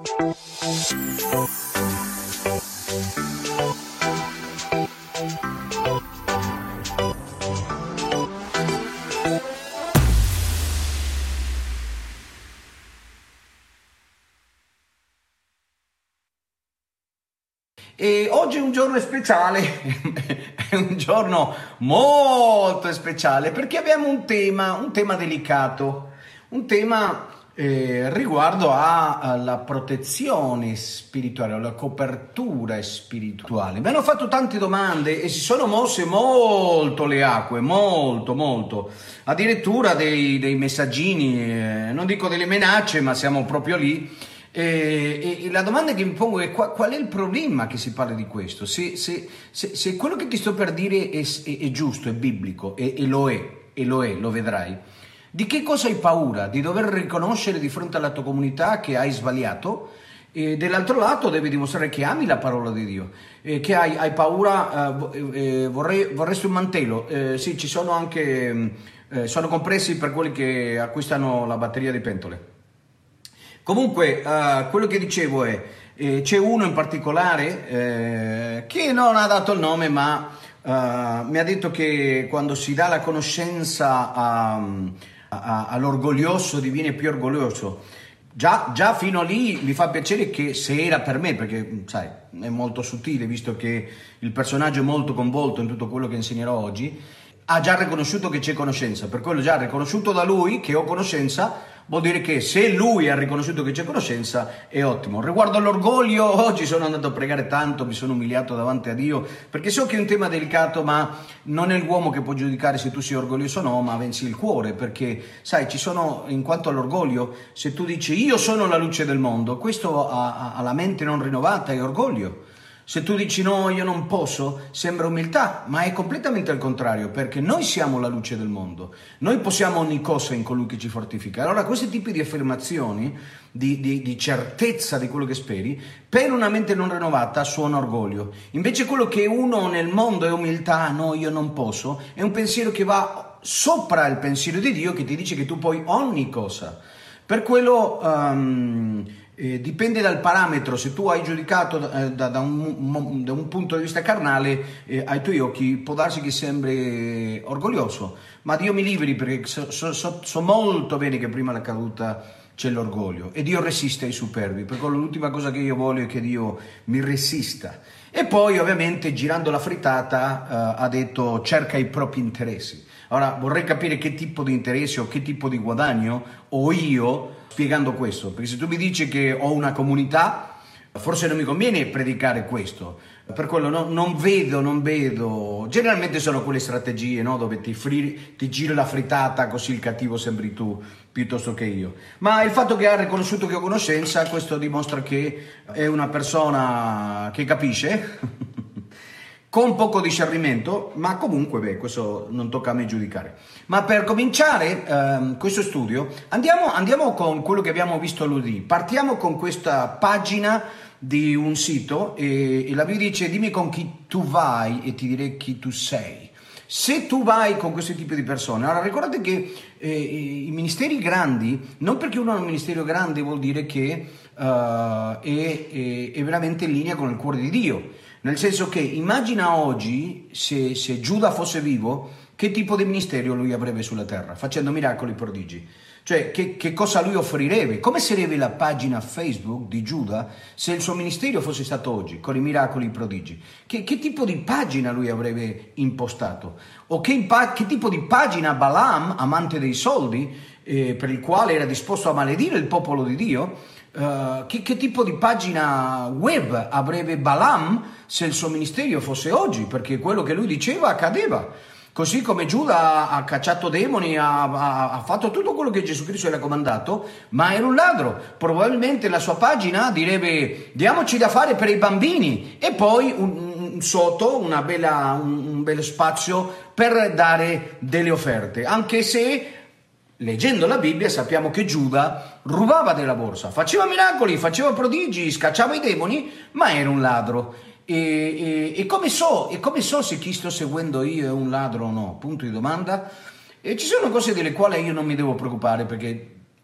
E oggi è un giorno speciale, è un giorno molto speciale perché abbiamo un tema delicato, un tema riguardo alla protezione spirituale, alla copertura spirituale. Mi hanno fatto tante domande e si sono mosse molto le acque, molto, addirittura dei messaggini, non dico delle minacce, ma siamo proprio lì. E la domanda che mi pongo è qual è il problema che si parla di questo? Se quello che ti sto per dire è giusto, è biblico, e lo vedrai. Di che cosa hai paura? Di dover riconoscere di fronte alla tua comunità che hai sbagliato? E dall'altro lato devi dimostrare che ami la parola di Dio, che hai paura, vorresti un mantello. Sì, ci sono anche, sono compressi per quelli che acquistano la batteria di pentole. Comunque, quello che dicevo è, c'è uno in particolare che non ha dato il nome, ma mi ha detto che quando si dà la conoscenza all'orgoglioso diviene più orgoglioso. Già fino lì mi fa piacere che se era per me, perché sai, è molto sottile, visto che il personaggio è molto coinvolto in tutto quello che insegnerò oggi, ha già riconosciuto che c'è conoscenza, per quello già riconosciuto da lui che ho conoscenza, vuol dire che se lui ha riconosciuto che c'è conoscenza è ottimo. Riguardo all'orgoglio, oggi sono andato a pregare tanto, mi sono umiliato davanti a Dio, perché so che è un tema delicato, ma non è l'uomo che può giudicare se tu sei orgoglioso o no, ma bensì il cuore, perché sai, ci sono, in quanto all'orgoglio, se tu dici io sono la luce del mondo, questo alla mente non rinnovata è orgoglio. Se tu dici no, io non posso, sembra umiltà, ma è completamente al contrario, perché noi siamo la luce del mondo, noi possiamo ogni cosa in colui che ci fortifica. Allora questi tipi di affermazioni, di certezza di quello che speri, per una mente non rinnovata suona orgoglio. Invece quello che uno nel mondo è umiltà, no, io non posso, è un pensiero che va sopra il pensiero di Dio che ti dice che tu puoi ogni cosa. Per quello dipende dal parametro. Se tu hai giudicato da un punto di vista carnale, ai tuoi occhi può darsi che sembri orgoglioso, ma Dio mi liberi, perché so molto bene che prima della caduta c'è l'orgoglio e Dio resiste ai superbi, perché l'ultima cosa che io voglio è che Dio mi resista. E poi ovviamente, girando la frittata, ha detto cerca i propri interessi. Ora vorrei capire che tipo di interessi o che tipo di guadagno ho io spiegando questo, perché se tu mi dici che ho una comunità, forse non mi conviene predicare questo. Per quello non vedo, generalmente sono quelle strategie, no? Dove ti giri la frittata così il cattivo sembri tu piuttosto che io. Ma il fatto che ha riconosciuto che ho conoscenza, questo dimostra che è una persona che capisce, con poco discernimento, ma comunque, questo non tocca a me giudicare. Ma per cominciare questo studio, andiamo con quello che abbiamo visto lunedì. Partiamo con questa pagina di un sito e la Bibbia dice: dimmi con chi tu vai e ti direi chi tu sei. Se tu vai con questo tipo di persone, allora ricordate che i ministeri grandi, non perché uno ha un ministero grande vuol dire che è veramente in linea con il cuore di Dio. Nel senso che immagina oggi se Giuda fosse vivo, che tipo di ministero lui avrebbe sulla terra, facendo miracoli e prodigi. Cioè che cosa lui offrirebbe, come sarebbe la pagina Facebook di Giuda se il suo ministero fosse stato oggi, con i miracoli e i prodigi. Che tipo di pagina lui avrebbe impostato? O che tipo di pagina Balaam, amante dei soldi, per il quale era disposto a maledire il popolo di Dio, che tipo di pagina web avrebbe Balaam se il suo ministero fosse oggi, perché quello che lui diceva accadeva. Così come Giuda ha cacciato demoni, ha fatto tutto quello che Gesù Cristo gli ha comandato, ma era un ladro. Probabilmente la sua pagina direbbe: diamoci da fare per i bambini, e poi sotto un bel spazio per dare delle offerte, anche se leggendo la Bibbia sappiamo che Giuda rubava della borsa, faceva miracoli, faceva prodigi, scacciava i demoni, ma era un ladro. E come so se chi sto seguendo io è un ladro o no? Punto di domanda. E ci sono cose delle quali io non mi devo preoccupare, perché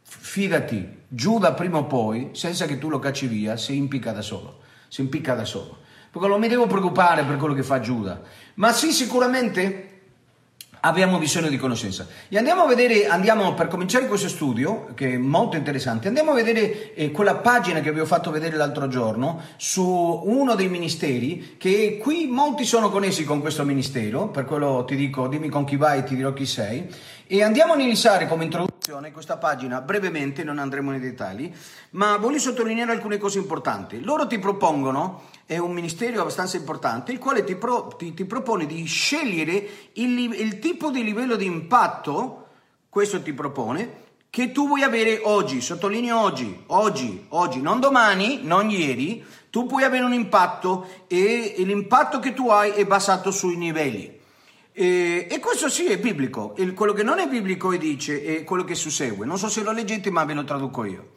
fidati, Giuda prima o poi, senza che tu lo cacci via, si impicca da solo. Perché non mi devo preoccupare per quello che fa Giuda, ma sì, sicuramente abbiamo bisogno di conoscenza. E andiamo per cominciare questo studio, che è molto interessante, andiamo a vedere quella pagina che vi ho fatto vedere l'altro giorno su uno dei ministeri, che qui molti sono connessi con questo ministero, per quello ti dico, dimmi con chi vai e ti dirò chi sei, e andiamo a iniziare come introduzione questa pagina brevemente, non andremo nei dettagli, ma voglio sottolineare alcune cose importanti. Loro ti propongono, è un ministero abbastanza importante, il quale ti propone di scegliere il tipo di livello di impatto, questo ti propone, che tu vuoi avere oggi, sottolineo oggi, non domani, non ieri, tu puoi avere un impatto e l'impatto che tu hai è basato sui livelli. E questo sì è biblico. Quello che non è biblico è quello che sussegue. Non so se lo leggete, ma ve lo traduco io.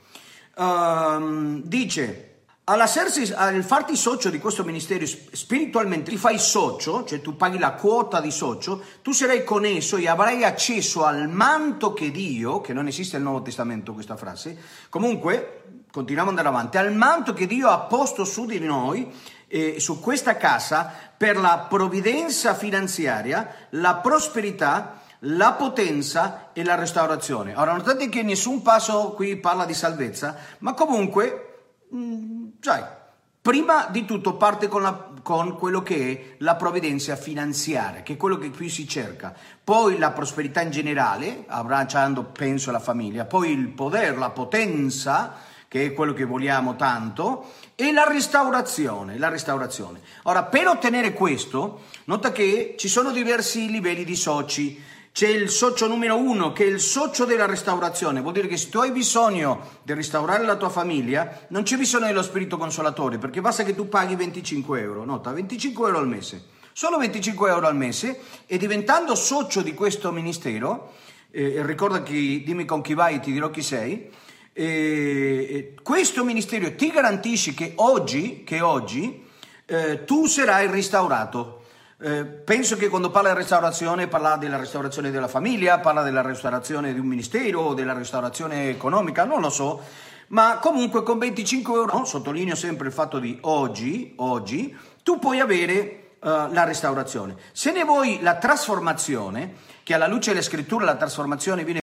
Dice: al farti socio di questo ministero spiritualmente, ti fai socio, cioè tu paghi la quota di socio, tu sarai connesso e avrai accesso al manto che Dio, che non esiste nel Nuovo Testamento questa frase, comunque continuiamo ad andare avanti, al manto che Dio ha posto su di noi, su questa casa, per la provvidenza finanziaria, la prosperità, la potenza e la restaurazione. Ora notate che nessun passo qui parla di salvezza, ma comunque sai, prima di tutto parte con quello che è la provvidenza finanziaria, che è quello che qui si cerca, poi la prosperità in generale, abbracciando penso la famiglia, poi il potere, la potenza, che è quello che vogliamo tanto, e la restaurazione. Ora, per ottenere questo, nota che ci sono diversi livelli di soci. C'è il socio numero 1, che è il socio della restaurazione. Vuol dire che se tu hai bisogno di restaurare la tua famiglia, non c'è bisogno dello spirito consolatore, perché basta che tu paghi 25 euro. Nota, 25 euro al mese. Solo 25 euro al mese, e diventando socio di questo ministero, ricorda che dimmi con chi vai e ti dirò chi sei, questo ministero ti garantisce che oggi tu sarai restaurato. Penso che quando parla di restaurazione parla della restaurazione della famiglia, parla della restaurazione di un ministero o della restaurazione economica, non lo so, ma comunque con 25 euro, sottolineo sempre il fatto di oggi, tu puoi avere la restaurazione. Se ne vuoi la trasformazione, che alla luce delle scritture la trasformazione viene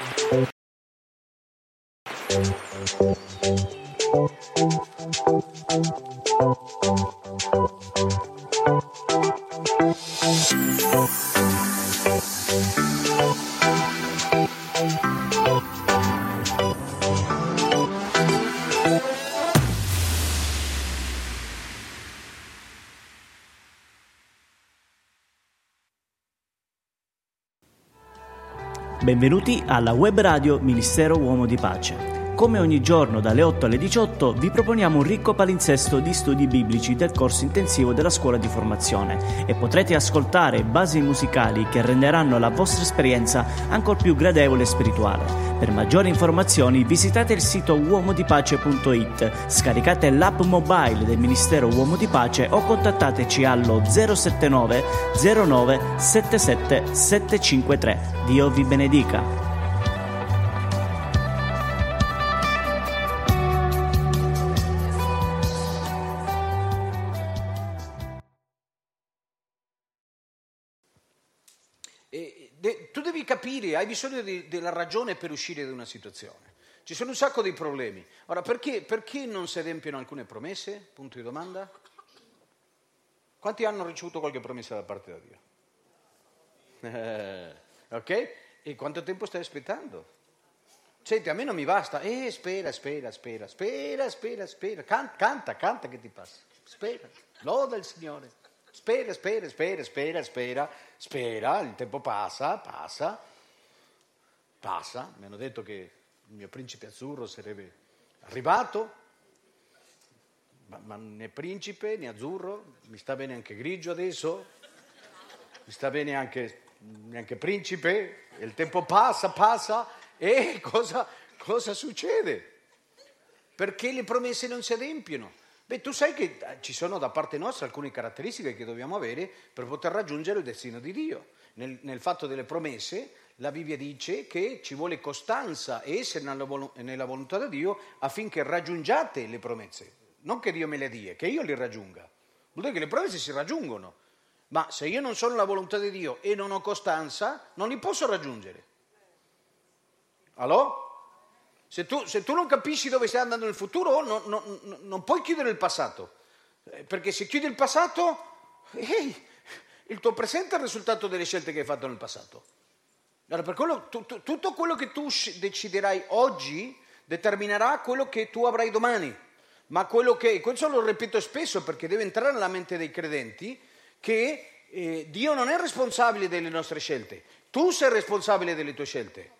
Benvenuti alla web radio Ministero Uomo di Pace. Come ogni giorno dalle 8 alle 18 vi proponiamo un ricco palinsesto di studi biblici del corso intensivo della scuola di formazione e potrete ascoltare basi musicali che renderanno la vostra esperienza ancor più gradevole e spirituale. Per maggiori informazioni visitate il sito uomodipace.it, scaricate l'app mobile del Ministero Uomo di Pace o contattateci allo 079 09 77 753. Dio vi benedica. Tu devi capire, hai bisogno della ragione per uscire da una situazione. Ci sono un sacco di problemi. Ora, perché non si adempiono alcune promesse? Punto di domanda. Quanti hanno ricevuto qualche promessa da parte da Dio? Ok? E quanto tempo stai aspettando? Senti, a me non mi basta. Spera. Canta che ti passa. Spera, loda il Signore. Spera, il tempo passa. Mi hanno detto che il mio principe azzurro sarebbe arrivato, ma né principe né azzurro, mi sta bene anche grigio adesso, mi sta bene anche principe, e il tempo passa, e cosa succede? Perché le promesse non si adempiono? Beh, tu sai che ci sono da parte nostra alcune caratteristiche che dobbiamo avere per poter raggiungere il destino di Dio. nel fatto delle promesse, la Bibbia dice che ci vuole costanza e essere nella volontà di Dio affinché raggiungiate le promesse. Non che Dio me le dia, che io le raggiunga. Vuol dire che le promesse si raggiungono. Ma se io non sono nella volontà di Dio e non ho costanza, non li posso raggiungere. Allora? Se tu non capisci dove stai andando nel futuro, non puoi chiudere il passato. Perché se chiudi il passato, il tuo presente è il risultato delle scelte che hai fatto nel passato. Allora, per quello, tutto quello che tu deciderai oggi determinerà quello che tu avrai domani. Ma questo lo ripeto spesso perché deve entrare nella mente dei credenti, che Dio non è responsabile delle nostre scelte. Tu sei responsabile delle tue scelte.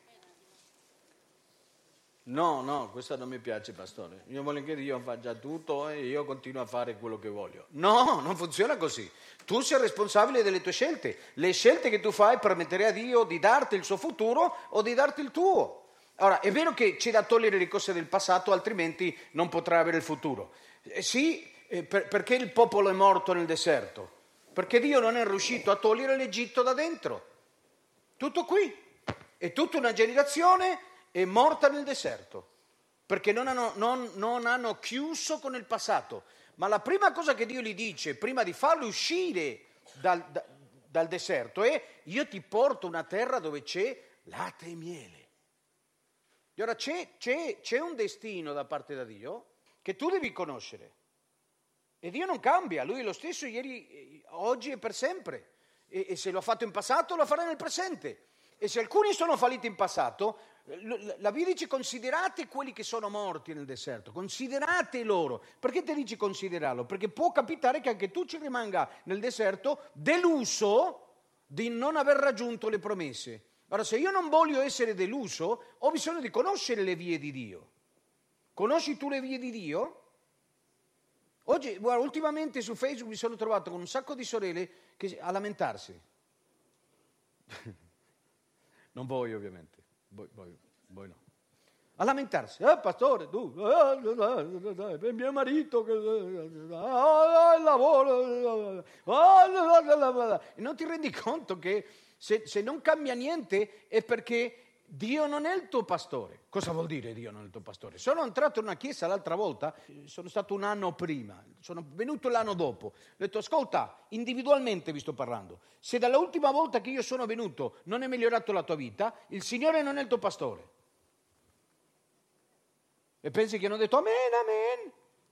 No, questa non mi piace, pastore. Io voglio che Dio fa già tutto e io continuo a fare quello che voglio. No, non funziona così. Tu sei responsabile delle tue scelte. Le scelte che tu fai permetterai a Dio di darti il suo futuro o di darti il tuo. Ora, è vero che c'è da togliere le cose del passato, altrimenti non potrai avere il futuro. Perché il popolo è morto nel deserto? Perché Dio non è riuscito a togliere l'Egitto da dentro. Tutto qui. E tutta una generazione è morta nel deserto, perché non hanno chiuso con il passato. Ma la prima cosa che Dio gli dice, prima di farlo uscire dal deserto, è: io ti porto una terra dove c'è latte e miele. E ora c'è un destino da parte da Dio che tu devi conoscere. E Dio non cambia, Lui è lo stesso ieri, oggi e per sempre. E se lo ha fatto in passato, lo farà nel presente. E se alcuni sono falliti in passato, la Bibbia dice: considerate quelli che sono morti nel deserto, considerate loro. Perché ti dici considerarlo? Perché può capitare che anche tu ci rimanga nel deserto deluso di non aver raggiunto le promesse. Ora, se io non voglio essere deluso, ho bisogno di conoscere le vie di Dio. Conosci tu le vie di Dio? Oggi, guarda, ultimamente su Facebook mi sono trovato con un sacco di sorelle a lamentarsi. Non voi, ovviamente. Voi no. A lamentarsi. Pastore, tu, mio marito, il lavoro. E non ti rendi conto che se non cambia niente è perché Dio non è il tuo pastore. Cosa vuol dire Dio non è il tuo pastore? Sono entrato in una chiesa l'altra volta, sono stato un anno prima, sono venuto l'anno dopo. Ho detto: ascolta, individualmente vi sto parlando. Se dall'ultima volta che io sono venuto non è migliorato la tua vita, il Signore non è il tuo pastore. E pensi che hanno detto amen,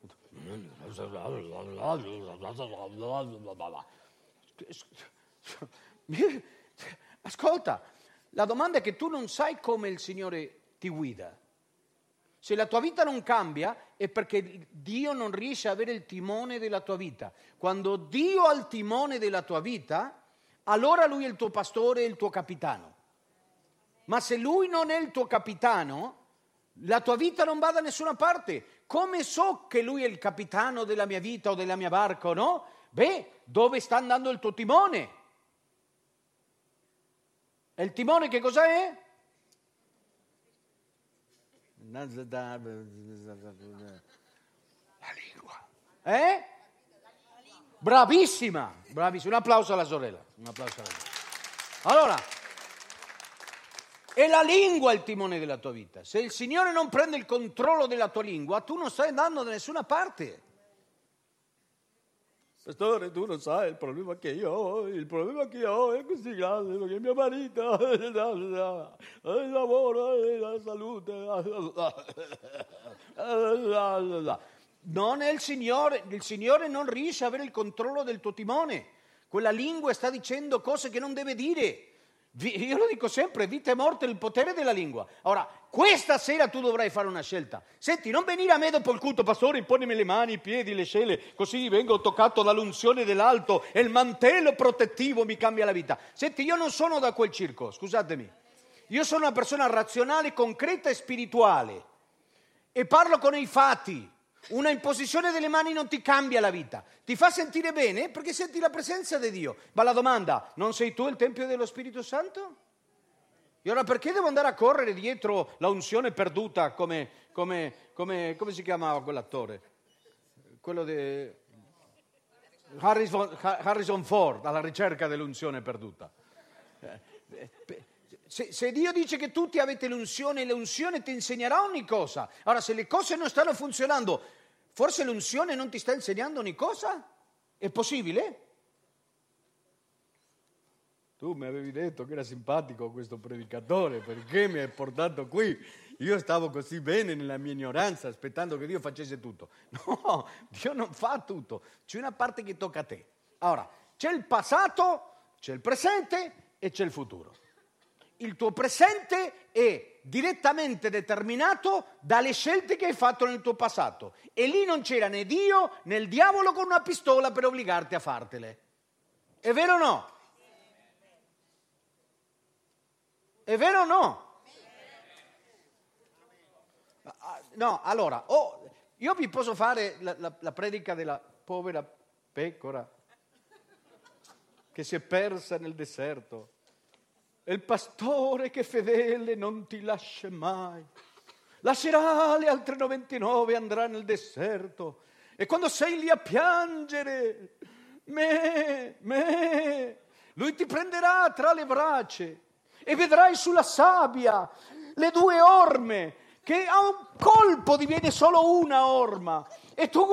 amen? Ascolta, la domanda è che tu non sai come il Signore ti guida. Se la tua vita non cambia è perché Dio non riesce a avere il timone della tua vita. Quando Dio ha il timone della tua vita, allora Lui è il tuo pastore e il tuo capitano. Ma se Lui non è il tuo capitano, la tua vita non va da nessuna parte. Come so che Lui è il capitano della mia vita o della mia barca o no? Dove sta andando il tuo timone? E il timone che cosa è? La lingua. Bravissima. Un applauso alla sorella. Allora, è la lingua il timone della tua vita. Se il Signore non prende il controllo della tua lingua, tu non stai andando da nessuna parte. Pastore, tu non sai il problema che io ho è così grande, perché mio marito, il lavoro, la salute. Non è il Signore non riesce a avere il controllo del tuo timone. Quella lingua sta dicendo cose che non deve dire. Io lo dico sempre: vita e morte è il potere della lingua. Ora, questa sera tu dovrai fare una scelta. Senti, non venire a me dopo il culto: pastore, imponimi le mani, i piedi, le scelle, così vengo toccato dall'unzione dell'alto e il mantello protettivo mi cambia la vita. Senti, io non sono da quel circo, scusatemi. Io sono una persona razionale, concreta e spirituale e parlo con i fatti. Una imposizione delle mani non ti cambia la vita, ti fa sentire bene perché senti la presenza di Dio. Ma la domanda: non sei tu il Tempio dello Spirito Santo? E ora perché devo andare a correre dietro la unzione perduta come si chiamava quell'attore? Quello di Harrison Ford, alla ricerca dell'unzione perduta. Se Dio dice che tutti avete l'unzione, l'unzione ti insegnerà ogni cosa. Allora, se le cose non stanno funzionando, forse l'unzione non ti sta insegnando ogni cosa? È possibile? Tu mi avevi detto che era simpatico questo predicatore, perché mi hai portato qui? Io stavo così bene nella mia ignoranza, aspettando che Dio facesse tutto. No, Dio non fa tutto, c'è una parte che tocca a te. Allora, c'è il passato, c'è il presente e c'è il futuro. Il tuo presente è direttamente determinato dalle scelte che hai fatto nel tuo passato. E lì non c'era né Dio né il diavolo con una pistola per obbligarti a fartele. È vero o no? È vero o no? No, allora, io vi posso fare la predica della povera pecora che si è persa nel deserto. E il pastore che fedele non ti lascia mai. Lascerà le altre 99 e andrà nel deserto. E quando sei lì a piangere, lui ti prenderà tra le braccia e vedrai sulla sabbia le 2 orme, che a un colpo diviene solo una orma. E tu